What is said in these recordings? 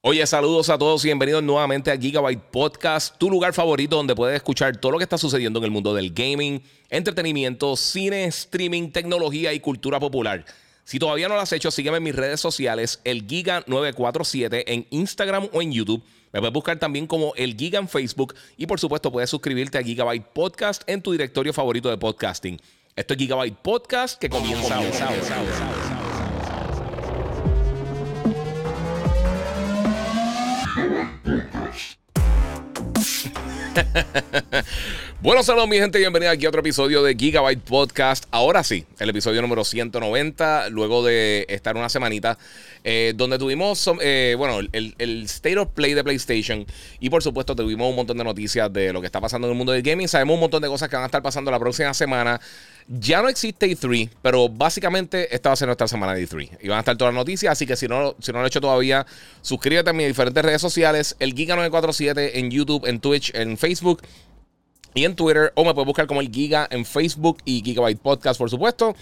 Oye, saludos a todos y bienvenidos nuevamente a Gigabyte Podcast, tu lugar favorito donde puedes escuchar todo lo que está sucediendo en el mundo del gaming, entretenimiento, cine, streaming, tecnología y cultura popular. Si todavía no lo has hecho, sígueme en mis redes sociales, el Giga947 en Instagram o en YouTube. Me puedes buscar también como el Giga en Facebook y por supuesto puedes suscribirte a Gigabyte Podcast en tu directorio favorito de podcasting. Esto es Gigabyte Podcast que comienza ahora. Bueno, saludos mi gente, bienvenida aquí a otro episodio de Gigabyte Podcast. Ahora sí, el episodio número 190, luego de estar una semanita donde tuvimos el State of Play de PlayStation. Y por supuesto tuvimos un montón de noticias de lo que está pasando en el mundo del gaming. Sabemos un montón de cosas que van a estar pasando la próxima semana. Ya no existe E3, pero básicamente esta va a ser nuestra semana de E3 y van a estar todas las noticias, así que si no lo he hecho todavía, suscríbete a mis diferentes redes sociales, el Giga947 en YouTube, en Twitch, en Facebook y en Twitter, o me puedes buscar como el Giga en Facebook y Gigabyte Podcast, por supuesto.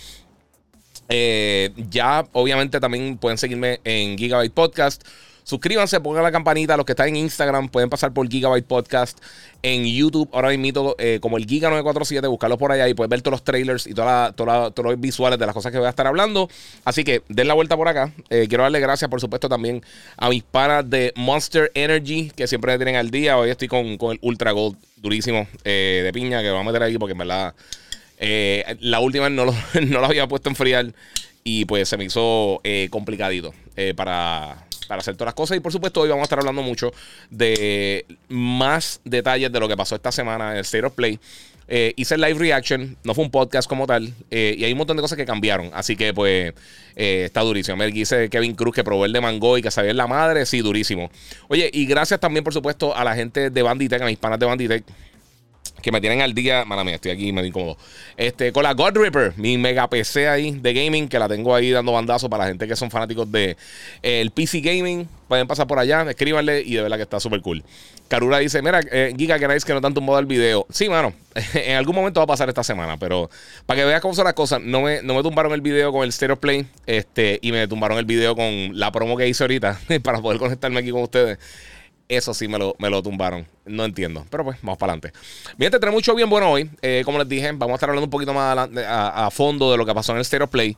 Ya obviamente también pueden seguirme en Gigabyte Podcast. Suscríbanse, pongan la campanita. Los que están en Instagram pueden pasar por Gigabyte Podcast. En YouTube, ahora mismo como el Giga947, buscarlo por allá y puedes ver todos los trailers y todos los visuales de las cosas que voy a estar hablando. Así que den la vuelta por acá. Quiero darle gracias, por supuesto, también a mis panas de Monster Energy, que siempre me tienen al día. Hoy estoy con el Ultra Gold durísimo de piña, que vamos a meter aquí porque en verdad la última no lo había puesto a enfriar y pues se me hizo complicadito para hacer todas las cosas. Y por supuesto hoy vamos a estar hablando mucho de más detalles de lo que pasó esta semana en el State of Play. Hice el live reaction, no fue un podcast como tal, y hay un montón de cosas que cambiaron, así que pues está durísimo. Me dice Kevin Cruz que probó el de Mango y que sabía en la madre, sí, durísimo. Oye, y gracias también por supuesto a la gente de Banditech, a mis panas de Banditech, que me tienen al día. Mala mía, estoy aquí medio incómodo. Con la God Ripper, mi mega PC ahí de gaming, que la tengo ahí dando bandazo para la gente que son fanáticos de el PC Gaming. Pueden pasar por allá, escríbanle y de verdad que está súper cool. Karura dice, mira, Giga, que nice que no te han tumbado el video. Sí, mano, en algún momento va a pasar esta semana, pero para que veas cómo son las cosas, no me tumbaron el video con el Stereo Play y me tumbaron el video con la promo que hice ahorita para poder conectarme aquí con ustedes. Eso sí me lo tumbaron. No entiendo. Pero pues, vamos para adelante. Bien, te trae mucho bien bueno hoy. Como les dije, vamos a estar hablando un poquito más a fondo de lo que pasó en el State of Play.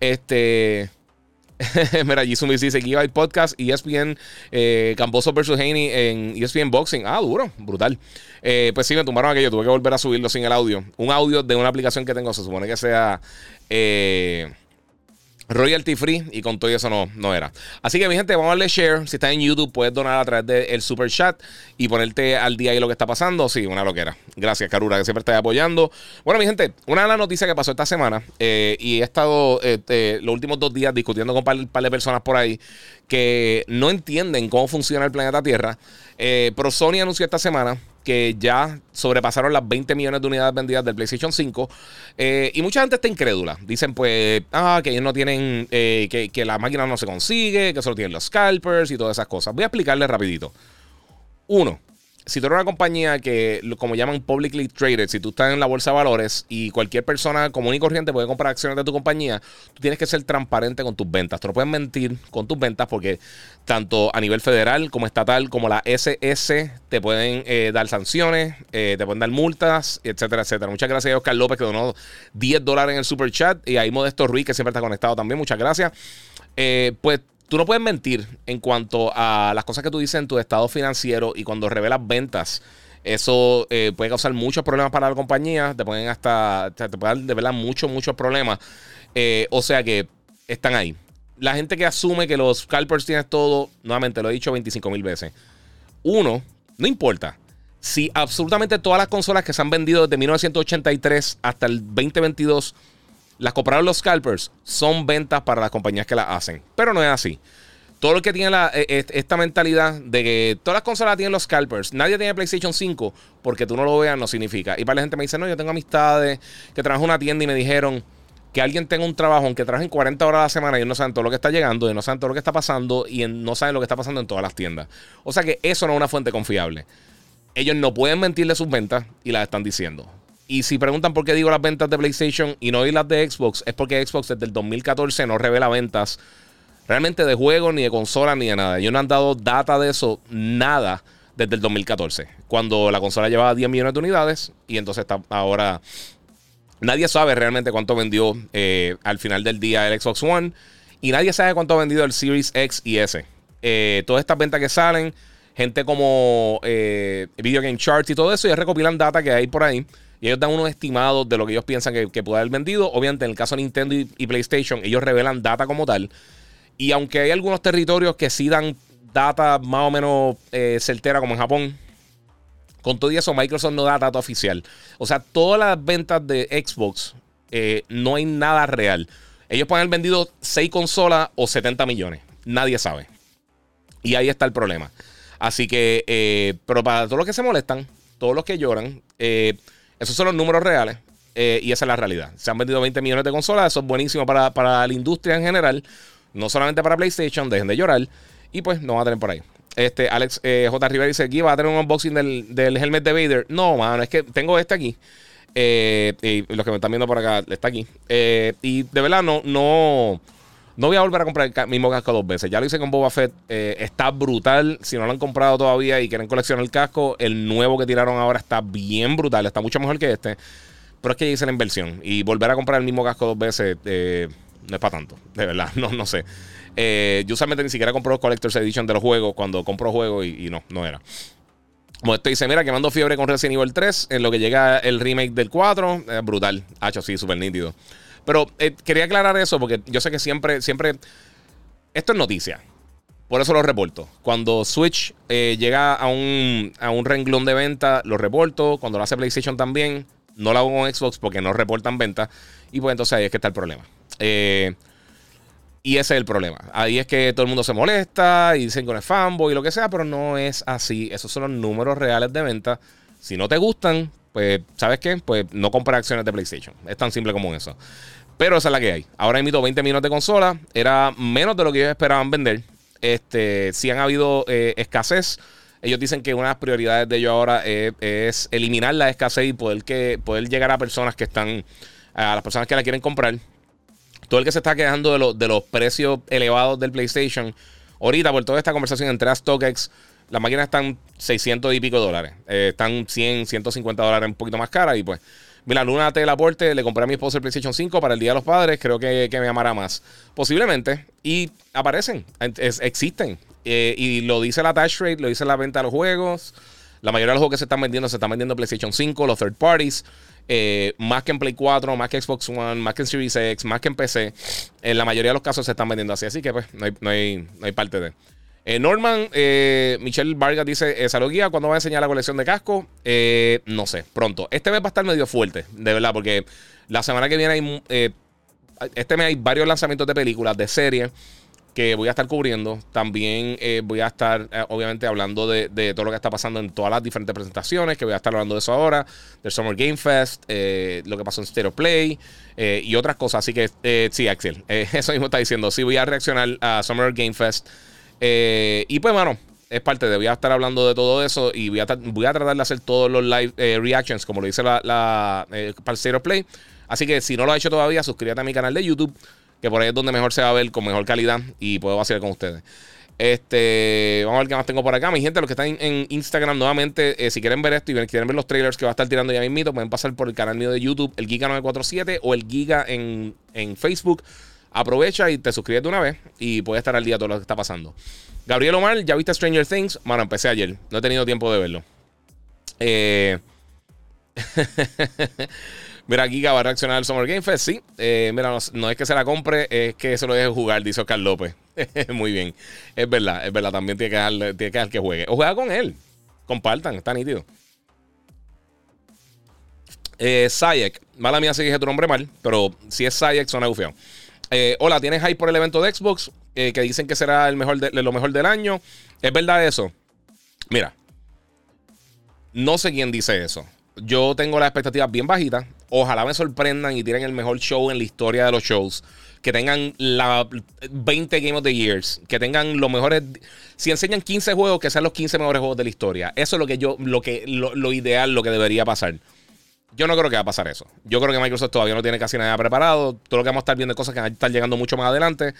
Mira, Jisoo dice Gigabyte Podcast, ESPN, Camboso vs. Haney en ESPN Boxing. Ah, duro, brutal. Pues sí, me tumbaron aquello. Tuve que volver a subirlo sin el audio. Un audio de una aplicación que tengo. Se supone que sea royalty free y con todo eso no era. Así que mi gente, vamos a darle share. Si estás en YouTube puedes donar a través del super chat y ponerte al día ahí lo que está pasando. Sí, una loquera. Gracias, Karura, que siempre está apoyando. Bueno, mi gente, una de las noticias que pasó esta semana y he estado los últimos 2 días discutiendo con un par de personas por ahí que no entienden cómo funciona el planeta Tierra. Pero Sony anunció esta semana que ya sobrepasaron las 20 millones de unidades vendidas del PlayStation 5. Y mucha gente está incrédula. Dicen pues, que ellos no tienen, que la máquina no se consigue, que solo tienen los scalpers y todas esas cosas. Voy a explicarles rapidito. Uno, si tú eres una compañía que, como llaman publicly traded, si tú estás en la bolsa de valores y cualquier persona común y corriente puede comprar acciones de tu compañía, tú tienes que ser transparente con tus ventas. Tú no puedes mentir con tus ventas porque tanto a nivel federal como estatal como la SS te pueden dar sanciones, te pueden dar multas, etcétera, etcétera. Muchas gracias a Oscar López que donó $10 en el super chat y ahí Modesto Ruiz que siempre está conectado también. Muchas gracias. Pues tú no puedes mentir en cuanto a las cosas que tú dices en tu estado financiero y cuando revelas ventas. Eso puede causar muchos problemas para la compañía. Te pueden develar muchos problemas. O sea que están ahí. La gente que asume que los scalpers tienes todo, nuevamente lo he dicho 25,000 veces. Uno, no importa. Si absolutamente todas las consolas que se han vendido desde 1983 hasta el 2022 las compraron los scalpers, son ventas para las compañías que las hacen. Pero no es así. Todo lo que tiene esta mentalidad de que todas las consolas tienen los scalpers, nadie tiene PlayStation 5, porque tú no lo veas no significa. Y para la gente me dice, no, yo tengo amistades que trabajan en una tienda y me dijeron que alguien tenga un trabajo, aunque trabajen 40 horas a la semana y ellos no saben todo lo que está llegando, ellos no saben todo lo que está pasando y no saben lo que está pasando en todas las tiendas. O sea que eso no es una fuente confiable. Ellos no pueden mentirle sus ventas y las están diciendo. Y si preguntan por qué digo las ventas de PlayStation y no las de Xbox, es porque Xbox desde el 2014 no revela ventas realmente de juegos, ni de consolas, ni de nada. Ellos no han dado data de eso, nada, desde el 2014, cuando la consola llevaba 10 millones de unidades y entonces está ahora... Nadie sabe realmente cuánto vendió al final del día el Xbox One y nadie sabe cuánto ha vendido el Series X y S. Todas estas ventas que salen, gente como Video Game Charts y todo eso, ellos recopilan data que hay por ahí y ellos dan unos estimados de lo que ellos piensan que puede haber vendido. Obviamente en el caso de Nintendo y PlayStation, ellos revelan data como tal. Y aunque hay algunos territorios que sí dan data más o menos certera, como en Japón, con todo eso Microsoft no da data oficial. O sea, todas las ventas de Xbox no hay nada real. Ellos pueden haber vendido 6 consolas o 70 millones. Nadie sabe. Y ahí está el problema. Así que, pero para todos los que se molestan, todos los que lloran, esos son los números reales. Y esa es la realidad. Se han vendido 20 millones de consolas. Eso es buenísimo para la industria en general. No solamente para PlayStation. Dejen de llorar. Y pues no va a tener por ahí. Alex J. Rivera dice aquí: ¿va a tener un unboxing del helmet de Vader? No, mano, es que tengo este aquí. Y los que me están viendo por acá, está aquí. Y de verdad no voy a volver a comprar el mismo casco 2 veces. Ya lo hice con Boba Fett. Está brutal. Si no lo han comprado todavía y quieren coleccionar el casco, el nuevo que tiraron ahora está bien brutal. Está mucho mejor que este. Pero es que hice la inversión. Y volver a comprar el mismo casco 2 veces no es para tanto. De verdad, no sé. Yo usualmente ni siquiera compro los Collector's Edition de los juegos cuando compro juegos y no era. Como esto dice, mira, quemando fiebre con Resident Evil 3 en lo que llega el remake del 4. Brutal. Hacho, sí, súper nítido. Pero quería aclarar eso porque yo sé que siempre... Esto es noticia. Por eso lo reporto. Cuando Switch llega a un renglón de venta, lo reporto. Cuando lo hace PlayStation también, no lo hago con Xbox porque no reportan ventas. Y pues entonces ahí es que está el problema. Y ese es el problema. Ahí es que todo el mundo se molesta y dicen que no es fanboy y lo que sea, pero no es así. Esos son los números reales de venta. Si no te gustan, pues, ¿sabes qué? Pues no compres acciones de PlayStation. Es tan simple como eso. Pero esa es la que hay. Ahora emito 20 millones de consolas. Era menos de lo que ellos esperaban vender. Si han habido escasez. Ellos dicen que una de las prioridades de ellos ahora es eliminar la escasez y poder llegar a personas que están... A las personas que la quieren comprar. Todo el que se está quejando de los precios elevados del PlayStation, ahorita por toda esta conversación entre StockX, las máquinas están 600 y pico dólares. Están 100, 150 dólares un poquito más caras. Y pues, mira, Luna Teleporte, le compré a mi esposo el PlayStation 5 para el Día de los Padres. Creo que me amará más. Posiblemente. Y aparecen, existen. Y lo dice la attach rate, lo dice la venta de los juegos. La mayoría de los juegos que se están vendiendo PlayStation 5, los third parties. Más que en Play 4, más que Xbox One, más que en Series X, más que en PC. En la mayoría de los casos se están vendiendo así. Así que pues no hay parte de. Norman, Michelle Vargas dice: Salud guía, ¿cuándo va a enseñar la colección de cascos? No sé, pronto. Este mes va a estar medio fuerte, de verdad, porque la semana que viene este mes hay varios lanzamientos de películas, de series que voy a estar cubriendo. También voy a estar, obviamente, hablando de todo lo que está pasando en todas las diferentes presentaciones, que voy a estar hablando de eso ahora, del Summer Game Fest, lo que pasó en State of Play y otras cosas. Así que, sí, Axel, eso mismo está diciendo. Sí, voy a reaccionar a Summer Game Fest. Y pues, mano, es parte de... Voy a estar hablando de todo eso y voy a tratar de hacer todos los live reactions, como lo dice para el State of Play. Así que, si no lo has hecho todavía, suscríbete a mi canal de YouTube, que por ahí es donde mejor se va a ver, con mejor calidad, y puedo vacilar con ustedes. Vamos a ver qué más tengo por acá. Mi gente, los que están en Instagram, nuevamente, si quieren ver esto y quieren ver los trailers que va a estar tirando ya mismito, pueden pasar por el canal mío de YouTube, el Giga947, o el Giga en Facebook. Aprovecha y te suscribes de una vez y puedes estar al día de todo lo que está pasando. Gabriel Omar, ¿ya viste Stranger Things? Bueno, empecé ayer, no he tenido tiempo de verlo. Mira, Giga va a reaccionar al Summer Game Fest. Sí, mira, no es que se la compre, es que se lo deje jugar, dice Oscar López. Muy bien, es verdad. También tiene que dejar que juegue. O juega con él, compartan, está nítido. Sayek, mala mía si dije tu nombre mal, pero si es Sayek suena gufiado. Hola, ¿tienes hype por el evento de Xbox? Que dicen que será lo mejor del año. ¿Es verdad eso? Mira, no sé quién dice eso. Yo tengo las expectativas bien bajitas. Ojalá me sorprendan y tienen el mejor show en la historia de los shows. Que tengan 20 Game of the Years. Que tengan los mejores... Si enseñan 15 juegos, que sean los 15 mejores juegos de la historia. Eso es lo ideal, lo que debería pasar. Yo no creo que va a pasar eso. Yo creo que Microsoft todavía no tiene casi nada preparado. Todo lo que vamos a estar viendo es cosas que van a estar llegando mucho más adelante.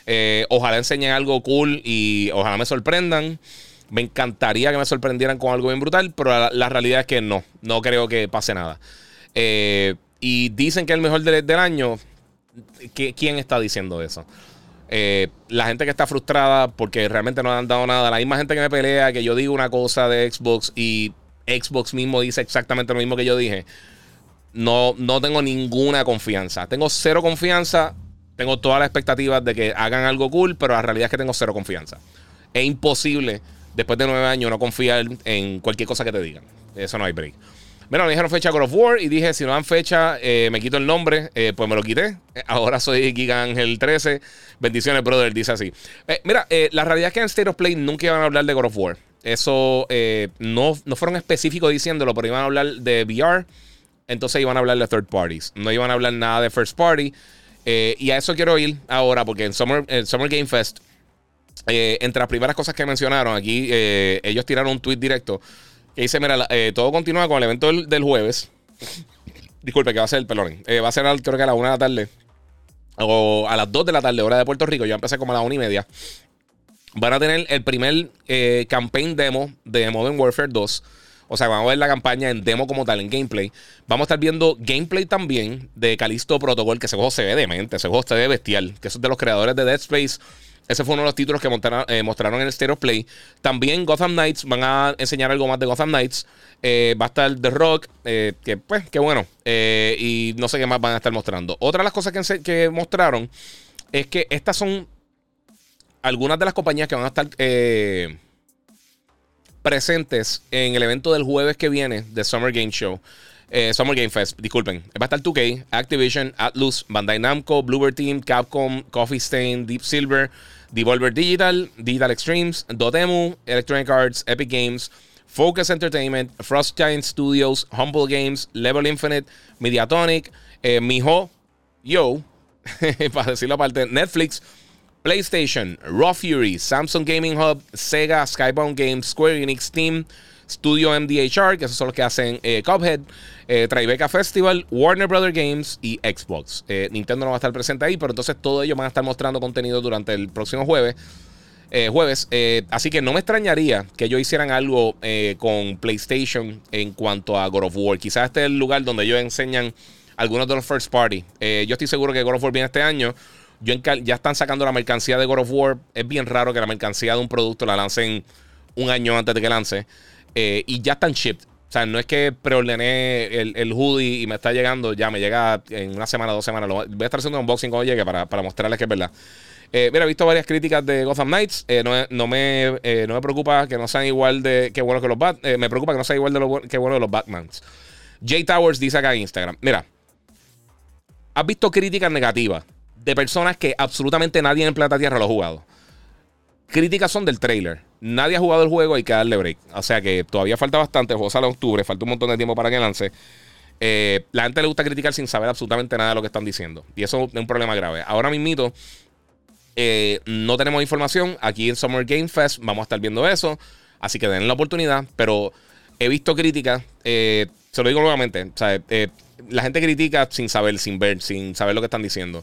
Ojalá enseñen algo cool y ojalá me sorprendan. Me encantaría que me sorprendieran con algo bien brutal, pero la realidad es que no creo que pase nada. Y dicen que es el mejor del año. ¿Quién está diciendo eso? La gente que está frustrada porque realmente no han dado nada. La misma gente que me pelea que yo digo una cosa de Xbox y Xbox mismo dice exactamente lo mismo que yo dije. No tengo ninguna confianza. Tengo cero confianza. Tengo todas las expectativas de que hagan algo cool, pero la realidad es que tengo cero confianza. Es imposible después de 9 años no confiar en cualquier cosa que te digan. Eso no hay break. Mira, me dijeron fecha God of War y dije, si no dan fecha, me quito el nombre. Pues me lo quité. Ahora soy Giga Ángel 13. Bendiciones, brother, dice así. Mira, la realidad es que en State of Play nunca iban a hablar de God of War. Eso no fueron específicos diciéndolo, pero iban a hablar de VR. Entonces iban a hablar de third parties. No iban a hablar nada de first party. Y a eso quiero ir ahora, porque en Summer Game Fest, entre las primeras cosas que mencionaron aquí, ellos tiraron un tweet directo que dice, mira, todo continúa con el evento del jueves. Disculpe, que va a ser, perdón. Va a ser creo que a la 1 de la tarde. O a las 2 de la tarde, hora de Puerto Rico. Yo empecé como a las 1:30. Van a tener el primer campaign demo de Modern Warfare 2. O sea, vamos a ver la campaña en demo como tal, en gameplay. Vamos a estar viendo gameplay también de Callisto Protocol, que ese juego se ve demente, ese juego se ve bestial. Que eso es de los creadores de Dead Space. Ese fue uno de los títulos que mostraron en el State of Play. También Gotham Knights, van a enseñar algo más de Gotham Knights. Va a estar The Rock, que pues, qué bueno. Y no sé qué más van a estar mostrando. Otra de las cosas que mostraron es que estas son algunas de las compañías que van a estar presentes en el evento del jueves que viene de Summer Game Show. Summer Game Fest, disculpen. Va a estar 2K, Activision, Atlus, Bandai Namco, Bluebird Team, Capcom, Coffee Stain, Deep Silver, Devolver Digital, Digital Extremes, Dotemu, Electronic Arts, Epic Games, Focus Entertainment, Frost Giant Studios, Humble Games, Level Infinite, Mediatonic, Miho, para decirlo aparte, Netflix, PlayStation, Raw Fury, Samsung Gaming Hub, Sega, Skybound Games, Square Enix, Steam, Studio MDHR, que esos son los que hacen Cuphead, Tribeca Festival, Warner Brothers Games y Xbox. Nintendo no va a estar presente ahí, pero entonces todos ellos van a estar mostrando contenido durante el próximo jueves. Así que no me extrañaría que ellos hicieran algo con PlayStation en cuanto a God of War. Quizás este es el lugar donde ellos enseñan algunos de los first party. Yo estoy seguro que God of War viene este año. Ya están sacando la mercancía de God of War. Es bien raro que la mercancía de un producto la lancen un año antes de que lance. Y ya están shipped. O sea, no es que preordené el hoodie y me está llegando. Ya me llega en una semana, 2 semanas. Voy a estar haciendo un unboxing cuando llegue para mostrarles que es verdad. Mira, he visto varias críticas de Gotham Knights. No me preocupa que no sean igual de que buenos que los Batman. Me preocupa que no sean igual de que buenos que los Batmans. Jay Towers dice acá en Instagram. Mira, ¿has visto críticas negativas de personas que absolutamente nadie en el planeta Tierra lo ha jugado? Críticas son del trailer. Nadie ha jugado el juego, hay que darle break. O sea que todavía falta bastante. El juego sale en octubre, falta un montón de tiempo para que lance. La gente le gusta criticar sin saber absolutamente nada de lo que están diciendo. Y eso es un problema grave. Ahora mismito, no tenemos información. Aquí en Summer Game Fest vamos a estar viendo eso. Así que den la oportunidad. Pero he visto críticas. Se lo digo nuevamente. O sea, la gente critica sin saber, sin ver, sin saber lo que están diciendo.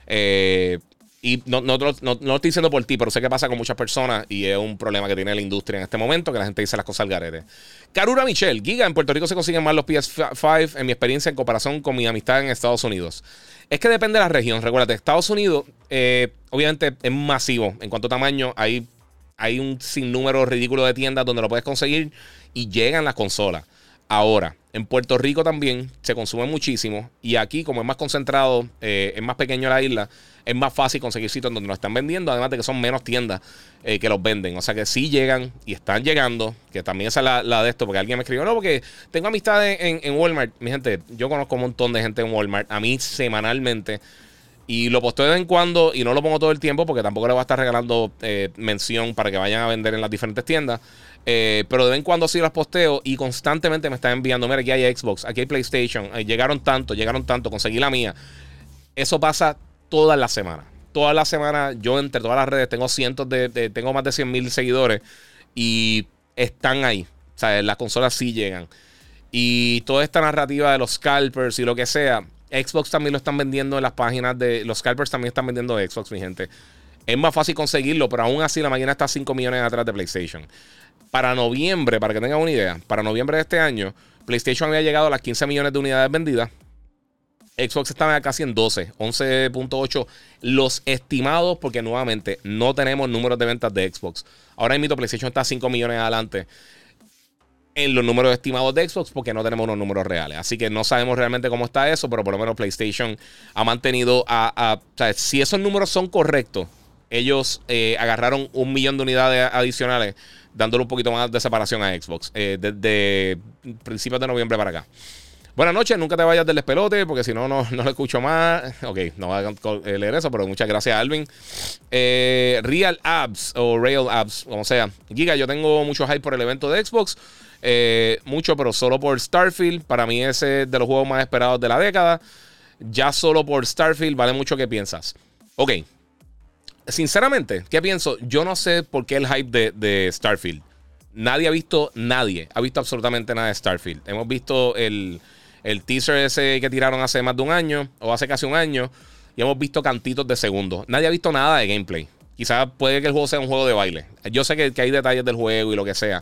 Y no lo estoy diciendo por ti, pero sé que pasa con muchas personas y es un problema que tiene la industria en este momento, que la gente dice las cosas al garete. Karura Michelle, Giga, en Puerto Rico se consiguen más los PS5 en mi experiencia en comparación con mi amistad en Estados Unidos. Es que depende de la región. Recuérdate, Estados Unidos obviamente es masivo en cuanto a tamaño. Hay un sinnúmero ridículo de tiendas donde lo puedes conseguir y llegan las consolas. Ahora, en Puerto Rico también se consume muchísimo. Y aquí, como es más concentrado, es más pequeño la isla, es más fácil conseguir sitios donde lo están vendiendo. Además de que son menos tiendas que los venden. O sea que sí llegan y están llegando. Que también esa es la de esto. Porque alguien me escribió, no, porque tengo amistades en Walmart. Mi gente, yo conozco un montón de gente en Walmart. A mí semanalmente. Y lo posteo de vez en cuando y no lo pongo todo el tiempo porque tampoco le voy a estar regalando mención para que vayan a vender en las diferentes tiendas. Pero de vez en cuando sí las posteo y constantemente me están enviando, mira, aquí hay Xbox, aquí hay PlayStation, llegaron tanto, conseguí la mía. Eso pasa todas las semanas. Todas las semanas yo entre todas las redes tengo tengo más de 100,000 seguidores y están ahí. O sea, las consolas sí llegan. Y toda esta narrativa de los scalpers y lo que sea, Xbox también lo están vendiendo en las páginas de... Los scalpers también están vendiendo Xbox, mi gente. es más fácil conseguirlo, pero aún así la máquina está 5 millones atrás de PlayStation. Para noviembre, para que tengan una idea, para noviembre de este año, PlayStation había llegado a las 15 millones de unidades vendidas. Xbox estaba casi en 12, 11.8 los estimados, porque nuevamente no tenemos números de ventas de Xbox. Ahora mismo PlayStation está 5 millones adelante en los números estimados de Xbox, porque no tenemos unos números reales. Así que no sabemos realmente cómo está eso, pero por lo menos PlayStation ha mantenido o sea, si esos números son correctos, ellos agarraron 1 millón de unidades adicionales, dándole un poquito más de separación a Xbox desde principios de noviembre para acá. Buenas noches, nunca te vayas del despelote, porque si no, no lo escucho más. Ok, no voy a leer eso, pero muchas gracias, Alvin. Real Abs o Real Abs, como sea. Giga, yo tengo mucho hype por el evento de Xbox. Mucho, pero solo por Starfield. Para mí ese es de los juegos más esperados de la década. Ya solo por Starfield vale mucho. ¿Qué piensas? Ok. Sinceramente, ¿qué pienso? Yo no sé por qué el hype de Starfield. Nadie ha visto absolutamente nada de Starfield. Hemos visto el teaser ese que tiraron hace más de un año, o hace casi un año, y hemos visto cantitos de segundos. Nadie ha visto nada de gameplay. Quizás puede que el juego sea un juego de baile. Yo sé que hay detalles del juego y lo que sea.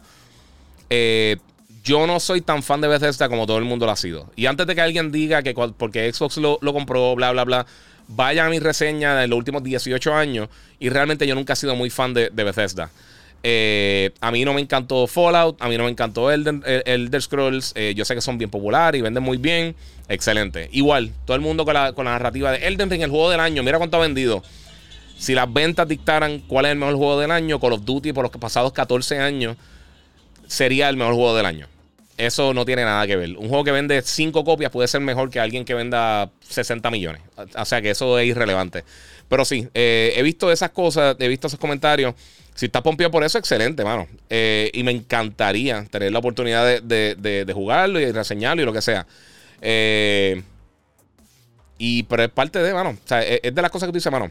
Yo no soy tan fan de Bethesda como todo el mundo lo ha sido. Y antes de que alguien diga que porque Xbox lo compró, bla, bla, bla, vayan a mi reseña de los últimos 18 años. Y realmente yo nunca he sido muy fan de Bethesda. A mí no me encantó Fallout, a mí no me encantó Elder Scrolls. Yo sé que son bien populares y venden muy bien. Excelente. Igual, todo el mundo con la narrativa de Elden Ring, el juego del año. Mira cuánto ha vendido. Si las ventas dictaran cuál es el mejor juego del año, Call of Duty por los pasados 14 años sería el mejor juego del año. Eso no tiene nada que ver. Un juego que vende 5 copias puede ser mejor que alguien que venda 60 millones. O sea que eso es irrelevante. Pero sí, he visto esas cosas, he visto esos comentarios. Si estás pompeado por eso, excelente, mano. Y me encantaría tener la oportunidad de jugarlo y reseñarlo y lo que sea. Pero es parte de, mano. O sea, es de las cosas que tú dices, mano.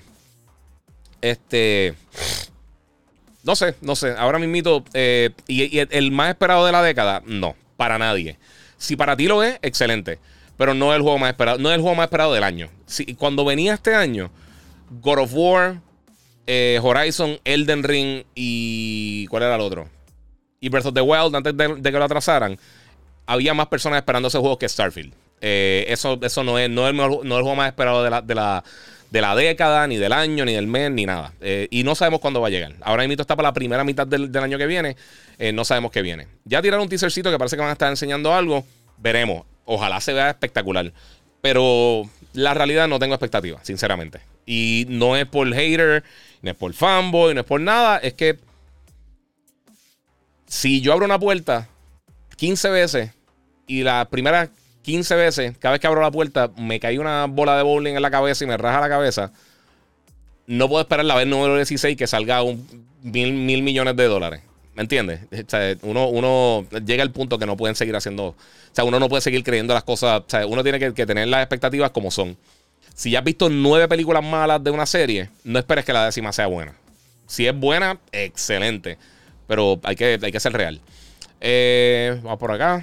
No sé. Ahora mismito, y el más esperado de la década, no, para nadie. Si para ti lo es, excelente. Pero no es el juego más esperado, no es el juego más esperado del año. Cuando venía este año, God of War, Horizon, Elden Ring y ¿cuál era el otro? Y Breath of the Wild, antes de que lo atrasaran, había más personas esperando ese juego que Starfield. Eso no es el juego más esperado de la década, ni del año, ni del mes, ni nada. Y no sabemos cuándo va a llegar. Ahora mismo está para la primera mitad del año que viene. No sabemos qué viene. Ya tiraron un teasercito que parece que van a estar enseñando algo. Veremos. Ojalá se vea espectacular. Pero la realidad no tengo expectativas, sinceramente. Y no es por hater, no es por fanboy, no es por nada. Es que si yo abro una puerta 15 veces y las primeras 15 veces, cada vez que abro la puerta, me cae una bola de bowling en la cabeza y me raja la cabeza, no puedo esperar la vez número 16 que salga mil millones de dólares. ¿Me entiendes? O sea, uno llega al punto que no pueden seguir haciendo. O sea, uno no puede seguir creyendo las cosas. O sea, uno tiene que tener las expectativas como son. Si ya has visto 9 películas malas de una serie, no esperes que la 10ª sea buena. Si es buena, excelente. Pero hay que ser real. Vamos por acá.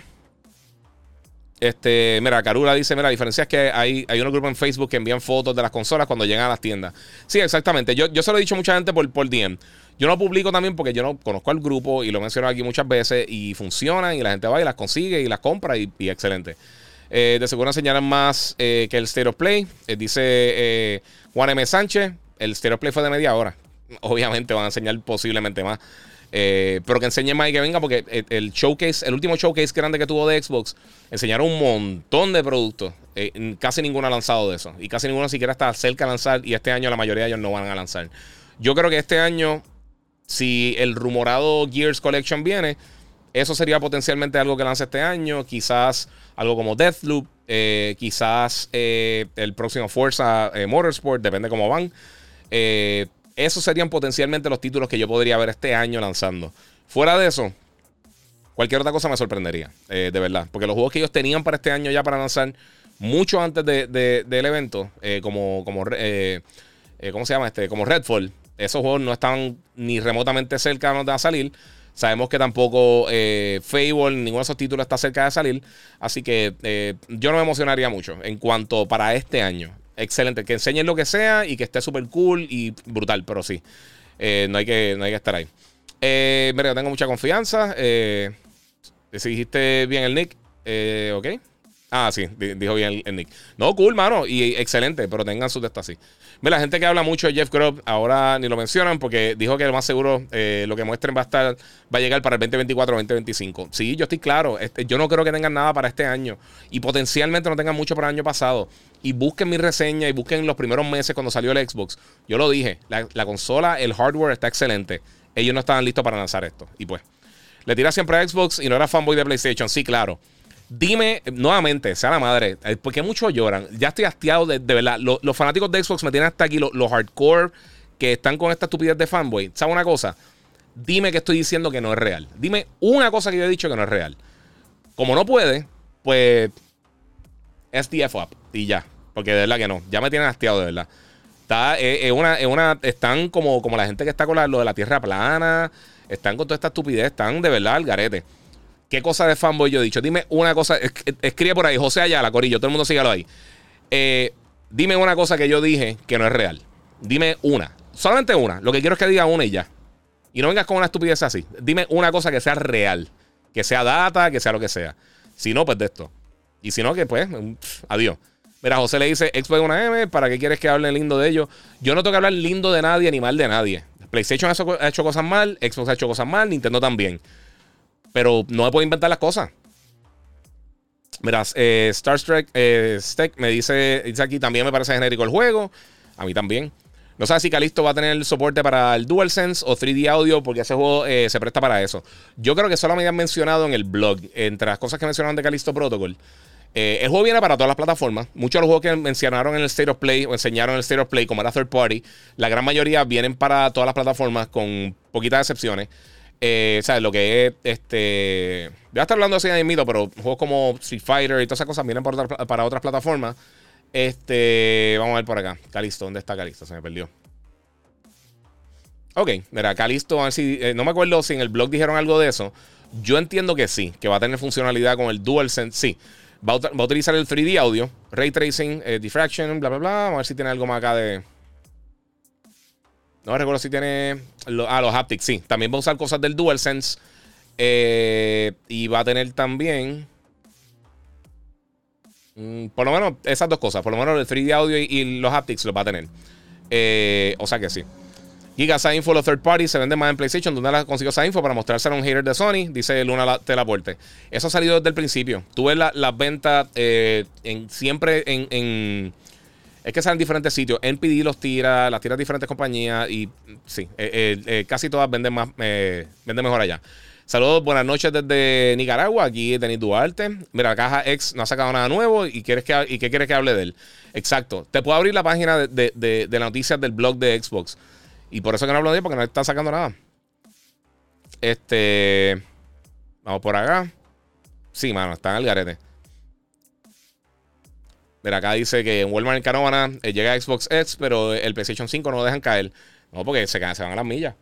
Mira, Karura dice, mira, la diferencia es que hay unos grupos en Facebook que envían fotos de las consolas cuando llegan a las tiendas. Sí, exactamente. Yo se lo he dicho a mucha gente por DM. Yo no publico también porque yo no conozco al grupo y lo he mencionado aquí muchas veces y funcionan y la gente va y las consigue y las compra y excelente. De seguro enseñarán más que el State of Play. Dice Juan M. Sánchez, el State of Play fue de media hora. Obviamente van a enseñar posiblemente más. Pero que enseñe más y que venga porque el último showcase grande que tuvo de Xbox, enseñaron un montón de productos. Casi ninguno ha lanzado de eso. Y casi ninguno siquiera está cerca de lanzar. Y este año la mayoría de ellos no van a lanzar. Yo creo que este año, si el rumorado Gears Collection viene, eso sería potencialmente algo que lance este año. Quizás algo como Deathloop. Quizás el próximo Forza Motorsport. Depende cómo van. Esos serían potencialmente los títulos que yo podría ver este año lanzando. Fuera de eso, cualquier otra cosa me sorprendería, de verdad. Porque los juegos que ellos tenían para este año ya para lanzar, mucho antes del evento, ¿cómo se llama? Como Redfall, esos juegos no estaban ni remotamente cercanos de salir. Sabemos que tampoco Fable, ninguno de esos títulos está cerca de salir. Así que yo no me emocionaría mucho en cuanto para este año. excelente. Que enseñen lo que sea y que esté súper cool y brutal, pero sí. No hay que estar ahí. Mira, yo tengo mucha confianza. Si dijiste bien el nick, ok. Ah, sí, dijo bien el nick. No, cool, mano. Y excelente, pero tengan su texto así. Mira, la gente que habla mucho de Jeff Grubb ahora ni lo mencionan porque dijo que lo más seguro lo que muestren va a llegar para el 2024 o 2025. Sí, yo estoy claro. Yo no creo que tengan nada para este año. Y potencialmente no tengan mucho para el año pasado. Y busquen mi reseña y busquen los primeros meses cuando salió el Xbox. Yo lo dije. La consola, el hardware está excelente. Ellos no estaban listos para lanzar esto. Y pues, le tira siempre a Xbox y no era fanboy de PlayStation. Sí, claro. Dime, nuevamente, sea la madre, ¿por qué muchos lloran? Ya estoy hastiado de verdad. Los fanáticos de Xbox me tienen hasta aquí, los hardcore que están con esta estupidez de fanboy. ¿Sabes una cosa? Dime que estoy diciendo que no es real. Dime una cosa que yo he dicho que no es real. Como no puede, pues SDF up y ya. Porque de verdad que no. Ya me tienen hastiado de verdad. Están como la gente que está con lo de la tierra plana. Están con toda esta estupidez. Están de verdad al garete. ¿Qué cosa de fanboy yo he dicho? Dime una cosa. Escribe por ahí, José Ayala, Corillo. Todo el mundo sígalo ahí. Dime una cosa que yo dije que no es real. Dime una. Solamente una. Lo que quiero es que diga una y ya. Y no vengas con una estupidez así. Dime una cosa que sea real. Que sea data, que sea lo que sea. Si no, pues de esto. Y si no, que pues, adiós. Mira, José le dice, Xbox una M, ¿para qué quieres que hable lindo de ellos? Yo no tengo que hablar lindo de nadie ni mal de nadie. PlayStation ha hecho cosas mal, Xbox ha hecho cosas mal, Nintendo también. Pero no me puedo inventar las cosas. Mira, Star Trek Steck me dice aquí, también me parece genérico el juego. A mí también. No sé si Callisto va a tener el soporte para el DualSense o 3D Audio, porque ese juego se presta para eso. Yo creo que solo me habían mencionado en el blog, entre las cosas que mencionaron de Callisto Protocol. El juego viene para todas las plataformas. Muchos de los juegos que mencionaron en el State of Play o enseñaron en el State of Play como era third party, la gran mayoría vienen para todas las plataformas con poquitas excepciones. ¿Sabes? Lo que es voy a estar hablando así de mito, pero juegos como Street Fighter y todas esas cosas vienen para otras plataformas. Vamos a ver por acá. Callisto, ¿dónde está Callisto? Se me perdió. Ok, mira, Callisto, a ver si. No me acuerdo si en el blog dijeron algo de eso. Yo entiendo que sí, que va a tener funcionalidad con el DualSense. Sí, va a utilizar el 3D audio, Ray Tracing, Diffraction, bla, bla, bla. Vamos a ver si tiene algo más acá de. No recuerdo si tiene los haptics, sí. También va a usar cosas del DualSense. Y va a tener también por lo menos esas dos cosas. Por lo menos el 3D audio y los haptics los va a tener. O sea que sí. Giga, esa info, los third parties se venden más en PlayStation. ¿Dónde la consiguió esa info? Para mostrársela a un hater de Sony. Dice Luna Telaporte. Eso ha salido desde el principio. Tú ves las ventas siempre en es que salen en diferentes sitios. NPD las tira diferentes compañías. Y sí, casi todas venden mejor allá. Saludos, buenas noches desde Nicaragua. Aquí Denis Duarte. Mira, la caja X no ha sacado nada nuevo. ¿Y qué quieres que hable de él? Exacto. Te puedo abrir la página de las noticias del blog de Xbox. Y por eso que no hablo de él, porque no está sacando nada. Vamos por acá. Sí, mano, está en el garete. Mira, acá dice que en Walmart en Canóvana llega Xbox X, pero el PlayStation 5 no lo dejan caer. No, porque se van a las millas.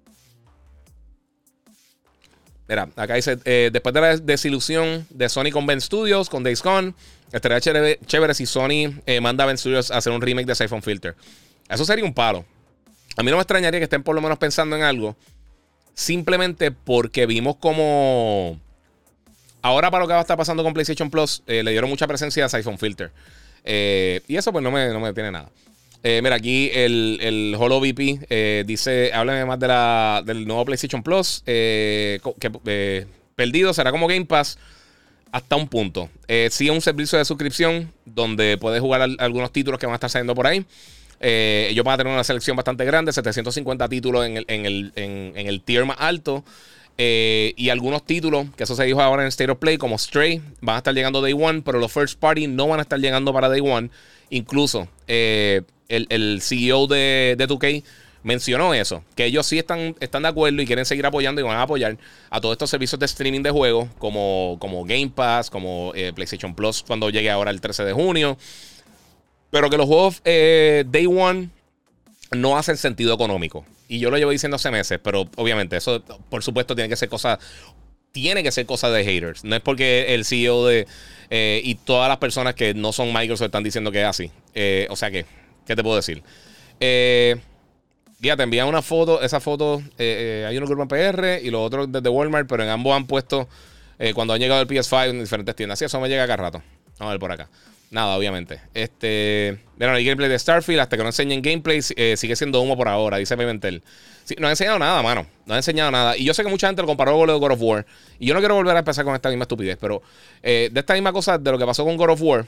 Mira, acá dice, después de la desilusión de Sony con Ben Studios, con Days Gone, estaría chévere si Sony manda a Ben Studios a hacer un remake de Siphon Filter. Eso sería un palo. A mí no me extrañaría que estén por lo menos pensando en algo. Simplemente porque vimos como ahora para lo que va a estar pasando con PlayStation Plus, le dieron mucha presencia a Siphon Filter. Y eso pues no me detiene nada. Mira, aquí el Holo VP dice, háblame más del nuevo PlayStation Plus. Perdido, será como Game Pass hasta un punto. Sí es un servicio de suscripción donde puedes jugar algunos títulos que van a estar saliendo por ahí. Ellos van a tener una selección bastante grande, 750 títulos en el tier más alto. Y algunos títulos, que eso se dijo ahora en State of Play, como Stray, van a estar llegando Day One, pero los first party no van a estar llegando para Day One. Incluso el CEO de 2K mencionó eso, que ellos sí están de acuerdo y quieren seguir apoyando y van a apoyar a todos estos servicios de streaming de juegos como Game Pass, como PlayStation Plus cuando llegue ahora el 13 de junio. Pero que los juegos Day One no hacen sentido económico. Y yo lo llevo diciendo hace meses, pero obviamente eso, por supuesto, tiene que ser cosas tiene que ser cosa de haters. No es porque el CEO y todas las personas que no son Microsoft están diciendo que es así. O sea que, ¿qué te puedo decir? Ya te envían una foto. Esa foto, hay uno Urban PR y los otros desde Walmart, pero en ambos han puesto cuando han llegado el PS5 en diferentes tiendas. Así eso me llega cada rato. Vamos a ver por acá. Nada, obviamente. Vieron el gameplay de Starfield. Hasta que no enseñen gameplay, sigue siendo humo por ahora, dice Pimentel. Sí, no ha enseñado nada, mano. No ha enseñado nada. Y yo sé que mucha gente lo comparó con lo de God of War. Y yo no quiero volver a empezar con esta misma estupidez. Pero de esta misma cosa, de lo que pasó con God of War,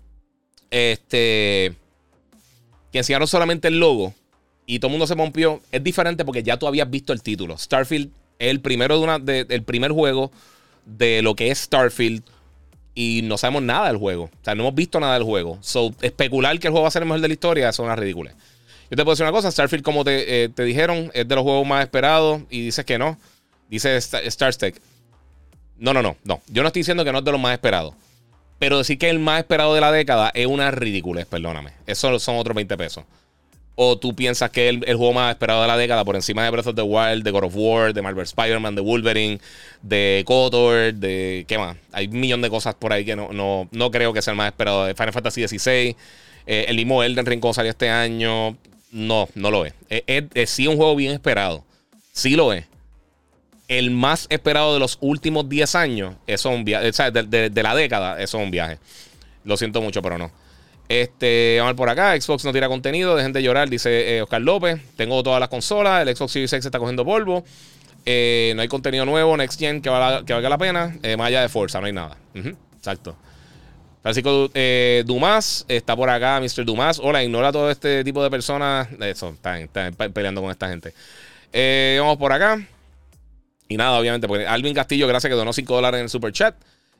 que enseñaron solamente el logo y todo el mundo se pompió, es diferente porque ya tú habías visto el título. Starfield es el primero el primer juego de lo que es Starfield. Y no sabemos nada del juego. O sea, no hemos visto nada del juego. So, especular que el juego va a ser el mejor de la historia, eso es una ridícula. Yo te puedo decir una cosa. Starfield, como te dijeron, es de los juegos más esperados. Y dices que no. Dice Starstech. No. Yo no estoy diciendo que no es de los más esperados. Pero decir que es el más esperado de la década es una ridícula, perdóname. Eso son otros 20 pesos. O tú piensas que es el juego más esperado de la década por encima de Breath of the Wild, de God of War, de Marvel Spider-Man, de Wolverine, de KOTOR, de... ¿Qué más? Hay un millón de cosas por ahí que no creo que sea el más esperado. De Final Fantasy XVI, el mismo Elden Ring como salió este año. No lo es. Sí es un juego bien esperado. Sí lo es. El más esperado de los últimos 10 años, eso es un viaje. O sea, de la década, eso es un viaje. Lo siento mucho, pero no. Vamos a ver por acá. Xbox no tira contenido. Dejen de llorar, dice Oscar López. Tengo todas las consolas. El Xbox Series X está cogiendo polvo. No hay contenido nuevo, Next Gen, que valga la pena. Más allá de Forza, no hay nada. Exacto. Francisco Dumas está por acá. Mr. Dumas. Hola, ignora todo este tipo de personas. Eso, están peleando con esta gente. Vamos por acá. Y nada, obviamente, porque Alvin Castillo, gracias, que donó $5 en el super chat.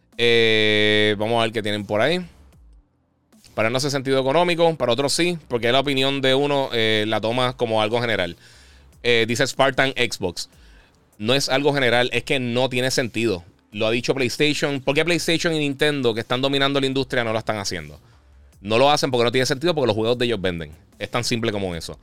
Vamos a ver qué tienen por ahí. Para no hace sentido económico, para otros sí, porque la opinión de uno la toma como algo general. Dice Spartan Xbox. No es algo general, es que no tiene sentido. Lo ha dicho PlayStation. ¿Por qué PlayStation y Nintendo, que están dominando la industria, no lo están haciendo? No lo hacen porque no tiene sentido, porque los juegos de ellos venden. Es tan simple como eso.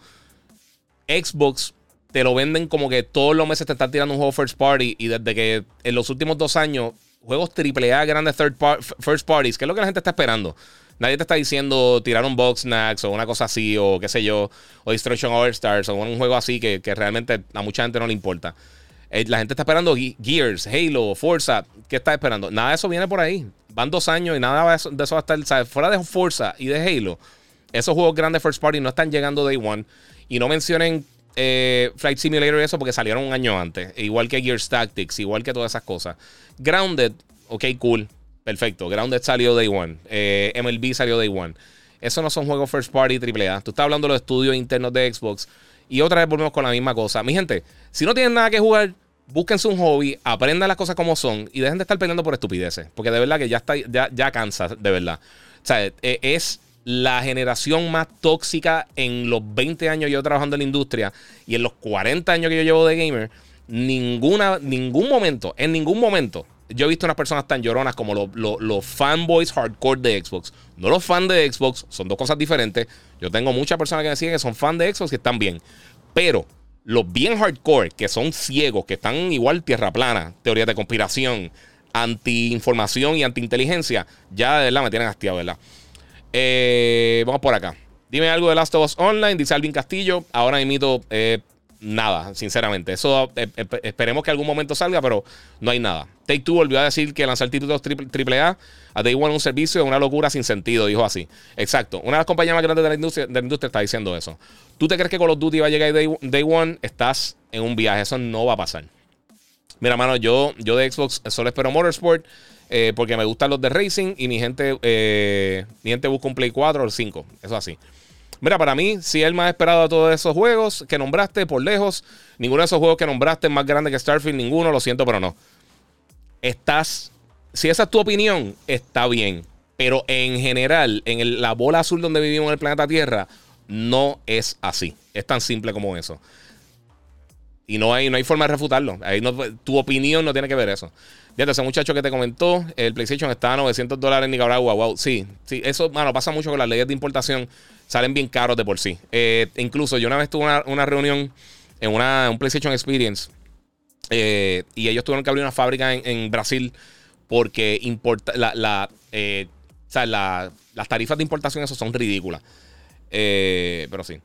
Xbox te lo venden como que todos los meses te están tirando un juego first party, y desde que en los últimos 2 años, juegos AAA grandes first parties, que es lo que la gente está esperando. Nadie te está diciendo tirar un Box Snacks o una cosa así, o qué sé yo, o Destruction All Stars, o un juego así que realmente a mucha gente no le importa. La gente está esperando Gears, Halo, Forza. ¿Qué está esperando? Nada de eso viene por ahí. Van 2 años y nada de eso va a estar, ¿sabes? Fuera de Forza y de Halo, esos juegos grandes first party no están llegando day one. Y no mencionen Flight Simulator y eso, porque salieron un año antes. Igual que Gears Tactics, igual que todas esas cosas. Grounded, ok, cool. Perfecto. Grounded salió day one. MLB salió day one. Esos no son juegos first party AAA. Tú estás hablando de los estudios internos de Xbox. Y otra vez volvemos con la misma cosa. Mi gente, si no tienen nada que jugar, búsquense un hobby, aprendan las cosas como son y dejen de estar peleando por estupideces. Porque de verdad que ya cansa, de verdad. O sea, es la generación más tóxica en los 20 años yo trabajando en la industria y en los 40 años que yo llevo de gamer. En ningún momento yo he visto unas personas tan lloronas como los fanboys hardcore de Xbox. No los fans de Xbox, son 2 cosas diferentes. Yo tengo muchas personas que me siguen que son fans de Xbox y están bien. Pero los bien hardcore, que son ciegos, que están igual tierra plana, teorías de conspiración, anti-información y anti-inteligencia, ya de verdad me tienen hastiado, ¿verdad? Vamos por acá. Dime algo de Last of Us Online, dice Alvin Castillo. Ahora imito nada, sinceramente. Eso esperemos que algún momento salga, pero no hay nada. Take-Two volvió a decir que lanzar títulos AAA a Day One un servicio es una locura sin sentido, dijo así. Exacto. Una de las compañías más grandes de la industria está diciendo eso. ¿Tú te crees que Call of Duty va a llegar Day One? Estás en un viaje. Eso no va a pasar. Mira, mano, yo de Xbox solo espero Motorsport porque me gustan los de Racing y mi gente busca un Play 4 o 5. Eso así. Mira, para mí, si es el más esperado de todos esos juegos que nombraste, por lejos, ninguno de esos juegos que nombraste es más grande que Starfield, ninguno, lo siento, pero no. Si esa es tu opinión, está bien. Pero en general, en la bola azul donde vivimos en el planeta Tierra, no es así. Es tan simple como eso. Y no hay forma de refutarlo. Tu opinión no tiene que ver eso. Fíjate, ese muchacho que te comentó, el PlayStation está a $900 en Nicaragua. Wow, sí, eso, mano, pasa mucho con las leyes de importación. Salen bien caros de por sí. Incluso yo una vez tuve una reunión en un PlayStation Experience Y ellos tuvieron que abrir una fábrica en Brasil porque o sea, las tarifas de importación eso son ridículas. Pero sí.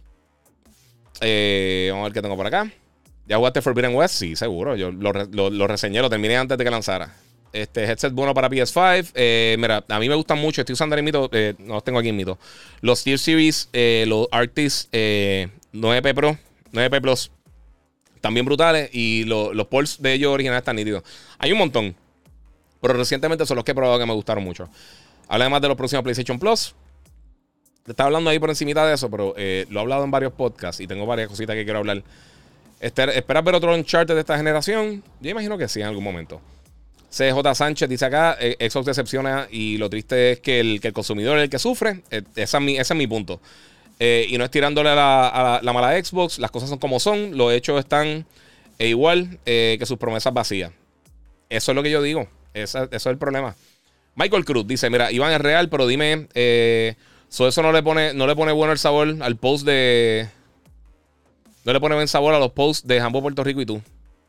Vamos a ver qué tengo por acá. ¿Ya jugaste Forbidden West? Sí, seguro. Yo lo reseñé, lo terminé antes de que lanzara. Headset bueno para PS5. Mira, a mí me gustan mucho. Estoy usando el mito. No los tengo aquí en mito. Los Tier Series, los Arctis 9P Pro, 9P Plus. También brutales. Y los ports de ellos originales están nítidos. Hay un montón. Pero recientemente son los que he probado que me gustaron mucho. Habla además de los próximos PlayStation Plus. Te estaba hablando ahí por encimita de eso, pero lo he hablado en varios podcasts y tengo varias cositas que quiero hablar. ¿Esperas ver otro Uncharted de esta generación? Yo imagino que sí en algún momento. CJ Sánchez dice acá, Xbox decepciona y lo triste es que el consumidor es el que sufre. Ese es mi punto. Y no es tirándole a la mala Xbox. Las cosas son como son. Los hechos están igual que sus promesas vacías. Eso es lo que yo digo. Eso es el problema. Michael Cruz dice, mira, Iván es real, pero dime, eso no le pone bueno el sabor al post de... No le pone buen sabor a los posts de Jambo Puerto Rico y tú.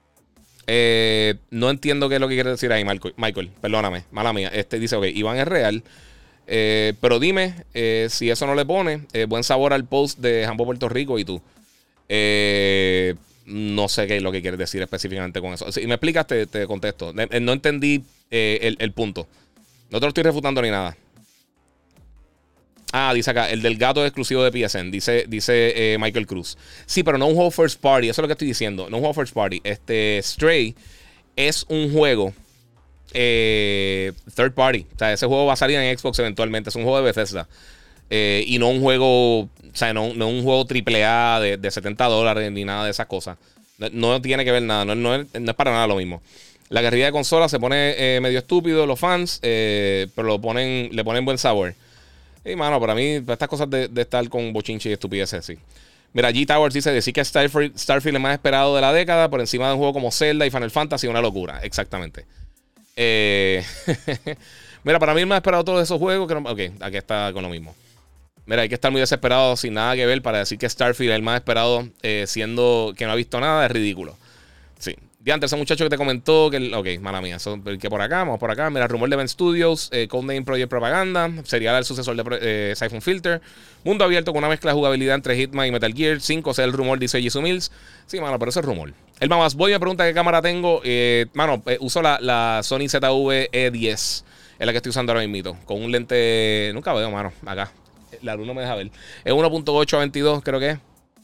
No entiendo qué es lo que quiere decir ahí, Michael. Perdóname, mala mía. Dice, ok, Iván es real. Pero dime si eso no le pone buen sabor al post de Jambo Puerto Rico y tú. No sé qué es lo que quieres decir específicamente con eso. Si me explicas, te contesto. No entendí el punto. No te lo estoy refutando ni nada. Dice acá, el del gato es exclusivo de PSN, dice Michael Cruz. Sí, pero no un juego first party, eso es lo que estoy diciendo. No un juego first party. Stray es un juego third party. O sea, ese juego va a salir en Xbox eventualmente. Es un juego de Bethesda. Y no un juego, o sea, no un juego AAA de $70 ni nada de esas cosas. No tiene que ver nada, no es para nada lo mismo. La guerrilla de consola se pone medio estúpido los fans, pero le ponen buen sabor. Y mano, para mí, estas cosas de estar con bochinche y estupideces, sí. Mira, G Towers dice: decir que Starfield es el más esperado de la década por encima de un juego como Zelda y Final Fantasy, una locura. Exactamente. Mira, para mí el más esperado de todos esos juegos. Ok, aquí está con lo mismo. Mira, hay que estar muy desesperado sin nada que ver para decir que Starfield es el más esperado, siendo que no ha visto nada, es ridículo. Sí. Y antes, ese muchacho que te comentó que... Ok, mala mía. Que por acá, vamos por acá. Mira, rumor de Event Studios, Codename Project Propaganda. Sería el sucesor de Siphon Filter. Mundo abierto con una mezcla de jugabilidad entre Hitman y Metal Gear 5. O sea, el rumor, dice Jisoo Mills. Sí, mano, pero eso es rumor. El Mamas Boy me pregunta qué cámara tengo. Mano, uso la Sony ZV-E10. Es la que estoy usando ahora mismo. Con un lente... Nunca veo, mano. Acá. La luz no me deja ver. Es 1.8 a 22, creo que es.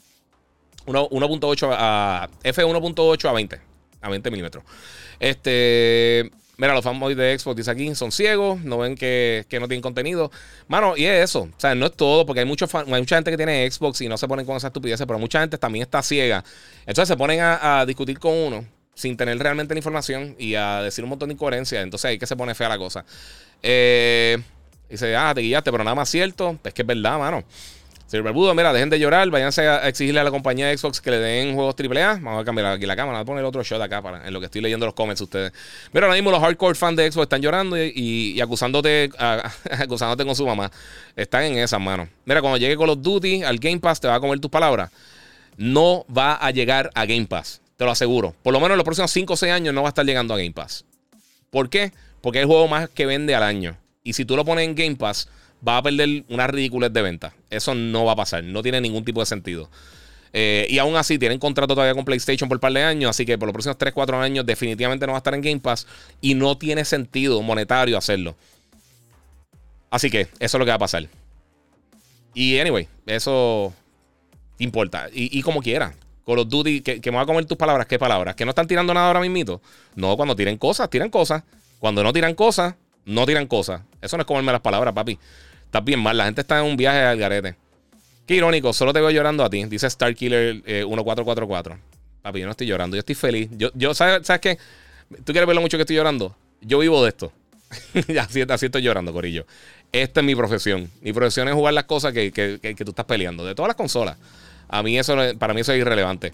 1.8 a... F1.8 a 20. A 20 milímetros. Mira, los fanboys de Xbox, dice aquí, son ciegos, no ven que no tienen contenido. Mano, y es eso. O sea, no es todo, porque hay mucha gente que tiene Xbox y no se ponen con esa estupidez, pero mucha gente también está ciega. Entonces se ponen a discutir con uno sin tener realmente la información y a decir un montón de incoherencias. Entonces ahí que se pone fea la cosa. Dice, te guillaste, pero nada más cierto. Es que es verdad, mano. Silverbudo, mira, dejen de llorar, váyanse a exigirle a la compañía de Xbox que le den juegos AAA. Vamos a cambiar aquí la cámara, voy a poner otro shot acá en lo que estoy leyendo los comments ustedes. Mira, ahora mismo los hardcore fans de Xbox están llorando y acusándote con su mamá. Están en esas manos. Mira, cuando llegue Call of Duty al Game Pass, te va a comer tus palabras. No va a llegar a Game Pass, te lo aseguro. Por lo menos en los próximos 5 o 6 años no va a estar llegando a Game Pass. ¿Por qué? Porque es el juego más que vende al año. Y si tú lo pones en Game Pass, va a perder una ridiculez de venta. Eso no va a pasar. No tiene ningún tipo de sentido. Y aún así, tienen contrato todavía con PlayStation por un par de años. Así que por los próximos 3-4 años definitivamente no va a estar en Game Pass. Y no tiene sentido monetario hacerlo. Así que eso es lo que va a pasar. Y anyway, eso importa. Y como quiera. Call of Duty, que me va a comer tus palabras. ¿Qué palabras? ¿Que no están tirando nada ahora mismito? No, cuando tiren cosas, tiran cosas. Cuando no tiran cosas, no tiran cosas. Eso no es comerme las palabras, papi. Estás bien mal. La gente está en un viaje al garete. Qué irónico. Solo te veo llorando a ti. Dice Starkiller 1444. Papi, yo no estoy llorando. Yo estoy feliz. ¿Sabes qué? ¿Tú quieres ver lo mucho que estoy llorando? Yo vivo de esto. así estoy llorando, corillo. Esta es mi profesión. Mi profesión es jugar las cosas que tú estás peleando. De todas las consolas. Para mí eso es irrelevante.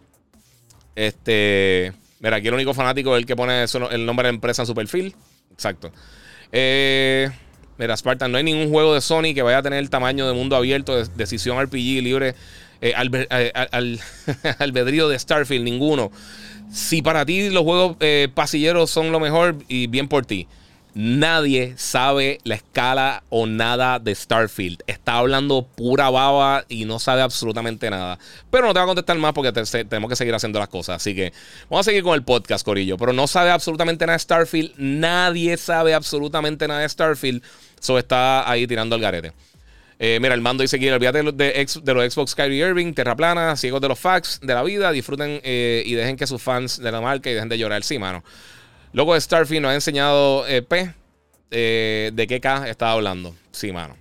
Mira, aquí el único fanático es el que pone el nombre de la empresa en su perfil. Exacto. Mira, Spartan, no hay ningún juego de Sony que vaya a tener el tamaño de mundo abierto, de decisión RPG libre albedrío de Starfield, ninguno. Si para ti los juegos pasilleros son lo mejor, y bien por ti. Nadie sabe la escala o nada de Starfield. Está hablando pura baba y no sabe absolutamente nada. Pero no te va a contestar más porque tenemos que seguir haciendo las cosas. Así que vamos a seguir con el podcast, corillo. Pero no sabe absolutamente nada de Starfield. Nadie sabe absolutamente nada de Starfield. So está ahí tirando al garete. Mira, el mando dice aquí: olvídate de los Xbox Kyrie Irving, Terra plana, ciegos de los facts de la vida. Disfruten y dejen que sus fans de la marca y dejen de llorar. Sí, mano. Loco de Starfield nos ha enseñado de qué K estaba hablando. Sí, mano.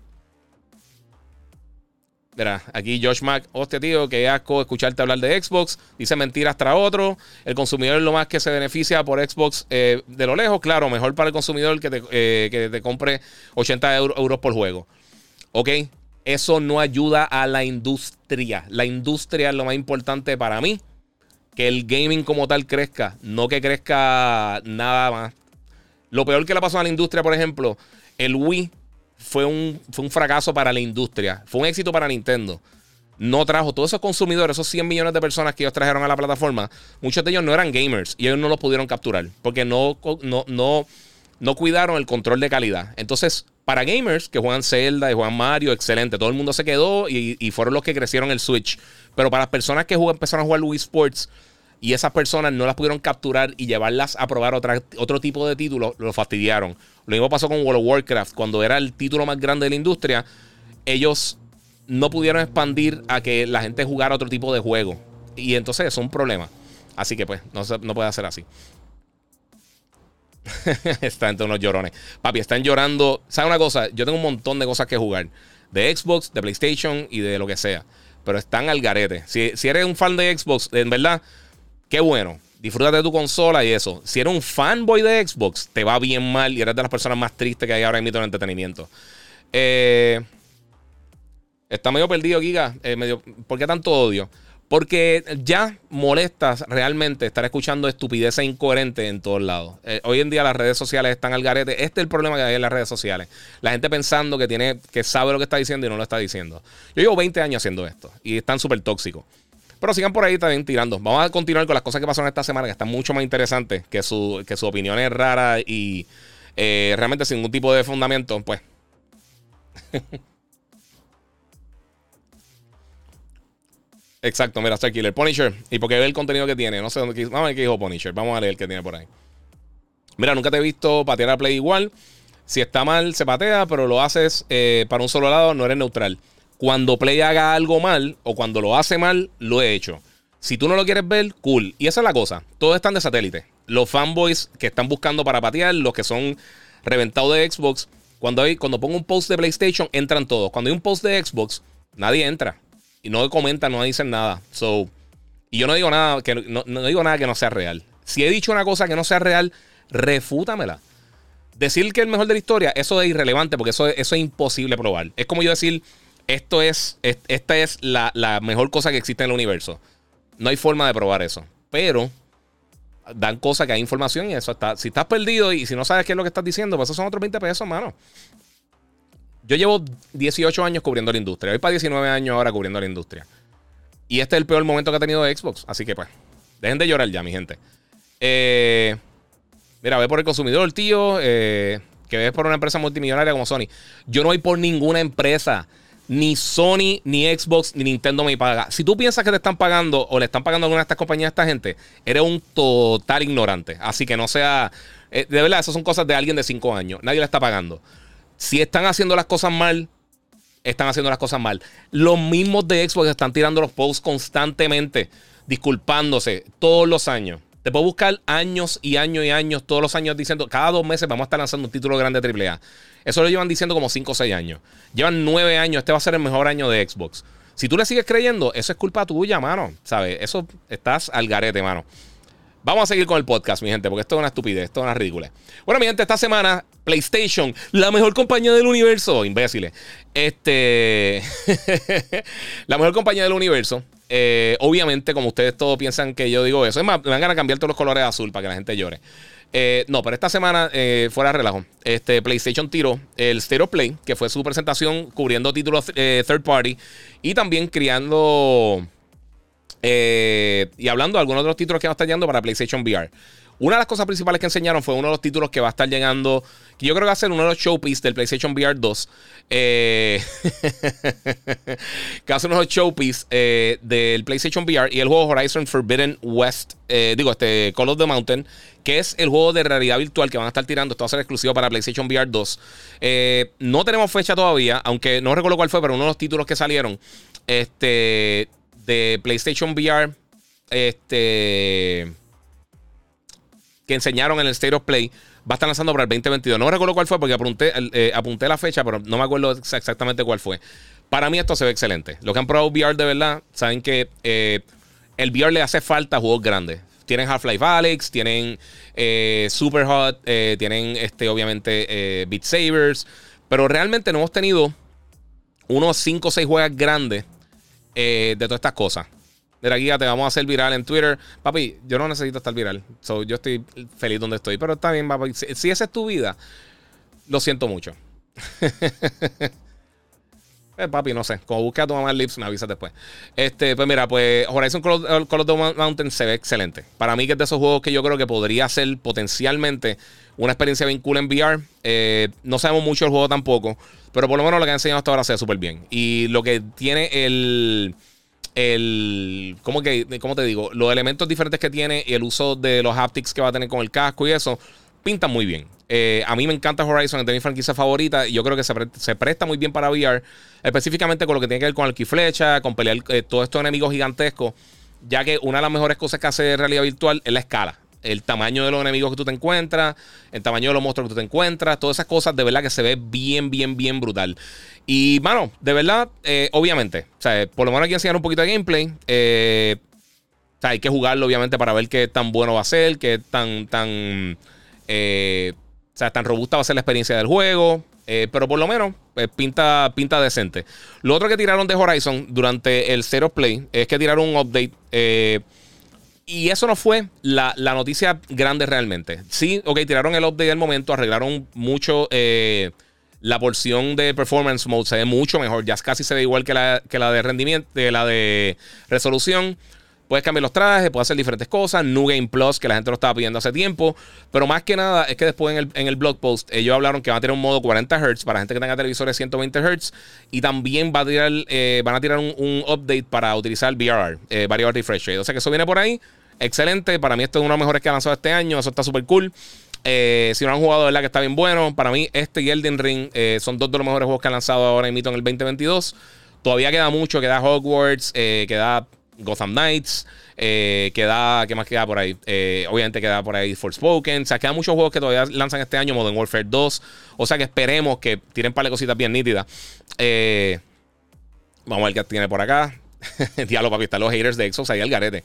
Mira, aquí Josh Mack. Hostia, tío, qué asco escucharte hablar de Xbox. Dice mentiras tras otro. El consumidor es lo más que se beneficia por Xbox de lo lejos. Claro, mejor para el consumidor que te compre 80 euros por juego. Ok, eso no ayuda a la industria. La industria es lo más importante para mí. Que el gaming como tal crezca, no que crezca nada más. Lo peor que le pasó a la industria, por ejemplo, el Wii fue un fracaso para la industria. Fue un éxito para Nintendo. No trajo todos esos consumidores, esos 100 millones de personas que ellos trajeron a la plataforma. Muchos de ellos no eran gamers y ellos no los pudieron capturar porque no cuidaron el control de calidad. Entonces, para gamers que juegan Zelda y juegan Mario, excelente. Todo el mundo se quedó y fueron los que crecieron el Switch. Pero para las personas que empezaron a jugar Wii Sports y esas personas no las pudieron capturar y llevarlas a probar otro tipo de títulos, lo fastidiaron. Lo mismo pasó con World of Warcraft. Cuando era el título más grande de la industria, ellos no pudieron expandir a que la gente jugara otro tipo de juego. Y entonces eso es un problema. Así que pues no puede ser así. Están entre unos llorones. Papi, están llorando. ¿Sabes una cosa? Yo tengo un montón de cosas que jugar. De Xbox, de PlayStation y de lo que sea. Pero están al garete. Si eres un fan de Xbox, en verdad, qué bueno. Disfrútate de tu consola y eso. Si eres un fanboy de Xbox, te va bien mal y eres de las personas más tristes que hay ahora mismo en el entretenimiento. Está medio perdido, Giga. ¿Por qué tanto odio? Porque ya molestas realmente estar escuchando estupideces incoherentes en todos lados. Hoy en día las redes sociales están al garete. Este es el problema que hay en las redes sociales. La gente pensando que sabe lo que está diciendo y no lo está diciendo. Yo llevo 20 años haciendo esto y están súper tóxicos. Pero sigan por ahí también tirando. Vamos a continuar con las cosas que pasaron esta semana, que están mucho más interesantes, que su opinión es rara y realmente sin ningún tipo de fundamento. Pues. Exacto, mira, Star Killer. Punisher. Y porque ve el contenido que tiene. No sé dónde. Vamos a ver qué dijo Punisher. Vamos a leer el que tiene por ahí. Mira, nunca te he visto patear a Play igual. Si está mal, se patea, pero lo haces para un solo lado, no eres neutral. Cuando Play haga algo mal o cuando lo hace mal, lo he hecho. Si tú no lo quieres ver, cool. Y esa es la cosa. Todos están de satélite. Los fanboys que están buscando para patear, los que son reventados de Xbox. Cuando pongo un post de PlayStation, entran todos. Cuando hay un post de Xbox, nadie entra. Y no comentan, no dicen nada. Y yo no digo nada no digo nada que no sea real. Si he dicho una cosa que no sea real, refútamela. Decir que es el mejor de la historia, eso es irrelevante porque eso es imposible probar. Es como yo decir, esta es la mejor cosa que existe en el universo. No hay forma de probar eso. Pero dan cosas que hay información y eso está. Si estás perdido y si no sabes qué es lo que estás diciendo, pues esos son otros 20 pesos, mano. Yo llevo 18 años cubriendo la industria. Voy para 19 años ahora cubriendo la industria. Y este es el peor momento que ha tenido Xbox. Así que pues, dejen de llorar ya, mi gente. Mira, ve por el consumidor, tío. Que ves por una empresa multimillonaria como Sony. Yo no voy por ninguna empresa. Ni Sony, ni Xbox, ni Nintendo me paga. Si tú piensas que te están pagando o le están pagando a alguna de estas compañías a esta gente, eres un total ignorante. Así que no sea... de verdad, esas son cosas de alguien de 5 años. Nadie le está pagando. Si están haciendo las cosas mal, están haciendo las cosas mal. Los mismos de Xbox están tirando los posts constantemente, disculpándose todos los años. Te puedo buscar años y años y años, todos los años diciendo, cada 2 meses vamos a estar lanzando un título grande de AAA. Eso lo llevan diciendo como 5 o 6 años. Llevan 9 años, este va a ser el mejor año de Xbox. Si tú le sigues creyendo, eso es culpa tuya, mano. ¿Sabes? Eso estás al garete, mano. Vamos a seguir con el podcast, mi gente, porque esto es una estupidez, esto es una ridícula. Bueno, mi gente, esta semana, PlayStation, la mejor compañía del universo, imbéciles. La mejor compañía del universo. Obviamente, como ustedes todos piensan que yo digo eso, es más, me van a cambiar todos los colores a azul para que la gente llore. No, pero esta semana, fuera de relajo, PlayStation tiró el State of Play, que fue su presentación cubriendo títulos third party y también creando y hablando de algunos de los títulos que van a estar llegando para PlayStation VR. Una de las cosas principales que enseñaron fue uno de los títulos que va a estar llegando, que yo creo que va a ser uno de los showpiece del PlayStation VR 2. Que va a ser uno de los showpiece del PlayStation VR y el juego Horizon Forbidden West. Call of the Mountain, que es el juego de realidad virtual que van a estar tirando. Esto va a ser exclusivo para PlayStation VR 2. No tenemos fecha todavía, aunque no recuerdo cuál fue, pero uno de los títulos que salieron de PlayStation VR, que enseñaron en el State of Play, va a estar lanzando para el 2022. No recuerdo cuál fue porque apunté la fecha, pero no me acuerdo exactamente cuál fue. Para mí esto se ve excelente. Los que han probado VR de verdad saben que el VR le hace falta a juegos grandes. Tienen Half-Life Alyx, tienen Superhot, tienen obviamente Beat Sabers, pero realmente no hemos tenido unos 5 o 6 juegos grandes de todas estas cosas. Mira, guía, te vamos a hacer viral en Twitter. Papi, yo no necesito estar viral. Yo estoy feliz donde estoy. Pero está bien, papi. Si esa es tu vida, lo siento mucho. Papi, no sé. Como busques a tu mamá en Lips, me avisas después. Pues mira, pues Horizon Call of the Mountain se ve excelente. Para mí, que es de esos juegos que yo creo que podría ser potencialmente una experiencia bien cool en VR. No sabemos mucho del juego tampoco. Pero por lo menos lo que han enseñado hasta ahora se ve súper bien. Y lo que tiene ¿cómo te digo? Los elementos diferentes que tiene y el uso de los haptics que va a tener con el casco y eso, pintan muy bien. A mí me encanta Horizon, es de mi franquicia favorita y yo creo que se presta muy bien para VR, específicamente con lo que tiene que ver con arco y flecha, con pelear todos estos enemigos gigantescos, ya que una de las mejores cosas que hace realidad virtual es la escala. El tamaño de los enemigos que tú te encuentras, el tamaño de los monstruos que tú te encuentras, todas esas cosas de verdad que se ve bien, bien, bien brutal. Y, mano, de verdad, obviamente, o sea, por lo menos aquí enseñar un poquito de gameplay. O sea, hay que jugarlo, obviamente, para ver qué tan bueno va a ser, qué tan robusta va a ser la experiencia del juego. Pero por lo menos pinta decente. Lo otro que tiraron de Horizon durante el State of Play es que tiraron un update. Y eso no fue la noticia grande realmente. Sí, ok, tiraron el update del momento, arreglaron mucho la porción de performance mode, se ve mucho mejor. Ya casi se ve igual que la de rendimiento, la de resolución. Puedes cambiar los trajes, puedes hacer diferentes cosas. New Game Plus, que la gente lo estaba pidiendo hace tiempo. Pero más que nada, es que después en el blog post, ellos hablaron que van a tener un modo 40 Hz para gente que tenga televisores 120 Hz. Y también van a tirar un update para utilizar VRR, Variable Refresh Rate. O sea que eso viene por ahí. Excelente. Para mí, esto es uno de los mejores que han lanzado este año. Eso está súper cool. Si no han jugado, de verdad que está bien bueno. Para mí, y Elden Ring son dos de los mejores juegos que han lanzado ahora en el 2022. Todavía queda mucho. Queda Hogwarts, queda Gotham Knights, ¿qué más queda por ahí? Obviamente queda por ahí Forspoken. O sea, quedan muchos juegos que todavía lanzan este año. Modern Warfare 2. O sea que esperemos que tiren un par de cositas bien nítidas. Vamos a ver qué tiene por acá. Diablo, papi, están los haters de Xbox ahí al garete.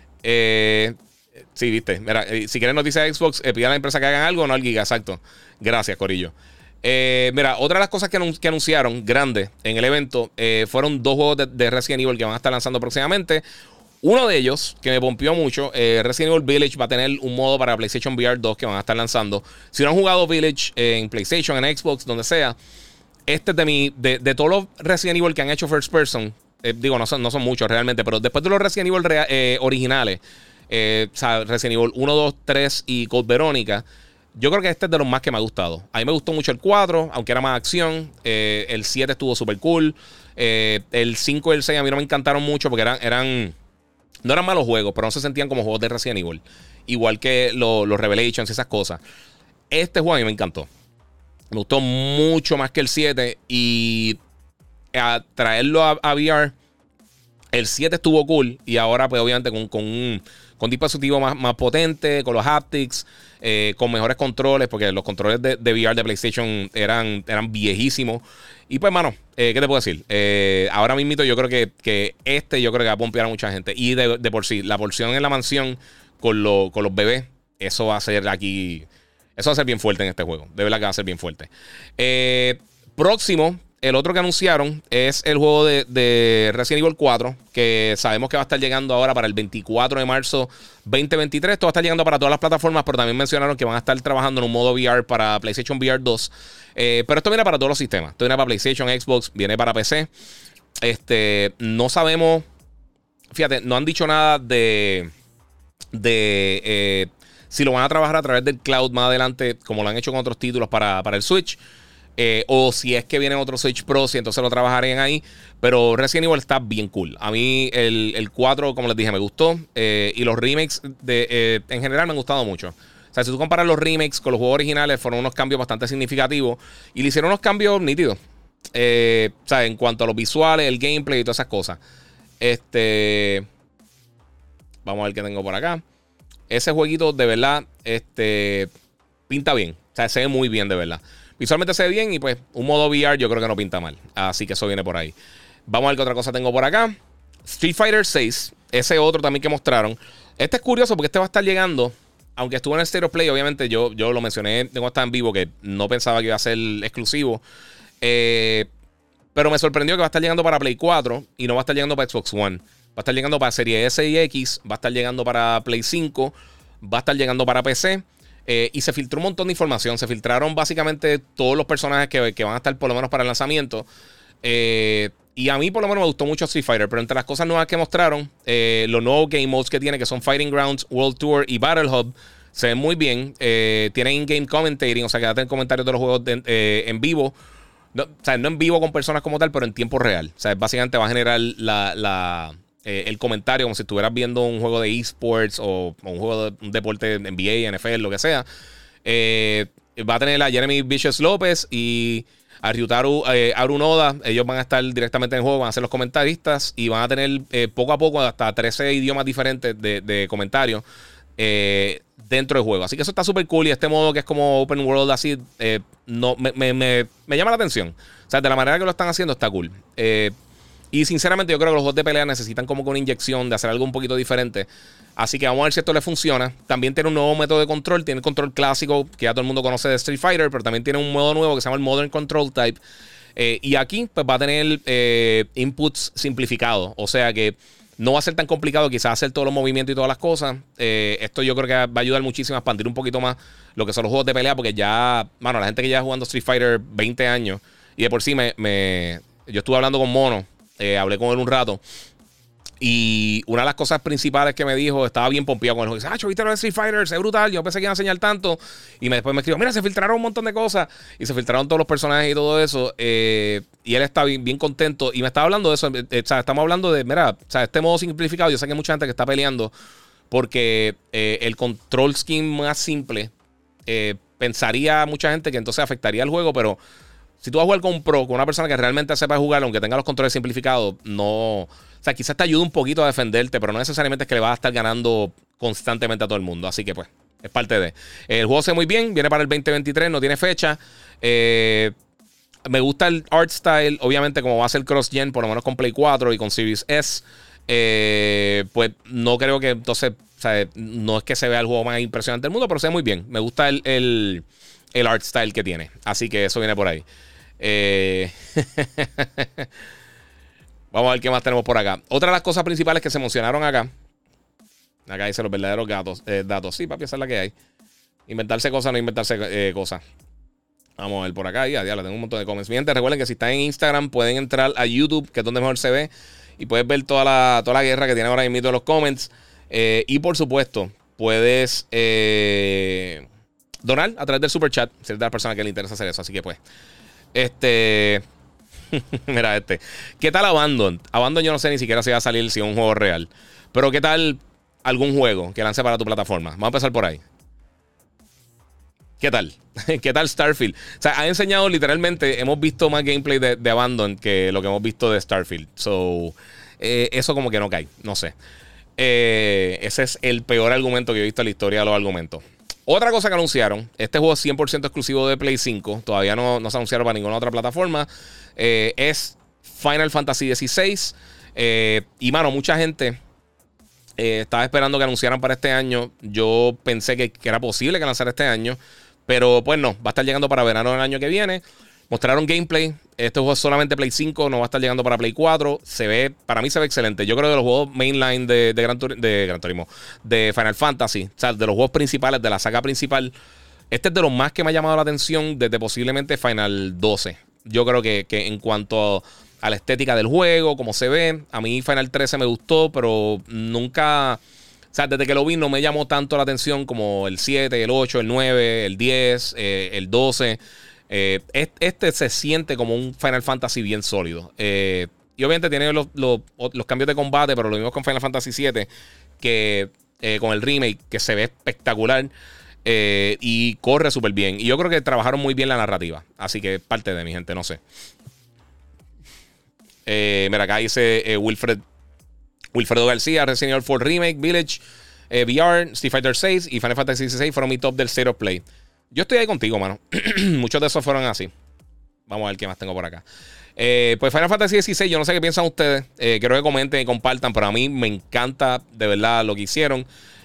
Sí, viste. Mira, si quieren noticias de Xbox, pida a la empresa que hagan algo, no al Giga, exacto. Gracias, Corillo. Mira, otra de las cosas que anunciaron grandes en el evento fueron 2 juegos de Resident Evil que van a estar lanzando próximamente. Uno de ellos, que me pompió mucho, Resident Evil Village va a tener un modo para PlayStation VR 2 que van a estar lanzando. Si no han jugado Village en PlayStation, en Xbox, donde sea, este es de todos los Resident Evil que han hecho first person. No son muchos realmente, pero después de los Resident Evil originales, o sea, Resident Evil 1, 2, 3 y Code Verónica, yo creo que este es de los más que me ha gustado. A mí me gustó mucho el 4, aunque era más acción. El 7 estuvo súper cool. El 5 y el 6 a mí no me encantaron mucho porque no eran malos juegos, pero no se sentían como juegos de Resident Evil. Igual que los Revelations y esas cosas. Este juego a mí me encantó. Me gustó mucho más que el 7. Y a traerlo a VR, el 7 estuvo cool. Y ahora, pues, obviamente, con un dispositivo más potente, con los haptics, con mejores controles, porque los controles de VR de PlayStation eran viejísimos. Y pues, mano, ¿qué te puedo decir? Ahora mismito yo creo que yo creo que va a pompear a mucha gente. Y de por sí, la porción en la mansión con los bebés, eso va a ser aquí. Eso va a ser bien fuerte en este juego. De verdad que va a ser bien fuerte. Próximo, el otro que anunciaron es el juego de Resident Evil 4, que sabemos que va a estar llegando ahora para el 24 de marzo 2023. Esto va a estar llegando para todas las plataformas, pero también mencionaron que van a estar trabajando en un modo VR para PlayStation VR 2. Pero esto viene para todos los sistemas. Esto viene para PlayStation, Xbox, viene para PC. No sabemos, fíjate, no han dicho nada de si lo van a trabajar a través del cloud más adelante, como lo han hecho con otros títulos para el Switch. O si es que vienen otros Switch Pro, si entonces lo trabajarían ahí. Pero Resident Evil está bien cool. A mí el 4, como les dije, me gustó. Y los remakes en general me han gustado mucho. O sea, si tú comparas los remakes con los juegos originales, fueron unos cambios bastante significativos. Y le hicieron unos cambios nítidos. O sea, en cuanto a los visuales, el gameplay y todas esas cosas. Vamos a ver qué tengo por acá. Ese jueguito, de verdad, pinta bien. O sea, se ve muy bien, de verdad. Visualmente se ve bien y pues un modo VR yo creo que no pinta mal. Así que eso viene por ahí. Vamos a ver qué otra cosa tengo por acá. Street Fighter 6. Ese otro también que mostraron. Este es curioso porque este va a estar llegando. Aunque estuvo en el Stereo Play, obviamente yo lo mencioné cuando estaba en vivo, que no pensaba que iba a ser exclusivo. Pero me sorprendió que va a estar llegando para Play 4 y no va a estar llegando para Xbox One. Va a estar llegando para Serie S y X, va a estar llegando para Play 5, va a estar llegando para PC. Y se filtró un montón de información. Se filtraron básicamente todos los personajes que van a estar por lo menos para el lanzamiento. Y a mí por lo menos me gustó mucho Street Fighter. Pero entre las cosas nuevas que mostraron, los nuevos game modes que tiene, que son Fighting Grounds, World Tour y Battle Hub, se ven muy bien. Tienen in-game commentating, o sea que va a tener comentarios de los juegos en vivo. No, o sea, no en vivo con personas como tal, pero en tiempo real. O sea, básicamente va a generar el comentario como si estuvieras viendo un juego de esports o un juego de un deporte NBA, NFL, lo que sea. Va a tener a Jeremy Vicious López y a Ryutaru Arunoda. Ellos van a estar directamente en el juego, van a ser los comentaristas y van a tener poco a poco hasta 13 idiomas diferentes de comentarios dentro del juego. Así que eso está súper cool. Y este modo que es como open world así, no, me llama la atención. O sea, de la manera que lo están haciendo está cool. Y sinceramente yo creo que los juegos de pelea necesitan como que una inyección de hacer algo un poquito diferente. Así que vamos a ver si esto le funciona. También tiene un nuevo método de control. Tiene el control clásico que ya todo el mundo conoce de Street Fighter, pero también tiene un modo nuevo que se llama el Modern Control Type. Y aquí pues va a tener inputs simplificados. O sea que no va a ser tan complicado quizás hacer todos los movimientos y todas las cosas. Esto yo creo que va a ayudar muchísimo a expandir un poquito más lo que son los juegos de pelea, porque ya, mano, la gente que lleva jugando Street Fighter 20 años y de por sí yo estuve hablando con Mono, hablé con él un rato. Y una de las cosas principales que me dijo, estaba bien pompeado con él. Dice, ¿viste lo de Street Fighter? Es brutal. Yo pensé que iban a enseñar tanto. Y después me escribió, mira, se filtraron un montón de cosas. Y se filtraron todos los personajes y todo eso. Y él está bien contento. Y me estaba hablando de eso. O sea, estamos hablando de, mira, o sea, este modo simplificado. Yo sé que hay mucha gente que está peleando porque el control scheme más simple, pensaría mucha gente que entonces afectaría el juego. Pero si tú vas a jugar con un pro, con una persona que realmente sepa jugar, aunque tenga los controles simplificados, no... O sea, quizás te ayude un poquito a defenderte, pero no necesariamente es que le vas a estar ganando constantemente a todo el mundo. Así que, pues, es parte de... El juego se ve muy bien, viene para el 2023, no tiene fecha. Me gusta el art style, obviamente, como va a ser cross-gen, por lo menos con Play 4 y con Series S. Pues no creo que entonces... O sea, no es que se vea el juego más impresionante del mundo, pero se ve muy bien. Me gusta el art style que tiene. Así que eso viene por ahí. Vamos a ver qué más tenemos por acá. Otra de las cosas principales que se mencionaron acá. Acá dice los verdaderos datos. Sí, papi, esa es la que hay. Inventarse cosas, no inventarse cosas. Vamos a ver por acá. Ya tengo un montón de comments. Mi gente, recuerden que si están en Instagram pueden entrar a YouTube, que es donde mejor se ve. Y puedes ver toda la guerra que tiene ahora mismo en los comments. Y por supuesto, puedes donar a través del super chat. Si eres de la persona que le interesa hacer eso. Así que pues. Mira ¿Qué tal Abandon? Abandon yo no sé ni siquiera si va a salir, si es un juego real. Pero ¿qué tal algún juego que lance para tu plataforma? Vamos a empezar por ahí. ¿Qué tal? ¿Qué tal Starfield? O sea, ha enseñado literalmente, hemos visto más gameplay de Abandon que lo que hemos visto de Starfield. So, eso como que no cae, no sé. Ese es el peor argumento que he visto en la historia de los argumentos. Otra cosa que anunciaron, este juego es 100% exclusivo de Play 5, todavía no se anunciaron para ninguna otra plataforma, es Final Fantasy XVI. Y mano, mucha gente estaba esperando que anunciaran para este año. Yo pensé que era posible que lanzara este año, pero pues no, va a estar llegando para verano del año que viene. Mostraron gameplay. Este juego es solamente Play 5, no va a estar llegando para Play 4. Para mí se ve excelente. Yo creo que de los juegos mainline de Gran Turismo, de Final Fantasy, o sea, de los juegos principales, de la saga principal, este es de los más que me ha llamado la atención desde posiblemente Final 12. Yo creo que en cuanto a la estética del juego, como se ve, a mí Final 13 me gustó, pero nunca... O sea, desde que lo vi no me llamó tanto la atención como el 7, el 8, el 9, el 10, el 12. Este se siente como un Final Fantasy bien sólido. Y obviamente tiene los cambios de combate, pero lo vimos con Final Fantasy 7, que con el remake, que se ve espectacular y corre súper bien. Y yo creo que trabajaron muy bien la narrativa. Así que parte de mi gente, no sé. Mira, acá dice Wilfredo García, Resident Evil 4 Remake, Village, VR, Street Fighter 6 y Final Fantasy 16 fueron mi top del State of Play. Yo estoy ahí contigo, mano. Muchos de esos fueron así. Vamos a ver qué más tengo por acá. Pues Final Fantasy 16, yo no sé qué piensan ustedes. Quiero que comenten y compartan, pero a mí me encanta de verdad lo que hicieron.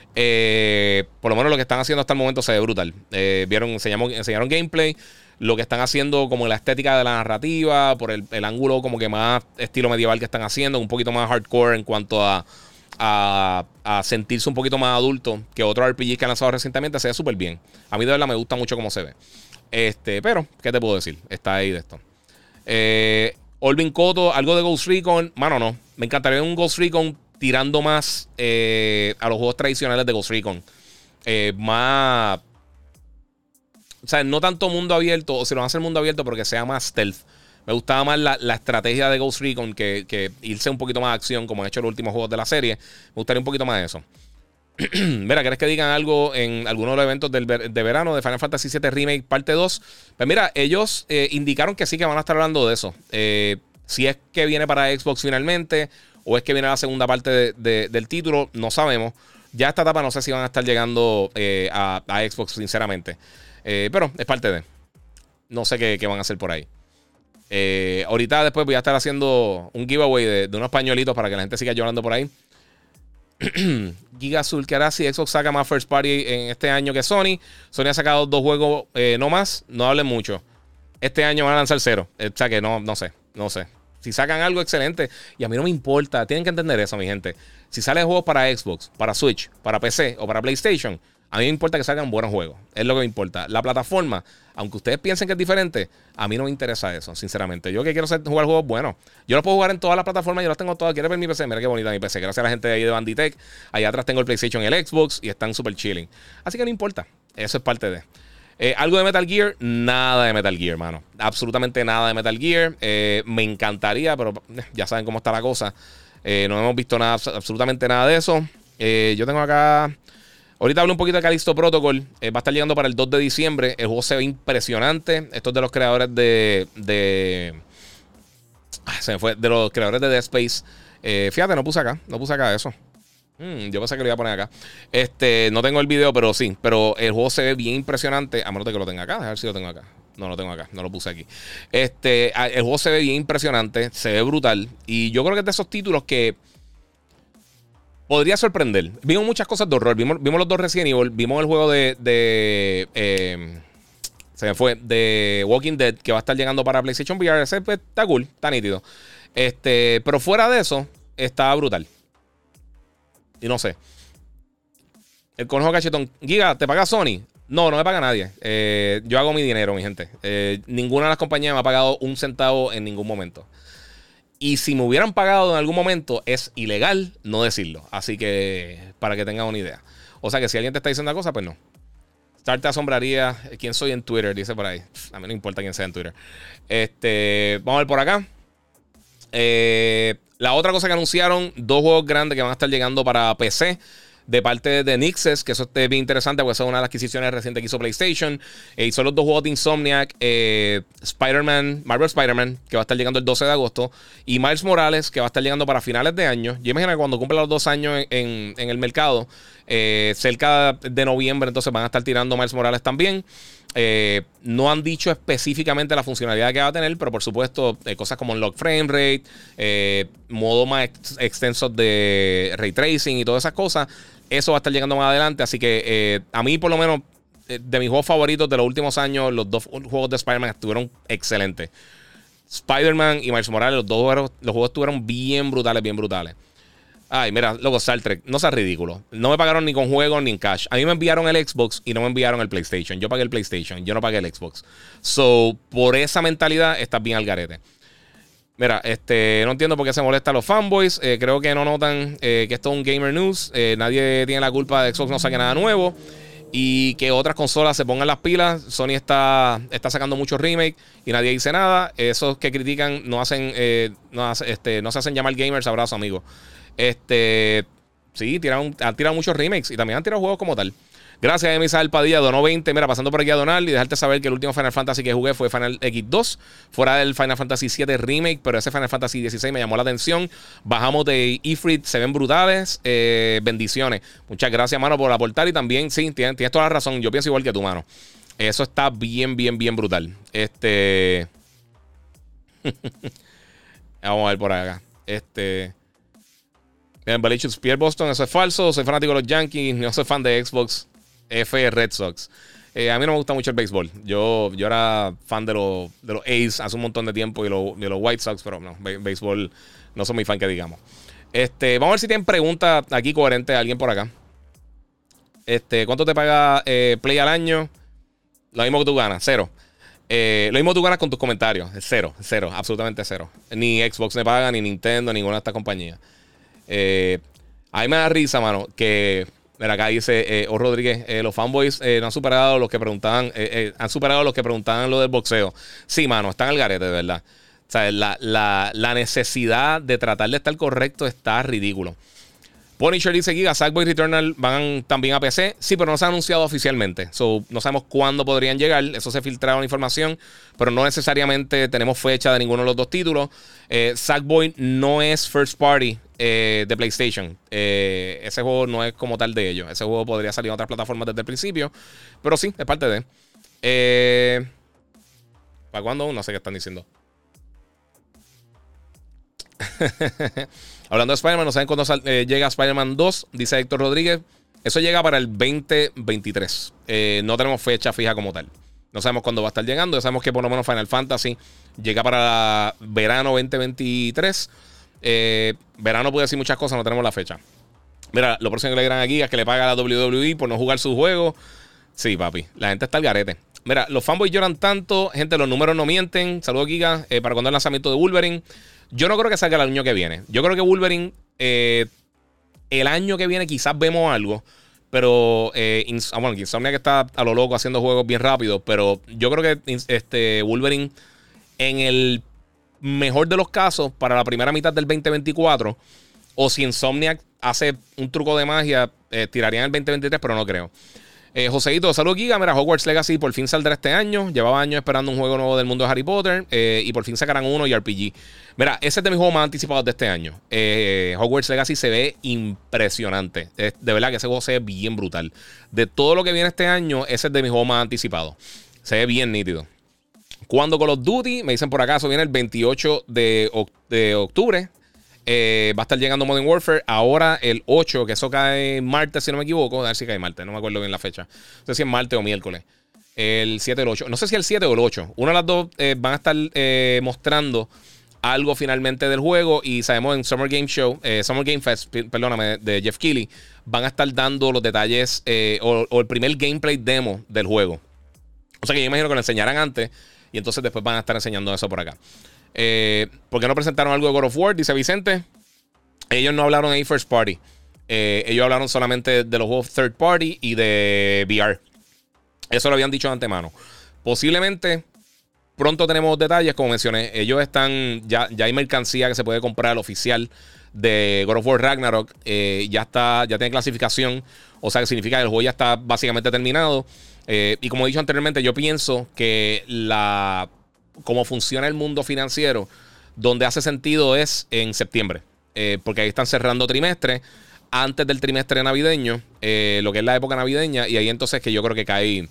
Por lo menos lo que están haciendo hasta el momento se ve brutal. Enseñaron gameplay. Lo que están haciendo como la estética de la narrativa, por el ángulo como que más estilo medieval que están haciendo, un poquito más hardcore en cuanto a sentirse un poquito más adulto que otros RPGs que han lanzado recientemente. Se ve súper bien. A mí de verdad me gusta mucho cómo se ve. Pero, ¿qué te puedo decir? Está ahí de esto. Olvin Koto, algo de Ghost Recon. Mano, no. Me encantaría un Ghost Recon tirando más a los juegos tradicionales de Ghost Recon. Más... O sea, no tanto mundo abierto, o si lo van a hacer mundo abierto, pero que sea más stealth. Me gustaba más la estrategia de Ghost Recon que irse un poquito más a acción, como han hecho los últimos juegos de la serie. Me gustaría un poquito más de eso. Mira, ¿querés que digan algo en alguno de los eventos de verano de Final Fantasy VII Remake parte 2? Pues mira, ellos indicaron que sí que van a estar hablando de eso. Si es que viene para Xbox finalmente, o es que viene la segunda parte del título, no sabemos. Ya esta etapa no sé si van a estar llegando a Xbox, sinceramente. Pero es parte de. No sé qué van a hacer por ahí. Ahorita después voy a estar haciendo un giveaway de unos pañuelitos para que la gente siga llorando por ahí. Giga Azul, ¿qué hará si Xbox saca más first party en este año que Sony? Sony ha sacado 2 juegos no más. No hablen mucho. Este año van a lanzar 0. O sea que no sé. Si sacan algo, excelente. Y a mí no me importa. Tienen que entender eso, mi gente. Si salen juegos para Xbox, para Switch, para PC o para PlayStation, a mí me importa que salgan buenos juegos. Es lo que me importa. La plataforma, aunque ustedes piensen que es diferente, a mí no me interesa eso, sinceramente. Yo que quiero hacer jugar juegos buenos. Yo los puedo jugar en todas las plataformas. Yo los tengo todas. ¿Quieres ver mi PC? Mira qué bonita mi PC. Gracias a la gente de ahí de Banditech. Allá atrás tengo el PlayStation y el Xbox. Y están súper chilling. Así que no importa. Eso es parte de... algo de Metal Gear, nada de Metal Gear, mano. Absolutamente nada de Metal Gear. Me encantaría, pero ya saben cómo está la cosa. No hemos visto nada, absolutamente nada de eso. Yo tengo acá... Ahorita hablo un poquito de Callisto Protocol. Va a estar llegando para el 2 de diciembre. El juego se ve impresionante. Esto es de los creadores se me fue. De los creadores de Dead Space. Fíjate, no puse acá eso. Yo pensé que lo iba a poner acá. No tengo el video, pero sí. Pero el juego se ve bien impresionante. A menos de que lo tenga acá. A ver si lo tengo acá. No lo tengo acá. No lo puse aquí. El juego se ve bien impresionante. Se ve brutal. Y yo creo que es de esos títulos que podría sorprender. Vimos muchas cosas de horror. Vimos los 2 Resident Evil. Vimos el juego se me fue. De Walking Dead. Que va a estar llegando para PlayStation VR. Ese, pues, está cool. Está nítido. Pero fuera de eso, está brutal. Y no sé. El conejo cachetón. Giga, ¿te paga Sony? No me paga nadie. Yo hago mi dinero, mi gente. Ninguna de las compañías me ha pagado un centavo en ningún momento. Y si me hubieran pagado en algún momento, es ilegal no decirlo. Así que, para que tengan una idea. O sea que si alguien te está diciendo una cosa, pues no. Star te asombraría. ¿Quién soy en Twitter? Dice por ahí. A mí no importa quién sea en Twitter. Vamos a ver por acá. La otra cosa que anunciaron, 2 juegos grandes que van a estar llegando para PC de parte de Nixxes, que eso es bien interesante porque esa es una de las adquisiciones recientes que hizo PlayStation. Y son los 2 juegos de Insomniac, Marvel Spider-Man, que va a estar llegando el 12 de agosto, y Miles Morales, que va a estar llegando para finales de año. Yo imagino que cuando cumpla los 2 años en el mercado, cerca de noviembre, entonces van a estar tirando Miles Morales también. No han dicho específicamente la funcionalidad que va a tener, pero por supuesto cosas como Unlock Frame Rate, modo más extenso de Ray Tracing y todas esas cosas. Eso va a estar llegando más adelante. Así que a mí por lo menos de mis juegos favoritos de los últimos años. Los dos juegos de Spider-Man estuvieron excelentes. Spider-Man y Miles Morales, los juegos estuvieron bien brutales, bien brutales. Ay, mira, loco, Star Trek, no seas ridículo. No me pagaron ni con juegos ni en cash. A mí me enviaron el Xbox y no me enviaron el PlayStation. Yo pagué el PlayStation, yo no pagué el Xbox. So, por esa mentalidad, estás bien al garete. Mira, no entiendo por qué se molestan los fanboys. Creo que no notan que esto es un gamer news. Nadie tiene la culpa de que Xbox no saque nada nuevo. Y que otras consolas se pongan las pilas. Sony está sacando muchos remakes y nadie dice nada. Esos que critican no se hacen llamar gamers. Abrazo, amigo. Sí, han tirado muchos remakes y también han tirado juegos como tal. Gracias, Emisael Padilla, donó 20. Mira, pasando por aquí a donar y dejarte saber que el último Final Fantasy que jugué fue Final X2, fuera del Final Fantasy 7 Remake, pero ese Final Fantasy 16 me llamó la atención. Bajamos de Ifrit, se ven brutales. Bendiciones. Muchas gracias, mano, por aportar. Y también, sí, tienes toda la razón. Yo pienso igual que tú, mano. Eso está bien, bien, bien brutal. Vamos a ver por acá. Belichick Pierre Boston, eso es falso. Soy fanático de los Yankees, no soy fan de Xbox. F Red Sox. A mí no me gusta mucho el béisbol. Yo era fan de los A's hace un montón de tiempo y de los White Sox, pero no, béisbol no soy muy fan que digamos. Vamos a ver si tienen preguntas aquí coherentes alguien por acá. ¿Cuánto te paga Play al año? Lo mismo que tú ganas, cero. Lo mismo tú ganas con tus comentarios, cero, absolutamente cero. Ni Xbox me paga, ni Nintendo, ninguna de estas compañías. A mí me da risa, mano, que mira, acá dice Rodríguez, los fanboys no han superado los que preguntaban, han superado los que preguntaban lo del boxeo. Sí, mano, están al garete, de verdad. O sea, la necesidad de tratar de estar correcto está ridículo. Punisher dice Giga, Sackboy y Returnal van también a PC. Sí, pero no se ha anunciado oficialmente. So, no sabemos cuándo podrían llegar. Eso se filtraba la información, pero no necesariamente tenemos fecha de ninguno de los dos títulos. Sackboy no es first party de PlayStation. Ese juego no es como tal de ellos. Ese juego podría salir en otras plataformas desde el principio, pero sí, es parte de. ¿Para cuándo? No sé qué están diciendo. Hablando de Spider-Man, no saben cuándo llega Spider-Man 2, dice Héctor Rodríguez. Eso llega para el 2023. No tenemos fecha fija como tal. No sabemos cuándo va a estar llegando. Ya sabemos que por lo menos Final Fantasy llega para verano 2023. Verano puede decir muchas cosas, no tenemos la fecha. Mira, lo próximo que le dirán aquí es que le paga a la WWE por no jugar su juego. Sí, papi, la gente está al garete. Mira, los fanboys lloran tanto. Gente, los números no mienten. Saludos, Giga. Para cuando el lanzamiento de Wolverine. Yo no creo que salga el año que viene. Yo creo que Wolverine, el año que viene quizás vemos algo. Pero, bueno, Insomniac está a lo loco haciendo juegos bien rápidos. Pero yo creo que Wolverine, en el mejor de los casos, para la primera mitad del 2024, o si Insomniac hace un truco de magia, tirarían el 2023, pero no creo. Joseito, salud, Giga. Mira, Hogwarts Legacy por fin saldrá este año. Llevaba años esperando un juego nuevo del mundo de Harry Potter. Y por fin sacarán uno y RPG. Mira, ese es de mis juegos más anticipados de este año. Hogwarts Legacy se ve impresionante. De verdad que ese juego se ve bien brutal. De todo lo que viene este año, ese es de mis juegos más anticipados. Se ve bien nítido. Cuando Call of Duty, me dicen por acá, eso viene el 28 de octubre. Va a estar llegando Modern Warfare. Ahora el 8, que eso cae martes, si no me equivoco. A ver si cae martes, no me acuerdo bien la fecha. No sé si es martes o miércoles. El 7 o el 8. No sé si el 7 o el 8. Una de las dos van a estar mostrando algo finalmente del juego. Y sabemos en Summer Game Show, Summer Game Fest, perdóname, de Jeff Keighley, van a estar dando los detalles o el primer gameplay demo del juego. O sea que yo imagino que lo enseñarán antes. Y entonces después van a estar enseñando eso por acá. ¿Por qué no presentaron algo de God of War? Dice Vicente. Ellos no hablaron ahí first party. Ellos hablaron solamente de los juegos third party y de VR. Eso lo habían dicho de antemano. Posiblemente pronto tenemos detalles, como mencioné. Ellos están, ya hay mercancía que se puede comprar oficial de God of War Ragnarok. Ya tiene clasificación. O sea que significa que el juego ya está básicamente terminado. Y como he dicho anteriormente, yo pienso que cómo funciona el mundo financiero, donde hace sentido es en septiembre. Porque ahí están cerrando trimestre, antes del trimestre navideño, lo que es la época navideña, y ahí entonces que yo creo que cae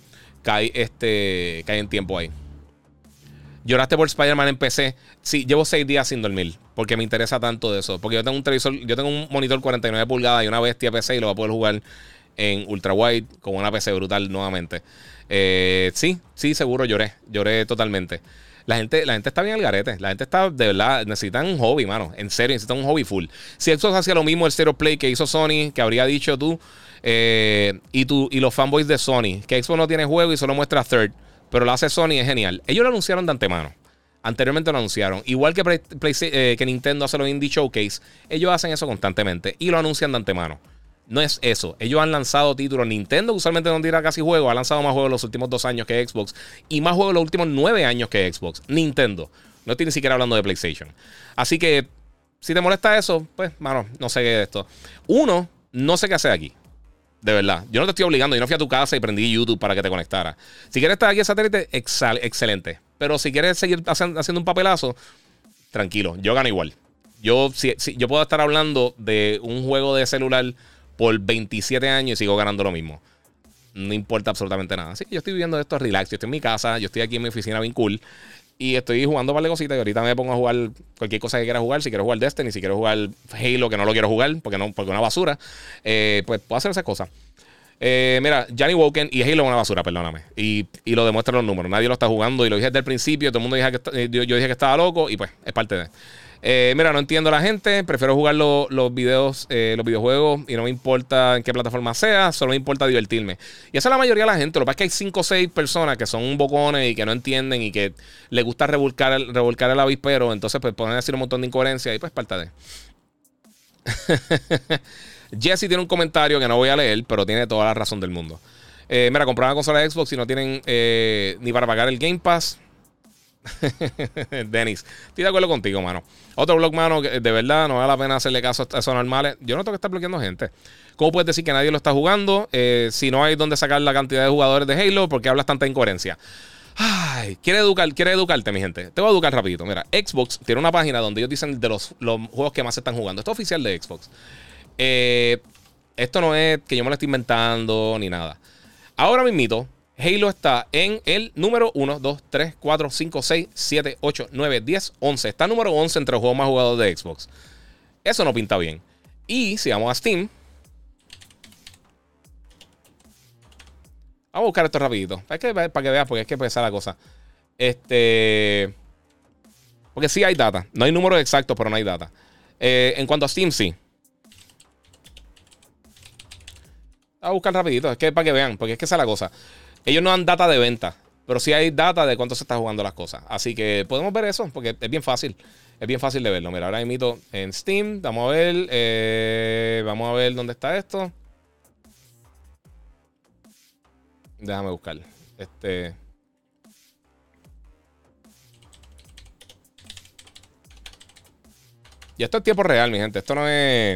en tiempo ahí. ¿Lloraste por Spider-Man en PC? Sí, llevo 6 días sin dormir, porque me interesa tanto de eso. Porque yo tengo un televisor, yo tengo un monitor 49 pulgadas y una bestia PC y lo voy a poder jugar en ultra wide con una PC brutal nuevamente. Sí, seguro lloré totalmente. La gente está bien al garete. La gente está, de verdad, necesitan un hobby, mano. En serio, necesitan un hobby full. Si Xbox hacía lo mismo el Stereo Play que hizo Sony, que habría dicho tú, y los fanboys de Sony, que Xbox no tiene juego y solo muestra third, pero lo hace Sony, es genial. Ellos lo anunciaron de antemano. Anteriormente lo anunciaron. Igual que Nintendo hace los Indie Showcase, ellos hacen eso constantemente y lo anuncian de antemano. No es eso. Ellos han lanzado títulos. Nintendo usualmente no tira casi juegos. Ha lanzado más juegos los últimos 2 años que Xbox. Y más juegos los últimos 9 años que Xbox. Nintendo. No estoy ni siquiera hablando de PlayStation. Así que, si te molesta eso, pues, mano, no sé qué es esto. Uno, no sé qué hacer aquí. De verdad. Yo no te estoy obligando. Yo no fui a tu casa y prendí YouTube para que te conectara. Si quieres estar aquí en satélite, excelente. Pero si quieres seguir haciendo un papelazo, tranquilo. Yo gano igual. Yo puedo estar hablando de un juego de celular por 27 años y sigo ganando lo mismo. No importa absolutamente nada. Así que yo estoy viviendo esto relax. Yo estoy en mi casa, yo estoy aquí en mi oficina bien cool. Y estoy jugando un par de cositas. Y ahorita me pongo a jugar cualquier cosa que quiera jugar. Si quiero jugar Destiny, si quiero jugar Halo, que no lo quiero jugar porque es una basura. Pues puedo hacer esas cosas. Mira, Johnny Woken y Halo es una basura, perdóname. Y lo demuestran los números. Nadie lo está jugando. Y lo dije desde el principio. Todo el mundo yo dije que estaba loco. Y pues es parte de. Mira, no entiendo a la gente. Prefiero jugar los videojuegos y no me importa en qué plataforma sea. Solo me importa divertirme. Y esa es la mayoría de la gente. Lo que pasa es que hay 5 o 6 personas que son bocones y que no entienden y que les gusta revolcar el avispero. Entonces, pues pueden decir un montón de incoherencias y pues parte de. Jesse tiene un comentario que no voy a leer, pero tiene toda la razón del mundo. Mira, comprar una consola de Xbox si no tienen ni para pagar el Game Pass. Dennis, estoy de acuerdo contigo, mano. Otro blog, mano, que de verdad no vale la pena hacerle caso a esos normales. Yo no tengo que estar bloqueando gente. ¿Cómo puedes decir que nadie lo está jugando si no hay donde sacar la cantidad de jugadores de Halo? ¿Por qué hablas tanta incoherencia? Ay, quiere educarte, mi gente. Te voy a educar rapidito. Mira, Xbox tiene una página donde ellos dicen de los juegos que más se están jugando. Esto es oficial de Xbox. Esto no es que yo me lo estoy inventando ni nada. Ahora mismito, Halo está en el número 1, 2, 3, 4, 5, 6, 7, 8, 9, 10, 11. Está número 11 entre los juegos más jugados de Xbox. Eso no pinta bien. Y si vamos a Steam, vamos a buscar esto rapidito. Para que veas, porque es que pesa la cosa. Porque sí hay data. No hay números exactos, pero no hay data. En cuanto a Steam, sí. A buscar rapidito, es que para que vean, porque es que esa es la cosa. Ellos no dan data de venta, pero sí hay data de cuánto se está jugando las cosas. Así que podemos ver eso, porque es bien fácil. Es bien fácil de verlo. Mira, ahora mismo en Steam, vamos a ver dónde está esto. Déjame buscar. Y esto es tiempo real, mi gente. Esto no es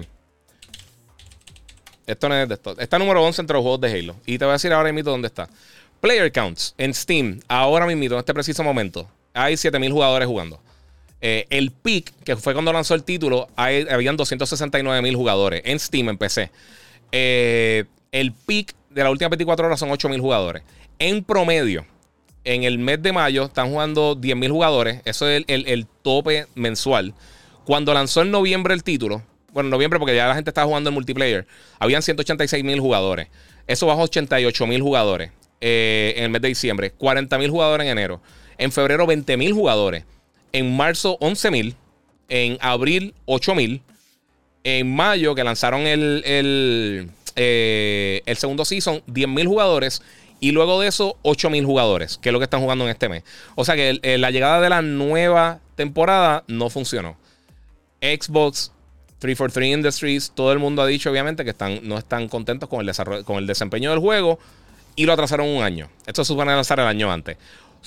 de esto. Está número 11 entre los juegos de Halo. Y te voy a decir ahora mismo dónde está. Player counts en Steam, ahora mismo, en este preciso momento, hay 7,000 jugadores jugando. El peak, que fue cuando lanzó el título, habían 269,000 jugadores en Steam, en PC. El peak de las últimas 24 horas son 8,000 jugadores. En promedio, en el mes de mayo, están jugando 10,000 jugadores. Eso es el tope mensual. Cuando lanzó en noviembre el título, bueno, en noviembre porque ya la gente estaba jugando en multiplayer, habían 186,000 jugadores. Eso bajó a 88,000 jugadores en el mes de diciembre. 40,000 jugadores en enero. En febrero, 20,000 jugadores. En marzo, 11,000. En abril, 8,000. En mayo, que lanzaron el segundo season, 10,000 jugadores. Y luego de eso, 8,000 jugadores, que es lo que están jugando en este mes. O sea que la llegada de la nueva temporada no funcionó. Xbox, 343 Industries, todo el mundo ha dicho obviamente que no están contentos con el desarrollo, con el desempeño del juego y lo atrasaron un año. Esto se supone lanzar el año antes.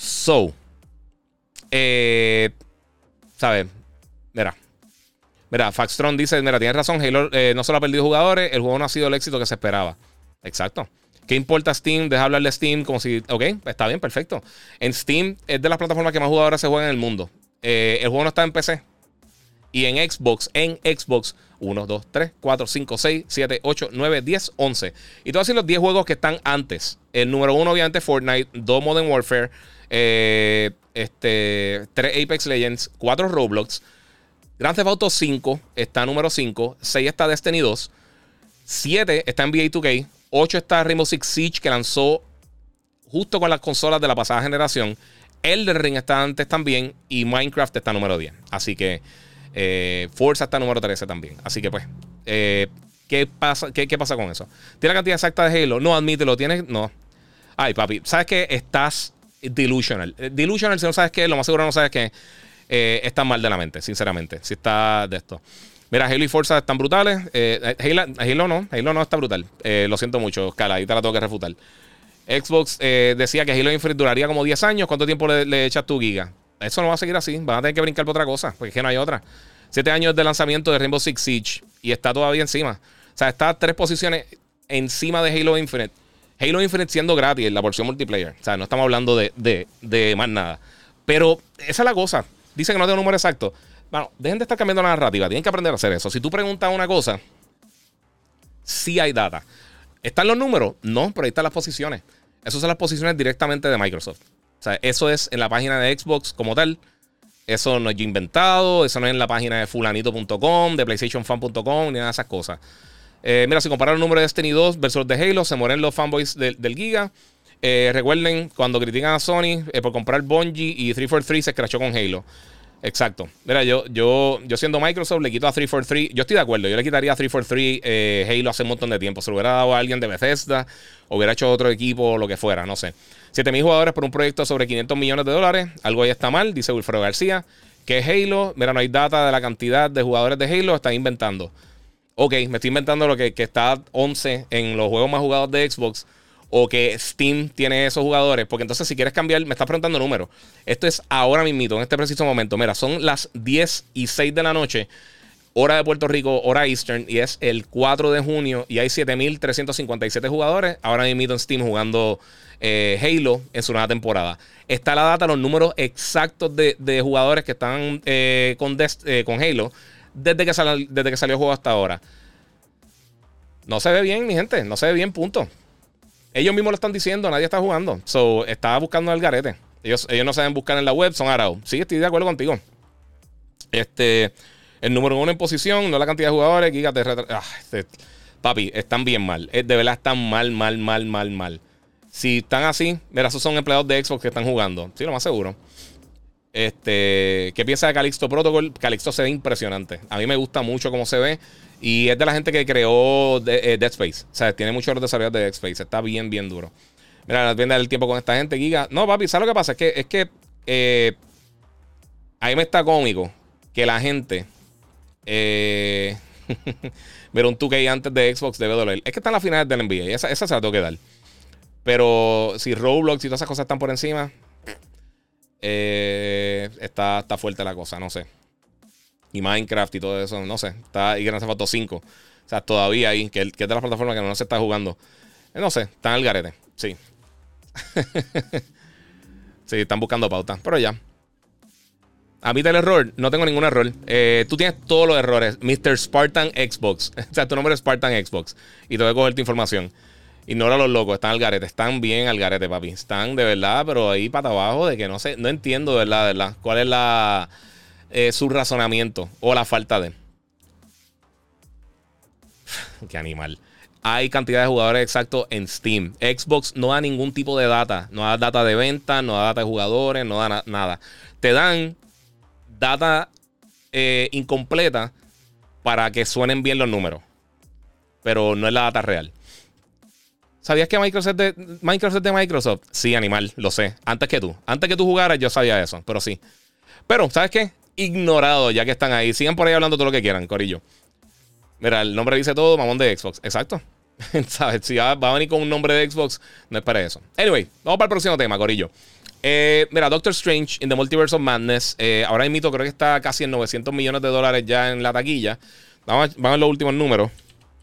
¿Sabes? Mira, Faxtron dice, mira, tienes razón, Halo no solo ha perdido jugadores, el juego no ha sido el éxito que se esperaba. Exacto. ¿Qué importa Steam? Deja hablar de Steam como si... Ok, está bien, perfecto. En Steam es de las plataformas que más jugadores se juegan en el mundo. El juego no está en PC. Y en Xbox, 1, 2, 3, 4, 5, 6, 7, 8, 9, 10, 11. Y te voy a decir los 10 juegos que están antes. El número 1, obviamente, Fortnite. 2, Modern Warfare. 3, Apex Legends. 4, Roblox. Grand Theft Auto 5 está número 5. 6 está Destiny 2. 7 está NBA 2K. 8 está Rainbow Six Siege, que lanzó justo con las consolas de la pasada generación. Elden Ring está antes también. Y Minecraft está número 10. Así que Forza está número 13 también. Así que pues, ¿qué pasa con eso? ¿Tiene la cantidad exacta de Halo? No, admítelo. ¿Tienes? No. Ay, papi, ¿sabes qué? Estás delusional. Delusional, si no sabes qué, lo más seguro no sabes qué. Estás mal de la mente, sinceramente. Si está de esto. Mira, Halo y Forza están brutales. Halo no está brutal. Lo siento mucho, Cala, ahí te la tengo que refutar. Xbox decía que Halo Infinite duraría como 10 años. ¿Cuánto tiempo le echas tu giga? Eso no va a seguir así. Van a tener que brincar por otra cosa, porque es que no hay otra. 7 años de lanzamiento de Rainbow Six Siege y está todavía encima. O sea, está 3 posiciones encima de Halo Infinite. Halo Infinite siendo gratis en la porción multiplayer. O sea, no estamos hablando de más nada. Pero esa es la cosa. Dice que no tengo un número exacto. Bueno, dejen de estar cambiando la narrativa. Tienen que aprender a hacer eso. Si tú preguntas una cosa, sí hay data. ¿Están los números? No, pero ahí están las posiciones. Esas son las posiciones directamente de Microsoft. O sea, eso es en la página de Xbox como tal. Eso no es yo inventado. Eso no es en la página de fulanito.com, de PlayStationFan.com, ni nada de esas cosas. Mira, si comparan el número de Destiny 2 versus los de Halo, se mueren los fanboys del Giga. Recuerden cuando critican a Sony por comprar Bungie y 343 se escrachó con Halo. Exacto. Mira, yo siendo Microsoft le quito a 343. Yo estoy de acuerdo. Yo le quitaría a 343 Halo hace un montón de tiempo. Se lo hubiera dado a alguien de Bethesda, o hubiera hecho otro equipo o lo que fuera, no sé. 7,000 jugadores por un proyecto sobre $500 millones. Algo ahí está mal, dice Wilfredo García. ¿Qué es Halo? Mira, no hay data de la cantidad de jugadores de Halo. Están inventando. Ok, me estoy inventando lo que está 11 en los juegos más jugados de Xbox. O que Steam tiene esos jugadores. Porque entonces si quieres cambiar, me estás preguntando números. Esto es ahora mismito, en este preciso momento. Mira, son las 10:06 de la noche. Hora de Puerto Rico, hora Eastern. Y es el 4 de junio. Y hay 7,357 jugadores ahora mismito en Steam jugando Halo en su nueva temporada. Está la data, los números exactos de jugadores que están con Halo desde que salió el juego hasta ahora. No se ve bien, mi gente. No se ve bien, punto. Ellos mismos lo están diciendo, nadie está jugando. So, estaba buscando el garete. Ellos no saben buscar en la web, son araos. Sí, estoy de acuerdo contigo. El número 1 en posición, no la cantidad de jugadores. Papi, están bien mal. De verdad están mal. Si están así, mira, esos son empleados de Xbox que están jugando. Sí, lo más seguro. ¿Qué piensa de Calixto Protocol? Calixto se ve impresionante. A mí me gusta mucho cómo se ve. Y es de la gente que creó Dead Space. O sea, tiene muchos de los desarrolladores de Dead Space. Está bien duro. Mira, las vendas del tiempo con esta gente, Giga. No, papi, ¿sabes lo que pasa? Es que ahí me está cómico que la gente ver un 2K antes de Xbox debe doler. Es que están las finales del NBA y esa se la tengo que dar. Pero si Roblox y todas esas cosas están por encima, está fuerte la cosa, no sé. Y Minecraft y todo eso, no sé. Y Grand Theft Auto 5. O sea, todavía ahí, que es de las plataformas que no se está jugando. No sé, están al garete. Sí. Sí, están buscando pautas. Pero ya. A mí del error, no tengo ningún error. Tú tienes todos los errores. Mr. Spartan Xbox. O sea, tu nombre es Spartan Xbox. Y te voy a coger tu información. Ignora a los locos, están al garete. Están bien al garete, papi. Están de verdad, pero ahí para abajo de que no sé. No entiendo de verdad. ¿Cuál es su razonamiento o la falta de? Qué animal. Hay cantidad de jugadores exactos en Steam. Xbox no da ningún tipo de data. No da data de venta, no da data de jugadores, no da nada. Te dan data incompleta para que suenen bien los números. Pero no es la data real. ¿Sabías que Microsoft es de Microsoft? Sí, animal, lo sé. Antes que tú jugaras, yo sabía eso, pero sí. Pero, ¿sabes qué? Ignorado, ya que están ahí. Sigan por ahí hablando todo lo que quieran, corillo. Mira, el nombre dice todo, mamón de Xbox. Exacto. ¿Sabes? Si va a venir con un nombre de Xbox, no es para eso. Anyway, vamos para el próximo tema, corillo. Mira, Doctor Strange in the Multiverse of Madness. Ahora mismo creo que está casi en $900 millones ya en la taquilla. Vamos a ver los últimos números.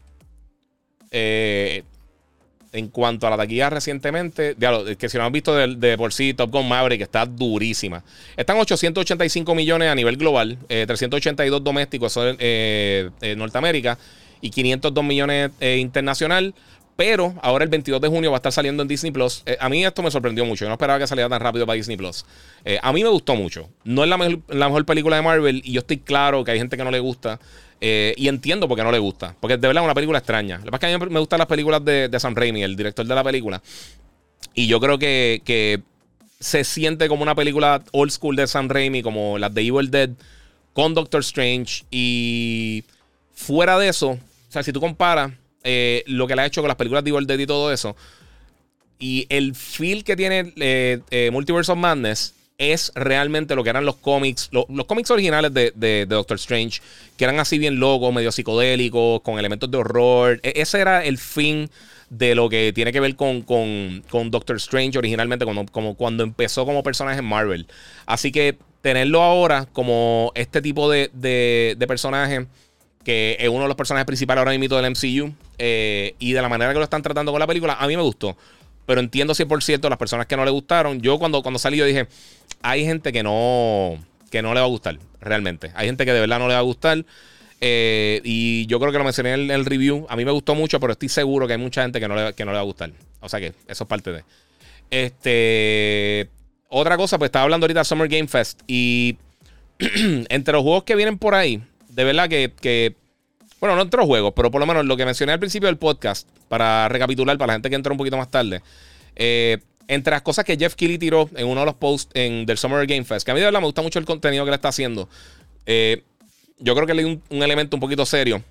En cuanto a la taquilla recientemente, que si no han visto de por sí, Top Gun Maverick está durísima. Están 885 millones a nivel global, 382 domésticos, eso Norteamérica, y 502 millones internacional. Pero ahora el 22 de junio va a estar saliendo en Disney Plus. A mí esto me sorprendió mucho. Yo no esperaba que saliera tan rápido para Disney Plus. A mí me gustó mucho. No es la mejor película de Marvel. Y yo estoy claro que hay gente que no le gusta. Y entiendo por qué no le gusta. Porque de verdad es una película extraña. Lo que pasa es que a mí me gustan las películas de Sam Raimi, el director de la película. Y yo creo que se siente como una película old school de Sam Raimi, como las de Evil Dead, con Doctor Strange. Y fuera de eso, o sea, si tú comparas lo que le ha hecho con las películas de Evil Dead y todo eso, y el feel que tiene Multiverse of Madness es realmente lo que eran los cómics, los cómics originales de Doctor Strange, que eran así bien locos, medio psicodélicos, con elementos de horror. Ese era el fin de lo que tiene que ver con Doctor Strange originalmente, cuando empezó como personaje en Marvel. Así que tenerlo ahora como este tipo de personaje, que es uno de los personajes principales ahora mismo del MCU, y de la manera que lo están tratando con la película, a mí me gustó. Pero entiendo 100% las personas que no le gustaron. Yo cuando salí yo dije, hay gente que no le va a gustar, realmente. Hay gente que de verdad no le va a gustar. Y yo creo que lo mencioné en el review. A mí me gustó mucho, pero estoy seguro que hay mucha gente que no le va a gustar. O sea que eso es parte de... Otra cosa, pues estaba hablando ahorita de Summer Game Fest. Y entre los juegos que vienen por ahí, de verdad que bueno, no entre los juegos, pero por lo menos lo que mencioné al principio del podcast, para recapitular, para la gente que entró un poquito más tarde. Entre las cosas que Jeff Keighley tiró en uno de los posts del Summer Game Fest, que a mí de verdad me gusta mucho el contenido que le está haciendo. Yo creo que le di un elemento un poquito serio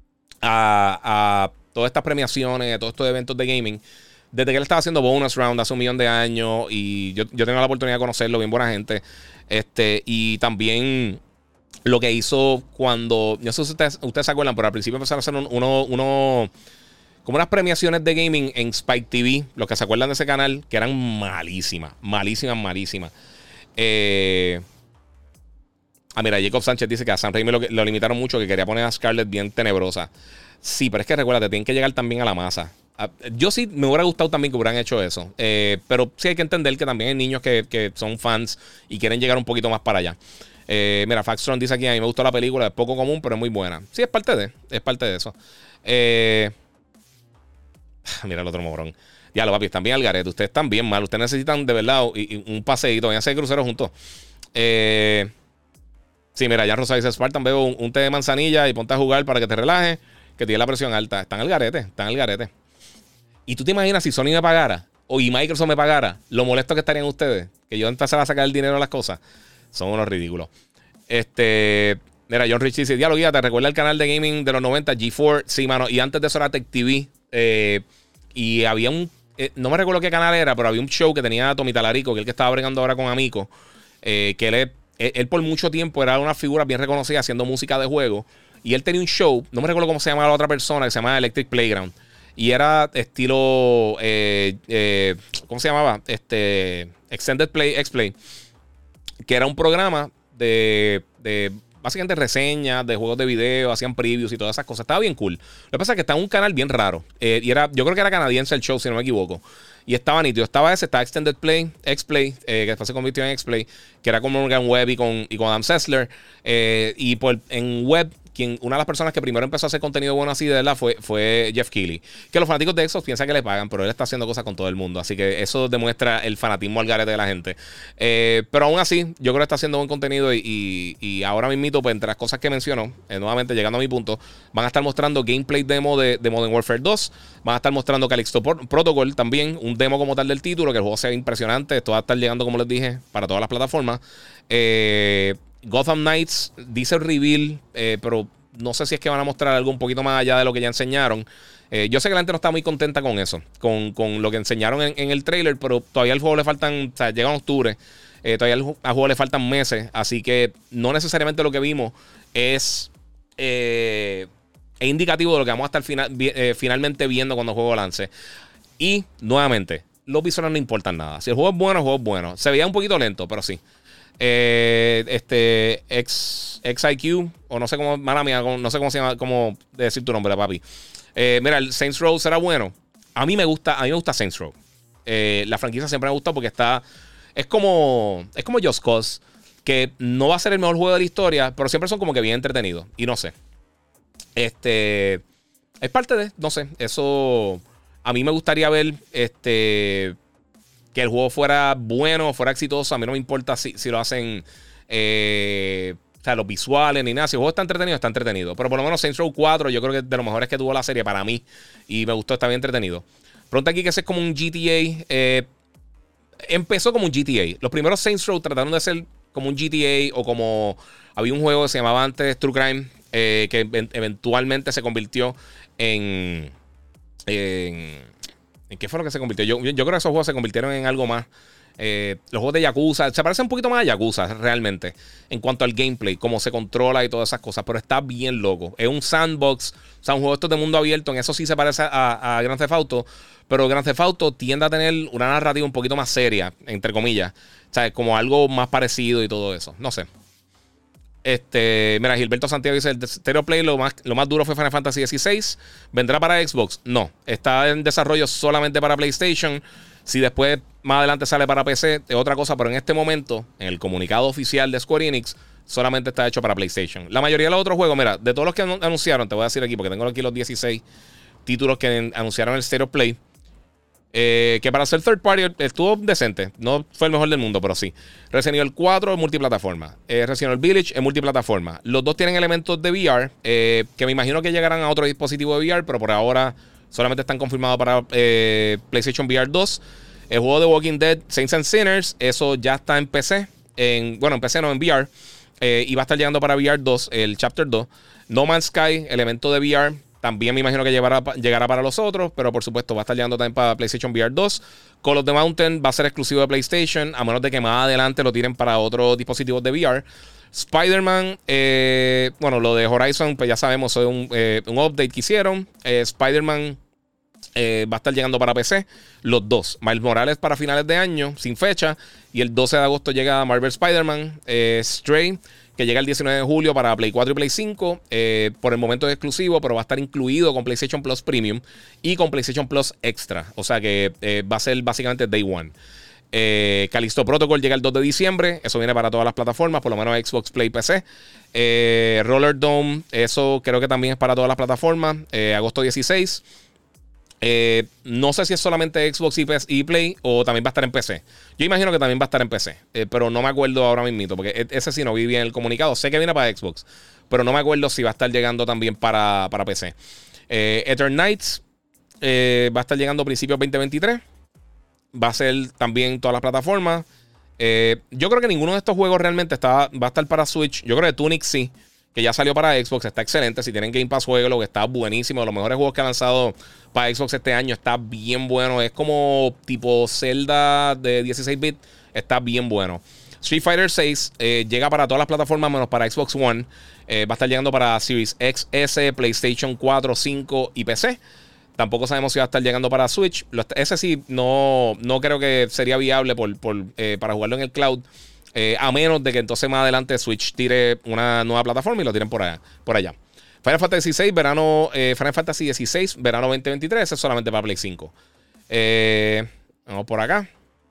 a todas estas premiaciones, a todos estos eventos de gaming. Desde que él estaba haciendo Bonus Round hace 1 millón de años, y yo tenía la oportunidad de conocerlo, bien buena gente. Y también lo que hizo cuando, no sé si ustedes se acuerdan, pero al principio empezaron a hacer como unas premiaciones de gaming en Spike TV, los que se acuerdan de ese canal, que eran malísimas. Mira, Jacob Sánchez dice que a Sam Raimi lo limitaron mucho, que quería poner a Scarlett bien tenebrosa. Sí, pero es que recuérdate, tienen que llegar también a la masa. Yo sí me hubiera gustado también que hubieran hecho eso. Pero sí hay que entender que también hay niños que son fans y quieren llegar un poquito más para allá. Mira, Faxtron dice aquí, a mí me gustó la película, es poco común, pero es muy buena. Sí, es parte de eso. Mira el otro morón. Ya lo papi, están bien al garete. Ustedes están bien mal. Ustedes necesitan de verdad un paseíto. Vayan a hacer crucero juntos. Sí, mira, ya Rosa dice Spartan, veo un té de manzanilla y ponte a jugar para que te relajes, que tienes la presión alta. Están al garete. Y tú te imaginas si Sony me pagara y Microsoft me pagara, lo molesto que estarían ustedes, que yo empezara a sacar el dinero a las cosas. Son unos ridículos. Mira, John Rich dice, diálogo, guía, ¿te recuerda el canal de gaming de los 90, G4? Sí, mano. Y antes de eso era Tech TV. Y había no me recuerdo qué canal era, pero había un show que tenía Tommy Talarico, que es el que estaba bregando ahora con Amico. Que él por mucho tiempo era una figura bien reconocida haciendo música de juego. Y él tenía un show, no me recuerdo cómo se llamaba la otra persona, que se llamaba Electric Playground. Y era estilo... ¿cómo se llamaba? Extended Play, X-Play. Que era un programa de básicamente reseñas de juegos de video, hacían previews y todas esas cosas. Estaba bien cool. Lo que pasa es que está en un canal bien raro. Yo creo que era canadiense el show, si no me equivoco. Y estaba nítido. Estaba Extended Play, X-Play, que después se convirtió en X-Play, que era con Morgan Webb y con Adam Sessler. Y en web, una de las personas que primero empezó a hacer contenido bueno así de verdad fue Jeff Keighley. Que los fanáticos de Xbox piensan que le pagan, pero él está haciendo cosas con todo el mundo. Así que eso demuestra el fanatismo al garete de la gente. Pero aún así, yo creo que está haciendo buen contenido. Y ahora mismito, pues entre las cosas que menciono, nuevamente llegando a mi punto, van a estar mostrando gameplay demo de Modern Warfare 2. Van a estar mostrando Callisto Protocol también, un demo como tal del título, que el juego sea impresionante. Esto va a estar llegando, como les dije, para todas las plataformas. Gotham Knights dice el reveal, pero no sé si es que van a mostrar algo un poquito más allá de lo que ya enseñaron. Yo sé que la gente no está muy contenta con eso, con lo que enseñaron en el trailer, pero todavía al juego le faltan, o sea, llega en octubre, todavía al juego le faltan meses, así que no necesariamente lo que vimos es indicativo de lo que vamos a estar finalmente viendo cuando el juego lance. Y nuevamente, los visuales no importan nada. Si el juego es bueno, el juego es bueno. Se veía un poquito lento, pero sí. XIQ, o no sé cómo, mala mía, no sé cómo se llama, cómo decir tu nombre, papi. Mira, el Saints Row será bueno. A mí me gusta Saints Row. La franquicia siempre me ha gustado porque es como Just Cause, que no va a ser el mejor juego de la historia, pero siempre son como que bien entretenidos. Y no sé. Es parte de, no sé, eso A mí me gustaría ver que el juego fuera bueno, fuera exitoso. A mí no me importa si lo hacen, o sea, los visuales ni nada. Si el juego está entretenido. Pero por lo menos Saints Row 4 yo creo que es de los mejores que tuvo la serie para mí. Y me gustó, está bien entretenido. Pregunta aquí que ese es como un GTA. Empezó como un GTA. Los primeros Saints Row trataron de ser como un GTA o como... Había un juego que se llamaba antes True Crime, que eventualmente se convirtió en ¿qué fue lo que se convirtió? Yo creo que esos juegos se convirtieron en algo más. Los juegos de Yakuza se parecen un poquito más a Yakuza realmente en cuanto al gameplay, cómo se controla y todas esas cosas, pero está bien loco. Es un sandbox, o sea, un juego de mundo abierto. En eso sí se parece a Grand Theft Auto, pero Grand Theft Auto tiende a tener una narrativa un poquito más seria, entre comillas, o sea, como algo más parecido y todo eso. No sé. Mira, Gilberto Santiago dice: el Stereo Play lo más duro fue Final Fantasy XVI. ¿Vendrá para Xbox? No, está en desarrollo solamente para PlayStation. Si después más adelante sale para PC es otra cosa, pero en este momento, en el comunicado oficial de Square Enix, solamente está hecho para PlayStation. La mayoría de los otros juegos, mira, de todos los que anunciaron, te voy a decir aquí porque tengo aquí los 16 títulos que anunciaron el Stereo Play. Que para ser third party estuvo decente. No fue el mejor del mundo, pero sí. Resident Evil 4 es multiplataforma. Resident Evil Village es multiplataforma. Los dos tienen elementos de VR, que me imagino que llegarán a otro dispositivo de VR, pero por ahora solamente están confirmados para PlayStation VR 2. El juego de Walking Dead, Saints and Sinners, eso ya está en PC. Bueno, en PC no, en VR. Y va a estar llegando para VR 2, el Chapter 2. No Man's Sky, elemento de VR. También me imagino que llegará para los otros, pero por supuesto va a estar llegando también para PlayStation VR 2. Call of the Mountain va a ser exclusivo de PlayStation, a menos de que más adelante lo tiren para otros dispositivos de VR. Spider-Man, bueno, lo de Horizon, pues ya sabemos, es un update que hicieron. Spider-Man va a estar llegando para PC, los dos. Miles Morales para finales de año, sin fecha. Y el 12 de agosto llega Marvel Spider-Man. Stray, que llega el 19 de julio para Play 4 y Play 5. Por el momento es exclusivo, pero va a estar incluido con PlayStation Plus Premium y con PlayStation Plus Extra. O sea que va a ser básicamente Day One. Callisto Protocol llega el 2 de diciembre. Eso viene para todas las plataformas, por lo menos Xbox, Play, PC. Roller Dome, eso creo que también es para todas las plataformas. Agosto 16. No sé si es solamente Xbox y Play o también va a estar en PC. Yo imagino que también va a estar en PC, pero no me acuerdo ahora mismo, porque ese sí no vi bien el comunicado. Sé que viene para Xbox, pero no me acuerdo si va a estar llegando también para PC. Eternights va a estar llegando a principios 2023. Va a ser también todas las plataformas. Yo creo que ninguno de estos juegos realmente va a estar para Switch. Yo creo que Tunic sí, que ya salió para Xbox, está excelente. Si tienen Game Pass, jueguelo, que está buenísimo. De los mejores juegos que han lanzado para Xbox este año, está bien bueno. Es como tipo Zelda de 16 bits, está bien bueno. Street Fighter 6 llega para todas las plataformas menos para Xbox One. Va a estar llegando para Series X, S, PlayStation 4, 5 y PC. Tampoco sabemos si va a estar llegando para Switch. Ese sí, no creo que sería viable para jugarlo en el cloud. A menos de que entonces más adelante Switch tire una nueva plataforma y lo tiren por allá. Final Fantasy XVI, Final Fantasy XVI, verano 2023. Ese es solamente para Play 5. Vamos por acá.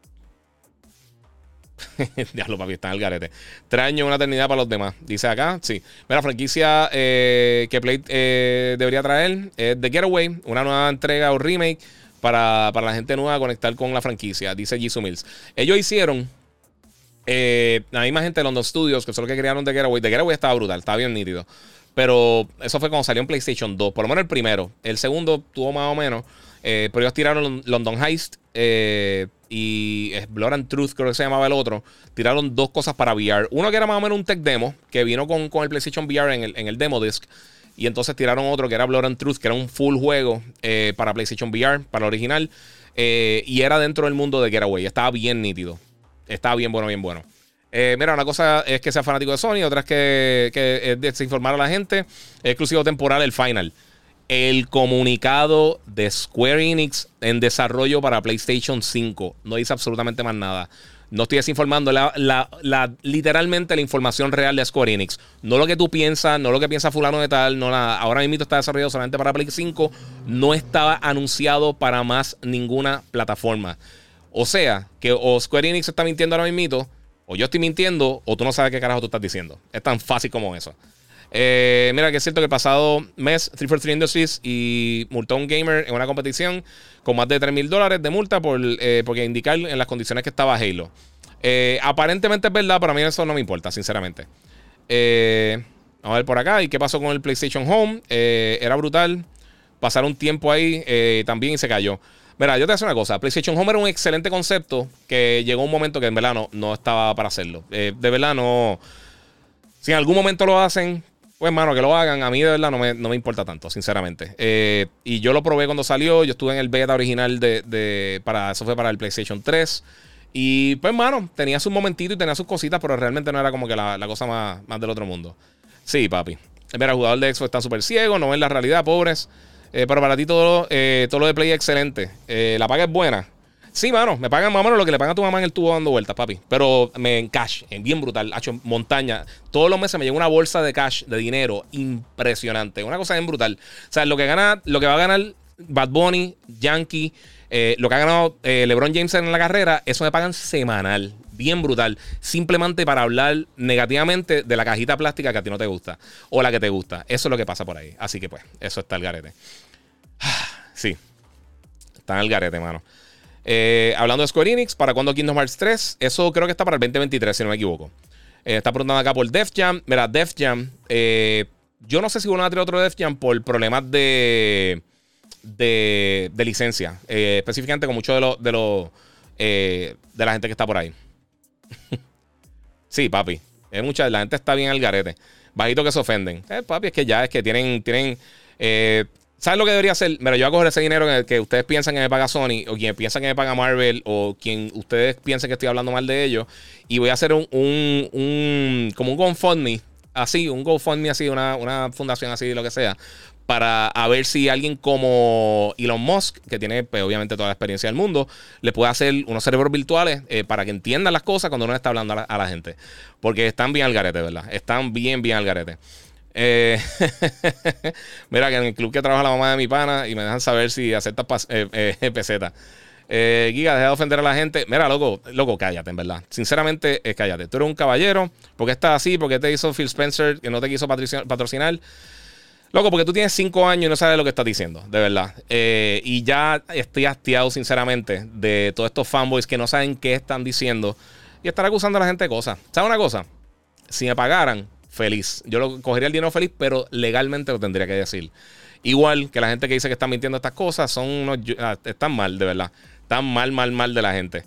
Diablo, papi, está en el garete. 3 años, una eternidad para los demás. Dice acá, sí. Mira, franquicia que Play debería traer es The Getaway, una nueva entrega o remake para la gente nueva conectar con la franquicia. Dice Jisoo Mills. Ellos hicieron la misma gente de London Studios, que son los que crearon The Getaway. The Getaway estaba brutal, estaba bien nítido. Pero eso fue cuando salió en PlayStation 2. Por lo menos el primero. El segundo tuvo más o menos. Pero ellos tiraron London Heist y Blood and Truth, creo que se llamaba el otro. Tiraron 2 cosas para VR. Uno que era más o menos un tech demo, que vino con el PlayStation VR en el demo disc. Y entonces tiraron otro que era Blood and Truth, que era un full juego para PlayStation VR, para el original. Y era dentro del mundo de Getaway. Estaba bien nítido. Estaba bien bueno, bien bueno. Mira, una cosa es que sea fanático de Sony, otra es que desinformar a la gente. Exclusivo temporal, el Final. El comunicado de Square Enix en desarrollo para PlayStation 5. No dice absolutamente más nada. No estoy desinformando literalmente la información real de Square Enix. No lo que tú piensas, no lo que piensa fulano de tal, no nada. Ahora mismo está desarrollado solamente para Play 5. No estaba anunciado para más ninguna plataforma. O sea, que o Square Enix está mintiendo ahora mismo, o yo estoy mintiendo, o tú no sabes qué carajo tú estás diciendo. Es tan fácil como eso. Mira, que es cierto que el pasado mes 343 Industries y multó a un gamer en una competición con más de $3,000 de multa porque indicar en las condiciones que estaba Halo. Aparentemente es verdad, pero a mí eso no me importa, sinceramente. Vamos a ver por acá. ¿Y qué pasó con el PlayStation Home? Era brutal. Pasar un tiempo ahí también y se cayó. Mira, yo te voy a decir una cosa. PlayStation Home era un excelente concepto que llegó un momento que en verdad no estaba para hacerlo. De verdad no. Si en algún momento lo hacen, pues hermano, que lo hagan. A mí de verdad no me importa tanto, sinceramente. Y yo lo probé cuando salió. Yo estuve en el beta original eso fue para el PlayStation 3. Y pues hermano, tenía sus momentitos y tenía sus cositas, pero realmente no era como que la cosa más del otro mundo. Sí, papi. Mira, el jugador de Xbox está súper ciego, no ven la realidad, pobres. Pero para ti todo lo de Play es excelente. La paga es buena. Sí, mano, me pagan más o menos lo que le pagan a tu mamá en el tubo dando vueltas, papi. Pero en cash, en bien brutal, hecho montaña. Todos los meses me llega una bolsa de cash, de dinero, impresionante. Una cosa bien brutal. O sea, lo que va a ganar Bad Bunny, Yankee, lo que ha ganado LeBron James en la carrera, eso me pagan semanal. Bien brutal. Simplemente para hablar negativamente de la cajita plástica que a ti no te gusta. O la que te gusta. Eso es lo que pasa por ahí. Así que pues, eso está el garete. Sí. Está en el garete, mano. Hablando de Square Enix, ¿para cuándo Kingdom Hearts 3? Eso creo que está para el 2023, si no me equivoco. Está preguntando acá por Def Jam. Mira, Def Jam, yo no sé si van a traer otro Def Jam por problemas de licencia. Específicamente con muchos de la gente que está por ahí. Sí, papi. La gente está bien al garete. Bajito que se ofenden. Papi, es que tienen ¿sabes lo que debería hacer? Mira, yo voy a coger ese dinero que ustedes piensan que me paga Sony, o quien piensan que me paga Marvel, o quien ustedes piensen que estoy hablando mal de ellos, y voy a hacer como un GoFundMe, así, una fundación así, lo que sea, para a ver si alguien como Elon Musk, que tiene pues, obviamente toda la experiencia del mundo, le puede hacer unos cerebros virtuales para que entiendan las cosas cuando uno está hablando a la gente. Porque están bien al garete, ¿verdad? Están bien al garete. Mira que en el club que trabaja la mamá de mi pana y me dejan saber si aceptas peseta. Giga, deja de ofender a la gente. Mira, loco, cállate, en verdad. Sinceramente, cállate. Tú eres un caballero. ¿Por qué estás así? ¿Por qué te hizo Phil Spencer que no te quiso patrocinar? Loco, porque tú tienes 5 años y no sabes lo que estás diciendo, de verdad. Y ya estoy hastiado, sinceramente, de todos estos fanboys que no saben qué están diciendo y estar acusando a la gente de cosas. ¿Sabes una cosa? Si me pagaran, feliz. Yo cogería el dinero feliz, pero legalmente lo tendría que decir. Igual que la gente que dice que están mintiendo estas cosas, están mal, de verdad. Están mal de la gente.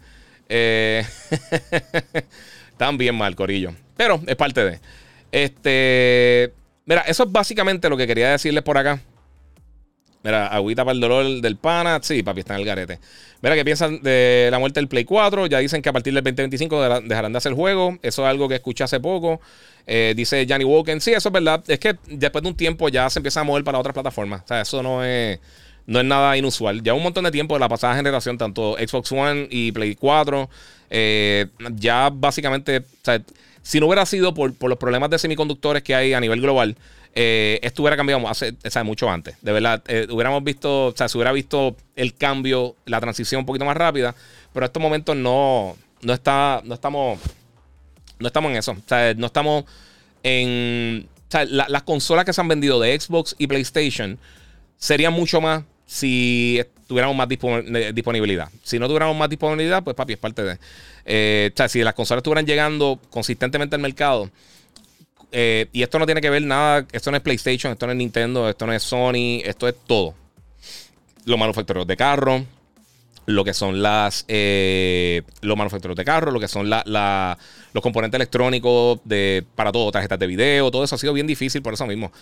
Están bien mal, corillo. Pero es parte de... Mira, eso es básicamente lo que quería decirles por acá. Mira, agüita para el dolor del pana. Sí, papi, está en el garete. Mira, ¿qué piensan de la muerte del Play 4? Ya dicen que a partir del 2025 dejarán de hacer juego. Eso es algo que escuché hace poco. Dice Johnny Woken. Sí, eso es verdad. Es que después de un tiempo ya se empieza a mover para otras plataformas. O sea, eso no es nada inusual. Ya un montón de tiempo de la pasada generación, tanto Xbox One y Play 4, ya básicamente, o sea, si no hubiera sido por los problemas de semiconductores que hay a nivel global, esto hubiera cambiado mucho antes. De verdad, hubiéramos visto, o sea, se hubiera visto el cambio, la transición un poquito más rápida, pero en estos momentos no estamos en eso. O sea, no estamos en... O sea, las consolas que se han vendido de Xbox y PlayStation serían mucho más si tuviéramos más disponibilidad. Si no tuviéramos más disponibilidad, pues papi, es parte de... o sea, si las consolas estuvieran llegando consistentemente al mercado, y esto no tiene que ver nada, esto no es PlayStation, esto no es Nintendo, esto no es Sony, esto es todo. Los manufactureros de carros, lo que son los manufactureros de carros, lo que son los componentes electrónicos para todo, tarjetas de video, todo eso ha sido bien difícil por eso mismo.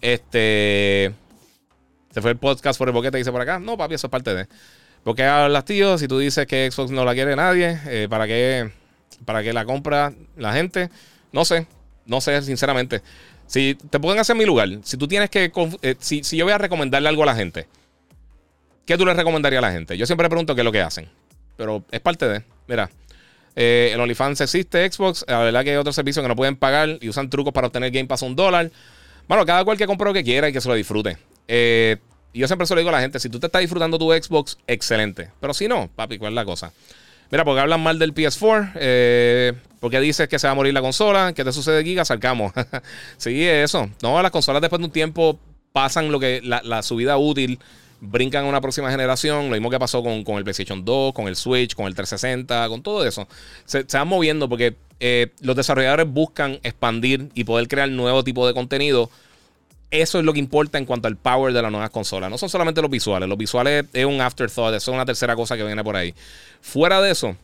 Se fue el podcast por el boquete, dice por acá. No, papi, eso es parte de... ¿Por qué hablas, tío? Si tú dices que Xbox no la quiere nadie, ¿para qué la compra la gente? No sé, sinceramente. Si te pueden hacer mi lugar, si tú tienes que... si yo voy a recomendarle algo a la gente, ¿qué tú le recomendarías a la gente? Yo siempre le pregunto qué es lo que hacen, pero es parte de... Mira, el OnlyFans existe, Xbox, la verdad que hay otros servicios que no pueden pagar y usan trucos para obtener Game Pass a $1. Bueno, cada cual que compre lo que quiera y que se lo disfrute. Yo siempre se lo digo a la gente, si tú te estás disfrutando tu Xbox, excelente. Pero si no, papi, ¿cuál es la cosa? Mira, porque hablan mal del PS4. Porque dices que se va a morir la consola. ¿Qué te sucede, Giga? Salcamos. Sí, eso. No, las consolas después de un tiempo pasan lo que su vida útil. Brincan a una próxima generación. Lo mismo que pasó con el PlayStation 2, con el Switch, con el 360, con todo eso. Se van moviendo porque los desarrolladores buscan expandir y poder crear nuevo tipo de contenido. Eso es lo que importa en cuanto al power de las nuevas consolas. No son solamente los visuales. Los visuales es un afterthought. Eso es una tercera cosa que viene por ahí. Fuera de eso,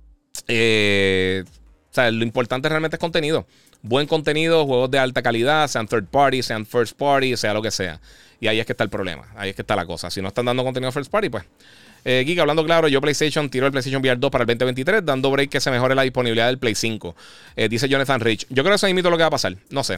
o sea, lo importante realmente es contenido. Buen contenido, juegos de alta calidad, sean third party, sean first party, sea lo que sea. Y ahí es que está el problema. Ahí es que está la cosa. Si no están dando contenido first party, pues. Giga, hablando claro, yo PlayStation tiro el PlayStation VR 2 para el 2023, dando break que se mejore la disponibilidad del Play 5. Dice Jonathan Rich. Yo creo que eso es lo que va a pasar. No sé.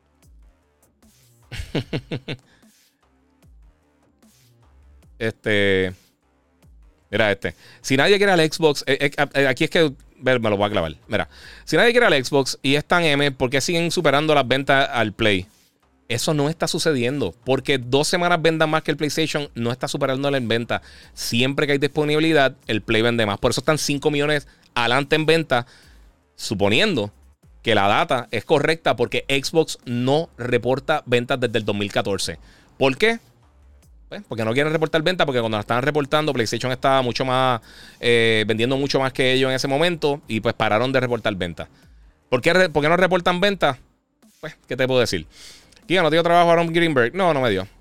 Mira este. Si nadie quiere al Xbox, aquí es que me lo voy a clavar. Mira, si nadie quiere al Xbox y es tan M, ¿por qué siguen superando las ventas al Play? Eso no está sucediendo. Porque 2 semanas vendan más que el PlayStation, no está superándole en venta. Siempre que hay disponibilidad, el Play vende más. Por eso están 5 millones adelante en venta, suponiendo que la data es correcta, porque Xbox no reporta ventas desde el 2014. ¿Por qué? Pues porque no quieren reportar ventas, porque cuando la estaban reportando, PlayStation estaba mucho más, vendiendo mucho más que ellos en ese momento, y pues pararon de reportar ventas. ¿Por qué no reportan ventas? Pues, ¿qué te puedo decir? Giga, ¿no te dio trabajo a Aaron Greenberg? No, no me dio.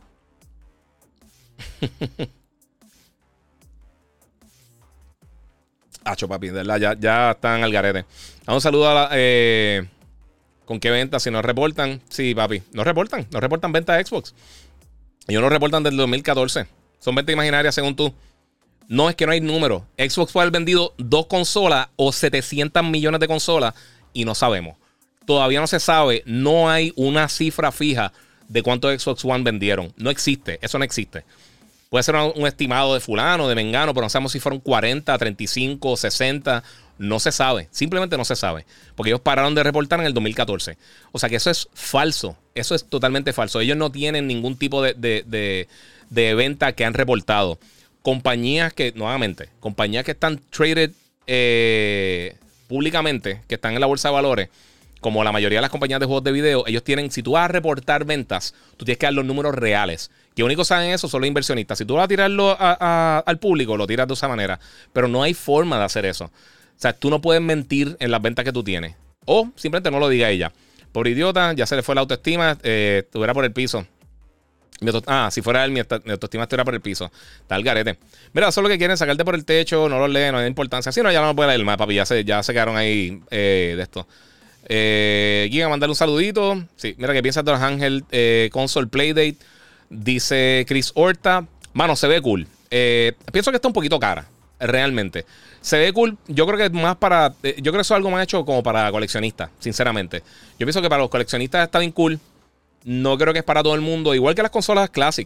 Hacho, papi, de verdad, ya están al garete. Un saludo a la... ¿Con qué ventas? Si no reportan, sí, papi, no reportan ventas de Xbox. Ellos no reportan desde el 2014. Son ventas imaginarias según tú. No, es que no hay número. Xbox puede haber vendido 2 consolas o 700 millones de consolas y no sabemos. Todavía no se sabe. No hay una cifra fija de cuántos Xbox One vendieron. No existe. Eso no existe. Puede ser un estimado de fulano, de mengano, pero no sabemos si fueron 40, 35, 60. No se sabe. Simplemente no se sabe. Porque ellos pararon de reportar en el 2014. O sea que eso es falso. Eso es totalmente falso. Ellos no tienen ningún tipo de venta que han reportado. Compañías que, nuevamente, compañías que están traded públicamente, que están en la bolsa de valores, como la mayoría de las compañías de juegos de video, ellos tienen, si tú vas a reportar ventas, tú tienes que dar los números reales. Que únicos saben eso son los inversionistas. Si tú vas a tirarlo al público, lo tiras de esa manera. Pero no hay forma de hacer eso. O sea, tú no puedes mentir en las ventas que tú tienes. O simplemente no lo diga ella. Por idiota, ya se le fue la autoestima, estuviera por el piso. Si fuera él, mi autoestima estuviera por el piso. Está el garete. Mira, eso es lo que quieren, sacarte por el techo, no lo leen, no hay importancia. Si no, ya no puede leer más, papi. Ya se quedaron ahí de esto. Giga, mandarle un saludito. Sí, mira, ¿qué piensas de los Ángel Console Playdate? Dice Chris Horta. Mano, se ve cool. Pienso que está un poquito cara, realmente. Se ve cool. Yo creo que es más para... yo creo que eso es algo más hecho como para coleccionistas, sinceramente. Yo pienso que para los coleccionistas está bien cool. No creo que es para todo el mundo. Igual que las consolas Classic.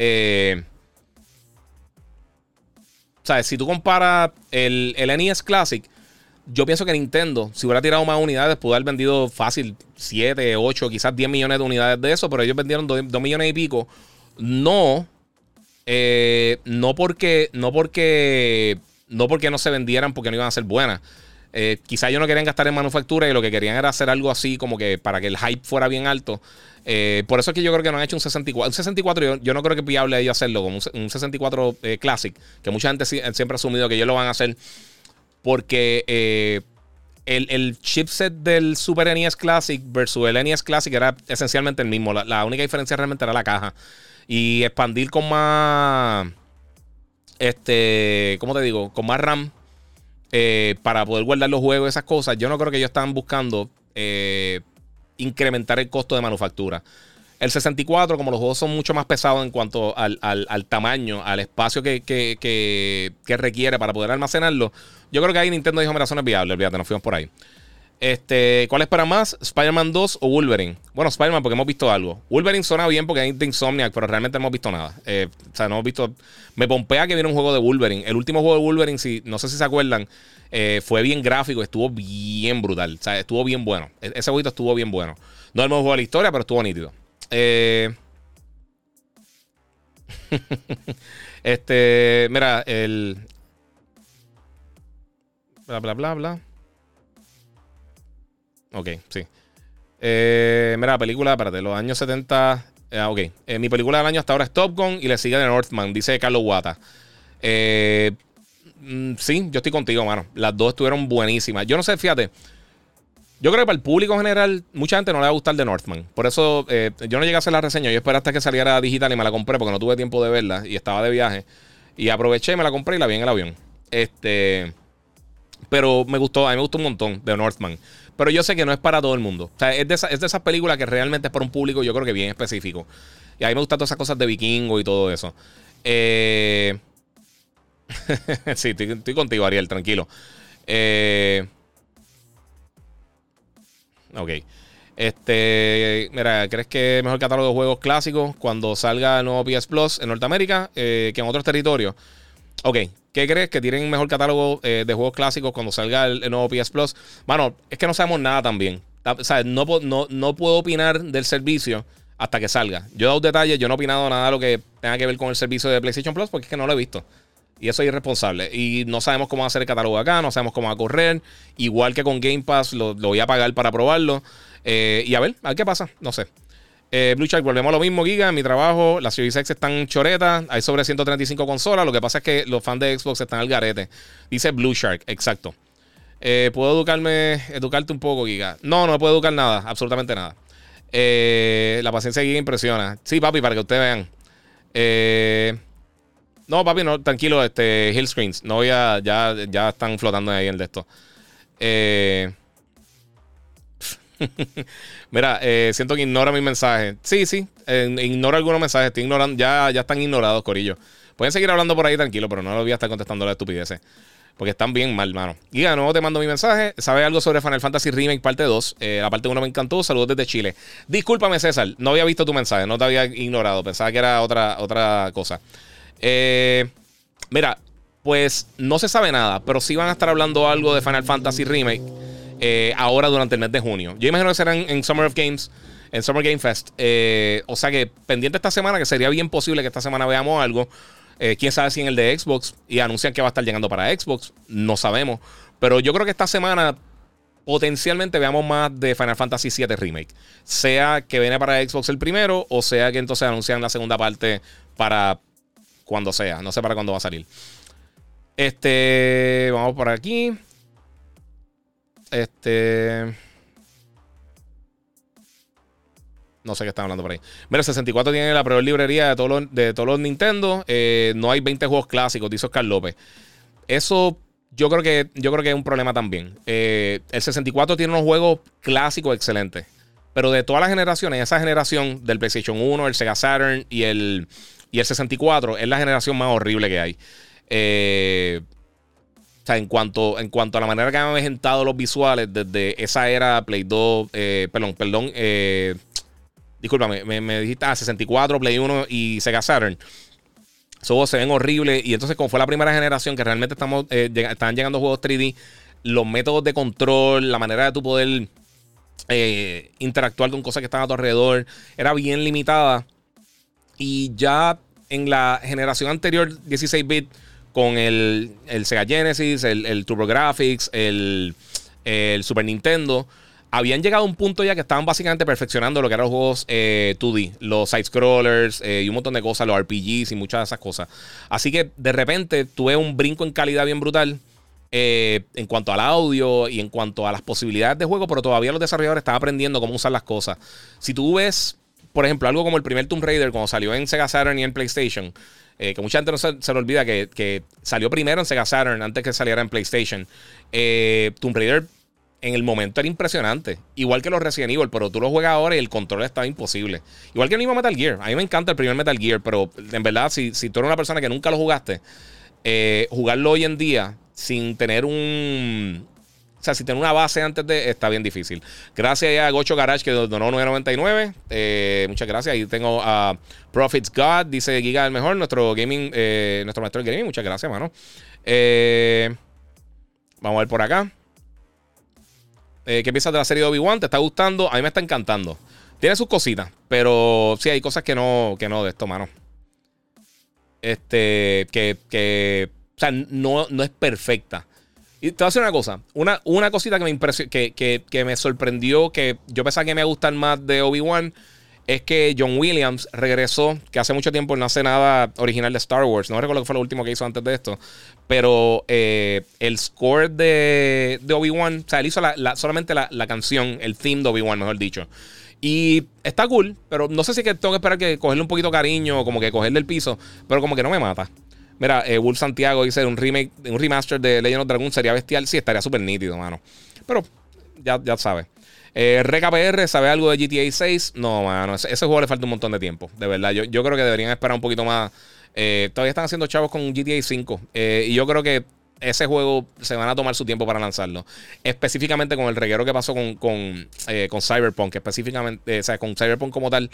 ¿Sabes? Si tú comparas el NES Classic, yo pienso que Nintendo, si hubiera tirado más unidades, pudo haber vendido fácil 7, 8, quizás 10 millones de unidades de eso. Pero ellos vendieron 2 millones y pico. No porque no se vendieran, porque no iban a ser buenas. Quizás ellos no querían gastar en manufactura y lo que querían era hacer algo así como que para que el hype fuera bien alto. Por eso es que yo creo que no han hecho un 64. Un 64 yo no creo que es viable ellos hacerlo como un 64 Classic, que mucha gente siempre ha asumido que ellos lo van a hacer porque el chipset del Super NES Classic versus el NES Classic era esencialmente el mismo. La única diferencia realmente era la caja. Y expandir con más... ¿cómo te digo? Con más RAM para poder guardar los juegos y esas cosas. Yo no creo que ellos estaban buscando incrementar el costo de manufactura. El 64, como los juegos son mucho más pesados en cuanto al tamaño, al espacio que requiere para poder almacenarlo, yo creo que ahí Nintendo dijo: mira, eso no es viable, olvídate, nos fuimos por ahí. ¿Cuál espera más? ¿Spider-Man 2 o Wolverine? Bueno, Spider-Man porque hemos visto algo. Wolverine suena bien porque hay de Insomniac, pero realmente no hemos visto nada. O sea, no hemos visto... Me pompea que viene un juego de Wolverine. El último juego de Wolverine, no sé si se acuerdan, fue bien gráfico, estuvo bien brutal. O sea, estuvo bien bueno. Ese jueguito estuvo bien bueno. No hemos jugado la historia, pero estuvo nítido. Mira, Bla, bla, bla, bla. Ok, sí. Mira, película, espérate, los años 70. Ok. Mi película del año hasta ahora es Top Gun y le sigue The Northman, dice Carlos Guata. Sí, yo estoy contigo, mano. Las dos estuvieron buenísimas. Yo no sé, fíjate. Yo creo que para el público en general, mucha gente no le va a gustar The Northman. Por eso yo no llegué a hacer la reseña. Yo esperé hasta que saliera digital y me la compré porque no tuve tiempo de verla y estaba de viaje. Y aproveché, me la compré y la vi en el avión. Pero me gustó, a mí me gustó un montón The Northman. Pero yo sé que no es para todo el mundo. O sea, es de esas películas que realmente es para un público, yo creo que bien específico. Y a mí me gustan todas esas cosas de vikingo y todo eso. Sí, estoy contigo, Ariel, tranquilo. Ok. Mira, ¿crees que es mejor catálogo de juegos clásicos cuando salga el nuevo PS Plus en Norteamérica que en otros territorios? Ok. ¿Qué crees que tienen mejor catálogo de juegos clásicos cuando salga el nuevo PS Plus? Mano, es que no sabemos nada también. O sea, no puedo opinar del servicio hasta que salga. Yo he dado detalles, yo no he opinado nada de lo que tenga que ver con el servicio de PlayStation Plus porque es que no lo he visto. Y eso es irresponsable. Y no sabemos cómo va a ser el catálogo acá, no sabemos cómo va a correr. Igual que con Game Pass, lo voy a pagar para probarlo. Y a ver qué pasa, no sé. Blue Shark, volvemos a lo mismo, Giga. En mi trabajo, las Series X están choretas. Hay sobre 135 consolas. Lo que pasa es que los fans de Xbox están al garete. Dice Blue Shark, exacto. ¿Puedo educarte un poco, Giga? No puedo educar nada, absolutamente nada. La paciencia de Giga impresiona. Sí, papi, para que ustedes vean. No, papi, no, tranquilo, Hill Screens. No voy a. Ya están flotando ahí en de esto. Mira, siento que ignora mi mensaje. Sí, ignora algunos mensajes. Estoy ignorando. Ya están ignorados, corillo. Pueden seguir hablando por ahí tranquilo, pero no lo voy a estar contestando las estupideces. Porque están bien mal, mano. Giga, de nuevo te mando mi mensaje. ¿Sabes algo sobre Final Fantasy Remake parte 2? La parte 1 me encantó. Saludos desde Chile. Discúlpame, César. No había visto tu mensaje. No te había ignorado. Pensaba que era otra cosa. Mira, pues no se sabe nada, pero sí van a estar hablando algo de Final Fantasy Remake ahora durante el mes de junio. Yo imagino que serán en Summer of Games, en Summer Game Fest. O sea que pendiente esta semana, que sería bien posible que esta semana veamos algo. Quién sabe si en el de Xbox, y anuncian que va a estar llegando para Xbox. No sabemos. Pero yo creo que esta semana potencialmente veamos más de Final Fantasy VII Remake. Sea que viene para Xbox el primero, o sea que entonces anuncian la segunda parte para cuando sea. No sé para cuándo va a salir. Vamos por aquí. No sé qué están hablando por ahí. Mira, 64 tiene la peor librería de todos los Nintendo. No hay 20 juegos clásicos, dice Oscar López. Eso yo creo que es un problema también. El 64 tiene unos juegos clásicos excelentes. Pero de todas las generaciones, esa generación del PlayStation 1, el Sega Saturn y el 64 es la generación más horrible que hay. O sea, en cuanto a la manera que han avejentado los visuales desde esa era Play 2, perdón, discúlpame, me dijiste 64, Play 1 y Sega Saturn. Esos se ven horribles. Y entonces, como fue la primera generación que realmente estaban llegando juegos 3D, los métodos de control, la manera de tu poder interactuar con cosas que están a tu alrededor, era bien limitada. Y ya en la generación anterior, 16-bit, con el Sega Genesis, el TurboGrafx, el Super Nintendo, habían llegado a un punto ya que estaban básicamente perfeccionando lo que eran los juegos 2D, los side-scrollers y un montón de cosas, los RPGs y muchas de esas cosas. Así que de repente tuve un brinco en calidad bien brutal en cuanto al audio y en cuanto a las posibilidades de juego, pero todavía los desarrolladores están aprendiendo cómo usar las cosas. Si tú ves, por ejemplo, algo como el primer Tomb Raider cuando salió en Sega Saturn y en PlayStation, que mucha gente no se le olvida que salió primero en Sega Saturn antes que saliera en PlayStation. Tomb Raider en el momento era impresionante. Igual que los Resident Evil, pero tú lo juegas ahora y el control estaba imposible. Igual que el mismo Metal Gear. A mí me encanta el primer Metal Gear, pero en verdad, si tú eres una persona que nunca lo jugaste, jugarlo hoy en día sin tener o sea, sin tener una base antes está bien difícil. Gracias a Gocho Garage que donó 9.99. Muchas gracias. Ahí tengo a Profits God. Dice Giga el mejor. Nuestro maestro del gaming. Muchas gracias, mano. Vamos a ver por acá. ¿Qué piensas de la serie de Obi-Wan? ¿Te está gustando? A mí me está encantando. Tiene sus cositas, pero sí hay cosas que no de esto, mano. O sea, no es perfecta. Y te voy a decir una cosa. Una cosita que me que me sorprendió, que yo pensaba que me iba a gustar más de Obi-Wan, es que John Williams regresó, que hace mucho tiempo no hace nada original de Star Wars. No recuerdo qué fue lo último que hizo antes de esto. Pero el score de Obi-Wan, o sea, él hizo solamente la canción, el theme de Obi-Wan, mejor dicho. Y está cool, pero no sé si que tengo que esperar que cogerle un poquito cariño, como que cogerle el piso, pero como que no me mata. Mira, Wolf Santiago dice un remaster de Legend of Dragon sería bestial. Sí, estaría súper nítido, mano. Pero ya sabes. RKPR, ¿sabe algo de GTA 6? No, mano, ese juego le falta un montón de tiempo. De verdad, yo creo que deberían esperar un poquito más. Todavía están haciendo chavos con GTA 5. Y yo creo que ese juego se van a tomar su tiempo para lanzarlo. Específicamente con el reguero que pasó con Cyberpunk. Específicamente, o sea, con Cyberpunk como tal.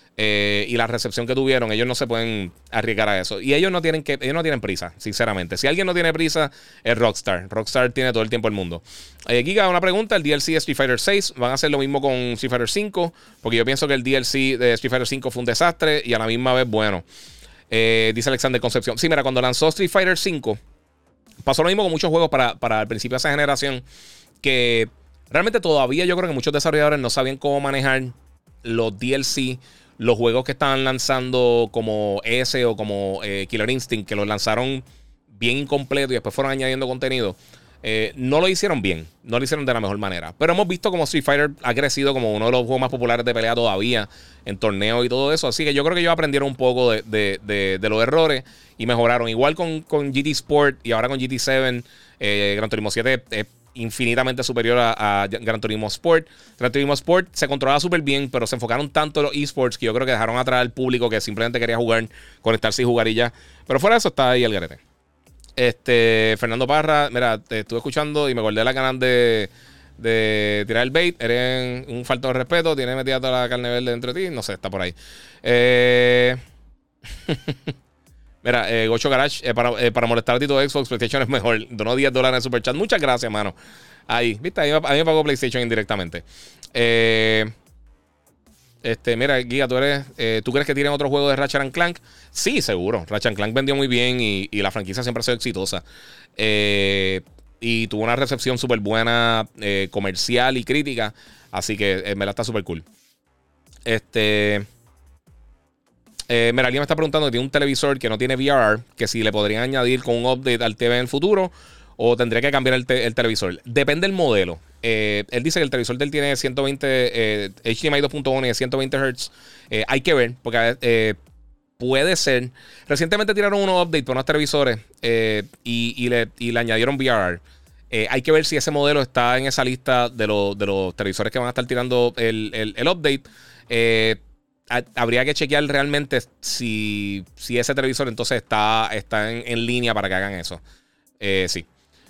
Y la recepción que tuvieron, ellos no se pueden arriesgar a eso. Y ellos no tienen prisa, sinceramente. Si alguien no tiene prisa, es Rockstar. Rockstar tiene todo el tiempo del mundo. Giga, una pregunta: el DLC de Street Fighter 6 van a hacer lo mismo con Street Fighter 5, porque yo pienso que el DLC de Street Fighter 5 fue un desastre y a la misma vez bueno. Dice Alexander Concepción. Sí, mira, cuando lanzó Street Fighter 5 pasó lo mismo con muchos juegos para el principio de esa generación, que realmente todavía yo creo que muchos desarrolladores no sabían cómo manejar los DLC. Los juegos que estaban lanzando como ese o como Killer Instinct, que los lanzaron bien incompleto y después fueron añadiendo contenido, no lo hicieron bien. No lo hicieron de la mejor manera. Pero hemos visto como Street Fighter ha crecido como uno de los juegos más populares de pelea todavía en torneos y todo eso. Así que yo creo que ellos aprendieron un poco de los errores y mejoraron. Igual con GT Sport y ahora con GT7, Gran Turismo 7 es infinitamente superior a Gran Turismo Sport. Gran Turismo Sport se controlaba súper bien, pero se enfocaron tanto en los esports que yo creo que dejaron atrás al público que simplemente quería jugar, conectarse y jugar y ya. Pero fuera de eso está ahí el garete. Fernando Parra, mira, te estuve escuchando y me acordé de la canal de tirar el bait. Eres un falto de respeto, tienes metida toda la carne verde dentro de ti. No sé, está por ahí. Mira, Gocho Garage, para molestar a Tito Xbox, PlayStation es mejor. Donó $10 en Superchat. Muchas gracias, mano. Ahí, viste, a mí me pagó PlayStation indirectamente. Mira, Giga, ¿tú crees que tienen otro juego de Ratchet Clank? Sí, seguro. Ratchet Clank vendió muy bien y la franquicia siempre ha sido exitosa. Y tuvo una recepción súper buena, comercial y crítica. Así que me la está súper cool. Mira, alguien me está preguntando que tiene un televisor que no tiene VRR, que si le podrían añadir con un update al TV en el futuro o tendría que cambiar el televisor. Depende del modelo. Él dice que el televisor de él tiene 120 HDMI 2.1 y de 120 Hz. Hay que ver, porque puede ser. Recientemente tiraron unos updates para unos televisores y le añadieron VRR. Hay que ver si ese modelo está en esa lista de los televisores que van a estar tirando el update. Habría que chequear realmente si ese televisor entonces está en línea para que hagan eso. Sí.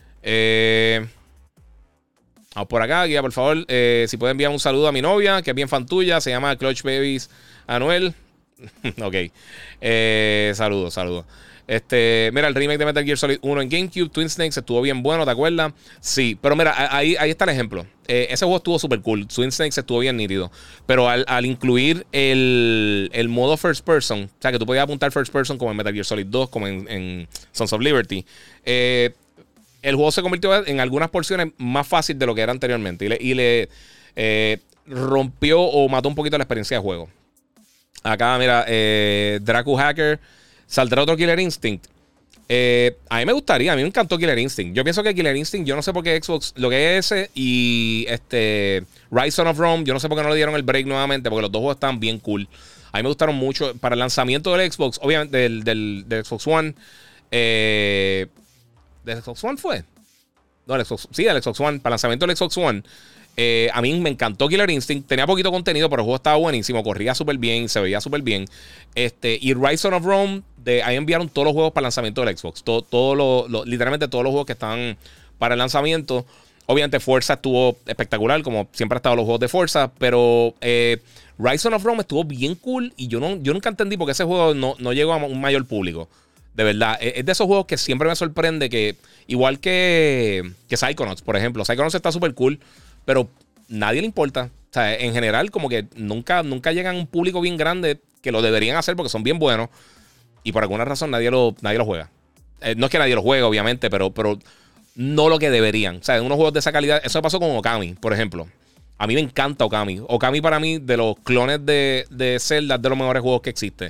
Vamos por acá, Guía, por favor. Si puede enviar un saludo a mi novia, que es bien fan tuya. Se llama Clutch Babies Anuel. Ok. Saludos. Mira, el remake de Metal Gear Solid 1 en GameCube, Twin Snakes, estuvo bien bueno, ¿te acuerdas? Sí, pero mira, ahí está el ejemplo. Ese juego estuvo súper cool. Twin Snakes estuvo bien nítido. Pero al incluir el modo first person, o sea, que tú podías apuntar first person como en Metal Gear Solid 2, como en Sons of Liberty, el juego se convirtió en algunas porciones más fácil de lo que era anteriormente. Y le rompió o mató un poquito la experiencia de juego. Acá, mira, Dracu Hacker. ¿Saldrá otro Killer Instinct? A mí me gustaría, a mí me encantó Killer Instinct. Yo pienso que Killer Instinct, yo no sé por qué Xbox, lo que es ese y Rise of Rome, yo no sé por qué no le dieron el break nuevamente, porque los dos juegos están bien cool. A mí me gustaron mucho. Para el lanzamiento del Xbox, obviamente del Xbox One. ¿Del Xbox One fue? No, del Xbox One. Para el lanzamiento del Xbox One. A mí me encantó Killer Instinct. Tenía poquito contenido, pero el juego estaba buenísimo. Corría súper bien, se veía súper bien. Y Rise of Rome, ahí enviaron todos los juegos para el lanzamiento del Xbox. Literalmente todos los juegos que estaban para el lanzamiento. Obviamente Forza estuvo espectacular, como siempre han estado los juegos de Forza. Pero Rise of Rome estuvo bien cool. Y yo nunca entendí por qué ese juego no llegó a un mayor público. De verdad, es de esos juegos que siempre me sorprende que, igual que Psychonauts, por ejemplo. Psychonauts está súper cool, pero nadie le importa. O sea, en general, como que nunca llegan a un público bien grande, que lo deberían hacer porque son bien buenos. Y por alguna razón nadie lo juega. No es que nadie lo juegue, obviamente, pero no lo que deberían. O sea, en unos juegos de esa calidad, eso me pasó con Okami, por ejemplo. A mí me encanta Okami. Okami para mí, de los clones de Zelda, es de los mejores juegos que existe.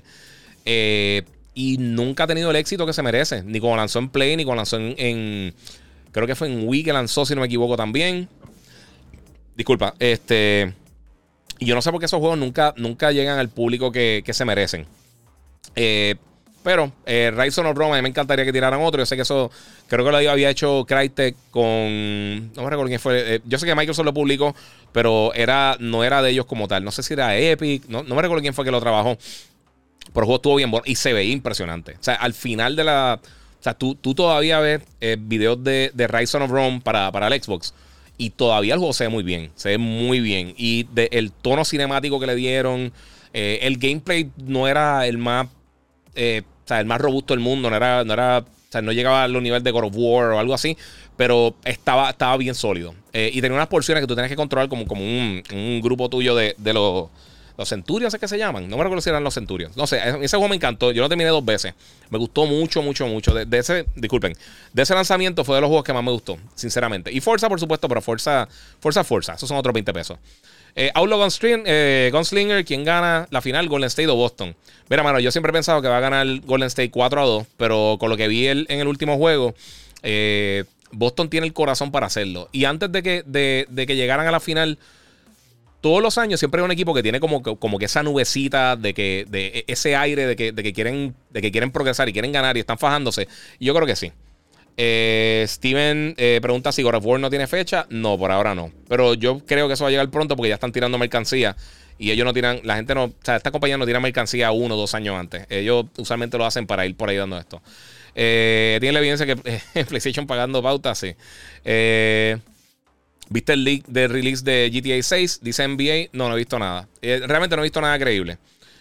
Y nunca ha tenido el éxito que se merece. Ni cuando lanzó en Play, ni cuando lanzó creo que fue en Wii que lanzó, si no me equivoco también. Disculpa. Y yo no sé por qué esos juegos nunca llegan al público que se merecen. Pero Rise of Rome, a mí me encantaría que tiraran otro. Yo sé que eso, creo que lo había hecho Crytek con, no me recuerdo quién fue. Yo sé que Microsoft lo publicó, pero no era de ellos como tal. No sé si era Epic, no me recuerdo quién fue que lo trabajó. Pero el juego estuvo bien bueno y se veía impresionante. O sea, al final o sea, tú todavía ves videos de Rise of Rome para el Xbox. Y todavía el juego se ve muy bien. Se ve muy bien. Y el tono cinemático que le dieron. El gameplay no era el más. O sea, el más robusto del mundo. No era. O sea, no llegaba a los niveles de God of War o algo así. Pero estaba bien sólido. Y tenía unas porciones que tú tenías que controlar como un grupo tuyo de los Centurions, ¿es que se llaman? No me recuerdo si eran los Centurions. No sé, ese juego me encantó. Yo lo terminé 2 veces. Me gustó mucho, mucho, mucho. Disculpen. De ese lanzamiento fue de los juegos que más me gustó, sinceramente. Y Forza, por supuesto, pero Forza. Esos son otros 20 pesos. Outlaw Gunslinger, ¿quién gana la final? Golden State o Boston. Mira, mano, yo siempre he pensado que va a ganar Golden State 4-2, pero con lo que vi en el último juego, Boston tiene el corazón para hacerlo. Y antes de que llegaran a la final, todos los años siempre hay un equipo que tiene como que esa nubecita de ese aire de que quieren progresar y quieren ganar y están fajándose. Y yo creo que sí. Steven pregunta si God of War no tiene fecha. No, por ahora no. Pero yo creo que eso va a llegar pronto porque ya están tirando mercancía. Y ellos no tiran, la gente no, o sea, esta compañía no tira mercancía 1 o 2 años antes. Ellos usualmente lo hacen para ir por ahí dando esto. Tiene la evidencia que PlayStation pagando pautas, sí. ¿Viste el leak de release de GTA 6? Dice NBA. No he visto nada. Realmente no he visto nada creíble.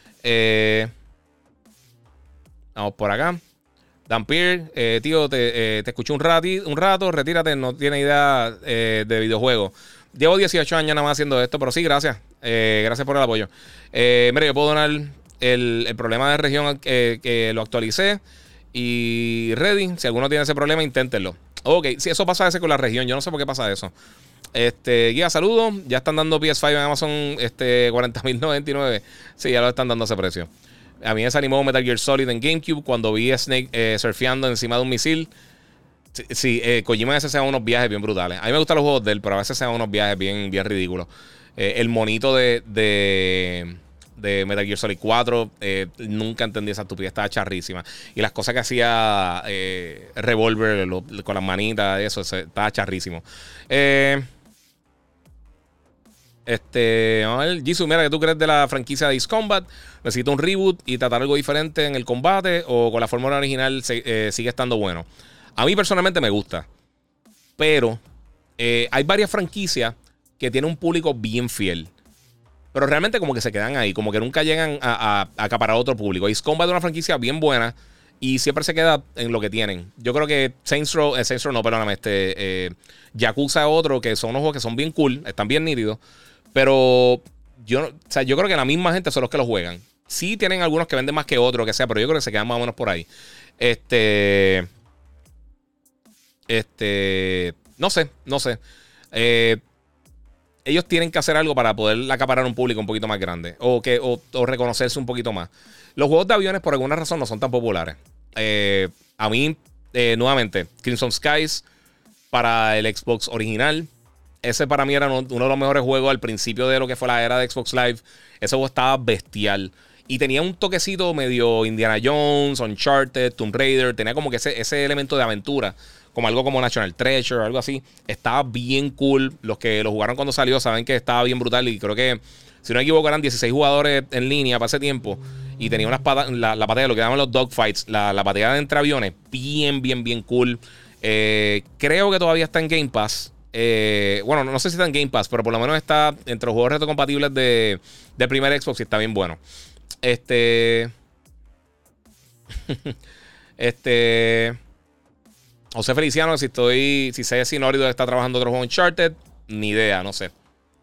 Vamos por acá. Dampier, tío, te escuché un rato. Retírate, no tiene idea de videojuegos. Llevo 18 años nada más haciendo esto, pero sí, gracias. Gracias por el apoyo. Mira, yo puedo donar el problema de región que lo actualicé. Y ready. Si alguno tiene ese problema, inténtenlo. Ok, si eso pasa a veces con la región. Yo no sé por qué pasa eso. Guía, saludos. Ya están dando PS5 en Amazon 40.099. Sí, ya lo están dando a ese precio. A mí me desanimó Metal Gear Solid en GameCube cuando vi a Snake surfeando encima de un misil. Sí, Kojima a veces se da unos viajes bien brutales. A mí me gustan los juegos de él, pero a veces se dan unos viajes bien, bien ridículos. El monito de Metal Gear Solid 4, nunca entendí esa estupidez, estaba charrísima. Y las cosas que hacía Revolver con las manitas, eso estaba charrísimo. Vamos a ver, Jisoo, mira, ¿qué tú crees de la franquicia de Ace Combat? ¿Necesita un reboot y tratar algo diferente en el combate? ¿O con la fórmula original sigue estando bueno? A mí personalmente me gusta. Pero hay varias franquicias que tienen un público bien fiel. Pero realmente como que se quedan ahí. Como que nunca llegan a acaparar a otro público. Ace Combat es una franquicia bien buena. Y siempre se queda en lo que tienen. Yo creo que Saints Row no, perdóname. Yakuza es otro que son unos juegos que son bien cool. Están bien nítidos. Pero yo creo que la misma gente son los que los juegan. Sí tienen algunos que venden más que otros, que sea, pero yo creo que se quedan más o menos por ahí. No sé. Ellos tienen que hacer algo para poder acaparar un público un poquito más grande. O reconocerse un poquito más. Los juegos de aviones, por alguna razón, no son tan populares. A mí, nuevamente, Crimson Skies para el Xbox original. Ese para mí era uno de los mejores juegos al principio de lo que fue la era de Xbox Live. Ese juego estaba bestial. Y tenía un toquecito medio Indiana Jones, Uncharted, Tomb Raider. Tenía como que ese elemento de aventura. Como algo como National Treasure, algo así. Estaba bien cool. Los que lo jugaron cuando salió saben que estaba bien brutal. Y creo que, si no me equivoco, eran 16 jugadores en línea para ese tiempo. Y tenía la batalla, lo que llaman los dogfights. La batalla de entre aviones. Bien, bien, bien cool. Creo que todavía está en Game Pass. Bueno, no sé si está en Game Pass, pero por lo menos está entre los juegos retrocompatibles del primer Xbox y está bien bueno. José Feliciano, si sé si Naughty Dog está trabajando otro juego Uncharted, ni idea, no sé.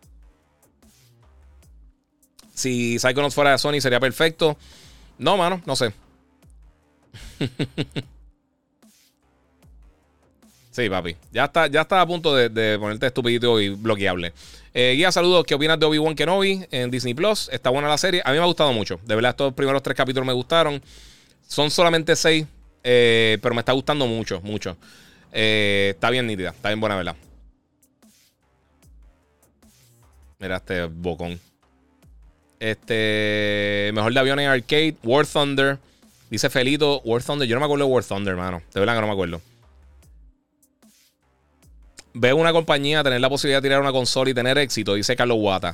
Si Psychonauts fuera de Sony sería perfecto. No, mano, no sé. Sí, papi. Ya está a punto de ponerte estupidito y bloqueable. Guía, saludos. ¿Qué opinas de Obi-Wan Kenobi en Disney Plus? Está buena la serie. A mí me ha gustado mucho. De verdad, estos primeros 3 capítulos me gustaron. Son solamente 6, pero me está gustando mucho, mucho. Está bien nítida, está bien buena, ¿verdad? Mira este bocón. Mejor de aviones arcade, War Thunder. Dice Felito, War Thunder. Yo no me acuerdo de War Thunder, mano. De verdad que no me acuerdo. Veo una compañía tener la posibilidad de tirar una consola y tener éxito, dice Carlos Guata.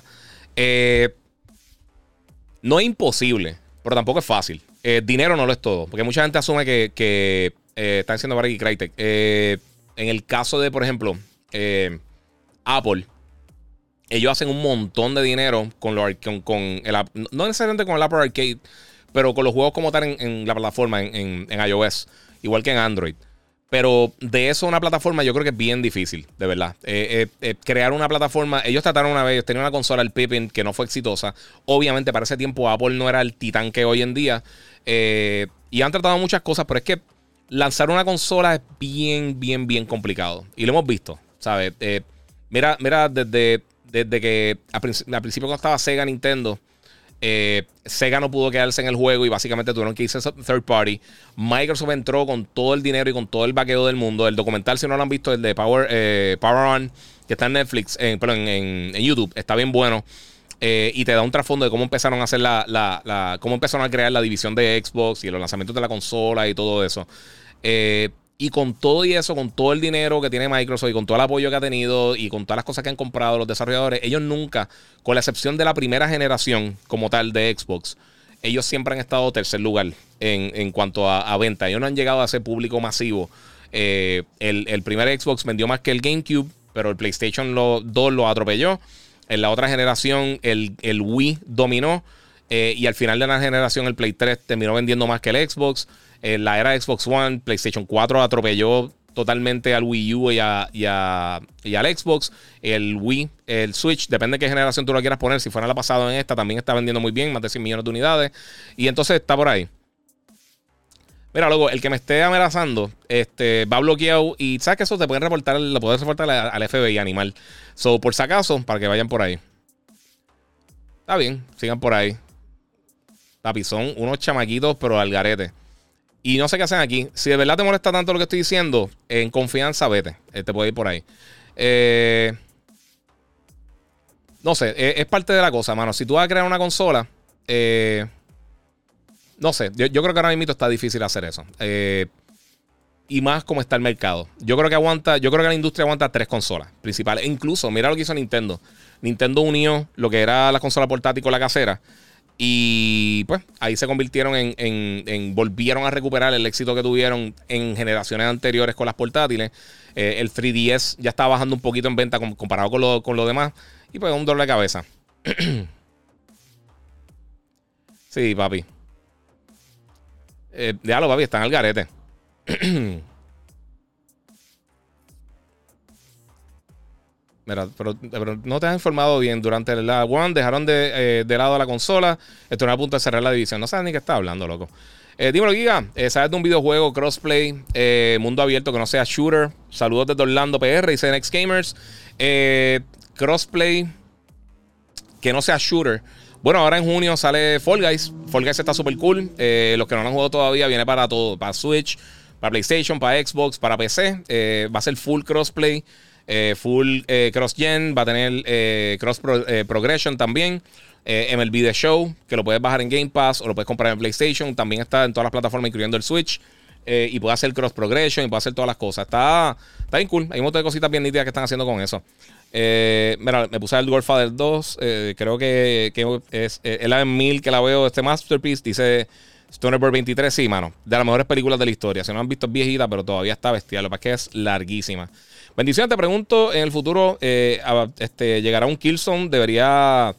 No es imposible, pero tampoco es fácil. Dinero no lo es todo, porque mucha gente asume que están diciendo por aquí Crytek. En el caso de, por ejemplo, Apple, ellos hacen un montón de dinero con no necesariamente con el Apple Arcade, pero con los juegos como tal en la plataforma, en iOS, igual que en Android. Pero de eso una plataforma yo creo que es bien difícil, de verdad. Crear una plataforma, ellos trataron una vez, ellos tenían una consola, el Pippin, que no fue exitosa. Obviamente para ese tiempo Apple no era el titán que hoy en día. Y han tratado muchas cosas, pero es que lanzar una consola es bien, bien, bien complicado. Y lo hemos visto, ¿sabes? Mira, desde que al principio cuando estaba Sega, Nintendo, Sega no pudo quedarse en el juego y básicamente tuvieron que irse third party. Microsoft entró con todo el dinero y con todo el vaqueo del mundo. El documental, si no lo han visto, el de Power On, que está en Netflix, en YouTube, está bien bueno. Y te da un trasfondo de cómo empezaron a hacer cómo empezaron a crear la división de Xbox y los lanzamientos de la consola y todo eso. Y con todo y eso, con todo el dinero que tiene Microsoft y con todo el apoyo que ha tenido y con todas las cosas que han comprado los desarrolladores, ellos nunca, con la excepción de la primera generación como tal de Xbox, ellos siempre han estado tercer lugar en cuanto a venta. Ellos no han llegado a ser público masivo. El primer Xbox vendió más que el GameCube, pero el PlayStation 2 lo atropelló. En la otra generación, el Wii dominó. Y al final de la generación, el Play 3 terminó vendiendo más que el Xbox. En la era Xbox One, PlayStation 4 atropelló totalmente al Wii U y al Xbox. El Wii, el Switch, depende de qué generación tú lo quieras poner. Si fuera la pasada en esta, también está vendiendo muy bien, más de 100 millones de unidades. Y entonces está por ahí. Mira, luego, el que me esté amenazando va bloqueado. Y sabes que eso te pueden reportar, lo puedes reportar al FBI animal. So, por si acaso, para que vayan por ahí. Está bien, sigan por ahí. Papi, son unos chamaquitos, pero al garete. Y no sé qué hacen aquí. Si de verdad te molesta tanto lo que estoy diciendo, en confianza, vete. Te puede ir por ahí. No sé, es parte de la cosa, mano. Si tú vas a crear una consola, no sé, yo creo que ahora mismo está difícil hacer eso. Y más como está el mercado. Yo creo que la industria aguanta 3 consolas principales. E incluso, mira lo que hizo Nintendo. Nintendo unió lo que era la consola portátil con la casera. Y pues ahí se convirtieron volvieron a recuperar el éxito que tuvieron en generaciones anteriores con las portátiles. El 3DS ya estaba bajando un poquito en venta comparado con lo demás. Y pues un dolor de cabeza. Sí, papi. Déjalo, papi, están al garete. Mira, pero no te has informado bien. Durante la One dejaron de lado la consola. Estuvieron a punto de cerrar la división. No sabes ni qué está hablando, loco. Dímelo, Giga. ¿Sabes de un videojuego crossplay, mundo abierto que no sea shooter? Saludos desde Orlando, PR y CNX Gamers. Crossplay que no sea shooter. Bueno, ahora en junio sale Fall Guys. Fall Guys está súper cool. Los que no lo han jugado todavía, viene para todo. Para Switch, para PlayStation, para Xbox, para PC. Va a ser full crossplay. Full cross-gen, va a tener progression también. MLB The Show, que lo puedes bajar en Game Pass o lo puedes comprar en PlayStation. También está en todas las plataformas, incluyendo el Switch. Y puede hacer cross-progression y puede hacer todas las cosas. Está bien cool. Hay un montón de cositas bien nítidas que están haciendo con eso. Mira, me puse el Godfather 2. Creo que es la de 1000 que la veo. Masterpiece dice Stonerbird 23. Sí, mano, de las mejores películas de la historia. Si no han visto, es viejita, pero todavía está bestial. Lo que pasa es que es larguísima. Bendiciones, te pregunto, en el futuro llegará un Killzone, debería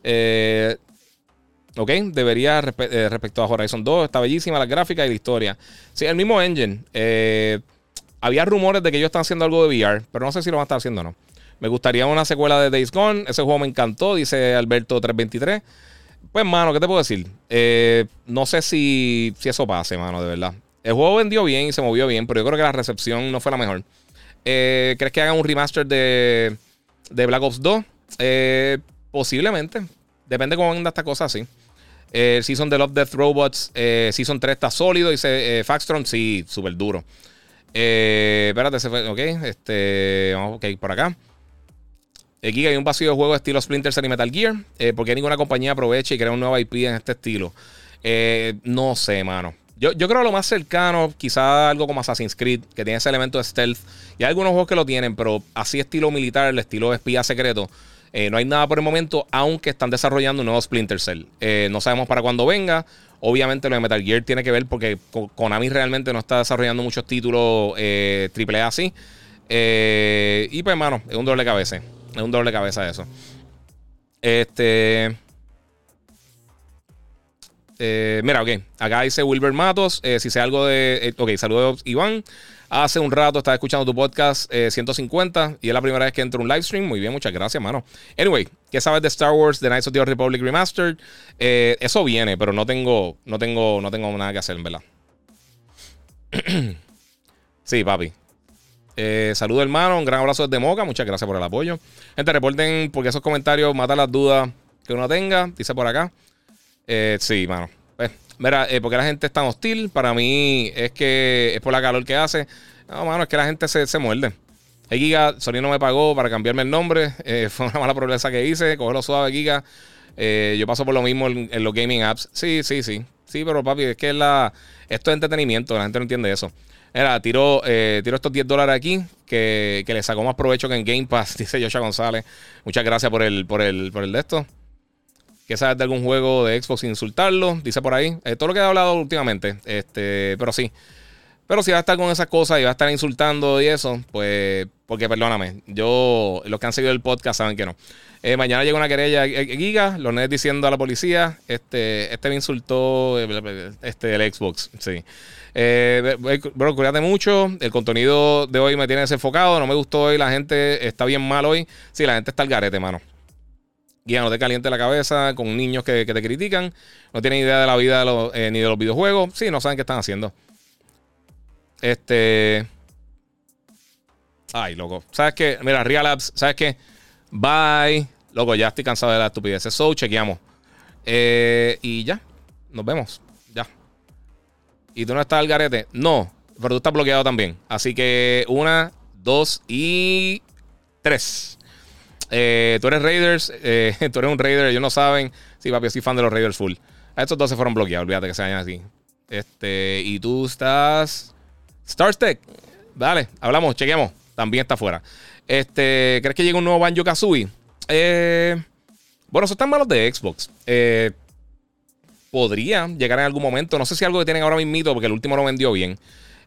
respecto a Horizon 2, está bellísima la gráfica y la historia. Sí, el mismo engine. Había rumores de que ellos están haciendo algo de VR, pero no sé si lo van a estar haciendo o no. Me gustaría una secuela de Days Gone, ese juego me encantó, dice Alberto 323. Pues, mano, ¿qué te puedo decir? No sé si eso pase, mano, de verdad. El juego vendió bien y se movió bien, pero yo creo que la recepción no fue la mejor. ¿Crees que hagan un remaster de Black Ops 2? Posiblemente. Depende cómo venda esta cosa así. El Season de Love, Death Robots, Season 3 está sólido. Dice Faxtron, sí, súper duro. Espérate, se fue. Ok, vamos por acá. Giga, hay un vacío de juego estilo Splinter Cell y Metal Gear. ¿Por qué ninguna compañía aprovecha y crea un nuevo IP en este estilo? No sé, mano. Yo creo lo más cercano, quizá algo como Assassin's Creed, que tiene ese elemento de stealth. Y hay algunos juegos que lo tienen, pero así estilo militar, el estilo de espía secreto. No hay nada por el momento, aunque están desarrollando un nuevo Splinter Cell. No sabemos para cuándo venga. Obviamente lo de Metal Gear tiene que ver porque Konami realmente no está desarrollando muchos títulos AAA así. Y pues, hermano, es un doble cabeza. Es un doble cabeza eso. Mira, ok. Acá dice Wilber Matos. Si sé algo de. Ok, saludos, Iván. Hace un rato estaba escuchando tu podcast 150 y es la primera vez que entro a un live stream. Muy bien, muchas gracias, mano. Anyway, ¿qué sabes de Star Wars The Knights of the Old Republic Remastered? Eso viene, pero no tengo nada que hacer, en verdad. Sí, papi. Saludos, hermano. Un gran abrazo desde Moca. Muchas gracias por el apoyo. Gente, reporten porque esos comentarios matan las dudas que uno tenga. Dice por acá. Sí, mano. Mira, porque la gente es tan hostil. Para mí es que es por la calor que hace. No, mano, es que la gente se muerde. Hey, Giga, Sony no me pagó para cambiarme el nombre. Fue una mala promesa que hice. Cógelo suave, Giga. Yo paso por lo mismo en los gaming apps. Sí. Sí, pero papi, es que esto es entretenimiento. La gente no entiende eso. Mira, tiro estos $10 aquí que le sacó más provecho que en Game Pass, dice Joshua González. Muchas gracias por el de esto. ¿Qué sabes de algún juego de Xbox sin insultarlo? Dice por ahí. Todo lo que he hablado últimamente. Pero sí. Pero si va a estar con esas cosas y va a estar insultando y eso, pues, porque perdóname, los que han seguido el podcast saben que no. Mañana llega una querella Giga, los nerds diciendo a la policía, me insultó el Xbox, sí. Bro, cuídate mucho, el contenido de hoy me tiene desenfocado, no me gustó hoy, la gente está bien mal hoy. Sí, la gente está al garete, mano. Guía, no te caliente la cabeza con niños que te critican, no tienen idea de la vida ni de los videojuegos, sí, no saben qué están haciendo. Ay, loco. ¿Sabes qué? Mira, Real Labs, ¿sabes qué? Bye. Loco, ya estoy cansado de la estupidez. So, chequeamos. Y ya. Nos vemos. Ya. ¿Y tú no estás al garete? No. Pero tú estás bloqueado también. Así que 1, 2 y 3. Tú eres Raiders. Tú eres un Raider. Ellos no saben. Sí, papi, yo soy fan de los Raiders full. A estos dos se fueron bloqueados. Olvídate que se vayan así. Y tú estás... Starstech. Dale, hablamos, chequeamos. También está fuera. ¿Crees que llegue un nuevo Banjo-Kazooie? Bueno, esos están malos de Xbox. Podría llegar en algún momento. No sé si algo que tienen ahora mismito, porque el último lo vendió bien.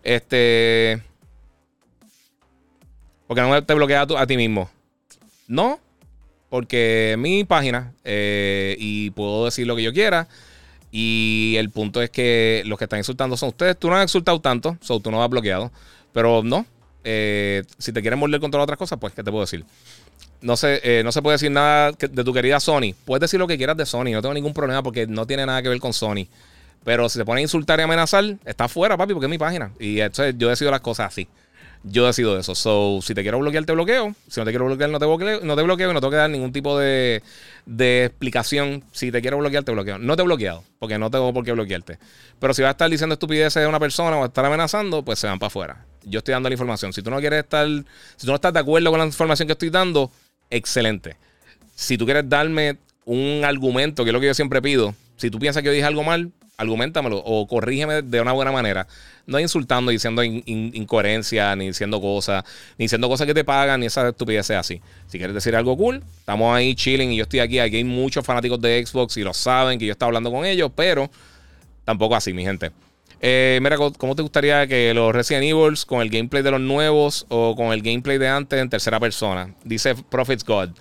Porque no te bloquea a ti mismo. No, porque es mi página y puedo decir lo que yo quiera. Y el punto es que los que están insultando son ustedes. Tú no has insultado tanto, tú no has bloqueado. Pero no. Si te quieren morder contra otras cosas, pues, ¿qué te puedo decir? No se puede decir nada de tu querida Sony. Puedes decir lo que quieras de Sony. No tengo ningún problema porque no tiene nada que ver con Sony. Pero si te ponen a insultar y amenazar, está fuera, papi, porque es mi página. Y entonces yo decido las cosas así. Yo decido eso. Si te quiero bloquear, te bloqueo. Si no te quiero bloquear, no te bloqueo y no tengo que dar ningún tipo de explicación. Si te quiero bloquear, te bloqueo. No te he bloqueado, porque no tengo por qué bloquearte. Pero si vas a estar diciendo estupideces de una persona o a estar amenazando, pues se van para afuera. Yo estoy dando la información. Si tú no estás de acuerdo con la información que estoy dando, excelente. Si tú quieres darme un argumento, que es lo que yo siempre pido, si tú piensas que yo dije algo mal, argumentamelo o corrígeme de una buena manera. No insultando, diciendo incoherencia, ni diciendo cosas que te pagan, ni esas estupideces así. Si quieres decir algo cool, estamos ahí chilling y yo estoy aquí. Aquí hay muchos fanáticos de Xbox y lo saben que yo estoy hablando con ellos, pero tampoco así, mi gente. Mira, ¿cómo te gustaría que los Resident Evil con el gameplay de los nuevos o con el gameplay de antes en tercera persona? Dice Prophet's God.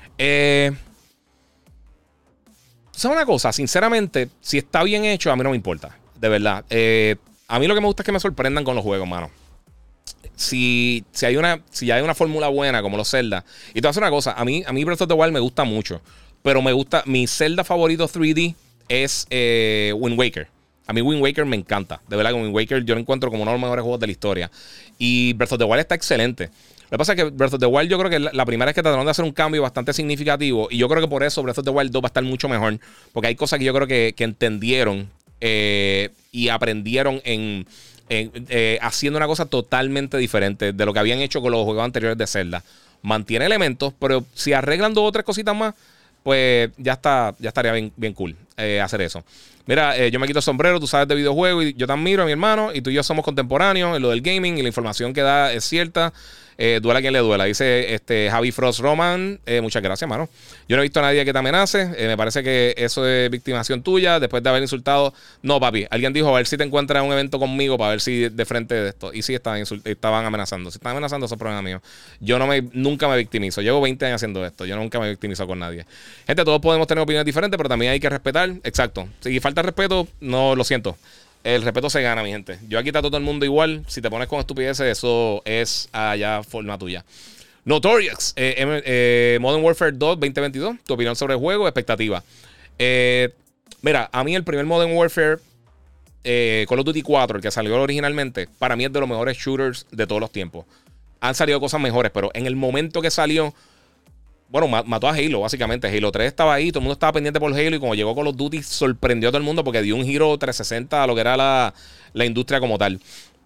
¿Sabes una cosa? Sinceramente, si está bien hecho, a mí no me importa. De verdad. A mí lo que me gusta es que me sorprendan con los juegos, mano. Si hay una fórmula buena como los Zelda. Y te voy a hacer una cosa. A mí Breath of the Wild me gusta mucho. Pero me gusta... Mi Zelda favorito 3D es Wind Waker. A mí Wind Waker me encanta. De verdad que Wind Waker yo lo encuentro como uno de los mejores juegos de la historia. Y Breath of the Wild está excelente. Lo que pasa es que Breath of the Wild yo creo que la primera es que trataron de hacer un cambio bastante significativo y yo creo que por eso Breath of the Wild 2 va a estar mucho mejor, porque hay cosas que yo creo que entendieron y aprendieron haciendo una cosa totalmente diferente de lo que habían hecho con los juegos anteriores de Zelda. Mantiene elementos, pero si arreglan 2 o 3 cositas más, pues ya estaría bien cool hacer eso. Mira, yo me quito el sombrero, tú sabes de videojuegos y yo te admiro a mi hermano y tú y yo somos contemporáneos en lo del gaming y la información que da es cierta. Duela a quien le duela. Dice Javi Frost Roman. Muchas gracias, hermano. Yo no he visto a nadie que te amenace. Me parece que eso es victimación tuya después de haber insultado. No, papi. Alguien dijo a ver si te encuentras en un evento conmigo para ver si de frente de esto. Y sí estaban amenazando. Si estaban amenazando, eso es problema mío. Yo nunca me victimizo. Llevo 20 años haciendo esto. Yo nunca me victimizo con nadie. Gente, todos podemos tener opiniones diferentes, pero también hay que respetar. Exacto. Si falta respeto, no lo siento. El respeto se gana, mi gente. Yo aquí trato a todo el mundo igual. Si te pones con estupideces, eso es allá forma tuya. Notorious. Modern Warfare 2 2022. Tu opinión sobre el juego, expectativa. Mira, a mí el primer Modern Warfare, Call of Duty 4, el que salió originalmente, para mí es de los mejores shooters de todos los tiempos. Han salido cosas mejores, pero en el momento que salió, bueno, mató a Halo, básicamente. Halo 3 estaba ahí, todo el mundo estaba pendiente por Halo y como llegó Call of Duty sorprendió a todo el mundo porque dio un giro 360 a lo que era la industria como tal.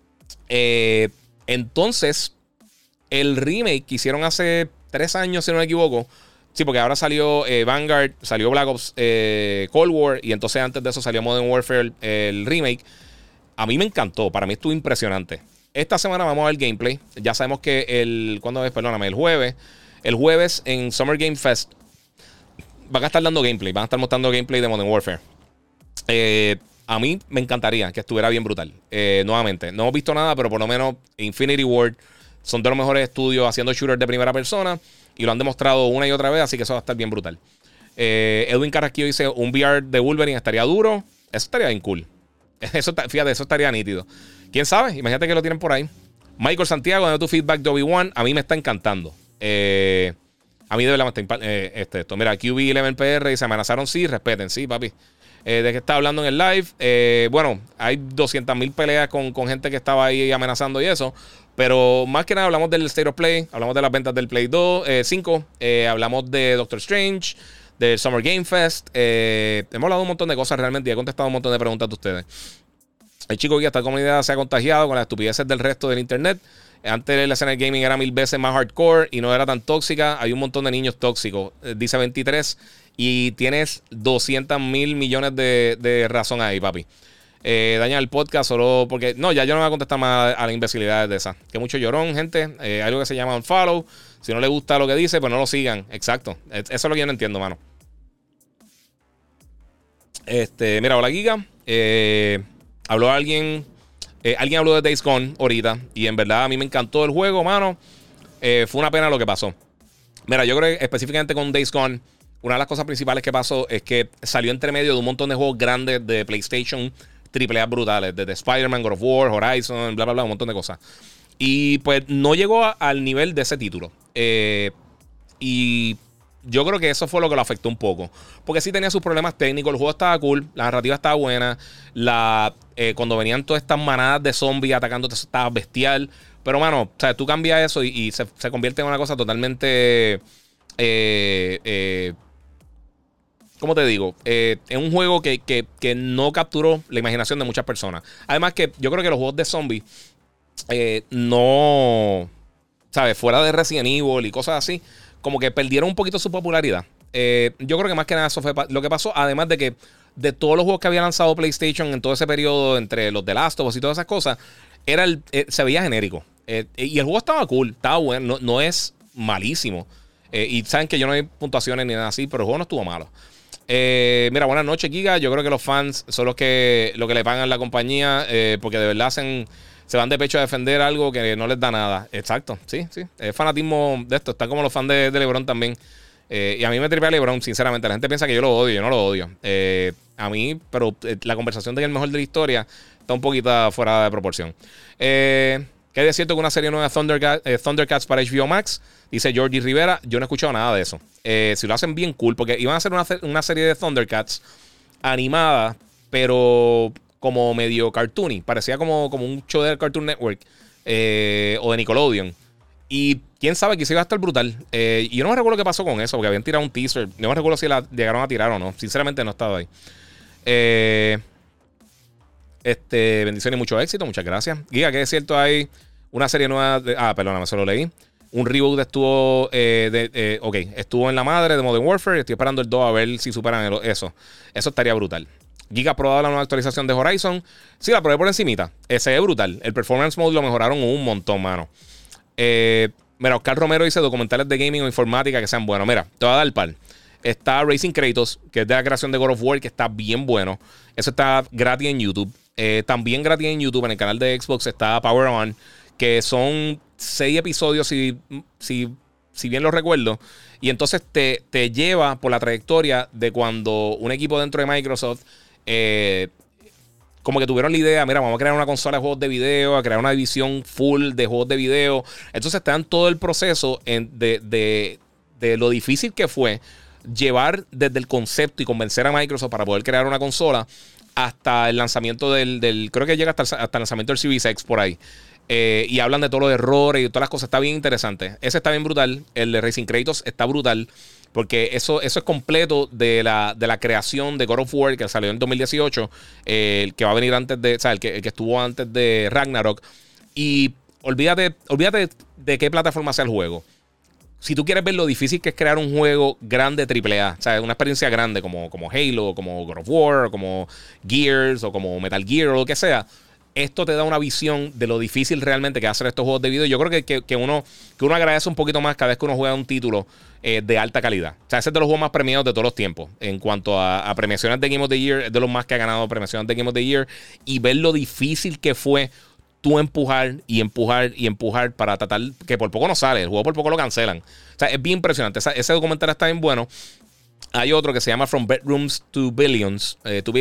Entonces, el remake que hicieron hace 3 años, si no me equivoco. Sí, porque ahora salió Vanguard, salió Black Ops Cold War y entonces antes de eso salió Modern Warfare, el remake. A mí me encantó, para mí estuvo impresionante. Esta semana vamos a ver gameplay. Ya sabemos que ¿cuándo es? Perdóname, el jueves. El jueves en Summer Game Fest van a estar dando gameplay, van a estar mostrando gameplay de Modern Warfare. A mí me encantaría que estuviera bien brutal. Nuevamente, no hemos visto nada, pero por lo menos Infinity Ward son de los mejores estudios haciendo shooters de primera persona y lo han demostrado una y otra vez, así que eso va a estar bien brutal. Edwin Carrasquillo dice, un VR de Wolverine estaría duro. Eso estaría bien cool. Fíjate, eso estaría nítido. ¿Quién sabe? Imagínate que lo tienen por ahí. Michael Santiago, dame tu feedback de Obi-Wan. A mí me está encantando. A mí de verdad me está esto. Mira, QB11PR dice, amenazaron, sí, respeten, sí, papi. ¿De qué está hablando en el live? Bueno, hay 200,000 peleas con gente que estaba ahí amenazando y eso. Pero más que nada hablamos del State of Play, hablamos de las ventas del Play 5, hablamos de Doctor Strange, del Summer Game Fest. Hemos hablado de un montón de cosas realmente y he contestado un montón de preguntas de ustedes. El chico que esta comunidad se ha contagiado con las estupideces del resto del internet. Antes la escena del gaming era 1000 veces más hardcore y no era tan tóxica. Hay un montón de niños tóxicos. Dice 23 y tienes 200,000 millones de razón ahí, papi. Daña el podcast solo porque... No, ya yo no voy a contestar más a la imbecilidad de esa. Que mucho llorón, gente. Hay algo que se llama unfollow. Si no le gusta lo que dice, pues no lo sigan. Exacto. Eso es lo que yo no entiendo, mano. Mira, hola Giga. Habló alguien... alguien habló de Days Gone ahorita y en verdad a mí me encantó el juego, mano. Fue una pena lo que pasó. Mira, yo creo que específicamente con Days Gone, una de las cosas principales que pasó es que salió entre medio de un montón de juegos grandes de PlayStation, AAA brutales, desde Spider-Man, God of War, Horizon, bla, bla, bla, un montón de cosas. Y pues no llegó al nivel de ese título. Y yo creo que eso fue lo que lo afectó un poco. Porque sí tenía sus problemas técnicos. El juego estaba cool. La narrativa estaba buena. Cuando venían todas estas manadas de zombies atacándote, eso estaba bestial. Pero, mano, o sea, tú cambias eso y se convierte en una cosa totalmente... ¿cómo te digo? Es un juego que no capturó la imaginación de muchas personas. Además que yo creo que los juegos de zombies no... ¿Sabes? Fuera de Resident Evil y cosas así, como que perdieron un poquito su popularidad. Yo creo que más que nada eso fue lo que pasó. Además de que de todos los juegos que había lanzado PlayStation en todo ese periodo, entre los de Last of Us y todas esas cosas, se veía genérico. Y el juego estaba cool, estaba bueno, no es malísimo. Y saben que yo no hay puntuaciones ni nada así, pero el juego no estuvo malo. Mira, buenas noches, Giga. Yo creo que los fans son lo que le pagan a la compañía, porque de verdad se van de pecho a defender algo que no les da nada. Exacto, sí. Es fanatismo de esto. Está como los fans de LeBron también. Y a mí me tripea LeBron, sinceramente. La gente piensa que yo lo odio. Yo no lo odio. A mí, pero la conversación de que el mejor de la historia está un poquito fuera de proporción. ¿Qué es cierto que una serie nueva de Thundercats para HBO Max? Dice Georgie Rivera. Yo no he escuchado nada de eso. Si lo hacen bien cool, porque iban a hacer una serie de Thundercats animada, pero como medio cartoony. Parecía como un show del Cartoon Network o de Nickelodeon. Y quién sabe, quizá iba a estar brutal. Y yo no me recuerdo qué pasó con eso, porque habían tirado un teaser. No me recuerdo si la llegaron a tirar o no. Sinceramente no estaba ahí. Bendiciones y mucho éxito. Muchas gracias. Giga, que es cierto, hay una serie nueva. Perdóname, se lo leí. Un reboot estuvo. Estuvo en la madre de Modern Warfare. Estoy esperando el 2 a ver si superan eso. Eso estaría brutal. Giga, ¿ha probado la nueva actualización de Horizon? Sí, la probé por encimita. Se ve brutal. El performance mode lo mejoraron un montón, mano. Mira, Oscar Romero dice documentales de gaming o informática que sean buenos. Mira, te voy a dar el par. Está Racing Kratos, que es de la creación de God of War, que está bien bueno. Eso está gratis en YouTube. También gratis en YouTube, en el canal de Xbox, está Power On, que son 6 episodios, si bien lo recuerdo. Y entonces te lleva por la trayectoria de cuando un equipo dentro de Microsoft como que tuvieron la idea, mira, vamos a crear una consola de juegos de video, a crear una división full de juegos de video. Entonces te dan todo el proceso de lo difícil que fue llevar desde el concepto y convencer a Microsoft para poder crear una consola hasta el lanzamiento creo que llega hasta el lanzamiento del Series X por ahí. Y hablan de todos los errores y todas las cosas. Está bien interesante. Ese está bien brutal. El de Racing Kratos está brutal. Porque eso es completo de la creación de God of War, que salió en 2018. El que va a venir antes de. O sea, el que estuvo antes de Ragnarok. Y olvídate de qué plataforma sea el juego. Si tú quieres ver lo difícil que es crear un juego grande AAA, o sea, una experiencia grande como Halo, como God of War, como Gears, o como Metal Gear, o lo que sea. Esto te da una visión de lo difícil realmente que es hacer estos juegos de video. Yo creo que uno agradece un poquito más cada vez que uno juega un título de alta calidad. O sea, ese es de los juegos más premiados de todos los tiempos. En cuanto a premiaciones de Game of the Year, es de los más que ha ganado premiaciones de Game of the Year. Y ver lo difícil que fue tú empujar para tratar que por poco no sale. El juego por poco lo cancelan. O sea, es bien impresionante. Ese documental está bien bueno. Hay otro que se llama From Bedrooms to Billions,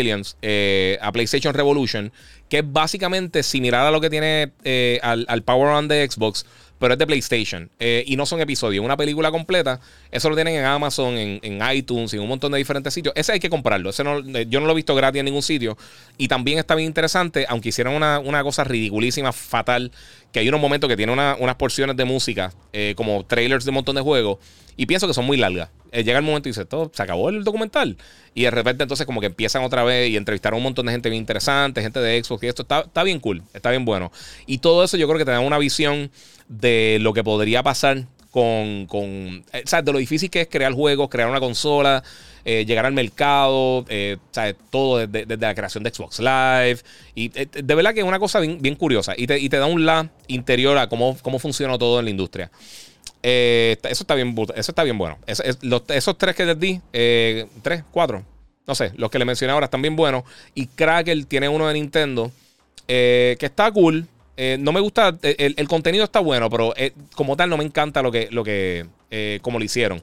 a PlayStation Revolution, que es básicamente similar a lo que tiene al Power On de Xbox, pero es de PlayStation. Y no son episodios, una película completa. Eso lo tienen en Amazon, en iTunes y en un montón de diferentes sitios. Ese hay que comprarlo. Yo no lo he visto gratis en ningún sitio. Y también está bien interesante, aunque hicieron una cosa ridiculísima, fatal, que hay unos momentos que tiene unas porciones de música, como trailers de un montón de juegos, y pienso que son muy largas. Llega el momento y dice, todo, se acabó el documental. Y de repente entonces como que empiezan otra vez y entrevistaron a un montón de gente bien interesante, gente de Xbox, y esto está bien cool, está bien bueno. Y todo eso yo creo que te da una visión de lo que podría pasar o sea, de lo difícil que es crear juegos, crear una consola, llegar al mercado, ¿sabes? Todo desde la creación de Xbox Live. Y de verdad que es una cosa bien, bien curiosa. Y te da un la interior a cómo funciona todo en la industria. Eso está bien bueno. Esos 3 que les di, 3, 4, no sé, los que le mencioné ahora están bien buenos. Y Crackle tiene uno de Nintendo que está cool. No me gusta, el contenido está bueno, pero como tal no me encanta como lo hicieron.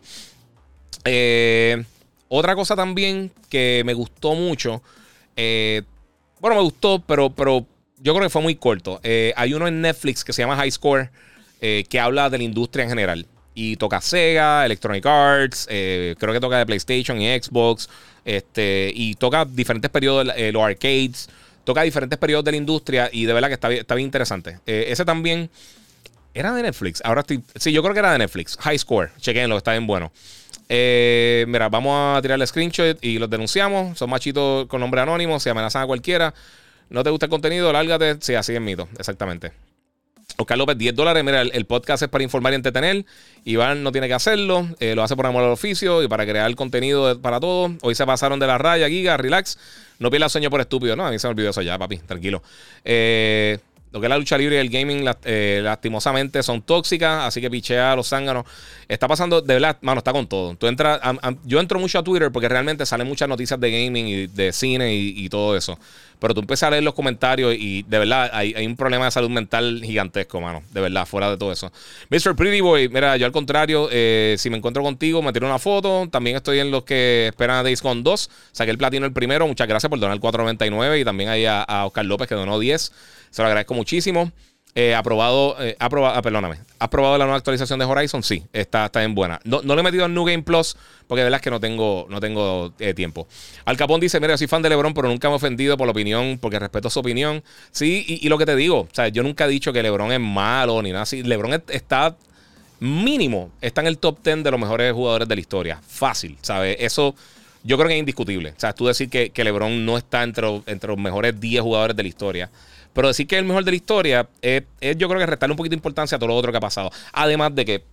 Otra cosa también que me gustó mucho, me gustó, pero yo creo que fue muy corto. Hay uno en Netflix que se llama High Score, que habla de la industria en general. Y toca Sega, Electronic Arts, creo que toca de PlayStation y Xbox, y toca diferentes periodos, los arcades. Toca diferentes periodos de la industria y de verdad que está bien interesante. Ese también era de Netflix. Sí, yo creo que era de Netflix. High Score. Chequenlo, está bien bueno. Mira, vamos a tirar el screenshot y los denunciamos. Son machitos con nombre anónimo, se amenazan a cualquiera. No te gusta el contenido, lárgate. Sí, así es mito, exactamente. Oscar López, $10. Mira, el podcast es para informar y entretener. Iván no tiene que hacerlo. Lo hace por amor al oficio y para crear contenido para todos. Hoy se pasaron de la raya, Giga, relax. No pierdas sueño por estúpido. No, a mí se me olvidó eso ya, papi. Tranquilo. Lo que es la lucha libre y el gaming, lastimosamente, son tóxicas. Así que pichea a los zánganos. Está pasando, de verdad, mano, está con todo. Tú entras, yo entro mucho a Twitter porque realmente salen muchas noticias de gaming y de cine y todo eso. Pero tú empiezas a leer los comentarios y de verdad hay un problema de salud mental gigantesco, mano. De verdad, fuera de todo eso. Mr. Pretty Boy, mira, yo al contrario, si me encuentro contigo, me tiro una foto. También estoy en los que esperan a Days Gone 2. Saqué el platino el primero. Muchas gracias por donar $4.99. Y también ahí a Oscar López que donó 10. Se lo agradezco muchísimo. ¿Has probado la nueva actualización de Horizon? Sí, está bien buena. No le he metido en New Game Plus porque de verdad es que no tengo tiempo. Al Capón dice, mira, yo soy fan de LeBron, pero nunca me he ofendido por la opinión, porque respeto su opinión. Sí, y lo que te digo, o sea, yo nunca he dicho que LeBron es malo ni nada así. LeBron está mínimo está en el top 10 de los mejores jugadores de la historia. Fácil, ¿sabes? Eso yo creo que es indiscutible. O sea, tú decir que LeBron no está entre los mejores 10 jugadores de la historia. Pero decir que es el mejor de la historia es yo creo que restarle un poquito de importancia a todo lo otro que ha pasado. Además de que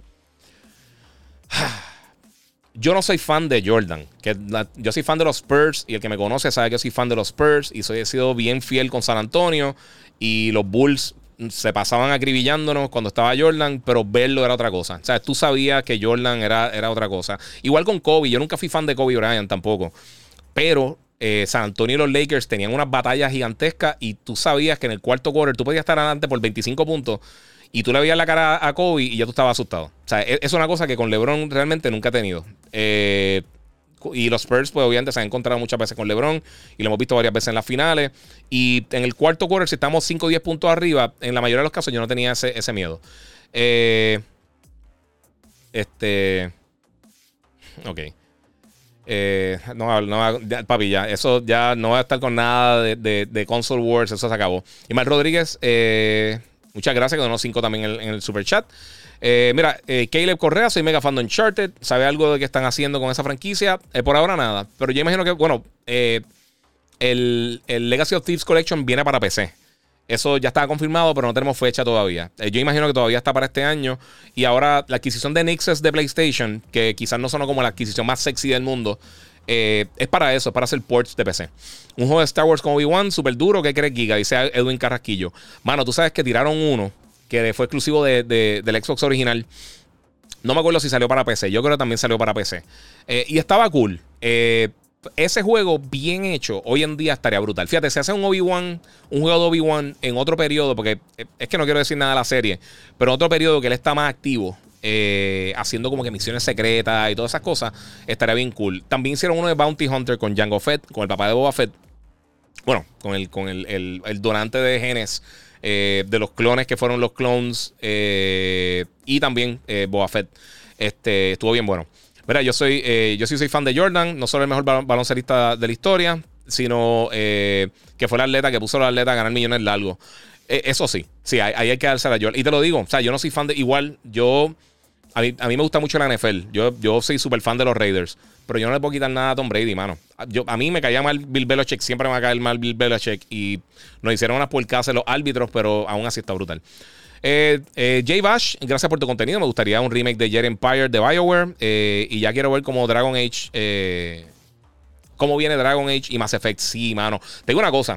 yo no soy fan de Jordan. Yo soy fan de los Spurs y el que me conoce sabe que yo soy fan de los Spurs y he sido bien fiel con San Antonio y los Bulls se pasaban acribillándonos cuando estaba Jordan, pero verlo era otra cosa. O sea, tú sabías que Jordan era otra cosa. Igual con Kobe. Yo nunca fui fan de Kobe Bryant tampoco. Pero San Antonio y los Lakers tenían unas batallas gigantescas y tú sabías que en el cuarto quarter tú podías estar adelante por 25 puntos y tú le veías la cara a Kobe y ya tú estabas asustado. O sea, es una cosa que con LeBron realmente nunca he tenido. Y los Spurs, pues obviamente se han encontrado muchas veces con LeBron y lo hemos visto varias veces en las finales. Y en el cuarto quarter, si estamos 5 o 10 puntos arriba, en la mayoría de los casos yo no tenía ese miedo. Ok. Papi, ya. Eso ya no va a estar con nada de Console Wars. Eso se acabó. Y Mar Rodríguez, muchas gracias, que donó 5 también en el super chat. Mira, Caleb Correa, soy mega fan de Uncharted. ¿Sabe algo de qué están haciendo con esa franquicia? Por ahora nada. Pero yo imagino que, bueno, el Legacy of Thieves Collection viene para PC. Eso ya estaba confirmado, pero no tenemos fecha todavía. Yo imagino que todavía está para este año. Y ahora la adquisición de Nixes de PlayStation, que quizás no sonó como la adquisición más sexy del mundo, es para eso, es para hacer ports de PC. Un juego de Star Wars con Obi-Wan, súper duro. ¿Qué crees, Giga? Dice Edwin Carrasquillo. Mano, tú sabes que tiraron uno que fue exclusivo del Xbox original. No me acuerdo si salió para PC. Yo creo que también salió para PC. Y estaba cool. Ese juego bien hecho hoy en día estaría brutal. Fíjate, se hace un Obi-Wan, un juego de Obi-Wan en otro periodo, porque es que no quiero decir nada de la serie, pero en otro periodo que él está más activo, haciendo como que misiones secretas y todas esas cosas, estaría bien cool. También hicieron uno de Bounty Hunter con Jango Fett, con el papá de Boba Fett. Bueno, con el donante de genes de los clones que fueron los clones, y también Boba Fett. Estuvo bien bueno. Mira, yo sí soy fan de Jordan, no solo el mejor baloncelista de la historia, sino que fue el atleta que puso a los atletas a ganar millones largos. Eso sí, ahí hay que darse a Jordan. Y te lo digo, o sea, yo no soy fan de. Igual, a mí me gusta mucho la NFL. Yo soy súper fan de los Raiders, pero yo no le puedo quitar nada a Tom Brady, mano. A mí me caía mal Bill Belichick, siempre me va a caer mal Bill Belichick. Y nos hicieron unas porcas los árbitros, pero aún así está brutal. Jay Bash, gracias por tu contenido. Me gustaría un remake de Jedi Empire de BioWare. Y ya quiero ver cómo Dragon Age. Cómo viene Dragon Age y Mass Effect. Sí, mano. Te digo una cosa.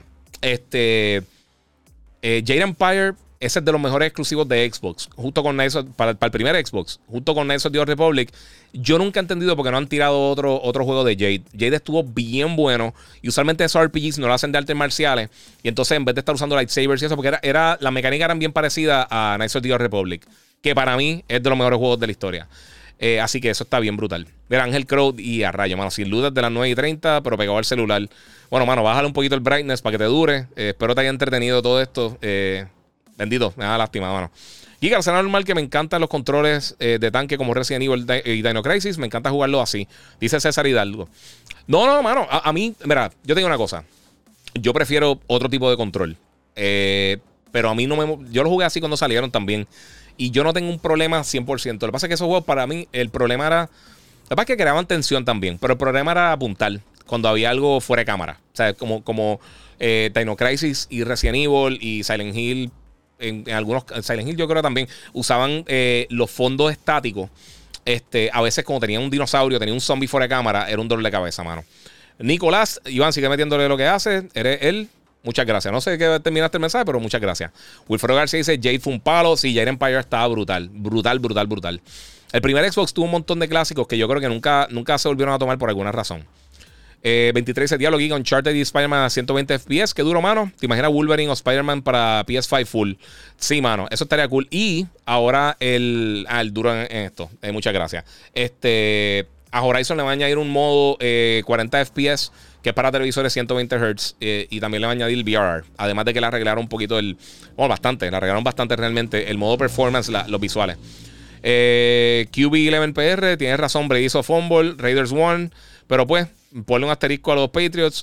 Jedi Empire, ese es de los mejores exclusivos de Xbox. Justo con Knights para el primer Xbox. Junto con Knights of the Old Republic. Yo nunca he entendido por qué no han tirado otro juego de Jade. Jade estuvo bien bueno. Y usualmente esos RPGs no lo hacen de artes marciales. Y entonces, en vez de estar usando lightsabers y eso, porque las mecánicas eran bien parecidas a Knights of the Old Republic, que para mí es de los mejores juegos de la historia. Así que eso está bien brutal. Ver Ángel Crow y a rayo, mano. Sin luces de las 9:30, pero pegado al celular. Bueno, mano, bájale un poquito el brightness para que te dure. Espero te haya entretenido todo esto. Bendito, me da lástima, mano. Giga, será normal que me encantan los controles de tanque como Resident Evil y Dino Crisis. Me encanta jugarlo así. Dice César Hidalgo. No, mano. A mí, mira, yo te digo una cosa. Yo prefiero otro tipo de control. Pero a mí no me. Yo lo jugué así cuando salieron también. Y yo no tengo un problema 100%. Lo que pasa es que esos juegos, para mí, el problema era. Lo que pasa es que creaban tensión también. Pero el problema era apuntar cuando había algo fuera de cámara. O sea, como Dino Crisis y Resident Evil y Silent Hill. En algunos Silent Hill yo creo que también usaban los fondos estáticos. A veces como tenía un dinosaurio, tenía un zombie fuera de cámara, era un dolor de cabeza, mano. Nicolás, Iván, sigue metiéndole lo que hace. Eres él. Muchas gracias. No sé qué terminaste el mensaje, pero muchas gracias. Wilfredo García dice, Jade fue un palo. Sí, Jade Empire estaba brutal. Brutal. El primer Xbox tuvo un montón de clásicos que yo creo que nunca se volvieron a tomar por alguna razón. 23 de Diablo, Giga, Uncharted y Spider-Man a 120 FPS. Qué duro, mano. ¿Te imaginas Wolverine o Spider-Man para PS5 full? Sí, mano. Eso estaría cool. Y ahora el duro en esto. Muchas gracias. A Horizon le va a añadir un modo 40 FPS que es para televisores 120 Hz. Y también le va a añadir el VRR. Además de que le arreglaron un poquito bastante. Le arreglaron bastante realmente el modo performance, los visuales. QB11PR, tienes razón. Brady hizo Fumble, Raiders One. Pero pues, ponle un asterisco a los Patriots.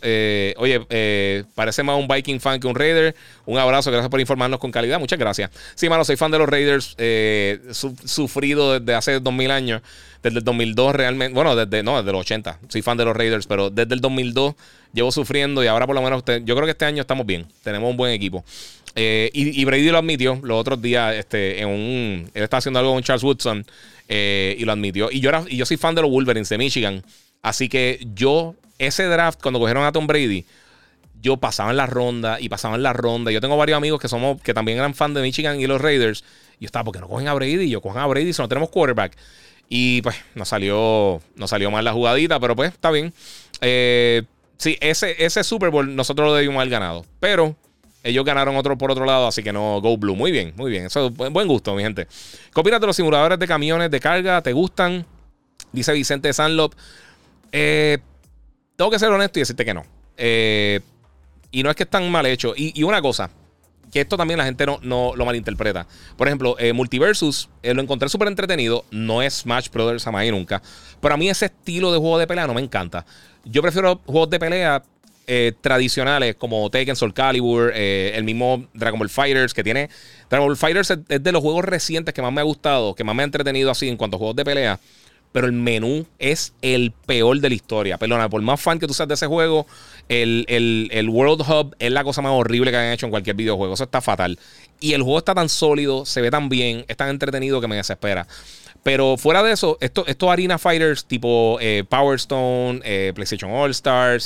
Parece más un Viking fan que un Raider. Un abrazo, gracias por informarnos con calidad. Muchas gracias. Sí, mano, soy fan de los Raiders. Sufrido desde hace 2000 años. Desde el 2002 realmente. Bueno, desde los 80. Soy fan de los Raiders, pero desde el 2002 llevo sufriendo y ahora por lo menos yo creo que este año estamos bien. Tenemos un buen equipo. Y Brady lo admitió los otros días. Él estaba haciendo algo con Charles Woodson y lo admitió. Y yo soy fan de los Wolverines de Michigan. Así que ese draft, cuando cogieron a Tom Brady, yo pasaba en la ronda y pasaba en la ronda. Yo tengo varios amigos que también eran fan de Michigan y los Raiders. Y yo estaba, ¿por qué no cogen a Brady? Y yo, cogen a Brady si no tenemos quarterback. Y pues no salió mal la jugadita, pero pues está bien. Sí, ese Super Bowl nosotros lo debimos haber ganado. Pero ellos ganaron otro por otro lado, así que no, go blue. Muy bien, muy bien. Eso es buen gusto, mi gente. ¿Qué opinas de los simuladores de camiones de carga? ¿Te gustan? Dice Vicente de Sanlop. Tengo que ser honesto y decirte que no. Y no es que están mal hechos. Y una cosa, que esto también la gente no lo malinterpreta. Por ejemplo, Multiversus, lo encontré súper entretenido. No es Smash Brothers jamás y nunca. Pero a mí ese estilo de juego de pelea no me encanta. Yo prefiero juegos de pelea tradicionales como Tekken, Soul Calibur, el mismo Dragon Ball Fighters que tiene. Dragon Ball Fighters es de los juegos recientes que más me ha gustado, que más me ha entretenido así en cuanto a juegos de pelea. Pero el menú es el peor de la historia. Perdona, por más fan que tú seas de ese juego, el World Hub es la cosa más horrible que han hecho en cualquier videojuego. Eso está fatal. Y el juego está tan sólido, se ve tan bien, es tan entretenido que me desespera. Pero fuera de eso, estos Arena Fighters tipo Power Stone, PlayStation All Stars,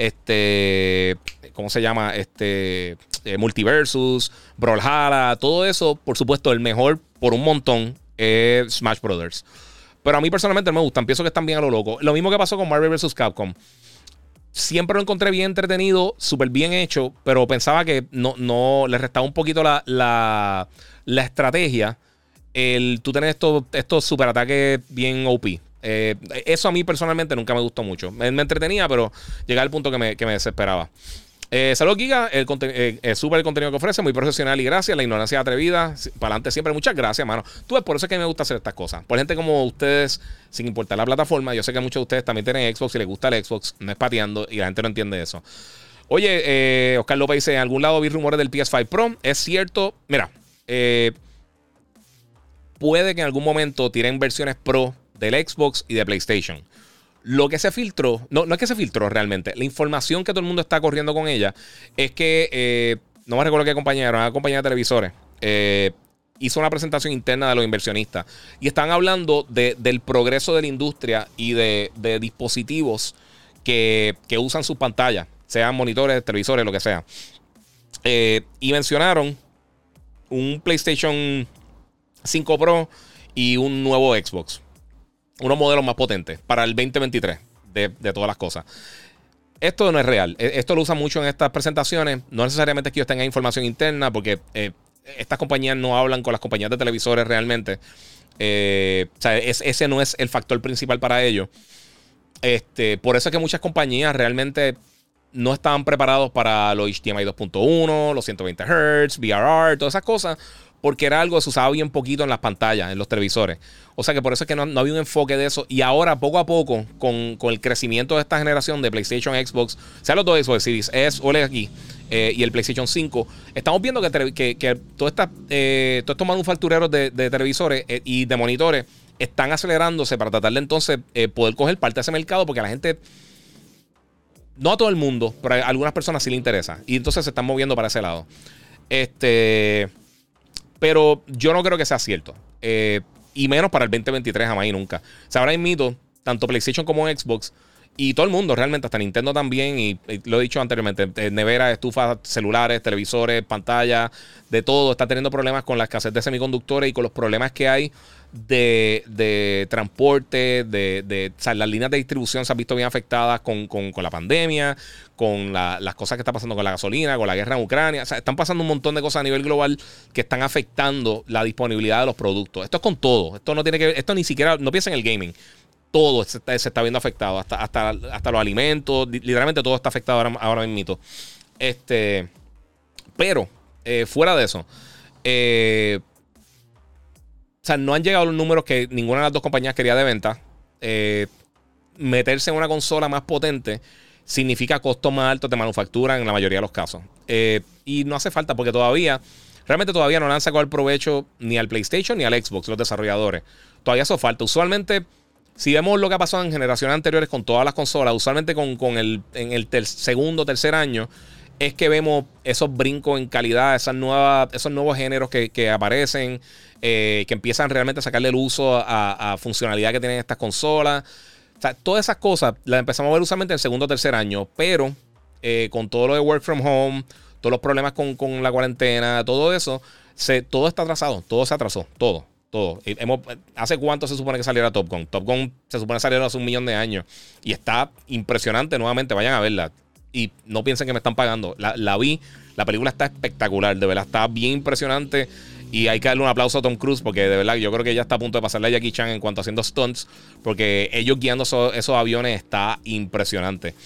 ¿cómo se llama? Multiversus, Brawlhalla, todo eso, por supuesto, el mejor por un montón es Smash Brothers. Pero a mí personalmente no me gustan. Pienso que están bien a lo loco. Lo mismo que pasó con Marvel vs. Capcom. Siempre lo encontré bien entretenido, súper bien hecho, pero pensaba que no le restaba un poquito la estrategia. Tú tenés estos super ataques bien OP. Eso a mí personalmente nunca me gustó mucho. Me entretenía, pero llegaba al punto que me desesperaba. Saludos, Giga. Súper el contenido que ofrece, muy profesional y gracias. La ignorancia atrevida. Para adelante siempre. Muchas gracias, mano. Tú ves, por eso es que me gusta hacer estas cosas. Por gente como ustedes, sin importar la plataforma. Yo sé que muchos de ustedes también tienen Xbox y les gusta el Xbox. No es pateando y la gente no entiende eso. Oye, Oscar López dice: en algún lado vi rumores del PS5 Pro. Es cierto. Mira, puede que en algún momento tiren versiones Pro del Xbox y de PlayStation. Lo que se filtró, no es que se filtró realmente. La información que todo el mundo está corriendo con ella es que, no me recuerdo qué compañía era, una compañía de televisores, hizo una presentación interna de los inversionistas y están hablando del progreso de la industria y de dispositivos que usan sus pantallas, sean monitores, televisores, lo que sea. Y mencionaron un PlayStation 5 Pro y un nuevo Xbox. Unos modelos más potentes para el 2023 de todas las cosas. Esto no es real. Esto lo usan mucho en estas presentaciones. No necesariamente es que ellos tengan información interna, porque estas compañías no hablan con las compañías de televisores realmente. O sea, ese no es el factor principal para ellos. Por eso es que muchas compañías realmente no estaban preparados para los HDMI 2.1, los 120 Hz, VRR, todas esas cosas, porque era algo que se usaba bien poquito en las pantallas, en los televisores. O sea que por eso es que no había un enfoque de eso. Y ahora, poco a poco, con el crecimiento de esta generación de PlayStation, Xbox, sea los dos Xbox Series S, OLED aquí, y el PlayStation 5, estamos viendo que todos estos manufactureros de televisores y de monitores están acelerándose para tratar de entonces poder coger parte de ese mercado, porque a la gente, no a todo el mundo, pero a algunas personas sí le interesa. Y entonces se están moviendo para ese lado. Pero yo no creo que sea cierto. Y menos para el 2023, jamás y nunca. O sea, ahora mismo, tanto PlayStation como Xbox y todo el mundo realmente, hasta Nintendo también, y lo he dicho anteriormente, neveras, estufas, celulares, televisores, pantallas, de todo, está teniendo problemas con la escasez de semiconductores y con los problemas que hay de transporte, o sea, las líneas de distribución se han visto bien afectadas con la pandemia, con las cosas que están pasando con la gasolina, con la guerra en Ucrania. O sea, están pasando un montón de cosas a nivel global que están afectando la disponibilidad de los productos. Esto es con todo. Esto no tiene que ver, esto ni siquiera, no piensa en el gaming. Todo se está viendo afectado, hasta los alimentos, literalmente todo está afectado ahora mismo. Pero, fuera de eso, o sea, no han llegado los números que ninguna de las dos compañías quería de venta. meterse en una consola más potente significa costos más altos de manufactura en la mayoría de los casos. Y no hace falta porque realmente todavía no le han sacado el provecho ni al PlayStation ni al Xbox, los desarrolladores. Todavía eso falta. Usualmente, si vemos lo que ha pasado en generaciones anteriores con todas las consolas, usualmente en el segundo, tercer año, es que vemos esos brincos en calidad, esos nuevos géneros que aparecen, que empiezan realmente a sacarle el uso a funcionalidad que tienen estas consolas. O sea, todas esas cosas las empezamos a ver usualmente en el segundo o tercer año, pero con todo lo de work from home, todos los problemas con la cuarentena, todo eso, todo está atrasado, todo se atrasó, todo. ¿Hace cuánto se supone que saliera Top Gun? Top Gun se supone que saliera hace 1.000.000 de años y está impresionante nuevamente, vayan a verla y no piensen que me están pagando, la vi, la película está espectacular, de verdad, está bien impresionante. Y hay que darle un aplauso a Tom Cruise porque de verdad yo creo que ya está a punto de pasarle a Jackie Chan en cuanto haciendo stunts, porque ellos guiando esos aviones está impresionante.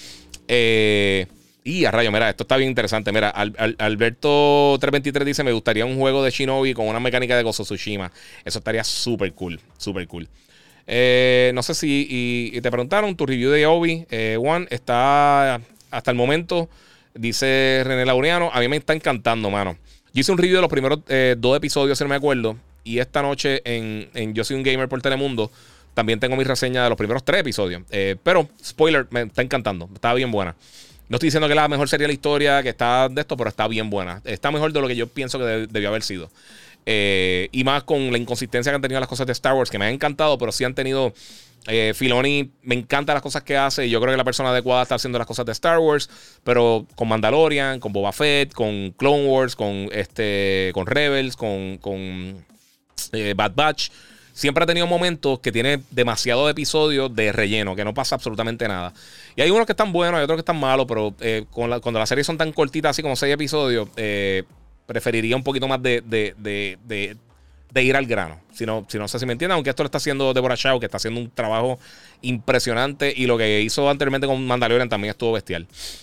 Y a rayo, mira, esto está bien interesante. Mira, Alberto 323 dice: me gustaría un juego de Shinobi con una mecánica de Ghost of Tsushima. Eso estaría súper cool, súper cool. No sé si y te preguntaron tu review de Obi One está hasta el momento, dice René Laureano. A mí me está encantando, mano. Yo hice un review de los primeros 2 episodios, si no me acuerdo. Y esta noche en Yo Soy un Gamer por Telemundo también tengo mi reseña de los primeros 3 episodios. Pero, spoiler, me está encantando. Está bien buena. No estoy diciendo que es la mejor serie de la historia, que está de esto, pero está bien buena. Está mejor de lo que yo pienso que debió haber sido. Y más con la inconsistencia que han tenido las cosas de Star Wars, que me han encantado, pero sí han tenido... Filoni me encantan las cosas que hace y yo creo que la persona adecuada está haciendo las cosas de Star Wars, pero con Mandalorian, con Boba Fett, con Clone Wars, con Rebels, con Bad Batch, siempre ha tenido momentos que tiene demasiados episodios de relleno, que no pasa absolutamente nada. Y hay unos que están buenos, hay otros que están malos, pero cuando las series son tan cortitas, así como 6 episodios, preferiría un poquito más de ir al grano. Si no sé si me entienden, aunque esto lo está haciendo Deborah Chow, que está haciendo un trabajo impresionante, y lo que hizo anteriormente con Mandalorian también estuvo bestial.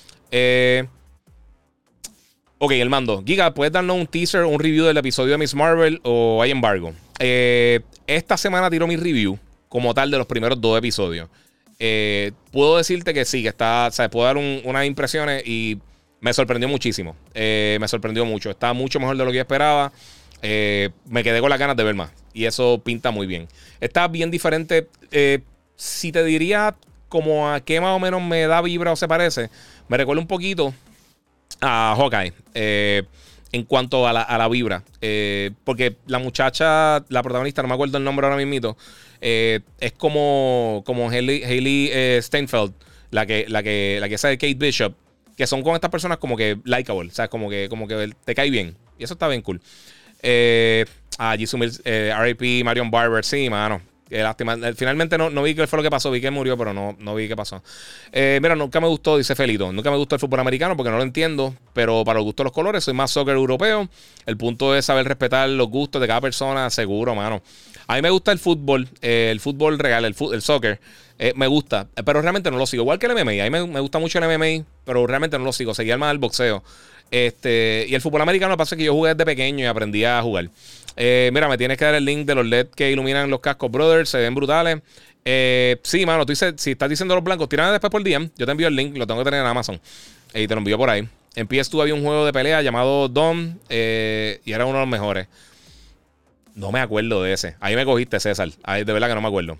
Ok, el mando. Giga, ¿puedes darnos un teaser, un review del episodio de Miss Marvel o hay embargo? Esta semana tiro mi review como tal de los primeros 2 episodios. Puedo decirte que sí, que está, o sea, puedo dar unas impresiones y me sorprendió muchísimo. Me sorprendió mucho. Está mucho mejor de lo que yo esperaba. Me quedé con las ganas de ver más. Y eso pinta muy bien. Está bien diferente. Si te diría como a qué más o menos me da vibra o se parece, me recuerda un poquito a Hawkeye. En cuanto a la vibra. Porque la muchacha, la protagonista, no me acuerdo el nombre ahora mismito, es como Hailey Steinfeld, la que sabe Kate Bishop, que son con estas personas como que likeable, o sea, como que te cae bien. Y eso está bien cool. Jisoo Mills, R.I.P. Marion Barber, sí, mano. Qué lástima. Finalmente no vi qué fue lo que pasó. Vi que murió, pero no vi qué pasó. Mira, nunca me gustó, dice Felito. Nunca me gustó el fútbol americano porque no lo entiendo. Pero para los gustos de los colores, soy más soccer europeo. El punto es saber respetar los gustos de cada persona, seguro, mano. A mí me gusta el fútbol real, el soccer. Me gusta, pero realmente no lo sigo. Igual que el MMA. A mí me gusta mucho el MMA, pero realmente no lo sigo. Seguía más el boxeo. Y el fútbol americano, lo que pasa es que yo jugué desde pequeño y aprendí a jugar. Mira, me tienes que dar el link de los LED que iluminan los cascos, brothers. Se ven brutales. Sí, mano, tú dices, si estás diciendo los blancos, tírame después por DM. Yo te envío el link, lo tengo que tener en Amazon. Y te lo envío por ahí. En PS2 había un juego de pelea llamado Dom. Y era uno de los mejores. No me acuerdo de ese. Ahí me cogiste, César. Ahí, de verdad que no me acuerdo.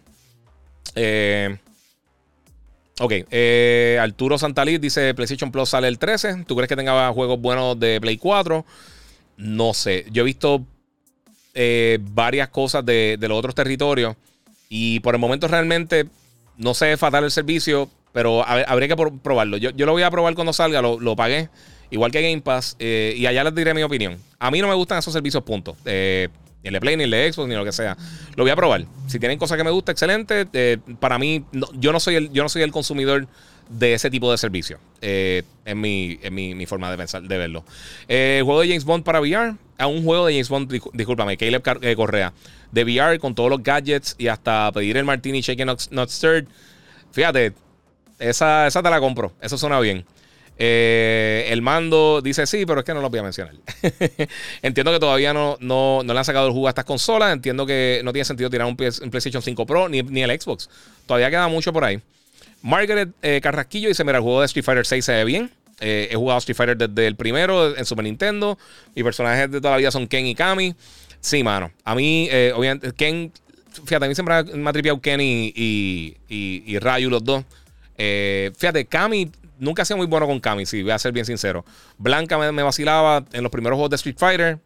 Ok, Arturo Santaliz dice: PlayStation Plus sale el 13. ¿Tú crees que tenga juegos buenos de Play 4? No sé. Yo he visto varias cosas de los otros territorios y por el momento realmente no sé fatal el servicio, pero habría que probarlo. Yo lo voy a probar cuando salga, lo pagué, igual que Game Pass, y allá les diré mi opinión. A mí no me gustan esos servicios, punto. Ni el de Play, ni el de Xbox, ni lo que sea. Lo voy a probar. Si tienen cosas que me gustan, excelente. Para mí, yo no soy el consumidor de ese tipo de servicio. Es mi forma de pensar, de verlo. Juego de James Bond para VR. Un juego de James Bond, discúlpame, Caleb Correa. De VR con todos los gadgets y hasta pedir el Martini Shaken Not Stirred. Fíjate, esa te la compro. Eso suena bien. El mando dice sí, pero es que no lo voy a mencionar. Entiendo que todavía no le han sacado el jugo a estas consolas. Entiendo que no tiene sentido tirar un PlayStation 5 Pro ni el Xbox. Todavía queda mucho por ahí. Margaret Carrasquillo dice: mira, el juego de Street Fighter 6 se ve bien. He jugado Street Fighter desde el primero en Super Nintendo. Mis personajes de toda la vida son Ken y Kami. Sí, mano. A mí, obviamente, Ken. Fíjate, a mí siempre me ha tripeado Ken y Ryu, los dos. Fíjate, Kami. Nunca he sido muy bueno con Kami, si voy a ser bien sincero. Blanca me vacilaba en los primeros juegos de Street Fighter.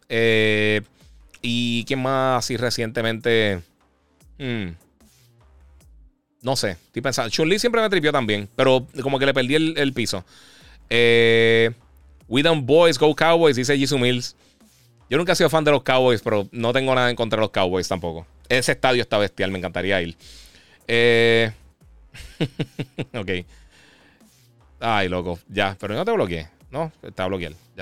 Y quién más así recientemente. No sé, estoy pensando. Chun-Li siempre me tripió también, pero como que le perdí el piso. We Don't Boys, Go Cowboys, dice Jisoo Mills. Yo nunca he sido fan de los Cowboys, pero no tengo nada en contra de los Cowboys tampoco. Ese estadio está bestial, me encantaría ir. Ok. Ay, loco, ya, pero no te bloqueé. No, está bloqueado, ya.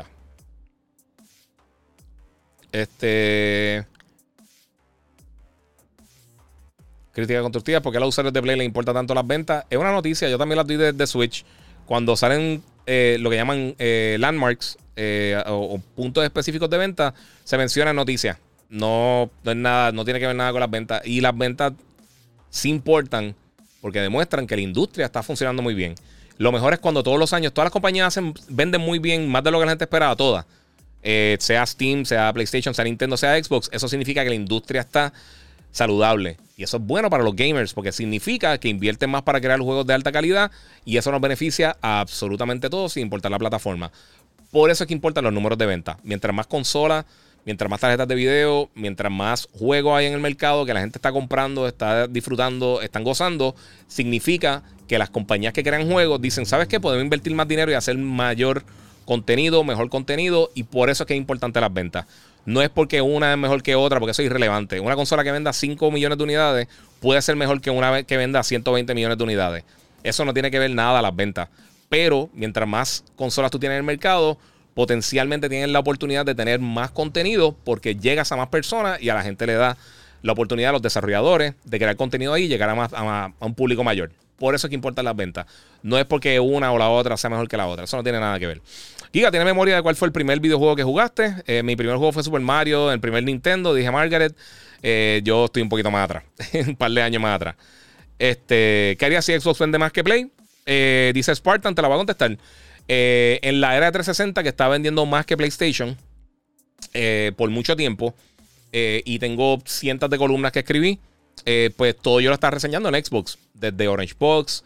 Crítica constructiva: ¿por qué a los usuarios de Play les importa tanto las ventas? Es una noticia, yo también las doy de Switch. Cuando salen lo que llaman landmarks o puntos específicos de venta, se menciona en noticias. No es nada, no tiene que ver nada con las ventas. Y las ventas sí importan porque demuestran que la industria está funcionando muy bien. Lo mejor es cuando todos los años todas las compañías venden muy bien, más de lo que la gente esperaba, todas. Sea Steam, sea PlayStation, sea Nintendo, sea Xbox. Eso significa que la industria está saludable. Y eso es bueno para los gamers porque significa que invierten más para crear juegos de alta calidad y eso nos beneficia a absolutamente todos sin importar la plataforma. Por eso es que importan los números de venta. Mientras más consolas, mientras más tarjetas de video, mientras más juegos hay en el mercado que la gente está comprando, está disfrutando, están gozando, significa que las compañías que crean juegos dicen: ¿sabes qué? Podemos invertir más dinero y hacer mayor contenido, mejor contenido, y por eso es que es importante las ventas. No es porque una es mejor que otra, porque eso es irrelevante. Una consola que venda 5 millones de unidades puede ser mejor que una que venda 120 millones de unidades. Eso no tiene que ver nada a las ventas. Pero mientras más consolas tú tienes en el mercado, potencialmente tienes la oportunidad de tener más contenido porque llegas a más personas y a la gente le da la oportunidad a los desarrolladores de crear contenido ahí y llegar a un público mayor. Por eso es que importan las ventas. No es porque una o la otra sea mejor que la otra. Eso no tiene nada que ver. Giga, ¿tiene memoria de cuál fue el primer videojuego que jugaste? Mi primer juego fue Super Mario, el primer Nintendo. Dije Margaret. Yo estoy un poquito más atrás. Un par de años más atrás. ¿Qué haría si Xbox vende más que Play? Dice Spartan, te la voy a contestar. En la era de 360, que está vendiendo más que PlayStation por mucho tiempo, y tengo cientos de columnas que escribí, pues todo yo lo estaba reseñando en Xbox, desde Orange Box,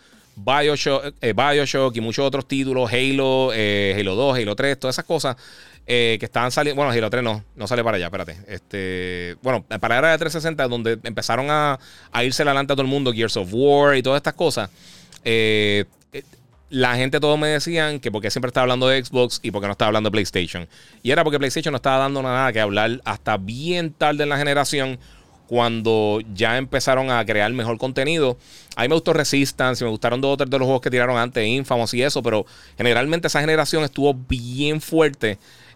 BioShock y muchos otros títulos, Halo, Halo 2, Halo 3, todas esas cosas que estaban saliendo. Bueno, Halo 3 no sale para allá, espérate. Bueno, para la era de 360, donde empezaron a irse adelante a todo el mundo, Gears of War y todas estas cosas. La gente todos me decían que porque siempre estaba hablando de Xbox y porque no estaba hablando de PlayStation. Y era porque PlayStation no estaba dando nada que hablar hasta bien tarde en la generación, cuando ya empezaron a crear mejor contenido. A mí me gustó Resistance, me gustaron 2 o 3 de los juegos que tiraron antes, Infamous y eso, pero generalmente esa generación estuvo bien fuerte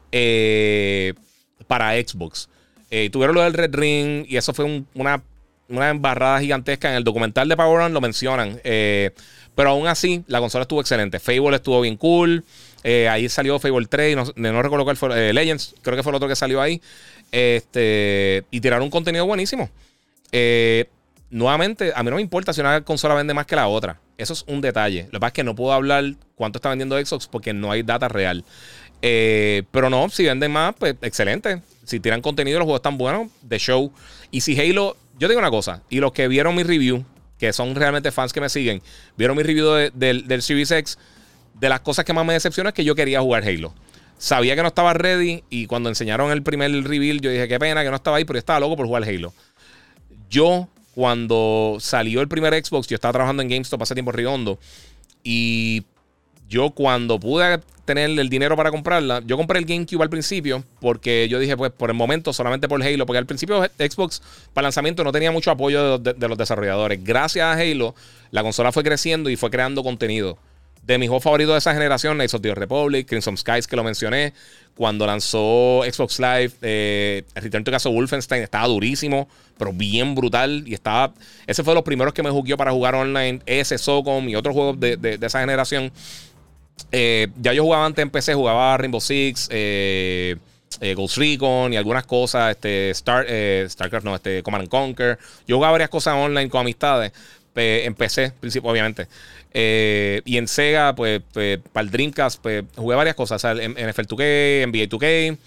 para Xbox. Tuvieron lo del Red Ring y eso fue una embarrada gigantesca. En el documental de Power Run lo mencionan. Pero aún así, la consola estuvo excelente. Fable estuvo bien cool. Ahí salió Fable 3. No recuerdo cuál fue. Legends, creo que fue el otro que salió ahí. Y tiraron un contenido buenísimo. Nuevamente, a mí no me importa si una consola vende más que la otra. Eso es un detalle. Lo que pasa es que no puedo hablar cuánto está vendiendo Xbox porque no hay data real. Pero no, si venden más, pues excelente. Si tiran contenido, los juegos están buenos. De show. Y si Halo... Yo digo una cosa. Y los que vieron mi review, que son realmente fans que me siguen, vieron mi review del Series X, de las cosas que más me decepcionó es que yo quería jugar Halo. Sabía que no estaba ready y cuando enseñaron el primer reveal yo dije qué pena que no estaba ahí, pero yo estaba loco por jugar Halo. Yo, cuando salió el primer Xbox, yo estaba trabajando en GameStop hace tiempo redondo, y yo cuando pude tener el dinero para comprarla, yo compré el GameCube al principio porque yo dije, pues por el momento solamente por Halo, porque al principio Xbox para lanzamiento no tenía mucho apoyo de los desarrolladores. Gracias a Halo la consola fue creciendo y fue creando contenido. De mis juegos favoritos de esa generación, Knights of the Old Republic, Crimson Skies, que lo mencioné. Cuando lanzó Xbox Live, Return to Castle Wolfenstein estaba durísimo, pero bien brutal. Y ese fue de los primeros que me jugueó para jugar online. Ese, SOCOM y otros juegos de esa generación. Ya yo jugaba antes en PC, jugaba Rainbow Six, Ghost Recon y algunas cosas, StarCraft, no, Command and Conquer. Yo jugaba varias cosas online con amistades. en PC, obviamente. Y en Sega, pues para el Dreamcast, pues jugué varias cosas. O sea, en NFL 2K, NBA 2K.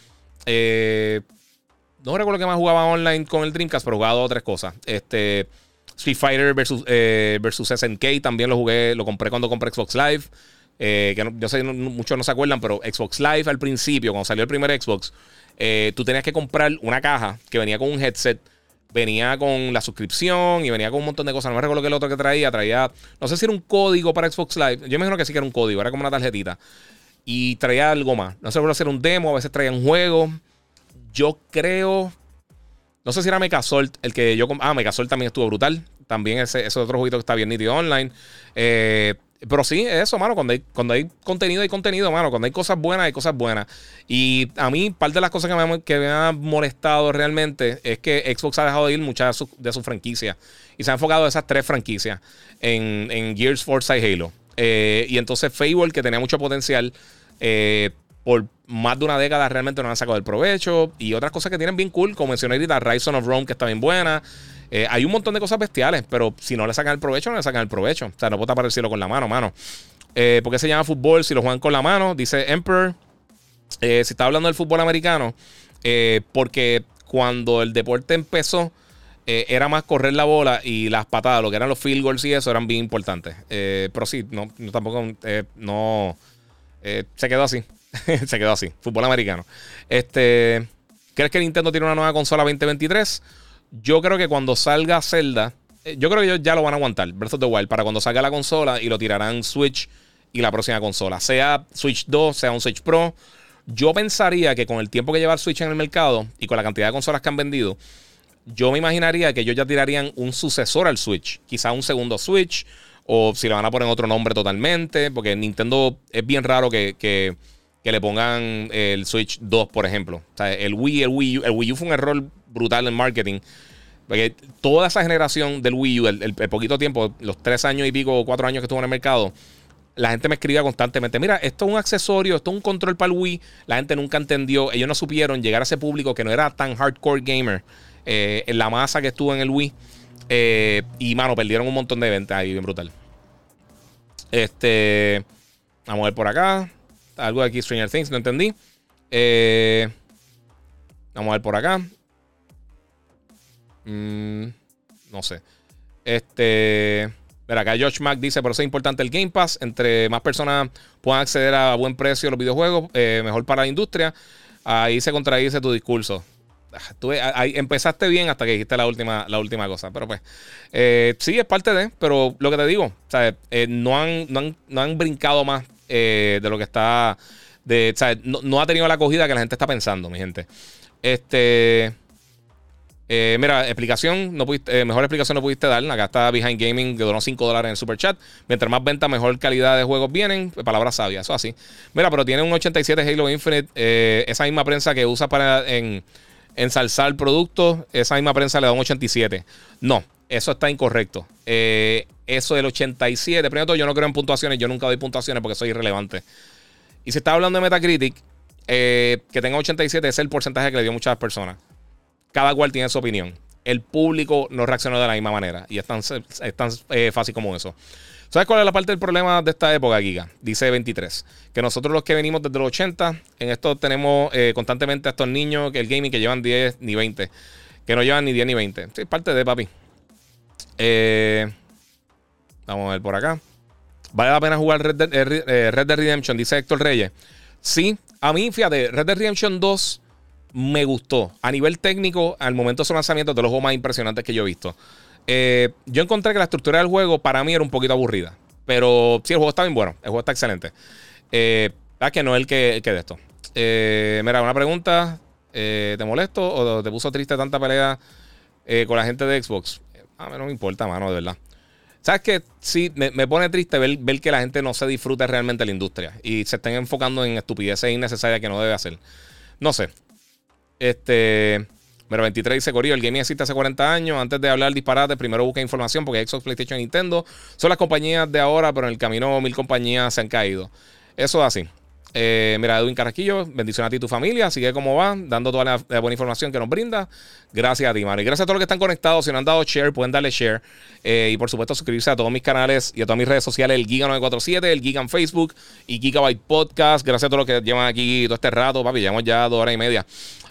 No recuerdo qué más jugaba online con el Dreamcast, pero jugaba 2 o 3 cosas. Street Fighter versus SNK también lo jugué, lo compré cuando compré Xbox Live. Que no, yo sé, muchos no se acuerdan, pero Xbox Live al principio, cuando salió el primer Xbox, tú tenías que comprar una caja que venía con un headset, venía con la suscripción y venía con un montón de cosas. No me recuerdo qué el otro que traía, no sé si era un código para Xbox Live. Yo me imagino que sí que era un código, era como una tarjetita. Y traía algo más. No sé si era un demo, a veces traía un juego. Yo creo... No sé si era Mechazolt el que yo... Mechazolt también estuvo brutal. También ese otro jueguito que está bien nítido online. Pero sí, eso, mano. Cuando hay contenido, hay contenido, mano. Cuando hay cosas buenas, hay cosas buenas. Y a mí, parte de las cosas que me han molestado realmente es que Xbox ha dejado de ir muchas de sus franquicias. Y se ha enfocado en esas 3 franquicias. En Gears, Forza y Halo. Y entonces Fable, que tenía mucho potencial, por más de una década realmente no han sacado el provecho. Y otras cosas que tienen bien cool, como mencioné ahorita, Rise of Rome, que está bien buena. Hay un montón de cosas bestiales, pero si no le sacan el provecho, no le sacan el provecho. O sea, no puedo tapar el cielo con la mano. ¿Por qué se llama fútbol si lo juegan con la mano? Dice Emperor. Si está hablando del fútbol americano, porque cuando el deporte empezó, era más correr la bola y las patadas, lo que eran los field goals y eso, eran bien importantes. Pero sí, no tampoco, se quedó así. Se quedó así. Fútbol americano. ¿Crees que Nintendo tiene una nueva consola 2023? Yo creo que cuando salga Zelda, yo creo que ellos ya lo van a aguantar, Breath of the Wild, para cuando salga la consola y lo tirarán Switch y la próxima consola. Sea Switch 2, sea un Switch Pro. Yo pensaría que con el tiempo que lleva el Switch en el mercado y con la cantidad de consolas que han vendido, yo me imaginaría que ellos ya tirarían un sucesor al Switch. Quizá un segundo Switch, o si le van a poner otro nombre totalmente, porque Nintendo es bien raro que le pongan el Switch 2, por ejemplo. O sea, el Wii U fue un error brutal en marketing. Porque toda esa generación del Wii U, el poquito tiempo, los 3 años y pico, 4 años que estuvo en el mercado, la gente me escribía constantemente: mira, esto es un accesorio, esto es un control para el Wii. La gente nunca entendió, ellos no supieron llegar a ese público que no era tan hardcore gamer, en la masa que estuvo en el Wii. Y, mano, perdieron un montón de ventas ahí, bien brutal. Vamos a ver por acá. Algo de aquí, Stranger Things, no entendí. Vamos a ver por acá. No sé. Mira, acá Josh Mack dice: por eso es importante el Game Pass. Entre más personas puedan acceder a buen precio a los videojuegos, mejor para la industria. Ahí se contradice tu discurso. Ahí empezaste bien hasta que dijiste la última cosa. Pero pues, sí, es parte de. Pero lo que te digo, o sea, no han brincado más de lo que está. O sea, no ha tenido la acogida que la gente está pensando, mi gente. Mira, explicación, mejor explicación no pudiste dar. Acá está Behind Gaming, que donó $5 en el Super Chat. Mientras más ventas, mejor calidad de juegos vienen. Palabras sabias, eso así. Mira, pero tiene un 87 Halo Infinite. Esa misma prensa que usa para ensalzar productos, esa misma prensa le da un 87. No, eso está incorrecto. Eso del 87, primero todo, yo no creo en puntuaciones. Yo nunca doy puntuaciones porque soy irrelevante. Y si está hablando de Metacritic, que tenga 87 es el porcentaje que le dio muchas personas. Cada cual tiene su opinión. El público no reaccionó de la misma manera. Y es tan fácil como eso. ¿Sabes cuál es la parte del problema de esta época, Giga? Dice 23. Que nosotros los que venimos desde los 80, en esto tenemos constantemente a estos niños que el gaming que llevan 10 ni 20. Que no llevan ni 10 ni 20. Sí, parte de, papi. Vamos a ver por acá. ¿Vale la pena jugar Red Dead Redemption? Dice Héctor Reyes. Sí, a mí, fíjate, Red Dead Redemption 2 me gustó. A nivel técnico, al momento de su lanzamiento, de los juegos más impresionantes que yo he visto. Yo encontré que la estructura del juego para mí era un poquito aburrida. Pero sí, el juego está bien bueno. El juego está excelente. ¿Verdad que no es el que de esto? Mira, una pregunta. ¿Te molesto o te puso triste tanta pelea con la gente de Xbox? A mí no me importa, mano, de verdad. ¿Sabes qué? Sí, me pone triste ver que la gente no se disfrute realmente de la industria y se estén enfocando en estupideces innecesarias que no debe hacer. No sé. Mira, 23 dice: Corillo, el gaming existe hace 40 años. Antes de hablar disparate, primero busca información, porque Xbox, PlayStation y Nintendo son las compañías de ahora, pero en el camino 1000 compañías se han caído. Eso es así. Mira, Edwin Carrasquillo, bendiciones a ti y tu familia. Sigue como va, dando toda la buena información que nos brinda. Gracias a ti, mano. Y gracias a todos los que están conectados. Si no han dado share, pueden darle share. Y por supuesto, suscribirse a todos mis canales y a todas mis redes sociales: el Giga947, el Giga en Facebook y Gigabyte Podcast. Gracias a todos los que llevan aquí todo este rato, papi. Llevamos ya 2 horas y media.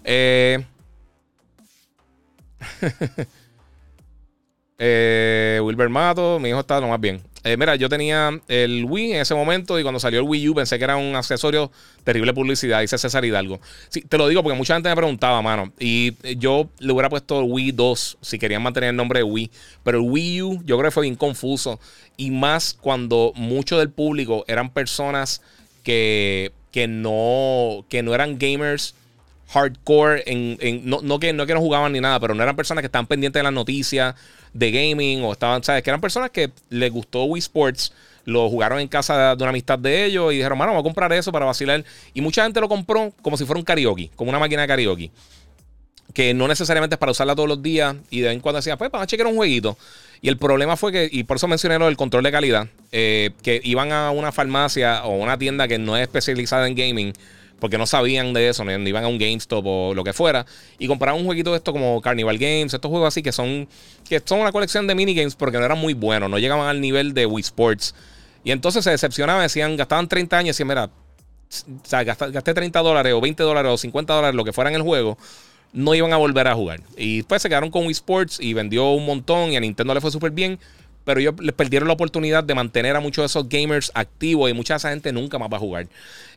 Wilber Mato, mi hijo está lo más bien. Mira, yo tenía el Wii en ese momento y cuando salió el Wii U pensé que era un accesorio terrible publicidad, dice César Hidalgo. Sí, te lo digo porque mucha gente me preguntaba, mano, y yo le hubiera puesto el Wii 2 si querían mantener el nombre de Wii, pero el Wii U yo creo que fue bien confuso y más cuando mucho del público eran personas que no eran gamers hardcore, no que no jugaban ni nada, pero no eran personas que estaban pendientes de las noticias de gaming o estaban, ¿sabes? Que eran personas que les gustó Wii Sports, lo jugaron en casa de una amistad de ellos y dijeron, mano, voy a comprar eso para vacilar. Y mucha gente lo compró como si fuera un karaoke, como una máquina de karaoke, que no necesariamente es para usarla todos los días y de vez en cuando decía, pues, vamos a chequear un jueguito. Y el problema fue que, y por eso mencioné lo del control de calidad, que iban a una farmacia o una tienda que no es especializada en gaming, porque no sabían de eso, no iban a un GameStop o lo que fuera, y compraban un jueguito de esto como Carnival Games, estos juegos así que son una colección de minigames, porque no eran muy buenos, no llegaban al nivel de Wii Sports. Y entonces se decepcionaban, decían, gastaban 30 años y decían, mira, o sea, gasté $30 o $20 o $50, lo que fuera en el juego, no iban a volver a jugar. Y después se quedaron con Wii Sports y vendió un montón y a Nintendo le fue súper bien, pero ellos les perdieron la oportunidad de mantener a muchos de esos gamers activos y mucha de esa gente nunca más va a jugar.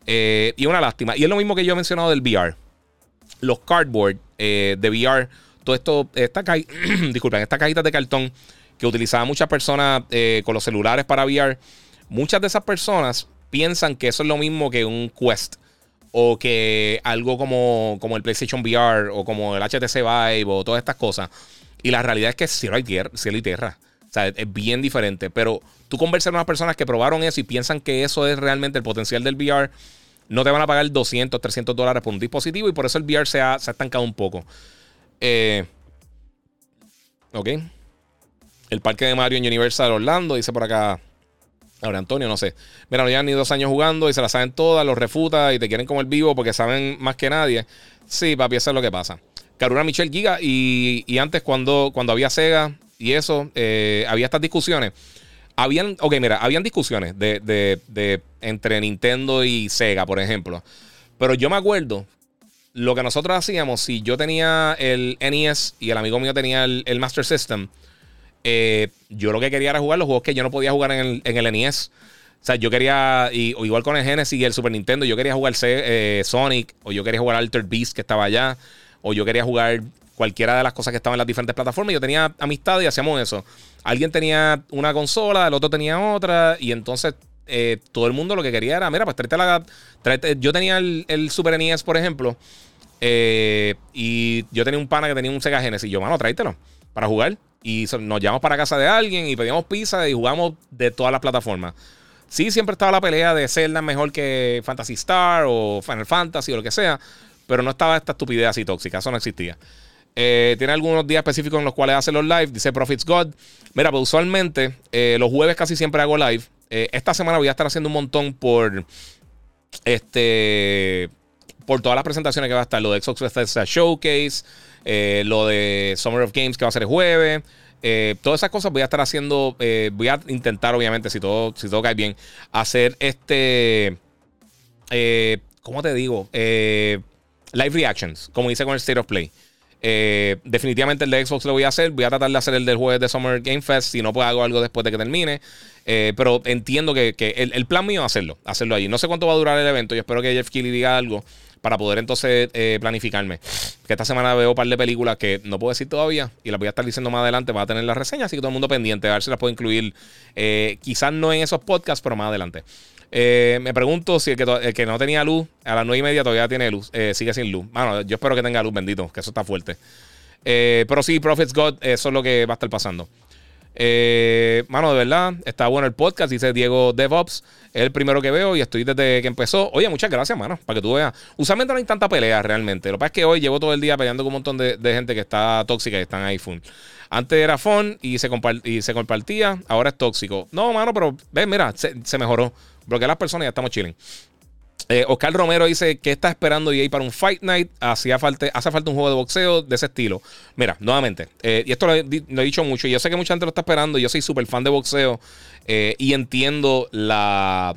Y una lástima. Y es lo mismo que yo he mencionado del VR. Los cardboard de VR, todo esto, disculpen, estas cajitas de cartón que utilizaban muchas personas con los celulares para VR, muchas de esas personas piensan que eso es lo mismo que un Quest o que algo como el PlayStation VR o como el HTC Vive o todas estas cosas. Y la realidad es que cielo y tierra. O sea, es bien diferente. Pero tú conversas con unas personas que probaron eso y piensan que eso es realmente el potencial del VR, no te van a pagar $200, $300 por un dispositivo y por eso el VR se ha estancado un poco. Ok. El parque de Mario en Universal Orlando, dice por acá ahora Antonio, no sé. Mira, no llevan ni 2 años jugando y se la saben todas, los refuta y te quieren comer vivo porque saben más que nadie. Sí, papi, eso es lo que pasa. Karuna Michelle Giga y antes cuando había Sega y eso, había estas discusiones. Habían discusiones de entre Nintendo y Sega, por ejemplo. Pero yo me acuerdo lo que nosotros hacíamos, si yo tenía el NES y el amigo mío tenía el Master System, yo lo que quería era jugar los juegos que yo no podía jugar en el NES. O sea, yo quería, o igual con el Genesis y el Super Nintendo, yo quería jugar Sonic, o yo quería jugar Altered Beast que estaba allá, o yo quería jugar cualquiera de las cosas que estaban en las diferentes plataformas. Yo tenía amistad y hacíamos eso. Alguien tenía una consola, el otro tenía otra, y entonces todo el mundo lo que quería era, mira, pues tráete. Yo tenía el Super NES, por ejemplo, y yo tenía un pana que tenía un Sega Genesis, y yo, mano, tráetelo para jugar. Y nos llevamos para casa de alguien y pedíamos pizza y jugamos de todas las plataformas. Sí, siempre estaba la pelea de Zelda mejor que Phantasy Star o Final Fantasy o lo que sea, pero no estaba esta estupidez así tóxica, eso no existía. Tiene algunos días específicos en los cuales hace los live, dice Profits God. Mira, pues usualmente los jueves casi siempre hago live. Esta semana voy a estar haciendo un montón por todas las presentaciones que va a estar. Lo de Xbox Bethesda Showcase, lo de Summer of Games que va a ser el jueves. Todas esas cosas voy a estar haciendo. Voy a intentar, obviamente, si todo cae bien, hacer ¿cómo te digo? Live reactions, como hice con el State of Play. Definitivamente el de Xbox lo voy a hacer. Voy a tratar de hacer el del jueves de Summer Game Fest. Si no, pues hago algo después de que termine. Pero entiendo que el plan mío es hacerlo allí. No sé cuánto va a durar el evento. Yo espero que Jeff Keighley diga algo para poder entonces planificarme. Que esta semana veo un par de películas que no puedo decir todavía y las voy a estar diciendo más adelante. Va a tener la reseña, así que todo el mundo pendiente. A ver si las puedo incluir. Quizás no en esos podcasts, pero más adelante. Me pregunto si el que no tenía luz a las 9:30 todavía tiene luz. Sigue sin luz. Bueno, yo espero que tenga luz, bendito, que eso está fuerte. Pero sí, Prophets God, eso es lo que va a estar pasando. Mano, de verdad, está bueno el podcast, dice Diego DevOps. Es el primero que veo y estoy desde que empezó. Oye, muchas gracias, mano, para que tú veas. Usualmente no hay tanta pelea realmente. Lo que pasa es que hoy llevo todo el día peleando con un montón de gente que está tóxica y están ahí full. Antes era fun y se compartía, ahora es tóxico. No, mano, pero ves, mira, se mejoró. Bloqueé a las personas y ya estamos chilling. Oscar Romero dice que está esperando EA para un Fight Night. Hace falta un juego de boxeo de ese estilo. Mira, nuevamente, y esto lo he dicho mucho. Y yo sé que mucha gente lo está esperando. Yo soy súper fan de boxeo. Y entiendo la.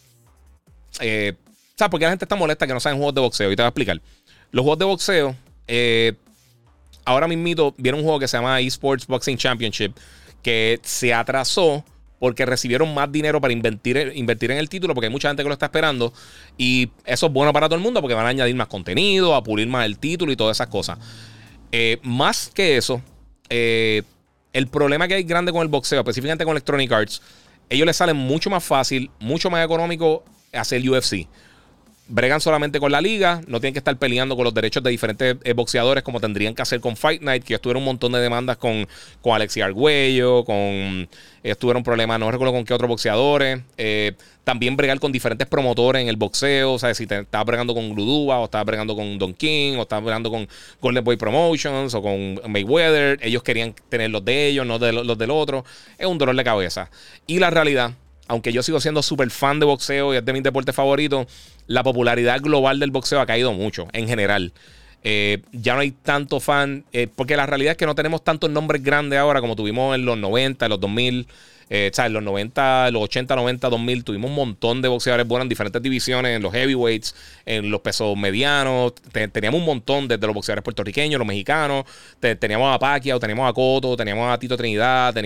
¿Sabes por qué la gente está molesta que no saben juegos de boxeo? Y te voy a explicar. Los juegos de boxeo. Ahora mismito viene un juego que se llama Esports Boxing Championship. Que se atrasó porque recibieron más dinero para invertir en el título, porque hay mucha gente que lo está esperando. Y eso es bueno para todo el mundo, porque van a añadir más contenido, a pulir más el título y todas esas cosas. Más que eso, el problema que hay grande con el boxeo, específicamente con Electronic Arts, ellos les salen mucho más fácil, mucho más económico hacer UFC. Bregan solamente con la liga, no tienen que estar peleando con los derechos de diferentes boxeadores como tendrían que hacer con Fight Night, que ellos tuvieron un montón de demandas con Alexi Arguello, ellos tuvieron problemas, no recuerdo con qué otros boxeadores. También bregar con diferentes promotores en el boxeo, o sea, si te estabas bregando con Gluduba, o estabas bregando con Don King, o estabas bregando con Golden Boy Promotions, o con Mayweather, ellos querían tener los de ellos, no los del otro. Es un dolor de cabeza. Y la realidad, aunque yo sigo siendo súper fan de boxeo y es de mis deportes favoritos, la popularidad global del boxeo ha caído mucho, en general. Ya no hay tanto fan, porque la realidad es que no tenemos tantos nombres grandes ahora como tuvimos en los 90, en los 2000. En los 90, los 80, 90, 2000 tuvimos un montón de boxeadores buenos en diferentes divisiones, en los heavyweights, en los pesos medianos. Teníamos un montón desde los boxeadores puertorriqueños, los mexicanos. Teníamos a Pacquiao, teníamos a Cotto, teníamos a Tito Trinidad,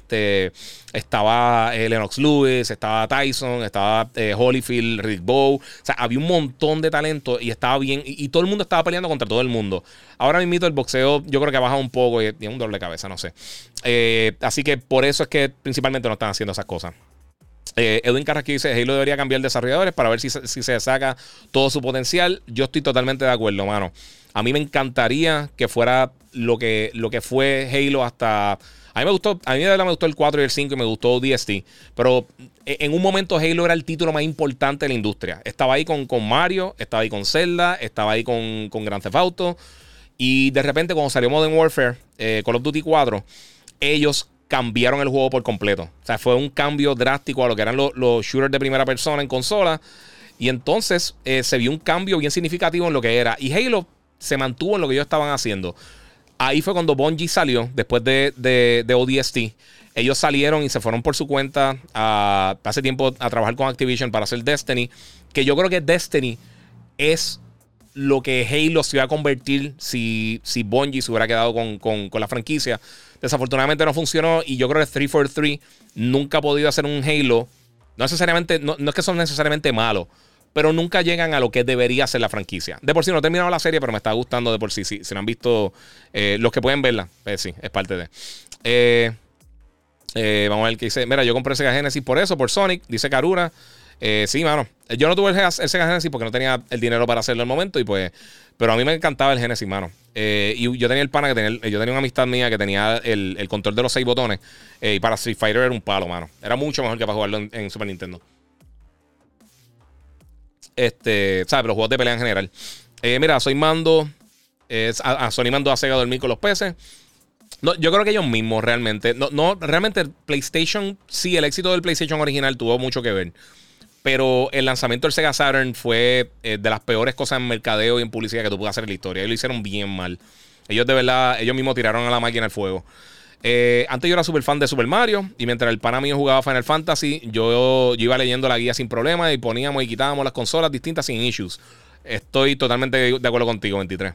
estaba Lennox Lewis, estaba Tyson, estaba Holyfield, Riddick Bowe. O sea, había un montón de talento y estaba bien. Y todo el mundo estaba peleando contra todo el mundo. Ahora mismo el boxeo yo creo que ha bajado un poco y es un dolor de cabeza, no sé. Así que por eso es que principalmente no están haciendo esas cosas. Edwin Carrasquillo dice: Halo debería cambiar desarrolladores para ver si se saca todo su potencial. Yo estoy totalmente de acuerdo, mano. A mí me encantaría que fuera lo que fue Halo hasta... A mí de verdad me gustó el 4 y el 5 y me gustó DST. Pero en un momento Halo era el título más importante de la industria. Estaba ahí con Mario, estaba ahí con Zelda, estaba ahí con Grand Theft Auto. Y de repente cuando salió Modern Warfare, Call of Duty 4, ellos cambiaron el juego por completo. O sea, fue un cambio drástico a lo que eran los shooters de primera persona en consola. Y entonces se vio un cambio bien significativo en lo que era. Y Halo se mantuvo en lo que ellos estaban haciendo. Ahí fue cuando Bungie salió, después de ODST. Ellos salieron y se fueron por su cuenta hace tiempo a trabajar con Activision para hacer Destiny. Que yo creo que Destiny es lo que Halo se iba a convertir si Bungie se hubiera quedado con la franquicia. Desafortunadamente no funcionó y yo creo que 343 nunca ha podido hacer un Halo. No es que son necesariamente malos, pero nunca llegan a lo que debería ser la franquicia. De por sí no he terminado la serie, pero me está gustando de por sí. Si no han visto, los que pueden verla, pues sí, es parte de... vamos a ver qué dice. Mira, yo compré Sega Genesis por eso, por Sonic, dice Karura. Sí, mano. Yo no tuve el Sega Genesis porque no tenía el dinero para hacerlo al momento. Y pues, pero a mí me encantaba el Genesis, mano. Y yo tenía el pana yo tenía una amistad mía que tenía el control de los 6 botones. Y para Street Fighter era un palo, mano. Era mucho mejor que para jugarlo en Super Nintendo. ¿Sabes? Los juegos de pelea en general. Mira, Sony mandó a Sega a dormir con los peces. No, yo creo que ellos mismos realmente. No, realmente el PlayStation, sí, el éxito del PlayStation original tuvo mucho que ver. Pero el lanzamiento del Sega Saturn fue de las peores cosas en mercadeo y en publicidad que tú puedes hacer en la historia. Ellos lo hicieron bien mal. Ellos de verdad, ellos mismos tiraron a la máquina al fuego. Antes yo era súper fan de Super Mario. Y mientras el pana mío jugaba Final Fantasy, yo iba leyendo la guía sin problema. Y poníamos y quitábamos las consolas distintas sin issues. Estoy totalmente de acuerdo contigo, 23.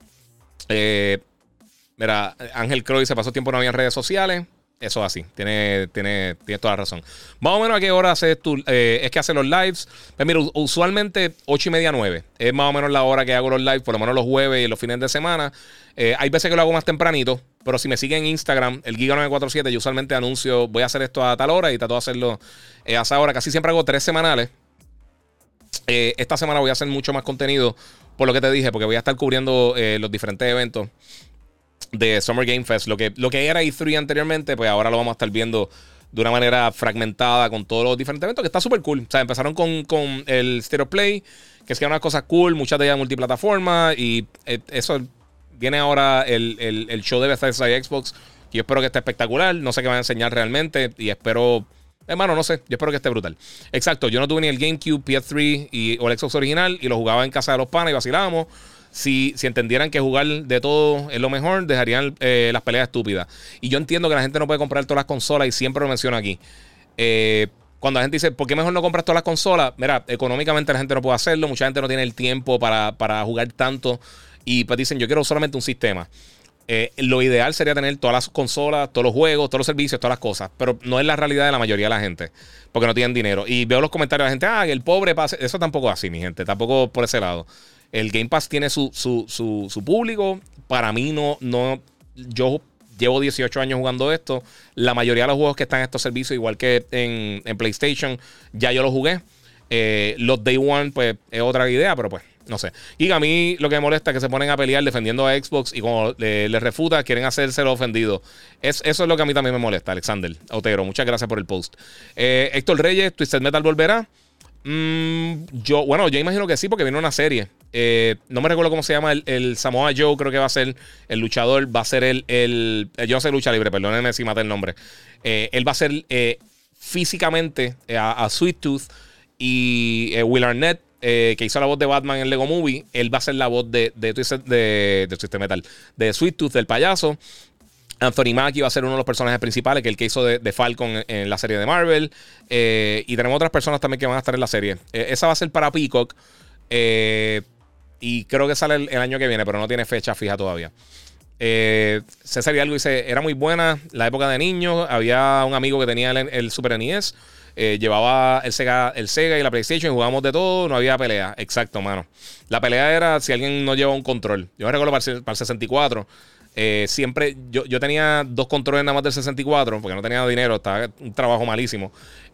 Mira, Ángel Croy se pasó tiempo no había redes sociales. Eso es así, tiene toda la razón. Más o menos a qué hora haces tú, es que haces los lives. Pues mira, usualmente 8:30, 9. Es más o menos la hora que hago los lives, por lo menos los jueves y los fines de semana. Hay veces que lo hago más tempranito, pero si me siguen en Instagram, el Giga947, yo usualmente anuncio, voy a hacer esto a tal hora y trato de hacerlo a esa hora. Casi siempre hago 3 semanales. Esta semana voy a hacer mucho más contenido, por lo que te dije, porque voy a estar cubriendo los diferentes eventos de Summer Game Fest. Lo que era E3 anteriormente, pues ahora lo vamos a estar viendo de una manera fragmentada con todos los diferentes eventos, que está súper cool. O sea, empezaron con el State of Play, que es que hay unas cosas cool, muchas de ellas multiplataforma, y eso viene ahora el show de Bethesda y Xbox, y yo espero que esté espectacular. No sé qué van a enseñar realmente, y espero Hermano, no sé. Yo espero que esté brutal. Exacto. Yo no tuve ni el GameCube, PS3 o el Xbox original y lo jugaba en casa de los panas y vacilábamos. Si entendieran que jugar de todo es lo mejor, dejarían las peleas estúpidas. Y yo entiendo que la gente no puede comprar todas las consolas y siempre lo menciono aquí. Cuando la gente dice, ¿por qué mejor no compras todas las consolas? Mira, económicamente la gente no puede hacerlo. Mucha gente no tiene el tiempo para jugar tanto. Y pues dicen, yo quiero solamente un sistema. Lo ideal sería tener todas las consolas, todos los juegos, todos los servicios, todas las cosas. Pero no es la realidad de la mayoría de la gente. Porque no tienen dinero. Y veo los comentarios de la gente, el pobre pase. Eso tampoco es así, mi gente. Tampoco por ese lado. El Game Pass tiene su público. Para mí no. Yo llevo 18 años jugando esto. La mayoría de los juegos que están en estos servicios, igual que en PlayStation, ya yo los jugué. Los Day One, pues, es otra idea, pero pues, no sé. Y a mí lo que me molesta es que se ponen a pelear defendiendo a Xbox y como les refuta, quieren hacérselo ofendido. Eso es lo que a mí también me molesta, Alexander Otero. Muchas gracias por el post. Héctor Reyes, Twisted Metal volverá. Yo imagino que sí, porque viene una serie. No me recuerdo cómo se llama el Samoa Joe, creo que va a ser el luchador, va a ser yo no sé lucha libre, perdónenme si maté el nombre. Él va a ser físicamente a Sweet Tooth y Will Arnett, que hizo la voz de Batman en Lego Movie. Él va a ser la voz de Twisted Metal, de Sweet Tooth, del payaso. Anthony Mackie va a ser uno de los personajes principales, que es el que hizo de Falcon en la serie de Marvel. Y tenemos otras personas también que van a estar en la serie. Esa va a ser para Peacock. Y creo que sale el año que viene, pero no tiene fecha fija todavía. César Hidalgo dice, era muy buena la época de niños. Había un amigo que tenía el Super NES. Llevaba el Sega y la PlayStation y jugábamos de todo. No había pelea. Exacto, mano. La pelea era si alguien no lleva un control. Yo me recuerdo para el 64. Siempre yo tenía 2 controles nada más del 64 porque no tenía dinero, estaba un trabajo malísimo.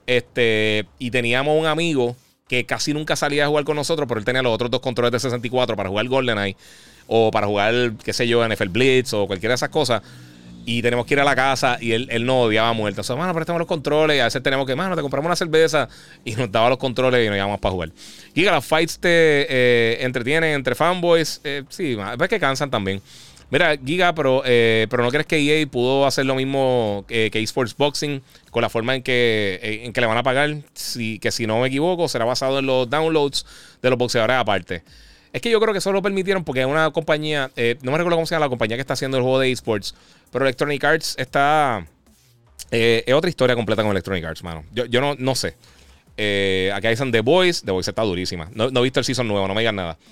Y teníamos un amigo que casi nunca salía a jugar con nosotros, pero él tenía los otros 2 controles de 64 para jugar GoldenEye o para jugar, qué sé yo, NFL Blitz o cualquiera de esas cosas. Y tenemos que ir a la casa y él nos odiaba a muerte. O sea, mano, préstame los controles. Y a veces tenemos que, mano, te compramos una cerveza y nos daba los controles y nos llevamos para jugar. Giga, las fights te entretienen entre fanboys. Sí, es que cansan también. Mira, Giga, pero ¿no crees que EA pudo hacer lo mismo que eSports Boxing con la forma en que le van a pagar? Que si no me equivoco, será basado en los downloads de los boxeadores aparte. Es que yo creo que eso lo permitieron porque es una compañía, no me recuerdo cómo se llama la compañía que está haciendo el juego de eSports, pero Electronic Arts está... es otra historia completa con Electronic Arts, mano. Yo no sé. Aquí dicen The Voice está durísima. No he visto el season nuevo, no me digan nada.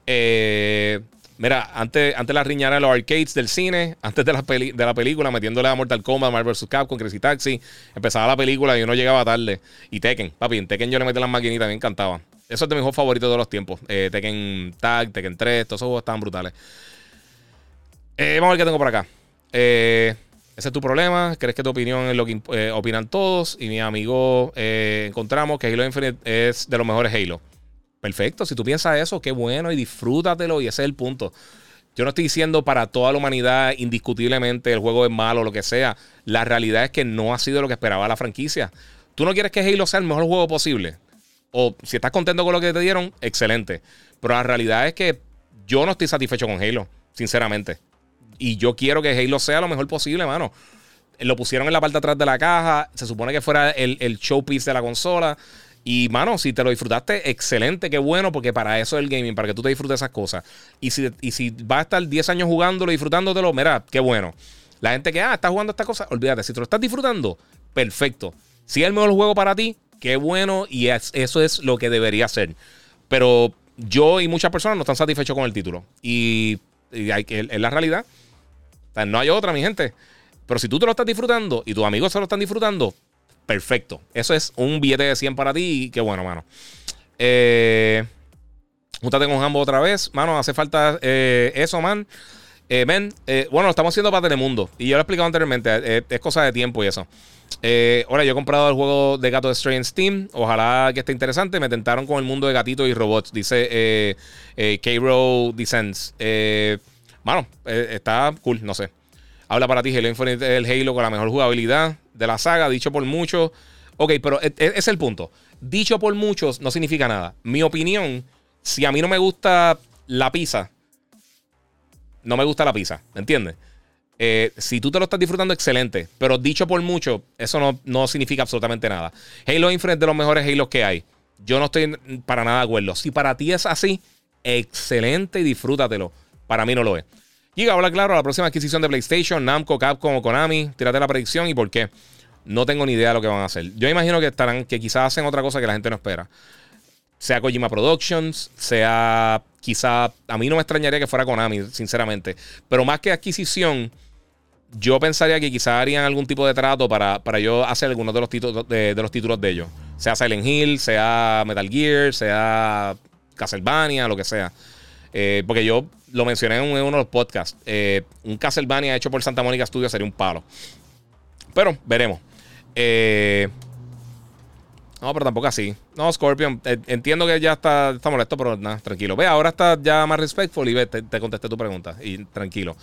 Mira, antes la riñara de los arcades del cine, antes de la película, metiéndole a Mortal Kombat, Marvel vs. Capcom, Crazy Taxi, empezaba la película y uno llegaba tarde. Y Tekken, papi, en Tekken yo le metí las maquinitas, me encantaba. Eso es de mis juegos favoritos de todos los tiempos. Tekken Tag, Tekken 3, todos esos juegos estaban brutales. Vamos a ver qué tengo por acá. Ese es tu problema. ¿Crees que tu opinión es lo que opinan todos? Y mi amigo encontramos que Halo Infinite es de los mejores Halo. Perfecto, si tú piensas eso, qué bueno y disfrútatelo y ese es el punto. Yo no estoy diciendo para toda la humanidad indiscutiblemente el juego es malo o lo que sea. La realidad es que no ha sido lo que esperaba la franquicia. Tú no quieres que Halo sea el mejor juego posible. O si estás contento con lo que te dieron, excelente. Pero la realidad es que yo no estoy satisfecho con Halo, sinceramente. Y yo quiero que Halo sea lo mejor posible, mano. Lo pusieron en la parte de atrás de la caja. Se supone que fuera el showpiece de la consola. Y, mano, si te lo disfrutaste, excelente, qué bueno, porque para eso es el gaming, para que tú te disfrutes esas cosas. Y si vas a estar 10 años jugándolo y disfrutándotelo, mira, qué bueno. La gente que, está jugando esta cosa, olvídate, si te lo estás disfrutando, perfecto. Si es el mejor juego para ti, qué bueno, y eso es lo que debería ser. Pero yo y muchas personas no están satisfechos con el título. Y es la realidad. O sea, no hay otra, mi gente. Pero si tú te lo estás disfrutando y tus amigos se lo están disfrutando, perfecto. Eso es un billete de 100 para ti y qué bueno, mano. Júntate con Jambo otra vez. Mano, hace falta eso, man. Bueno, lo estamos haciendo para Telemundo. Y yo lo he explicado anteriormente. Es cosa de tiempo y eso. Ahora, yo he comprado el juego de Gato de Stray en Steam. Ojalá que esté interesante. Me tentaron con el mundo de gatitos y robots. Dice K-Row Descends. Mano, está cool, no sé. Habla para ti, Halo Infinite, el Halo con la mejor jugabilidad de la saga, dicho por muchos. Ok, pero ese es el punto. Dicho por muchos no significa nada. Mi opinión, si a mí no me gusta la pizza, no me gusta la pizza, ¿entiendes? Si tú te lo estás disfrutando, excelente. Pero dicho por mucho, eso no significa absolutamente nada. Halo Infinite es de los mejores Halos que hay. Yo no estoy para nada de acuerdo. Si para ti es así, excelente y disfrútatelo. Para mí no lo es. Giga, habla claro, la próxima adquisición de PlayStation, Namco, Capcom o Konami. Tírate la predicción y por qué. No tengo ni idea de lo que van a hacer. Yo imagino que quizás hacen otra cosa que la gente no espera. Sea Kojima Productions, sea quizá... A mí no me extrañaría que fuera Konami, sinceramente. Pero más que adquisición, yo pensaría que quizás harían algún tipo de trato para yo hacer algunos de los títulos de los títulos de ellos. Sea Silent Hill, sea Metal Gear, sea Castlevania, lo que sea. Porque yo lo mencioné en uno de los podcasts. Un Castlevania hecho por Santa Mónica Studios sería un palo. Pero veremos. No, pero tampoco así. No, Scorpion, entiendo que ya está molesto, pero nada, tranquilo. Ve, ahora está ya más respectful y ve, te contesté tu pregunta. Y tranquilo.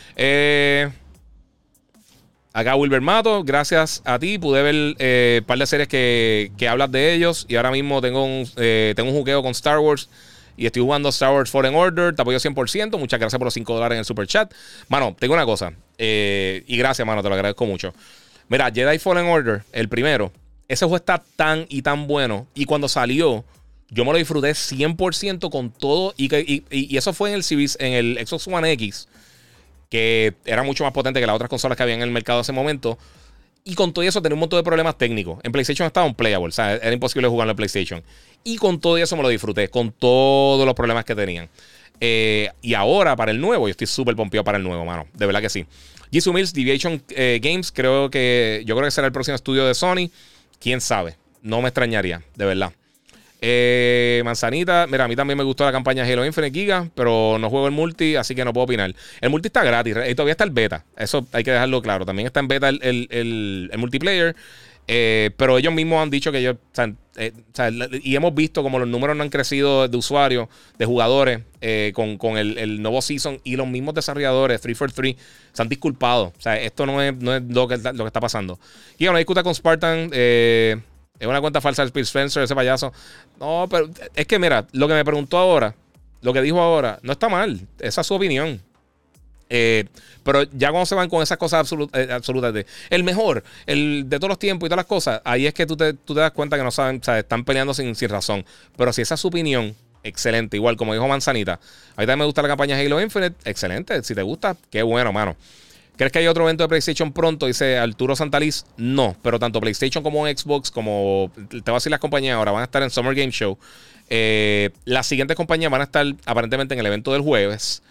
Acá Wilber Mato, gracias a ti pude ver un par de series que hablas de ellos. Y ahora mismo tengo un juqueo con Star Wars. Y estoy jugando Star Wars Fallen Order. Te apoyo 100%. Muchas gracias por los $5 en el super chat. Mano, tengo una cosa. Y gracias, mano, te lo agradezco mucho. Mira, Jedi Fallen Order, el primero. Ese juego está tan y tan bueno. Y cuando salió, yo me lo disfruté 100% con todo. Y eso fue en el Series, en el Xbox One X, que era mucho más potente que las otras consolas que había en el mercado en ese momento. Y con todo eso tenía un montón de problemas técnicos. En PlayStation estaba unplayable. O sea, era imposible jugarlo en PlayStation. Y con todo eso me lo disfruté. Con todos los problemas que tenían. Y ahora para el nuevo, yo estoy súper pompeado para el nuevo, mano. De verdad que sí. Jisoo Mills, Deviation Games. Yo creo que será el próximo estudio de Sony. Quién sabe. No me extrañaría, de verdad. Manzanita, mira, a mí también me gustó la campaña Halo Infinite Giga, pero no juego el multi, así que no puedo opinar. El multi está gratis y todavía está el beta. Eso hay que dejarlo claro. También está en beta el multiplayer. Pero ellos mismos han dicho que ellos, y hemos visto como los números no han crecido de usuarios, de jugadores, con el nuevo season, y los mismos desarrolladores 343 se han disculpado. O sea, esto no es lo que está pasando. Y no discuta con Spartan. Es una cuenta falsa de Speed Spencer, ese payaso. No, pero es que mira, lo que me preguntó ahora, lo que dijo ahora, no está mal. Esa es su opinión. Pero ya cuando se van con esas cosas absolutas de el mejor, el de todos los tiempos y todas las cosas, ahí es que tú te das cuenta que no saben, o sea, están peleando sin razón. Pero si esa es su opinión, excelente. Igual como dijo Manzanita, a mí también me gusta la campaña Halo Infinite, excelente. Si te gusta, qué bueno, mano. ¿Crees que hay otro evento de PlayStation pronto? Dice Arturo Santaliz. No, pero tanto PlayStation como Xbox, como te voy a decir las compañías ahora, van a estar en Summer Game Show. Las siguientes compañías van a estar aparentemente en el evento del jueves.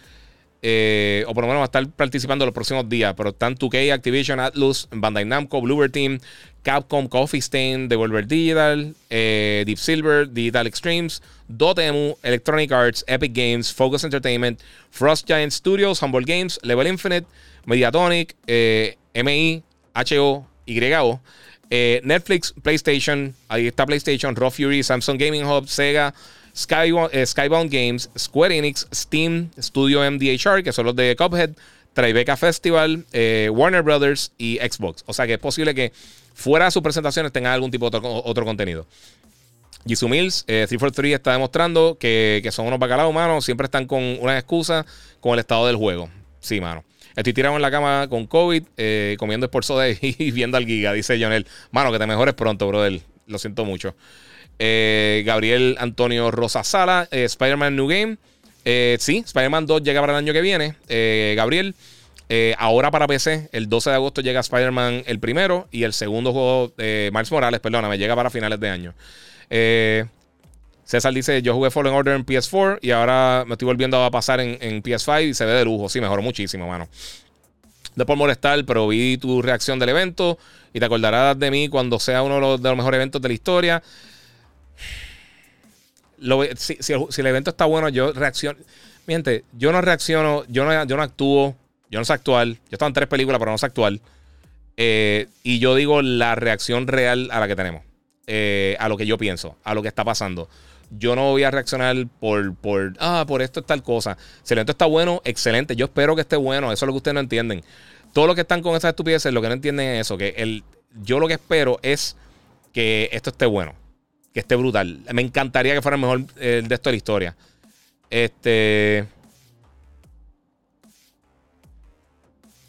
O por lo menos va a estar participando los próximos días. Pero están 2K, Activision, Atlus, Bandai Namco, Bluebird Team, Capcom, Coffee Stain, Devolver Digital, Deep Silver, Digital Extremes, Dotemu, Electronic Arts, Epic Games, Focus Entertainment, Frost Giant Studios, Humble Games, Level Infinite, Mediatonic, MI, HO, YO, Netflix, PlayStation, ahí está PlayStation, Raw Fury, Samsung Gaming Hub, Sega, Skybound Games, Square Enix, Steam, Studio MDHR, que son los de Cuphead, Tribeca Festival, Warner Brothers y Xbox. O sea que es posible que fuera de sus presentaciones tengan algún tipo de otro contenido. Jisoo Mills, 343 está demostrando que son unos bacalaos, mano. Siempre están con unas excusas con el estado del juego. Sí, mano. Estoy tirado en la cama con COVID, comiendo Sport Soda y viendo al Giga, dice Jonel. Mano, que te mejores pronto, brother. Lo siento mucho. Gabriel Antonio Rosa Sala, Spider-Man New Game. Sí, Spider-Man 2 llega para el año que viene. Gabriel, ahora para PC, el 12 de agosto llega Spider-Man el primero. Y el segundo juego, Miles Morales, perdóname, llega para finales de año. César dice, yo jugué Fallen Order en PS4 y ahora me estoy volviendo a pasar en PS5 y se ve de lujo. Sí, mejoró muchísimo, mano. No por molestar, pero vi tu reacción del evento y te acordarás de mí cuando sea uno de los mejores eventos de la historia. Si el evento está bueno, yo reacciono. Mi gente, yo no reacciono, yo no actúo, yo no sé actuar. Yo he estado en 3 películas, pero no sé actuar. Y yo digo la reacción real a la que tenemos. A lo que yo pienso, a lo que está pasando. Yo no voy a reaccionar por esto es tal cosa. Si el evento está bueno, excelente. Yo espero que esté bueno. Eso es lo que ustedes no entienden. Todos los que están con esas estupideces, lo que no entienden es eso. Yo lo que espero es que esto esté bueno. Que esté brutal. Me encantaría que fuera el mejor de esto de la historia.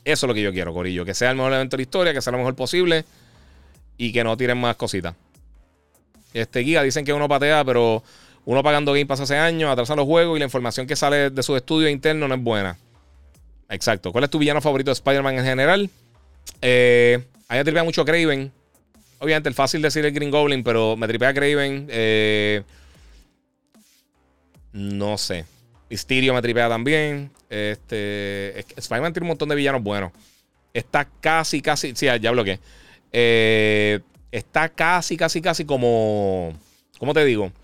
Eso es lo que yo quiero, corillo. Que sea el mejor evento de la historia, que sea lo mejor posible y que no tiren más cositas. Giga, dicen que uno patea, pero uno pagando Game Pass hace años, atrasa los juegos y la información que sale de sus estudios internos no es buena. Exacto. ¿Cuál es tu villano favorito de Spider-Man en general? A mí me tripea mucho Kraven. Obviamente, el fácil decir el Green Goblin, pero me tripea Kraven. No sé. Mysterio me tripea también. Spider-Man tiene un montón de villanos buenos. Está casi. Sí, ya bloqueé. Está casi como. ¿Cómo te digo?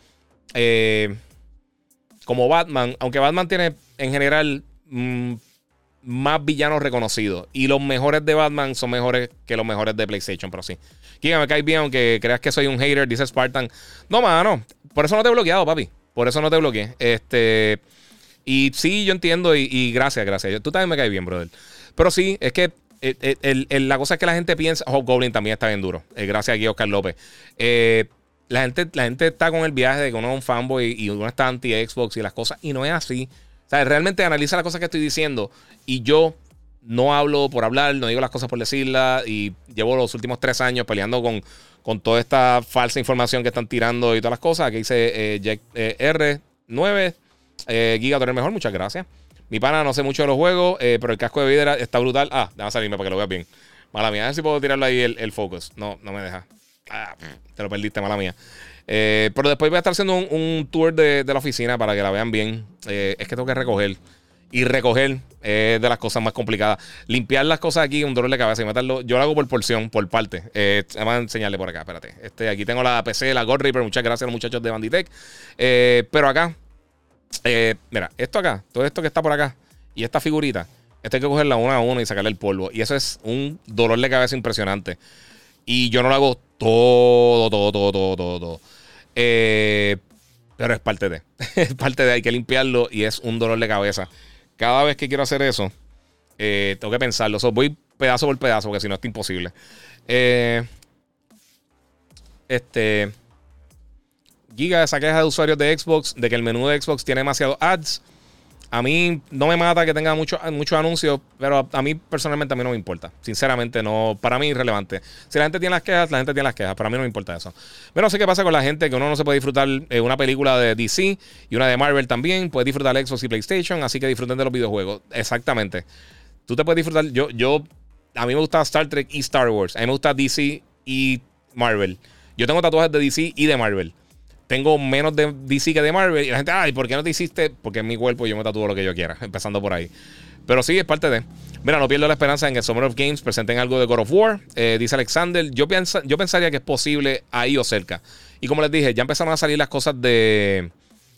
Como Batman. Aunque Batman tiene en general más villanos reconocidos. Y los mejores de Batman son mejores que los mejores de PlayStation, pero sí. Giga, me caes bien, aunque creas que soy un hater, dice Spartan. No, mano. Por eso no te he bloqueado, papi. Por eso no te bloqueé. Y sí, yo entiendo. Y gracias. Tú también me caes bien, brother. Pero sí, es que la cosa es que la gente piensa. Hobgoblin también está bien duro. Gracias aquí, Oscar López. La gente está con el viaje de que uno es un fanboy y uno está anti-Xbox y las cosas. Y no es así. O sea, realmente analiza las cosas que estoy diciendo. Y yo no hablo por hablar, no digo las cosas por decirlas. Y llevo los últimos 3 años peleando con toda esta falsa información que están tirando y todas las cosas. Aquí dice Jack R9. Giga, tú eres mejor, muchas gracias. Mi pana, no sé mucho de los juegos, pero el casco de vida está brutal. Déjame salirme para que lo veas bien. Mala mía, a ver si puedo tirarlo ahí el focus. No me deja. Te lo perdiste, mala mía. Pero después voy a estar haciendo un tour de la oficina para que la vean bien. Es que tengo que recoger. Y recoger es de las cosas más complicadas. Limpiar las cosas aquí es un dolor de cabeza. Y meterlo, yo lo hago por porción, por parte. Vamos a enseñarle por acá, espérate. Aquí tengo la PC, la God Reaper. Muchas gracias a los muchachos de Banditech. Pero acá, mira, esto acá, todo esto que está por acá y esta figurita, esto hay que cogerla uno a uno y sacarle el polvo. Y eso es un dolor de cabeza impresionante. Y yo no lo hago todo. Pero es parte de. Es parte de, hay que limpiarlo y es un dolor de cabeza. Cada vez que quiero hacer eso, tengo que pensarlo. Voy pedazo por pedazo porque si no, es imposible. Giga, esa queja de usuarios de Xbox de que el menú de Xbox tiene demasiados ads. A mí no me mata que tenga muchos anuncios, pero a mí personalmente a mí no me importa. Sinceramente, no, para mí es irrelevante. Si la gente tiene las quejas, la gente tiene las quejas. Para mí no me importa eso. Pero no sé qué pasa con la gente, que uno no se puede disfrutar una película de DC y una de Marvel también. Puedes disfrutar Xbox y PlayStation, así que disfruten de los videojuegos. Exactamente. Tú te puedes disfrutar. A mí me gusta Star Trek y Star Wars. A mí me gusta DC y Marvel. Yo tengo tatuajes de DC y de Marvel. Tengo menos de DC que de Marvel. Y la gente, ¿por qué no te hiciste? Porque en mi cuerpo yo me tatúo lo que yo quiera. Empezando por ahí. Pero sí, es parte de. Mira, no pierdo la esperanza en que Summer of Games presenten algo de God of War. Dice Alexander. Yo pensaría que es posible ahí o cerca. Y como les dije, ya empezaron a salir las cosas de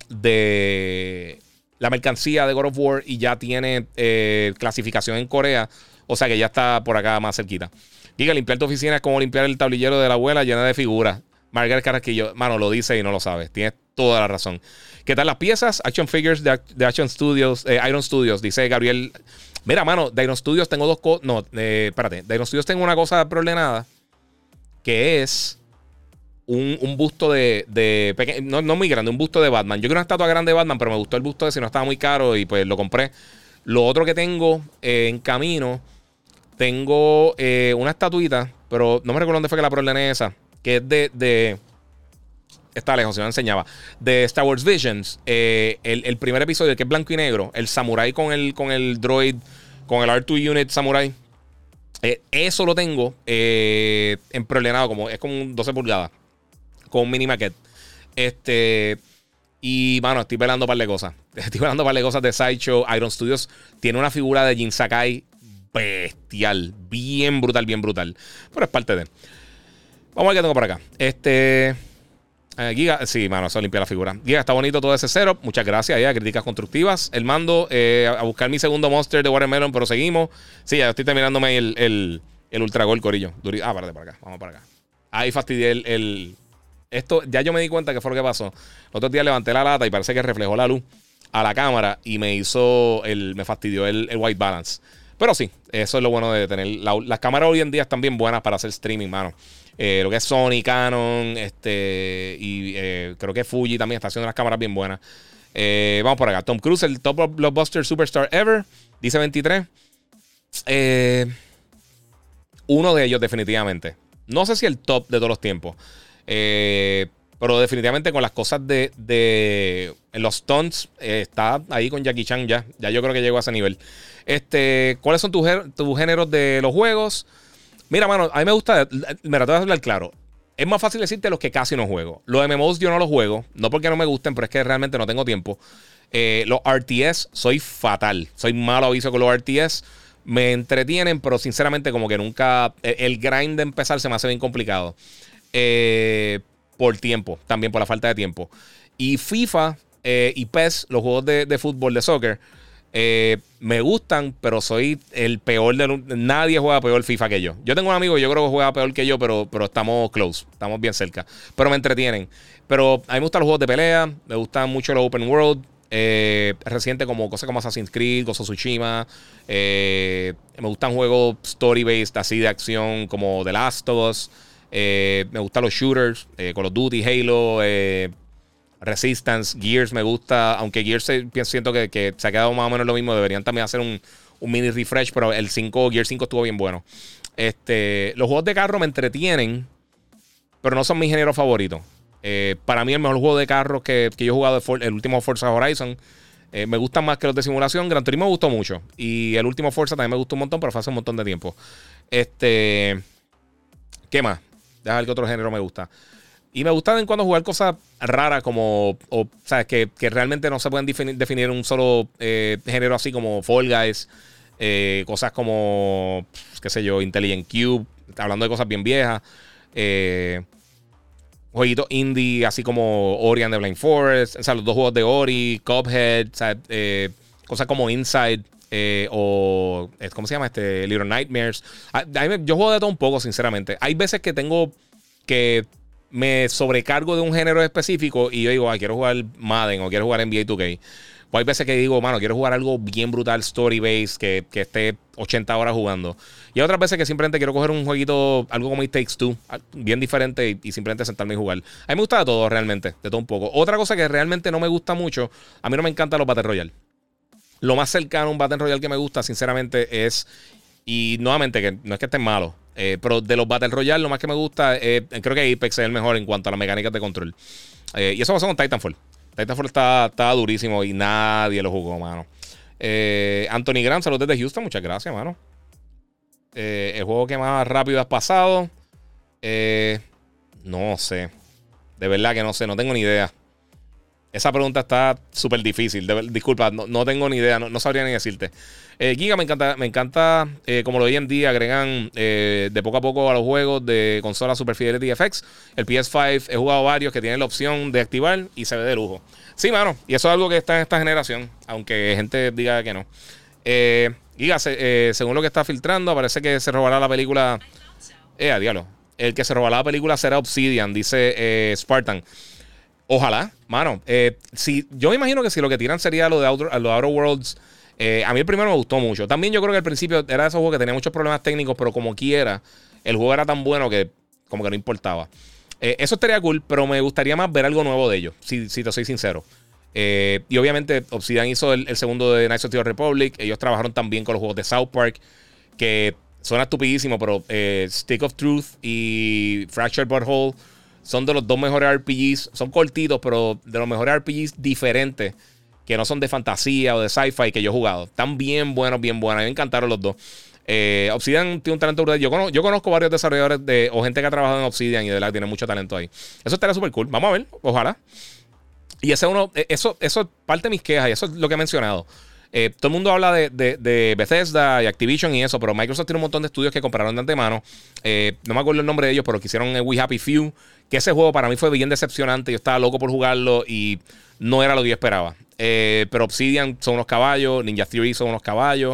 la mercancía de God of War. Y ya tiene clasificación en Corea. O sea que ya está por acá más cerquita. Diga, limpiar tu oficina es como limpiar el tablillero de la abuela llena de figuras. Margaret Carrasquillo, mano, lo dice y no lo sabes. Tienes toda la razón. ¿Qué tal las piezas? Action Figures de Action Studios, Iron Studios, dice Gabriel. Mira, mano, de Iron Studios tengo dos cosas. No, espérate. De Iron Studios tengo una cosa problemada. Que es un busto no muy grande, un busto de Batman. Yo quiero una estatua grande de Batman, pero me gustó el busto ese, no estaba muy caro y pues lo compré. Lo otro que tengo en camino, tengo una estatuita, pero no me recuerdo dónde fue que la problemé esa. Que es de está lejos, se me enseñaba. De Star Wars Visions. El primer episodio, que es blanco y negro. El samurai con el droid. Con el R2 Unit Samurai. Eso lo tengo emproblemado. Es como un 12 pulgadas. Con un mini maquette. Y, mano, estoy velando un par de cosas. Estoy velando un par de cosas de Sideshow. Iron Studios tiene una figura de Jin Sakai bestial. Bien brutal, bien brutal. Pero es parte de. Vamos a ver qué tengo por acá. Giga, sí, mano, eso limpia la figura. Giga, está bonito todo ese setup. Muchas gracias, críticas constructivas. El mando, a buscar mi segundo monster de Watermelon, pero seguimos. Sí, ya estoy terminándome el Ultra Gold, corillo. Espérate, para acá, vamos para acá. Ahí fastidié esto, ya yo me di cuenta que fue lo que pasó. El otro día levanté la lata y parece que reflejó la luz a la cámara y me fastidió el white balance. Pero sí, eso es lo bueno de tener. Las cámaras hoy en día están bien buenas para hacer streaming, mano. Lo que es Sony, Canon, y creo que Fuji también está haciendo unas cámaras bien buenas. Vamos por acá. Tom Cruise, el top blockbuster superstar ever, dice 23. Eh, Uno de ellos, definitivamente. No sé si el top de todos los tiempos. Pero definitivamente con las cosas en los stunts, está ahí con Jackie Chan ya. Ya yo creo que llegó a ese nivel. ¿Cuáles son tus géneros de los juegos? Mira, mano, a mí me gusta. Mira, te voy a hablar claro. Es más fácil decirte los que casi no juego. Los MMOs yo no los juego. No porque no me gusten, pero es que realmente no tengo tiempo. Los RTS, soy fatal. Soy malo aviso con los RTS. Me entretienen, pero sinceramente como que nunca... El grind de empezar se me hace bien complicado. Por tiempo, también por la falta de tiempo. Y FIFA y PES, los juegos de fútbol, de soccer, me gustan, pero soy el peor nadie juega peor FIFA que yo. Yo tengo un amigo que yo creo que juega peor que yo, pero estamos close, estamos bien cerca. Pero me entretienen. Pero a mí me gustan los juegos de pelea, me gustan mucho los open world. Reciente como cosas como Assassin's Creed, Ghost of Tsushima. Me gustan juegos story-based, así de acción, como The Last of Us. Me gustan los shooters, Call of Duty, Halo, Resistance, Gears me gusta. Aunque Gears siento que se ha quedado más o menos lo mismo. Deberían también hacer un mini refresh, pero el Gears 5 estuvo bien bueno. Los juegos de carro me entretienen, pero no son mi género favorito. Para mí el mejor juego de carros que yo he jugado es el último Forza Horizon. Me gustan más que los de simulación. Gran Turismo me gustó mucho. Y el último Forza también me gustó un montón, pero fue hace un montón de tiempo. ¿Qué más? Deja ver qué otro género me gusta. Y me gusta de en cuando jugar cosas raras como... ¿sabes? Que realmente no se pueden definir un solo género, así como Fall Guys. Cosas como... qué sé yo, Intelligent Cube. Hablando de cosas bien viejas. Jueguitos indie, así como Ori and the Blind Forest. O sea, los dos juegos de Ori, Cuphead. O sea, cosas como Inside. ¿Cómo se llama? Little Nightmares. Yo juego de todo un poco, sinceramente. Hay veces que tengo que me sobrecargo de un género específico y yo digo, quiero jugar Madden o quiero jugar NBA 2K. O hay veces que digo, mano, quiero jugar algo bien brutal, story-based, que esté 80 horas jugando. Y hay otras veces que simplemente quiero coger un jueguito, algo como It Takes Two, bien diferente y simplemente sentarme y jugar. A mí me gusta de todo, realmente, de todo un poco. Otra cosa que realmente no me gusta mucho, a mí no me encantan los Battle Royale. Lo más cercano a un Battle Royale que me gusta, sinceramente, es... Y nuevamente, que no es que estén malos, pero de los Battle Royale, lo más que me gusta, creo que Apex es el mejor en cuanto a las mecánicas de control. Y eso pasó con Titanfall. Titanfall estaba durísimo y nadie lo jugó, mano. Anthony Grant, saludos desde Houston. Muchas gracias, mano. El juego que más rápido has pasado. No sé. De verdad que no sé, no tengo ni idea. Esa pregunta está súper difícil. Disculpa, no tengo ni idea, no sabría ni decirte. Giga, me encanta como lo hoy en día agregan de poco a poco a los juegos de consola Super Fidelity FX. El PS5 he jugado varios que tienen la opción de activar y se ve de lujo. Sí, mano, y eso es algo que está en esta generación, aunque gente diga que no. Giga, según lo que está filtrando, parece que se robará la película. A diablo. El que se robará la película será Obsidian, dice Spartan. Ojalá, mano. Yo me imagino que si lo que tiran sería lo de Outer Worlds. A mí el primero me gustó mucho. También yo creo que al principio era de esos juegos que tenía muchos problemas técnicos, pero como quiera, el juego era tan bueno que como que no importaba. Eso estaría cool, pero me gustaría más ver algo nuevo de ellos, si te soy sincero. Y obviamente Obsidian hizo el segundo de Knights of the Old Republic. Ellos trabajaron también con los juegos de South Park, que suena estupidísimo, pero Stick of Truth y Fractured Butthole son de los dos mejores RPGs. Son cortitos, pero de los mejores RPGs diferentes, que no son de fantasía o de sci-fi que yo he jugado. Están bien buenos, bien buenos. A mí me encantaron los dos. Obsidian tiene un talento brutal. Yo conozco varios desarrolladores o gente que ha trabajado en Obsidian y de verdad tiene mucho talento ahí. Eso estaría súper cool. Vamos a ver, ojalá. Y eso es parte de mis quejas y eso es lo que he mencionado. Todo el mundo habla de Bethesda y Activision y eso, pero Microsoft tiene un montón de estudios que compraron de antemano. No me acuerdo el nombre de ellos, pero que hicieron We Happy Few, que ese juego para mí fue bien decepcionante. Yo estaba loco por jugarlo y no era lo que yo esperaba. Pero Obsidian son unos caballos, Ninja Theory son unos caballos.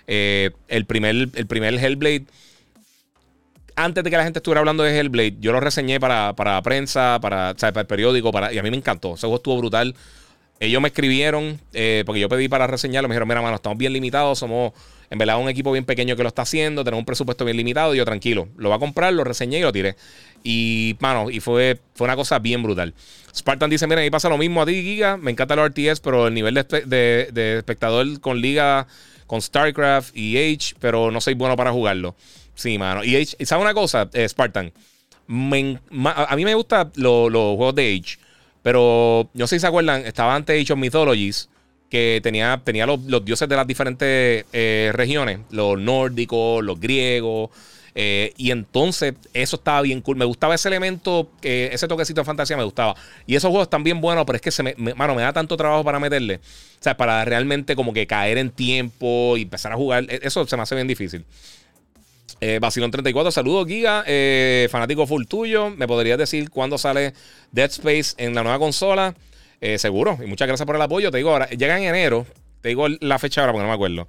El primer Hellblade, antes de que la gente estuviera hablando de Hellblade, yo lo reseñé para prensa, para el periódico, y a mí me encantó. Ese juego estuvo brutal. Ellos me escribieron, porque yo pedí para reseñarlo. Me dijeron, mira, mano, estamos bien limitados. Somos, en verdad, un equipo bien pequeño que lo está haciendo. Tenemos un presupuesto bien limitado. Y yo, tranquilo, lo va a comprar, lo reseñé y lo tiré. Y, mano, fue una cosa bien brutal. Spartan dice, mira, ahí pasa lo mismo a ti, Giga. Me encantan los RTS, pero el nivel de espectador con liga con StarCraft y Age, pero no soy bueno para jugarlo. Sí, mano. Y Age, ¿sabes una cosa, Spartan? A mí me gustan los juegos de Age, pero no sé si se acuerdan, estaba antes Age of Mythologies, que tenía los dioses de las diferentes regiones, los nórdicos, los griegos. Y entonces eso estaba bien cool. Me gustaba ese elemento, ese toquecito de fantasía me gustaba. Y esos juegos están bien buenos, pero es que mano, me da tanto trabajo para meterle. O sea, para realmente como que caer en tiempo y empezar a jugar. Eso se me hace bien difícil. Basilón 34, saludos Giga, fanático full tuyo. ¿Me podrías decir cuándo sale Dead Space en la nueva consola? Seguro, y muchas gracias por el apoyo. Te digo ahora, llega en enero. Te digo la fecha ahora porque no me acuerdo.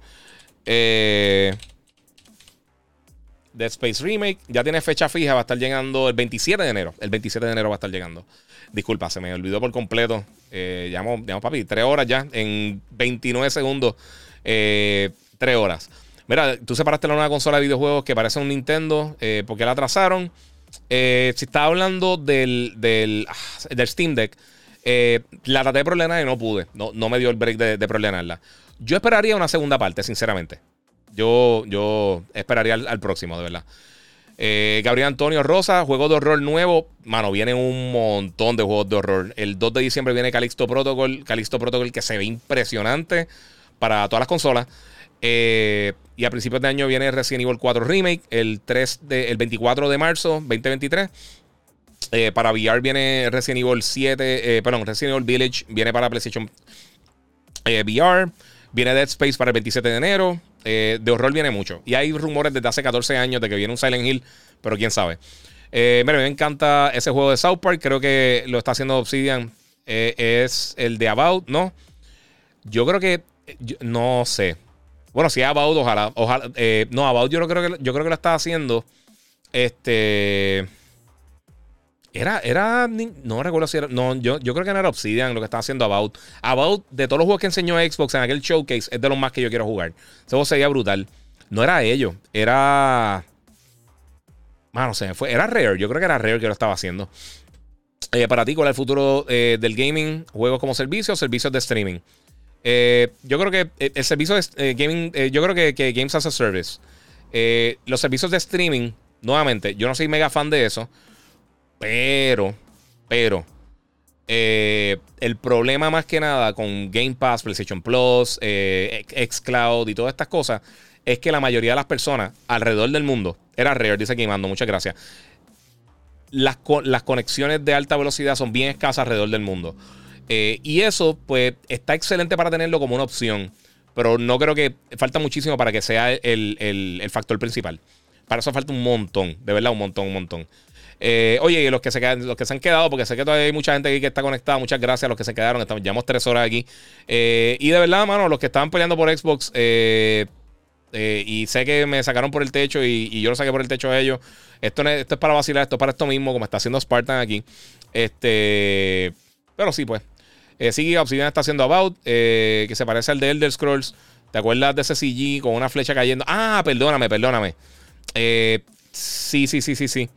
Dead Space Remake ya tiene fecha fija, va a estar llegando el 27 de enero. El 27 de enero va a estar llegando. Disculpa, se me olvidó por completo. Llamo papi, 3 horas ya, en 29 segundos. 3 horas. Mira, tú separaste la nueva consola de videojuegos que parece un Nintendo. ¿Por qué la atrasaron? Si estaba hablando del Steam Deck, la traté de problemar y no pude. No me dio el break de problemarla. Yo esperaría una segunda parte, sinceramente. Yo esperaría al próximo, de verdad. Gabriel Antonio Rosa, juego de horror nuevo. Mano, vienen un montón de juegos de horror. El 2 de diciembre viene Callisto Protocol. Callisto Protocol que se ve impresionante para todas las consolas. Y a principios de año viene Resident Evil 4 Remake. El 24 de marzo 2023. Para VR viene Resident Evil 7. Resident Evil Village viene para PlayStation VR. Viene Dead Space para el 27 de enero. De horror viene mucho. Y hay rumores desde hace 14 años de que viene un Silent Hill, pero quién sabe. Mira, me encanta ese juego de South Park. Creo que lo está haciendo Obsidian. Es el de About, ¿no? Yo creo que... no sé. Bueno, si es About, ojalá. No, About yo creo que lo está haciendo. No recuerdo si era. No, yo creo que no era Obsidian lo que estaba haciendo About. About, de todos los juegos que enseñó Xbox en aquel showcase, es de los más que yo quiero jugar. Ese juego sería brutal. No era ellos, era. Mano, se me fue. Era Rare, yo creo que era Rare que lo estaba haciendo. Para ti, ¿cuál es el futuro del gaming? ¿Juegos como servicios o servicios de streaming? Yo creo que el servicio de gaming. Yo creo que Games as a Service. Los servicios de streaming, nuevamente, yo no soy mega fan de eso. Pero el problema más que nada con Game Pass, PlayStation Plus, xCloud y todas estas cosas es que la mayoría de las personas alrededor del mundo, era Rare, dice Quimando, muchas gracias, las conexiones de alta velocidad son bien escasas alrededor del mundo. Y eso pues está excelente para tenerlo como una opción, pero no creo que falta muchísimo para que sea el factor principal. Para eso falta un montón, de verdad, un montón. Oye, y los que se han quedado, porque sé que todavía hay mucha gente aquí que está conectada, muchas gracias a los que se quedaron, llevamos 3 horas aquí. Y de verdad, mano, los que estaban peleando por Xbox, y sé que me sacaron por el techo y yo lo saqué por el techo a ellos. Esto es para vacilar, esto es para esto mismo, como está haciendo Spartan aquí. Pero sí, pues. Sí, Obsidian está haciendo About, que se parece al de Elder Scrolls. ¿Te acuerdas de ese CG con una flecha cayendo? Ah, perdóname. Sí.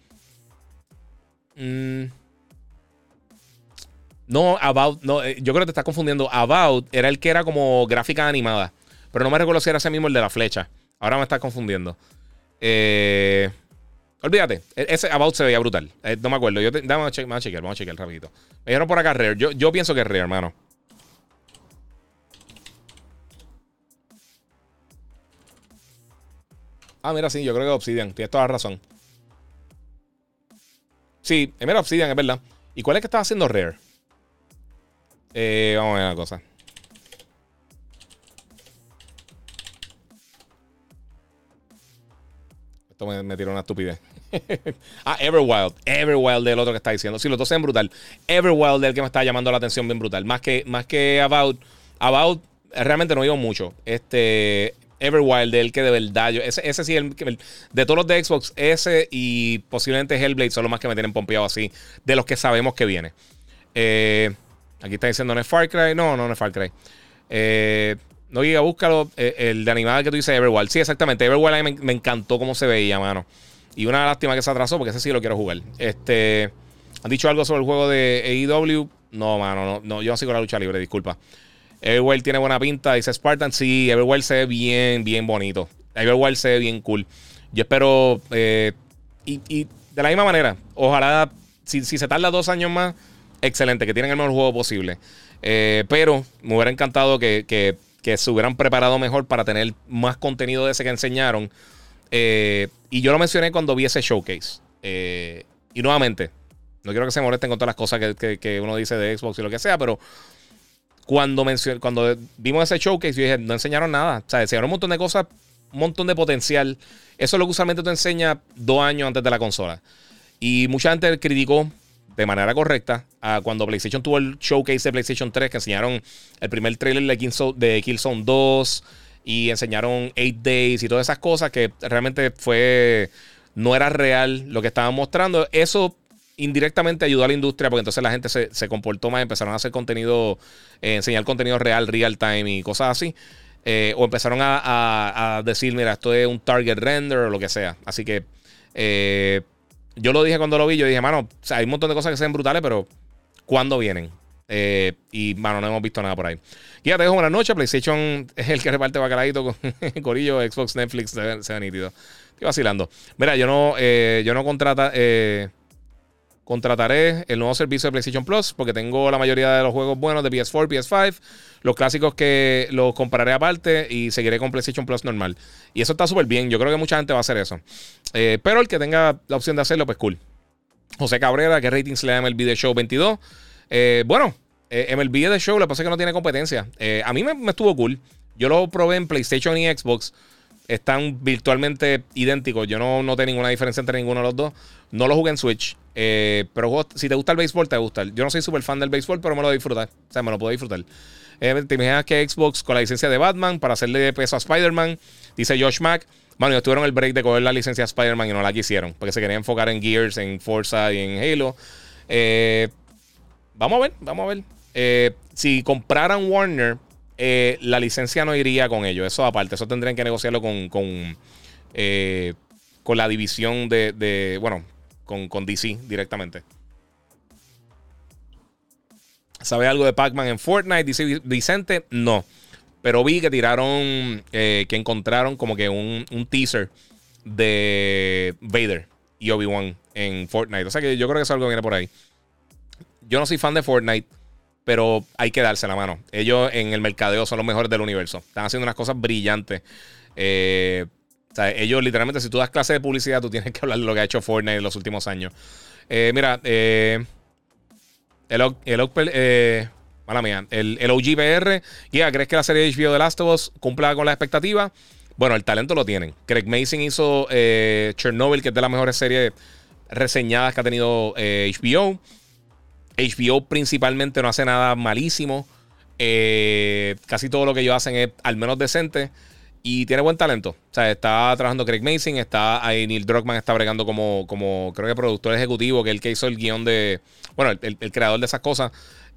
No, About, no, yo creo que te estás confundiendo. About era el que era como gráfica animada, pero no me recuerdo si era ese mismo el de la flecha. Ahora me estás confundiendo. Olvídate, ese About se veía brutal. No me acuerdo. Vamos a chequear rapidito. Me dijeron por acá Rare. Yo pienso que es Rare, hermano. Ah, mira, sí, yo creo que es Obsidian. Tienes toda la razón. Sí, mira, Obsidian, es verdad. ¿Y cuál es que estaba haciendo Rare? Vamos a ver una cosa. Esto me tiró una estupidez. Everwild. Everwild del otro que está diciendo. Sí, los dos se ven brutal. Everwild del que me está llamando la atención bien brutal. Más que About. About realmente no digo mucho. Everwild del que de verdad ese sí de todos los de Xbox, ese y posiblemente Hellblade son los más que me tienen pompeado así, de los que sabemos que viene. Aquí está diciendo no es Far Cry. No es Far Cry. No, Giga, búscalo. El de animada que tú dices, Everwild. Sí, exactamente. Everwild a mí me encantó cómo se veía, mano. Y una lástima que se atrasó porque ese sí lo quiero jugar. ¿Han dicho algo sobre el juego de AEW? No, mano, no, yo no sigo la lucha libre, disculpa. Everwild tiene buena pinta, dice Spartan. Sí, Everwild se ve bien, bien bonito. Everwild se ve bien cool. Yo espero, y de la misma manera, ojalá, si se tarda 2 años más, excelente, que tienen el mejor juego posible. Pero me hubiera encantado que se hubieran preparado mejor para tener más contenido de ese que enseñaron. Y yo lo mencioné cuando vi ese showcase. Y nuevamente, no quiero que se molesten con todas las cosas que uno dice de Xbox y lo que sea, pero cuando vimos ese showcase, yo dije, no enseñaron nada. O sea, enseñaron un montón de cosas, un montón de potencial. Eso es lo que usualmente te enseña 2 años antes de la consola. Y mucha gente criticó de manera correcta cuando PlayStation tuvo el showcase de PlayStation 3, que enseñaron el primer trailer de Killzone 2 y enseñaron 8 Days y todas esas cosas que realmente no era real lo que estaban mostrando. Eso indirectamente ayudó a la industria porque entonces la gente se comportó más, empezaron a hacer contenido, enseñar contenido real time y cosas así. O empezaron a decir, mira, esto es un target render o lo que sea. Así que yo lo dije cuando lo vi, yo dije, mano, o sea, hay un montón de cosas que se ven brutales, pero ¿cuándo vienen? Y, mano, no hemos visto nada por ahí. Y ya te dejo buenas noches. PlayStation es el que reparte bacalaíto con Corillo. Xbox, Netflix, se ve nítido. Estoy vacilando. Mira, yo no contrataré el nuevo servicio de PlayStation Plus porque tengo la mayoría de los juegos buenos de PS4, PS5. Los clásicos que los compraré aparte y seguiré con PlayStation Plus normal. Y eso está súper bien. Yo creo que mucha gente va a hacer eso. Pero el que tenga la opción de hacerlo, pues cool. José Cabrera, ¿qué ratings le da MLB The Show 22? Bueno, MLB The Show, lo que pasa es que no tiene competencia. A mí me estuvo cool. Yo lo probé en PlayStation y Xbox. Están virtualmente idénticos. Yo no noté ninguna diferencia entre ninguno de los dos. No lo jugué en Switch. Pero si te gusta el béisbol, te gusta. Yo no soy súper fan del béisbol, pero me lo voy a disfrutar. O sea, me lo puedo disfrutar. ¿Te imaginas que Xbox con la licencia de Batman para hacerle peso a Spider-Man? Dice Josh Mack. Bueno, ellos tuvieron el break de coger la licencia de Spider-Man y no la quisieron. Porque se querían enfocar en Gears, en Forza y en Halo. Vamos a ver. Si compraran Warner, la licencia no iría con ellos. Eso aparte. Eso tendrían que negociarlo con la división bueno, con DC directamente. ¿Sabe algo de Pac-Man en Fortnite? Dice Vicente. No. Pero vi que tiraron, que encontraron como que un teaser de Vader y Obi-Wan en Fortnite. O sea que yo creo que eso algo viene por ahí. Yo no soy fan de Fortnite, pero hay que darse la mano. Ellos en el mercadeo son los mejores del universo. Están haciendo unas cosas brillantes. O sea, ellos literalmente, si tú das clase de publicidad, tú tienes que hablar de lo que ha hecho Fortnite en los últimos años. Mira, mala mía, el OGVR. ¿Crees que la serie de HBO de Last of Us cumpla con las expectativas? Bueno, el talento lo tienen. Craig Mazin hizo Chernobyl, que es de las mejores series reseñadas que ha tenido HBO. HBO principalmente no hace nada malísimo. Casi todo lo que ellos hacen es al menos decente. Y tiene buen talento. O sea, está trabajando Craig Mazin. Ahí Neil Druckmann está bregando como creo que productor ejecutivo, que es el que hizo el guión de... Bueno, el creador de esas cosas.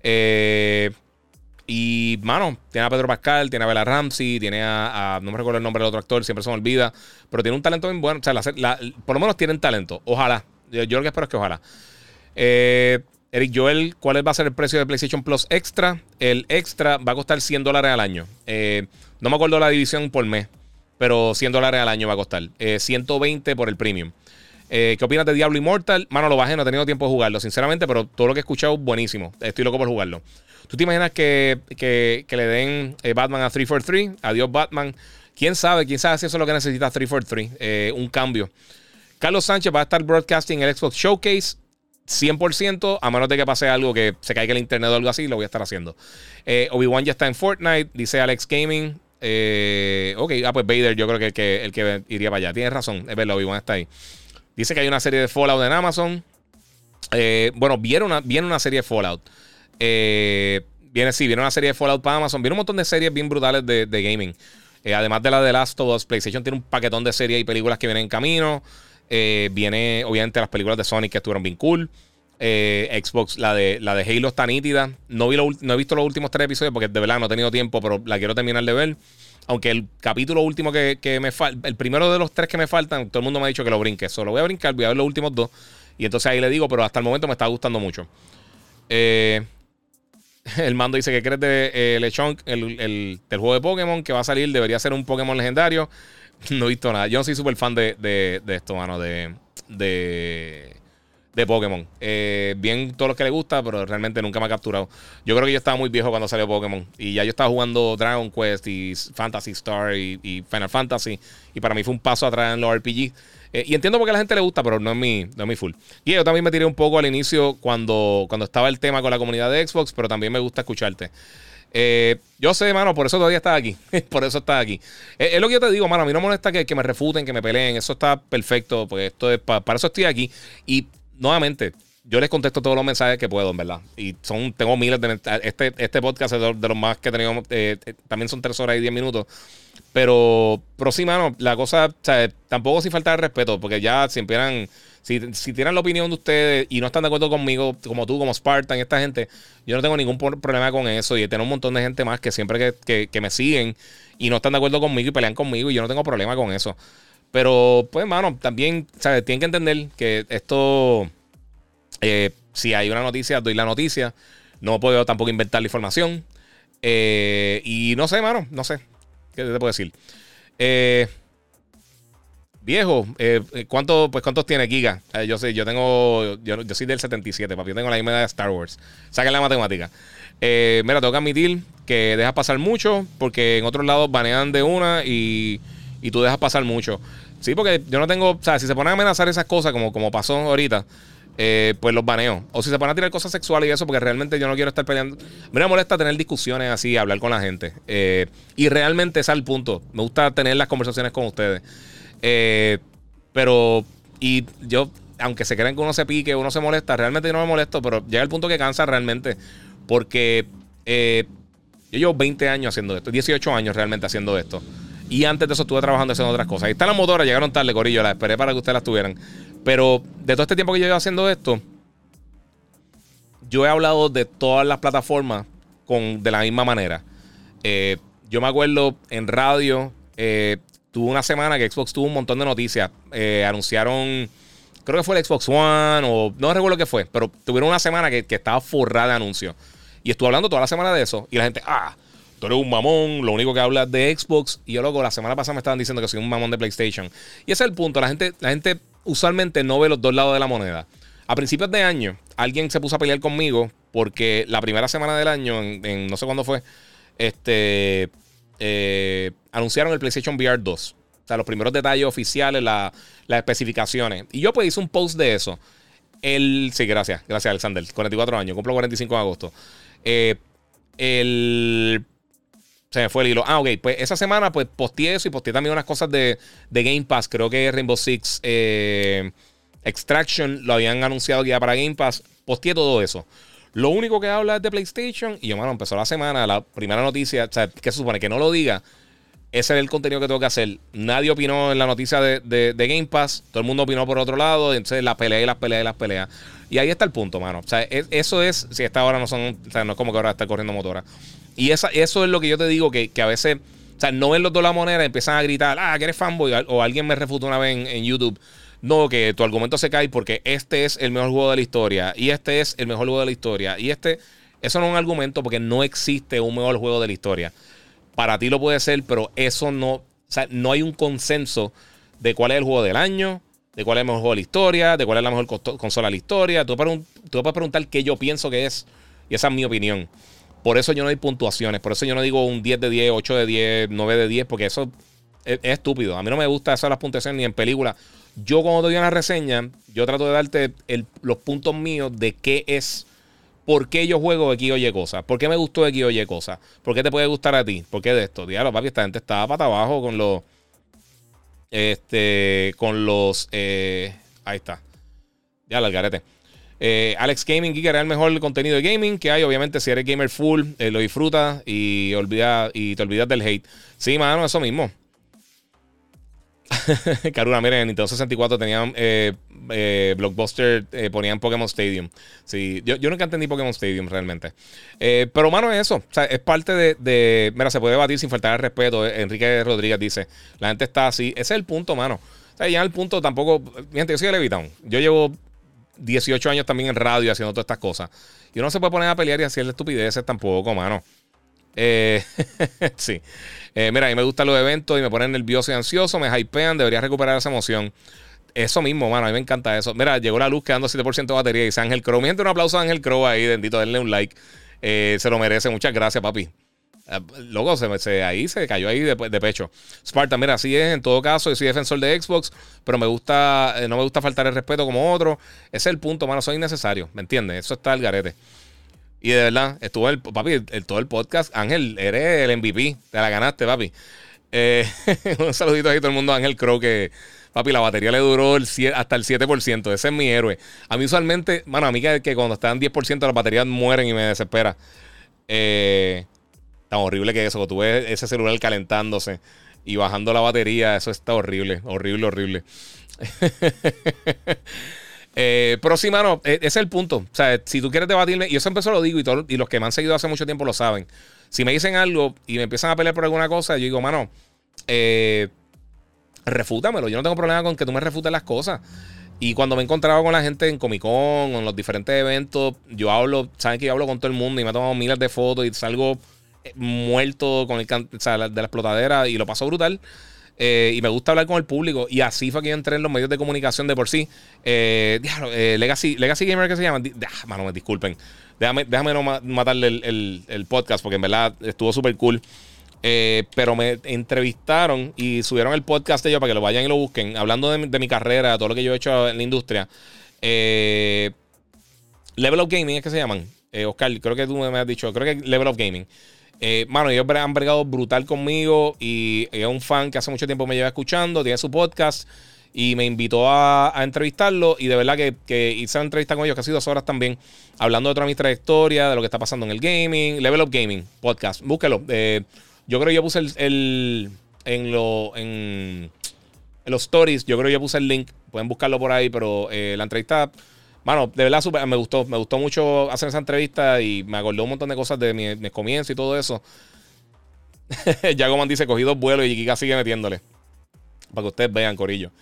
Y, mano, tiene a Pedro Pascal, tiene a Bella Ramsey, tiene no me recuerdo el nombre del otro actor, siempre se me olvida. Pero tiene un talento bien bueno. O sea, por lo menos tienen talento. Ojalá. Yo lo que espero es que ojalá. Eric Joel, ¿cuál va a ser el precio de PlayStation Plus Extra? El Extra va a costar $100 al año. No me acuerdo la división por mes, pero $100 al año va a costar. 120 por el Premium. ¿Qué opinas de Diablo Immortal? Mano, lo bajé, no he tenido tiempo de jugarlo, sinceramente, pero todo lo que he escuchado, buenísimo. Estoy loco por jugarlo. ¿Tú te imaginas que le den Batman a 343? Adiós, Batman. ¿Quién sabe si eso es lo que necesita 343? Un cambio. Carlos Sánchez va a estar broadcasting el Xbox Showcase 100%, a menos de que pase algo, que se caiga el internet o algo así, lo voy a estar haciendo. Obi-Wan ya está en Fortnite, dice Alex Gaming. Pues Vader, yo creo que el que iría para allá. Tienes razón, es verdad, Obi-Wan está ahí. Dice que hay una serie de Fallout en Amazon. Viene una serie de Fallout. Viene una serie de Fallout para Amazon. Viene un montón de series bien brutales de gaming. Además de la de Last of Us, PlayStation tiene un paquetón de series y películas que vienen en camino. Viene, obviamente, las películas de Sonic que estuvieron bien cool. Xbox, la de Halo está nítida. No he visto los últimos 3 episodios porque de verdad no he tenido tiempo, pero la quiero terminar de ver. Aunque el capítulo último que me falta, el primero de los 3 que me faltan, todo el mundo me ha dicho que lo brinque. Solo voy a brincar, voy a ver los últimos 2. Y entonces ahí le digo, pero hasta el momento me está gustando mucho. El mando dice que crees de Lechonk, del juego de Pokémon que va a salir. Debería ser un Pokémon legendario. No he visto nada. Yo no soy súper fan de esto, mano. De Pokémon. Bien todos los que le gusta, pero realmente nunca me ha capturado. Yo creo que yo estaba muy viejo cuando salió Pokémon. Y ya yo estaba jugando Dragon Quest y Phantasy Star y Final Fantasy. Y para mí fue un paso atrás en los RPG. Y entiendo por qué a la gente le gusta, pero no es mi full. Y yo también me tiré un poco al inicio cuando estaba el tema con la comunidad de Xbox, pero también me gusta escucharte. Yo sé, mano, por eso todavía estás aquí. Por eso estás aquí. Es lo que yo te digo, mano. A mí no me molesta que me refuten, que me peleen. Eso está perfecto, porque esto es para eso estoy aquí. Y nuevamente, yo les contesto todos los mensajes que puedo, en verdad. Y tengo miles de mensajes. Este podcast es de los más que he tenido. También son 3 horas y 10 minutos. Pero sí, mano, la cosa, o sea, tampoco sin falta de respeto, porque ya si empiezan, si tienen la opinión de ustedes y no están de acuerdo conmigo, como tú, como Spartan, esta gente, yo no tengo ningún problema con eso. Y tengo un montón de gente más que siempre que me siguen y no están de acuerdo conmigo y pelean conmigo, y yo no tengo problema con eso. Pero, pues, mano, también, ¿sabes? Tienen que entender que esto, si hay una noticia, doy la noticia. No puedo tampoco inventar la información. Y no sé, mano, no sé. ¿Qué te puedo decir? Viejo, ¿cuántos tiene Giga? Yo sé, yo soy del 77, papi. Yo tengo la misma edad de Star Wars. Saquen la matemática. Mira, tengo que admitir que dejas pasar mucho, porque en otros lados banean de una y tú dejas pasar mucho. Sí, porque yo no tengo, o sea, si se ponen a amenazar esas cosas como pasó ahorita, pues los baneo. O si se ponen a tirar cosas sexuales y eso, porque realmente yo no quiero estar peleando. Me molesta tener discusiones así, hablar con la gente. Y realmente ese es el punto. Me gusta tener las conversaciones con ustedes. Pero, y yo, aunque se crean que uno se pique, uno se molesta, realmente yo no me molesto, pero llega el punto que cansa realmente. Porque yo llevo 20 años haciendo esto, 18 años realmente haciendo esto. Y antes de eso estuve trabajando haciendo otras cosas. Ahí están las motoras, llegaron tarde, corillo, las esperé para que ustedes las tuvieran. Pero de todo este tiempo que yo llevo haciendo esto, yo he hablado de todas las plataformas de la misma manera. Yo me acuerdo en radio, tuve una semana que Xbox tuvo un montón de noticias. Anunciaron, creo que fue el Xbox One, o no recuerdo qué fue, pero tuvieron una semana que estaba forrada de anuncios. Y estuve hablando toda la semana de eso. Y la gente, tú eres un mamón, lo único que hablas de Xbox. Y yo, loco, la semana pasada me estaban diciendo que soy un mamón de PlayStation. Y ese es el punto. La gente usualmente no ve los dos lados de la moneda. A principios de año, alguien se puso a pelear conmigo porque la primera semana del año, en no sé cuándo fue, anunciaron el PlayStation VR 2. O sea, los primeros detalles oficiales, las especificaciones. Y yo pues hice un post de eso. Sí, gracias Alexander. 44 años, cumplo 45 de agosto. Se me fue el hilo. Ok, pues esa semana pues posteé eso y posteé también unas cosas de Game Pass. Creo que Rainbow Six Extraction lo habían anunciado ya para Game Pass. Posteé todo eso. Lo único que habla es de PlayStation. Y yo, mano, empezó la semana, la primera noticia. O sea, ¿qué se supone? Que no lo diga. Ese es el contenido que tengo que hacer. Nadie opinó en la noticia de Game Pass. Todo el mundo opinó por otro lado. Entonces las peleas. Y ahí está el punto, mano. O sea, eso es. Si esta hora no son. O sea, no es como que ahora está corriendo motora. Y eso es lo que yo te digo, que a veces, o sea, no ven los dos la moneda, empiezan a gritar, que eres fanboy, o alguien me refutó una vez en YouTube. No, que tu argumento se cae porque este es el mejor juego de la historia, y este es el mejor juego de la historia, y eso no es un argumento, porque no existe un mejor juego de la historia. Para ti lo puede ser, pero eso no, o sea, no hay un consenso de cuál es el juego del año, de cuál es el mejor juego de la historia, de cuál es la mejor consola de la historia. Tú puedes preguntar qué yo pienso que es, y esa es mi opinión. Por eso yo no doy puntuaciones. Por eso yo no digo un 10 de 10, 8 de 10, 9 de 10, porque eso es estúpido. A mí no me gusta eso de las puntuaciones ni en películas. Yo cuando doy una reseña, yo trato de darte los puntos míos de qué es, por qué yo juego X o Y cosas, por qué me gustó X o Y cosas, por qué te puede gustar a ti, por qué de esto. Diablo, papi, esta gente estaba pata abajo con los... ahí está. Ya, el garete. Alex Gaming Geek era el mejor contenido de gaming que hay. Obviamente, si eres gamer full, lo disfrutas y te olvidas del hate. Sí, mano, eso mismo. Karuna, miren, en Nintendo 64 tenían Blockbuster, ponían Pokémon Stadium. Sí, yo nunca entendí Pokémon Stadium realmente. Pero, mano, es eso. O sea, es parte de. Mira, se puede debatir sin faltar el respeto. Enrique Rodríguez dice: la gente está así. Ese es el punto, mano. O sea, ya el punto tampoco. Mi gente, yo soy de Levitown. Yo llevo 18 años también en radio haciendo todas estas cosas. Y uno no se puede poner a pelear y hacerle estupideces tampoco, mano. Sí. Mira, a mí me gustan los eventos y me ponen nervioso y ansioso, me hypean, debería recuperar esa emoción. Eso mismo, mano, a mí me encanta eso. Mira, llegó la luz quedando 7% de batería. Dice Ángel Crow. Mi gente, un aplauso a Ángel Crow ahí, bendito, denle un like. Se lo merece, muchas gracias, papi. Luego ahí se cayó ahí de pecho. Sparta, mira, así es. En todo caso, yo soy defensor de Xbox, pero me gusta, no me gusta faltar el respeto como otro. Ese es el punto, mano. Eso es innecesario, ¿me entiendes? Eso está al garete. Y de verdad, estuvo papi, todo el podcast. Ángel, eres el MVP. Te la ganaste, papi. Un saludito ahí a todo el mundo a Ángel Crow, que papi, la batería le duró hasta el 7%. Ese es mi héroe. A mí usualmente, mano, a mí que cuando están 10% las baterías mueren y me desespera. Tan horrible que eso. Cuando tú ves ese celular calentándose y bajando la batería, eso está horrible. Horrible, horrible. Pero sí, mano, ese es el punto. O sea, si tú quieres debatirme, y eso empezó lo digo, y los que me han seguido hace mucho tiempo lo saben. Si me dicen algo y me empiezan a pelear por alguna cosa, yo digo, mano, refútamelo. Yo no tengo problema con que tú me refutes las cosas. Y cuando me he encontrado con la gente en Comic Con o en los diferentes eventos, yo hablo, saben que yo hablo con todo el mundo y me he tomado miles de fotos y salgo muerto con o sea, de la explotadera y lo paso brutal. Y me gusta hablar con el público. Y así fue que yo entré en los medios de comunicación de por sí. Legacy Gamer, ¿qué se llama? Mano, me disculpen. Déjame no matarle el podcast, porque en verdad estuvo súper cool. Pero me entrevistaron y subieron el podcast de ellos para que lo vayan y lo busquen. Hablando de mi carrera, todo lo que yo he hecho en la industria. Level Up Gaming es que se llaman. Oscar, creo que tú me has dicho. Creo que Level Up Gaming. Mano, ellos han bregado brutal conmigo. Y es un fan que hace mucho tiempo me lleva escuchando. Tiene su podcast. Y me invitó a entrevistarlo. Y de verdad que hice una entrevista con ellos, casi 2 horas también. Hablando de toda mi trayectoria, de lo que está pasando en el gaming. Level Up Gaming podcast. Búsquelo. Yo creo que yo puse en los stories, yo creo que yo puse el link. Pueden buscarlo por ahí, pero la entrevista, mano, de verdad me gustó. Me gustó mucho hacer esa entrevista y me acordó un montón de cosas de mi comienzo y todo eso. Jagoman dice, cogí 2 vuelos y Kika sigue metiéndole. Para que ustedes vean, corillo.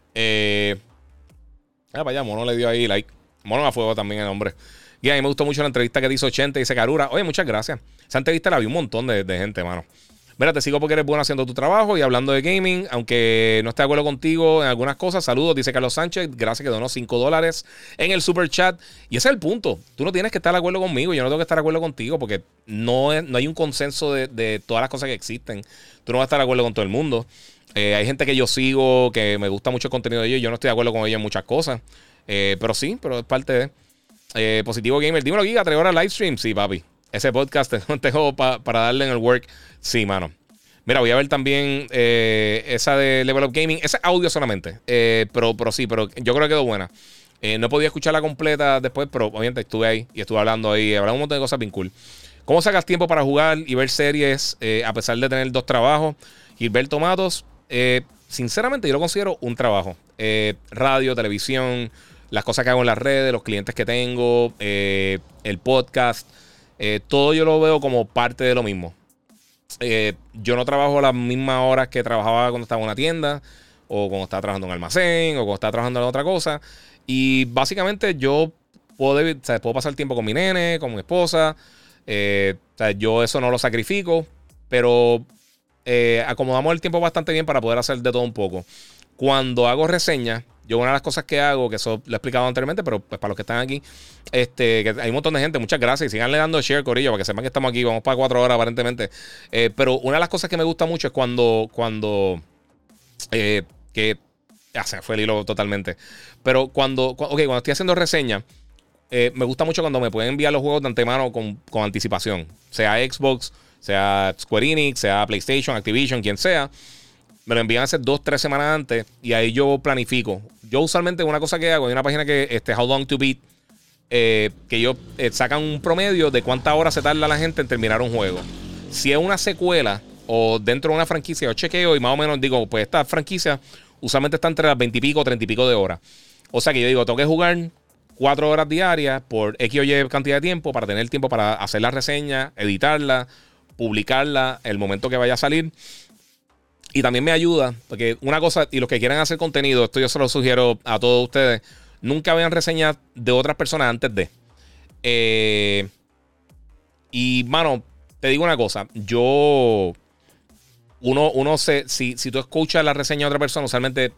Para allá, Mono le dio ahí like. Mono a fuego también el hombre. Y a mí me gustó mucho la entrevista que te hizo 80 y dice Karura. Oye, muchas gracias. Esa entrevista la vi un montón de gente, mano. Mira, te sigo porque eres bueno haciendo tu trabajo y hablando de gaming. Aunque no esté de acuerdo contigo en algunas cosas. Saludos, dice Carlos Sánchez. Gracias que donó $5 en el super chat. Y ese es el punto. Tú no tienes que estar de acuerdo conmigo. Yo no tengo que estar de acuerdo contigo porque no hay un consenso de todas las cosas que existen. Tú no vas a estar de acuerdo con todo el mundo. Hay gente que yo sigo, que me gusta mucho el contenido de ellos. Yo no estoy de acuerdo con ellos en muchas cosas. Pero sí, pero es parte de... Positivo Gamer, dímelo, Giga, 3 horas live stream. Sí, papi. Ese podcast tengo para darle en el work. Sí, mano. Mira, voy a ver también esa de Level Up Gaming. Ese audio solamente. Pero yo creo que quedó buena. No podía escucharla completa después, pero obviamente estuve ahí y estuve hablando ahí. Hablamos un montón de cosas bien cool. ¿Cómo sacas tiempo para jugar y ver series a pesar de tener 2 trabajos? Gilberto Matos, sinceramente yo lo considero un trabajo. Radio, televisión, las cosas que hago en las redes, los clientes que tengo, el podcast, todo yo lo veo como parte de lo mismo. Yo no trabajo las mismas horas que trabajaba cuando estaba en una tienda, o cuando estaba trabajando en un almacén, o cuando estaba trabajando en otra cosa. Y básicamente yo puedo pasar tiempo con mi nene, con mi esposa. Yo eso no lo sacrifico, pero acomodamos el tiempo bastante bien para poder hacer de todo un poco. Cuando hago reseñas, yo una de las cosas que hago, que eso lo he explicado anteriormente, pero pues para los que están aquí, que hay un montón de gente, muchas gracias, y síganle dando share, corillo, para que sepan que estamos aquí, vamos para 4 horas aparentemente. Pero una de las cosas que me gusta mucho es cuando se fue el hilo totalmente. Pero cuando estoy haciendo reseñas, me gusta mucho cuando me pueden enviar los juegos de antemano con anticipación, sea Xbox, sea Square Enix, sea PlayStation, Activision, quien sea. Me lo envían hace 2-3 semanas antes y ahí yo planifico. Yo usualmente una cosa que hago, hay una página que How Long to Beat, que ellos sacan un promedio de cuántas horas se tarda la gente en terminar un juego. Si es una secuela o dentro de una franquicia, yo chequeo y más o menos digo, pues esta franquicia usualmente está entre las 20 y pico, 30 y pico de horas. O sea que yo digo, tengo que jugar 4 horas diarias por X o Y cantidad de tiempo para tener tiempo para hacer la reseña, editarla, publicarla, el momento que vaya a salir. Y también me ayuda, porque una cosa, y los que quieran hacer contenido, esto yo se lo sugiero a todos ustedes, nunca vean reseñas de otras personas antes de. Y, mano, te digo una cosa. Si tú escuchas la reseña de otra persona, usualmente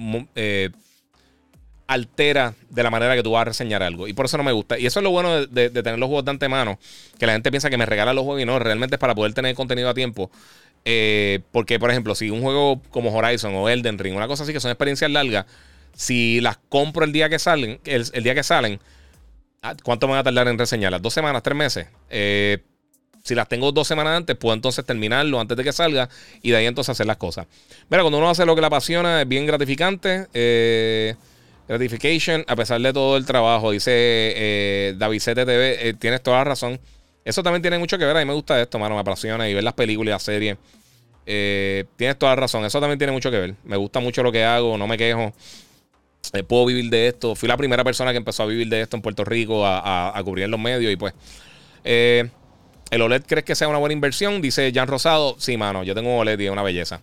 altera de la manera que tú vas a reseñar algo. Y por eso no me gusta. Y eso es lo bueno de tener los juegos de antemano. Que la gente piensa que me regala los juegos y no. Realmente es para poder tener contenido a tiempo. Porque, por ejemplo, si un juego como Horizon o Elden Ring, una cosa así que son experiencias largas, si las compro el día que salen, el día que salen, ¿cuánto me va a tardar en reseñarlas? ¿2 semanas? ¿3 meses? Si las tengo 2 semanas antes, puedo entonces terminarlo antes de que salga y de ahí entonces hacer las cosas. Mira, cuando uno hace lo que le apasiona, es bien gratificante. Gratification, a pesar de todo el trabajo, dice David CTTV, tienes toda la razón. Eso también tiene mucho que ver. A mí me gusta esto, mano, me apasiona y ver las películas y las series. Tienes toda la razón. Eso también tiene mucho que ver. Me gusta mucho lo que hago, no me quejo. Puedo vivir de esto. Fui la primera persona que empezó a vivir de esto en Puerto Rico, a cubrir en los medios y pues. ¿El OLED crees que sea una buena inversión? Dice Jan Rosado. Sí, mano, yo tengo un OLED y es una belleza.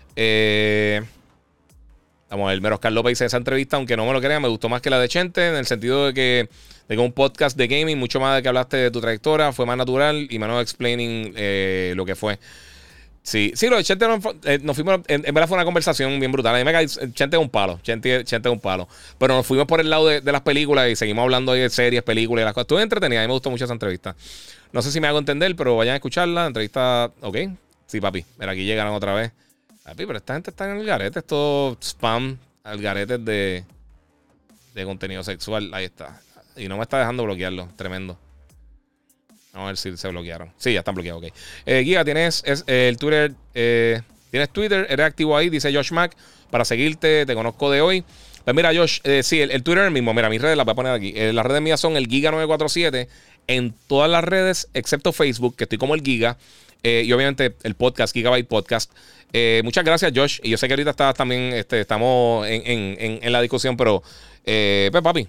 Vamos a ver, Meroscar López dice: esa entrevista, aunque no me lo crean, me gustó más que la de Chente, en el sentido de que un podcast de gaming, mucho más de que hablaste de tu trayectoria, fue más natural y menos explaining lo que fue. Sí, lo de Chente nos fuimos, en verdad fue una conversación bien brutal. A mí me cae, Chente es un palo, Chente es un palo. Pero nos fuimos por el lado de las películas y seguimos hablando de series, películas y las cosas. Estuve entretenida, a mí me gustó mucho esa entrevista. No sé si me hago entender, pero vayan a escucharla. Entrevista, ok. Sí, papi, mira, aquí llegaron otra vez. Papi, pero esta gente está en el garete, esto spam, al garete de contenido sexual. Ahí está. Y no me está dejando bloquearlo, tremendo. Vamos a ver si se bloquearon. Sí, ya están bloqueados, ok. Giga, tienes el Twitter. Tienes Twitter, eres activo ahí, dice Josh Mack. Para seguirte, te conozco de hoy. Pues mira, Josh, sí, el Twitter es el mismo. Mira, mis redes las voy a poner aquí. Las redes mías son el Giga947 en todas las redes, excepto Facebook, que estoy como el Giga. Y obviamente el podcast, Gigabyte Podcast. Muchas gracias, Josh. Y yo sé que ahorita también estamos en la discusión, pero pues papi,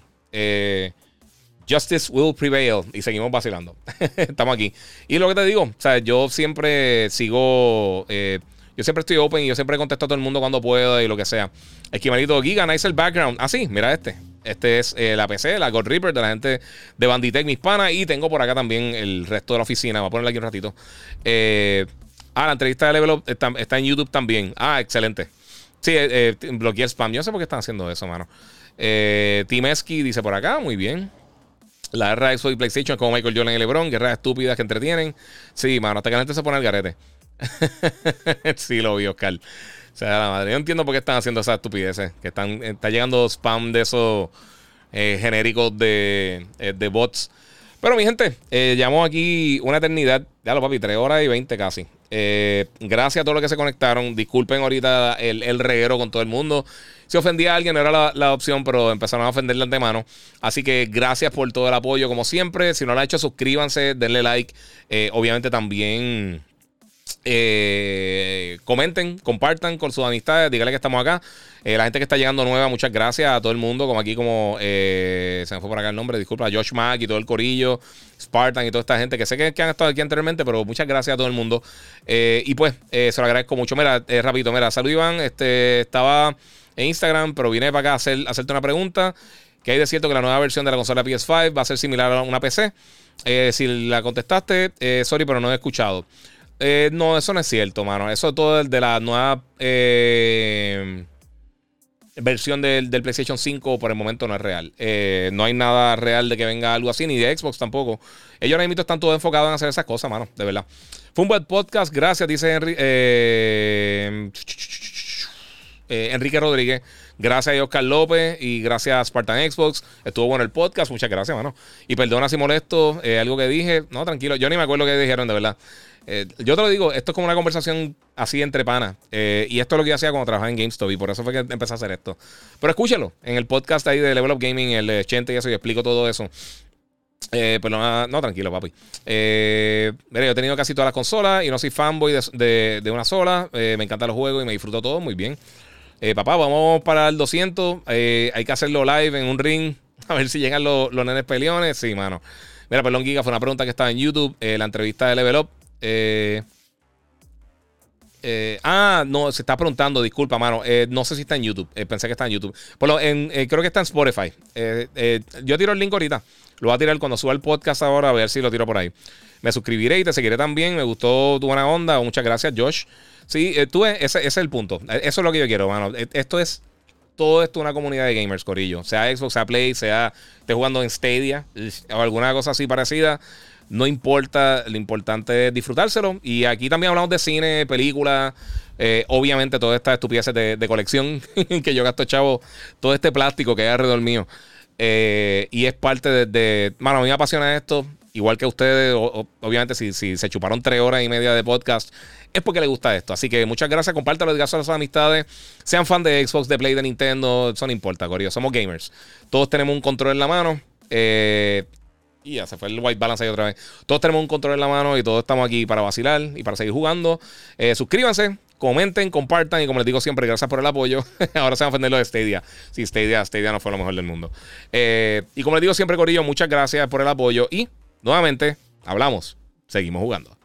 Justice will prevail. Y seguimos vacilando. Estamos aquí. Y lo que te digo, o sea, yo siempre sigo. Yo siempre estoy open y yo siempre contesto a todo el mundo cuando puedo y lo que sea. Esquimalito Giga, nice el background. Ah, sí, mira este. Este es la PC, la God Reaper de la gente de Banditech, mis panas. Y tengo por acá también el resto de la oficina. Voy a ponerla aquí un ratito. La entrevista de Level Up está en YouTube también. Ah, excelente. Sí, bloqueé el spam. Yo no sé por qué están haciendo eso, mano. Timeski dice por acá, muy bien. La guerra de Xbox y PlayStation como Michael Jordan y LeBron. Guerras estúpidas que entretienen. Sí, mano, hasta que la gente se pone al garete. Sí, lo vi, Oscar. O sea, la madre. Yo no entiendo por qué están haciendo esas estupideces. Que está llegando spam de esos genéricos de bots. Pero mi gente, llevamos aquí una eternidad. Ya lo papi, 3 horas y 20 casi. Gracias a todos los que se conectaron. Disculpen ahorita el reguero con todo el mundo. Si ofendía a alguien, no era la opción, pero empezaron a ofender de antemano. Así que gracias por todo el apoyo, como siempre. Si no lo han hecho, suscríbanse, denle like. Obviamente también comenten, compartan con sus amistades, díganle que estamos acá. La gente que está llegando nueva, muchas gracias a todo el mundo, como aquí, como se me fue por acá el nombre, disculpa, Josh Mack y todo el corillo, Spartan y toda esta gente que sé que han estado aquí anteriormente, pero muchas gracias a todo el mundo. Y pues se lo agradezco mucho. Mira, rapidito, mira, salud Iván, estaba en Instagram, pero vine para acá a hacerte una pregunta. Que hay de cierto que la nueva versión de la consola PS5 va a ser similar a una PC. Si la contestaste, sorry, pero no he escuchado. No, eso no es cierto, mano. Eso es todo de la nueva versión del PlayStation 5 por el momento no es real. No hay nada real de que venga algo así, ni de Xbox tampoco. Ellos ahora mismo están todos enfocados en hacer esas cosas, mano, de verdad. Fue un buen podcast, gracias, dice Enrique Rodríguez. Gracias a Oscar López y gracias a Spartan Xbox. Estuvo bueno el podcast, muchas gracias, mano. Y perdona si molesto algo que dije. No, tranquilo, yo ni me acuerdo qué dijeron, de verdad. Yo te lo digo, esto es como una conversación así entre panas. Y esto es lo que yo hacía cuando trabajaba en GameStop y por eso fue que empecé a hacer esto. Pero escúchelo en el podcast ahí de Level Up Gaming, el de Chente y eso, y explico todo eso. Pero no, tranquilo, papi. Mira, yo he tenido casi todas las consolas y no soy fanboy de una sola. Me encantan los juegos y me disfruto todo muy bien. Papá, vamos para el 200. Hay que hacerlo live en un ring. A ver si llegan los nenes peleones. Sí, mano. Mira, perdón, Giga, fue una pregunta que estaba en YouTube. La entrevista de Level Up. No, se está preguntando, disculpa, mano. No sé si está en YouTube. Pensé que está en YouTube. Creo que está en Spotify. Yo tiro el link ahorita. Lo voy a tirar cuando suba el podcast ahora, a ver si lo tiro por ahí. Me suscribiré y te seguiré también. Me gustó tu buena onda. Muchas gracias, Josh. Sí, ese es el punto. Eso es lo que yo quiero, mano. Todo esto es una comunidad de gamers, corillo. Sea Xbox, sea Play, sea esté jugando en Stadia o alguna cosa así parecida. No importa, lo importante es disfrutárselo. Y aquí también hablamos de cine, películas, obviamente todas estas estupideces de colección que yo gasto, chavo, todo este plástico que hay alrededor mío. Y es parte mano, a mí me apasiona esto, igual que a ustedes. Obviamente si se chuparon 3 horas y media de podcast, es porque les gusta esto. Así que muchas gracias, compártelo, díganlo a sus amistades. Sean fan de Xbox, de Play, de Nintendo, eso no importa, corillo. Somos gamers. Todos tenemos un control en la mano. Y ya se fue el white balance ahí otra vez. Todos tenemos un control en la mano y todos estamos aquí para vacilar y para seguir jugando. Suscríbanse, comenten, compartan y como les digo siempre, gracias por el apoyo. Ahora se van a ofender lo de Stadia. Sí, Stadia no fue lo mejor del mundo. Y como les digo siempre, corillo, muchas gracias por el apoyo y nuevamente hablamos, seguimos jugando.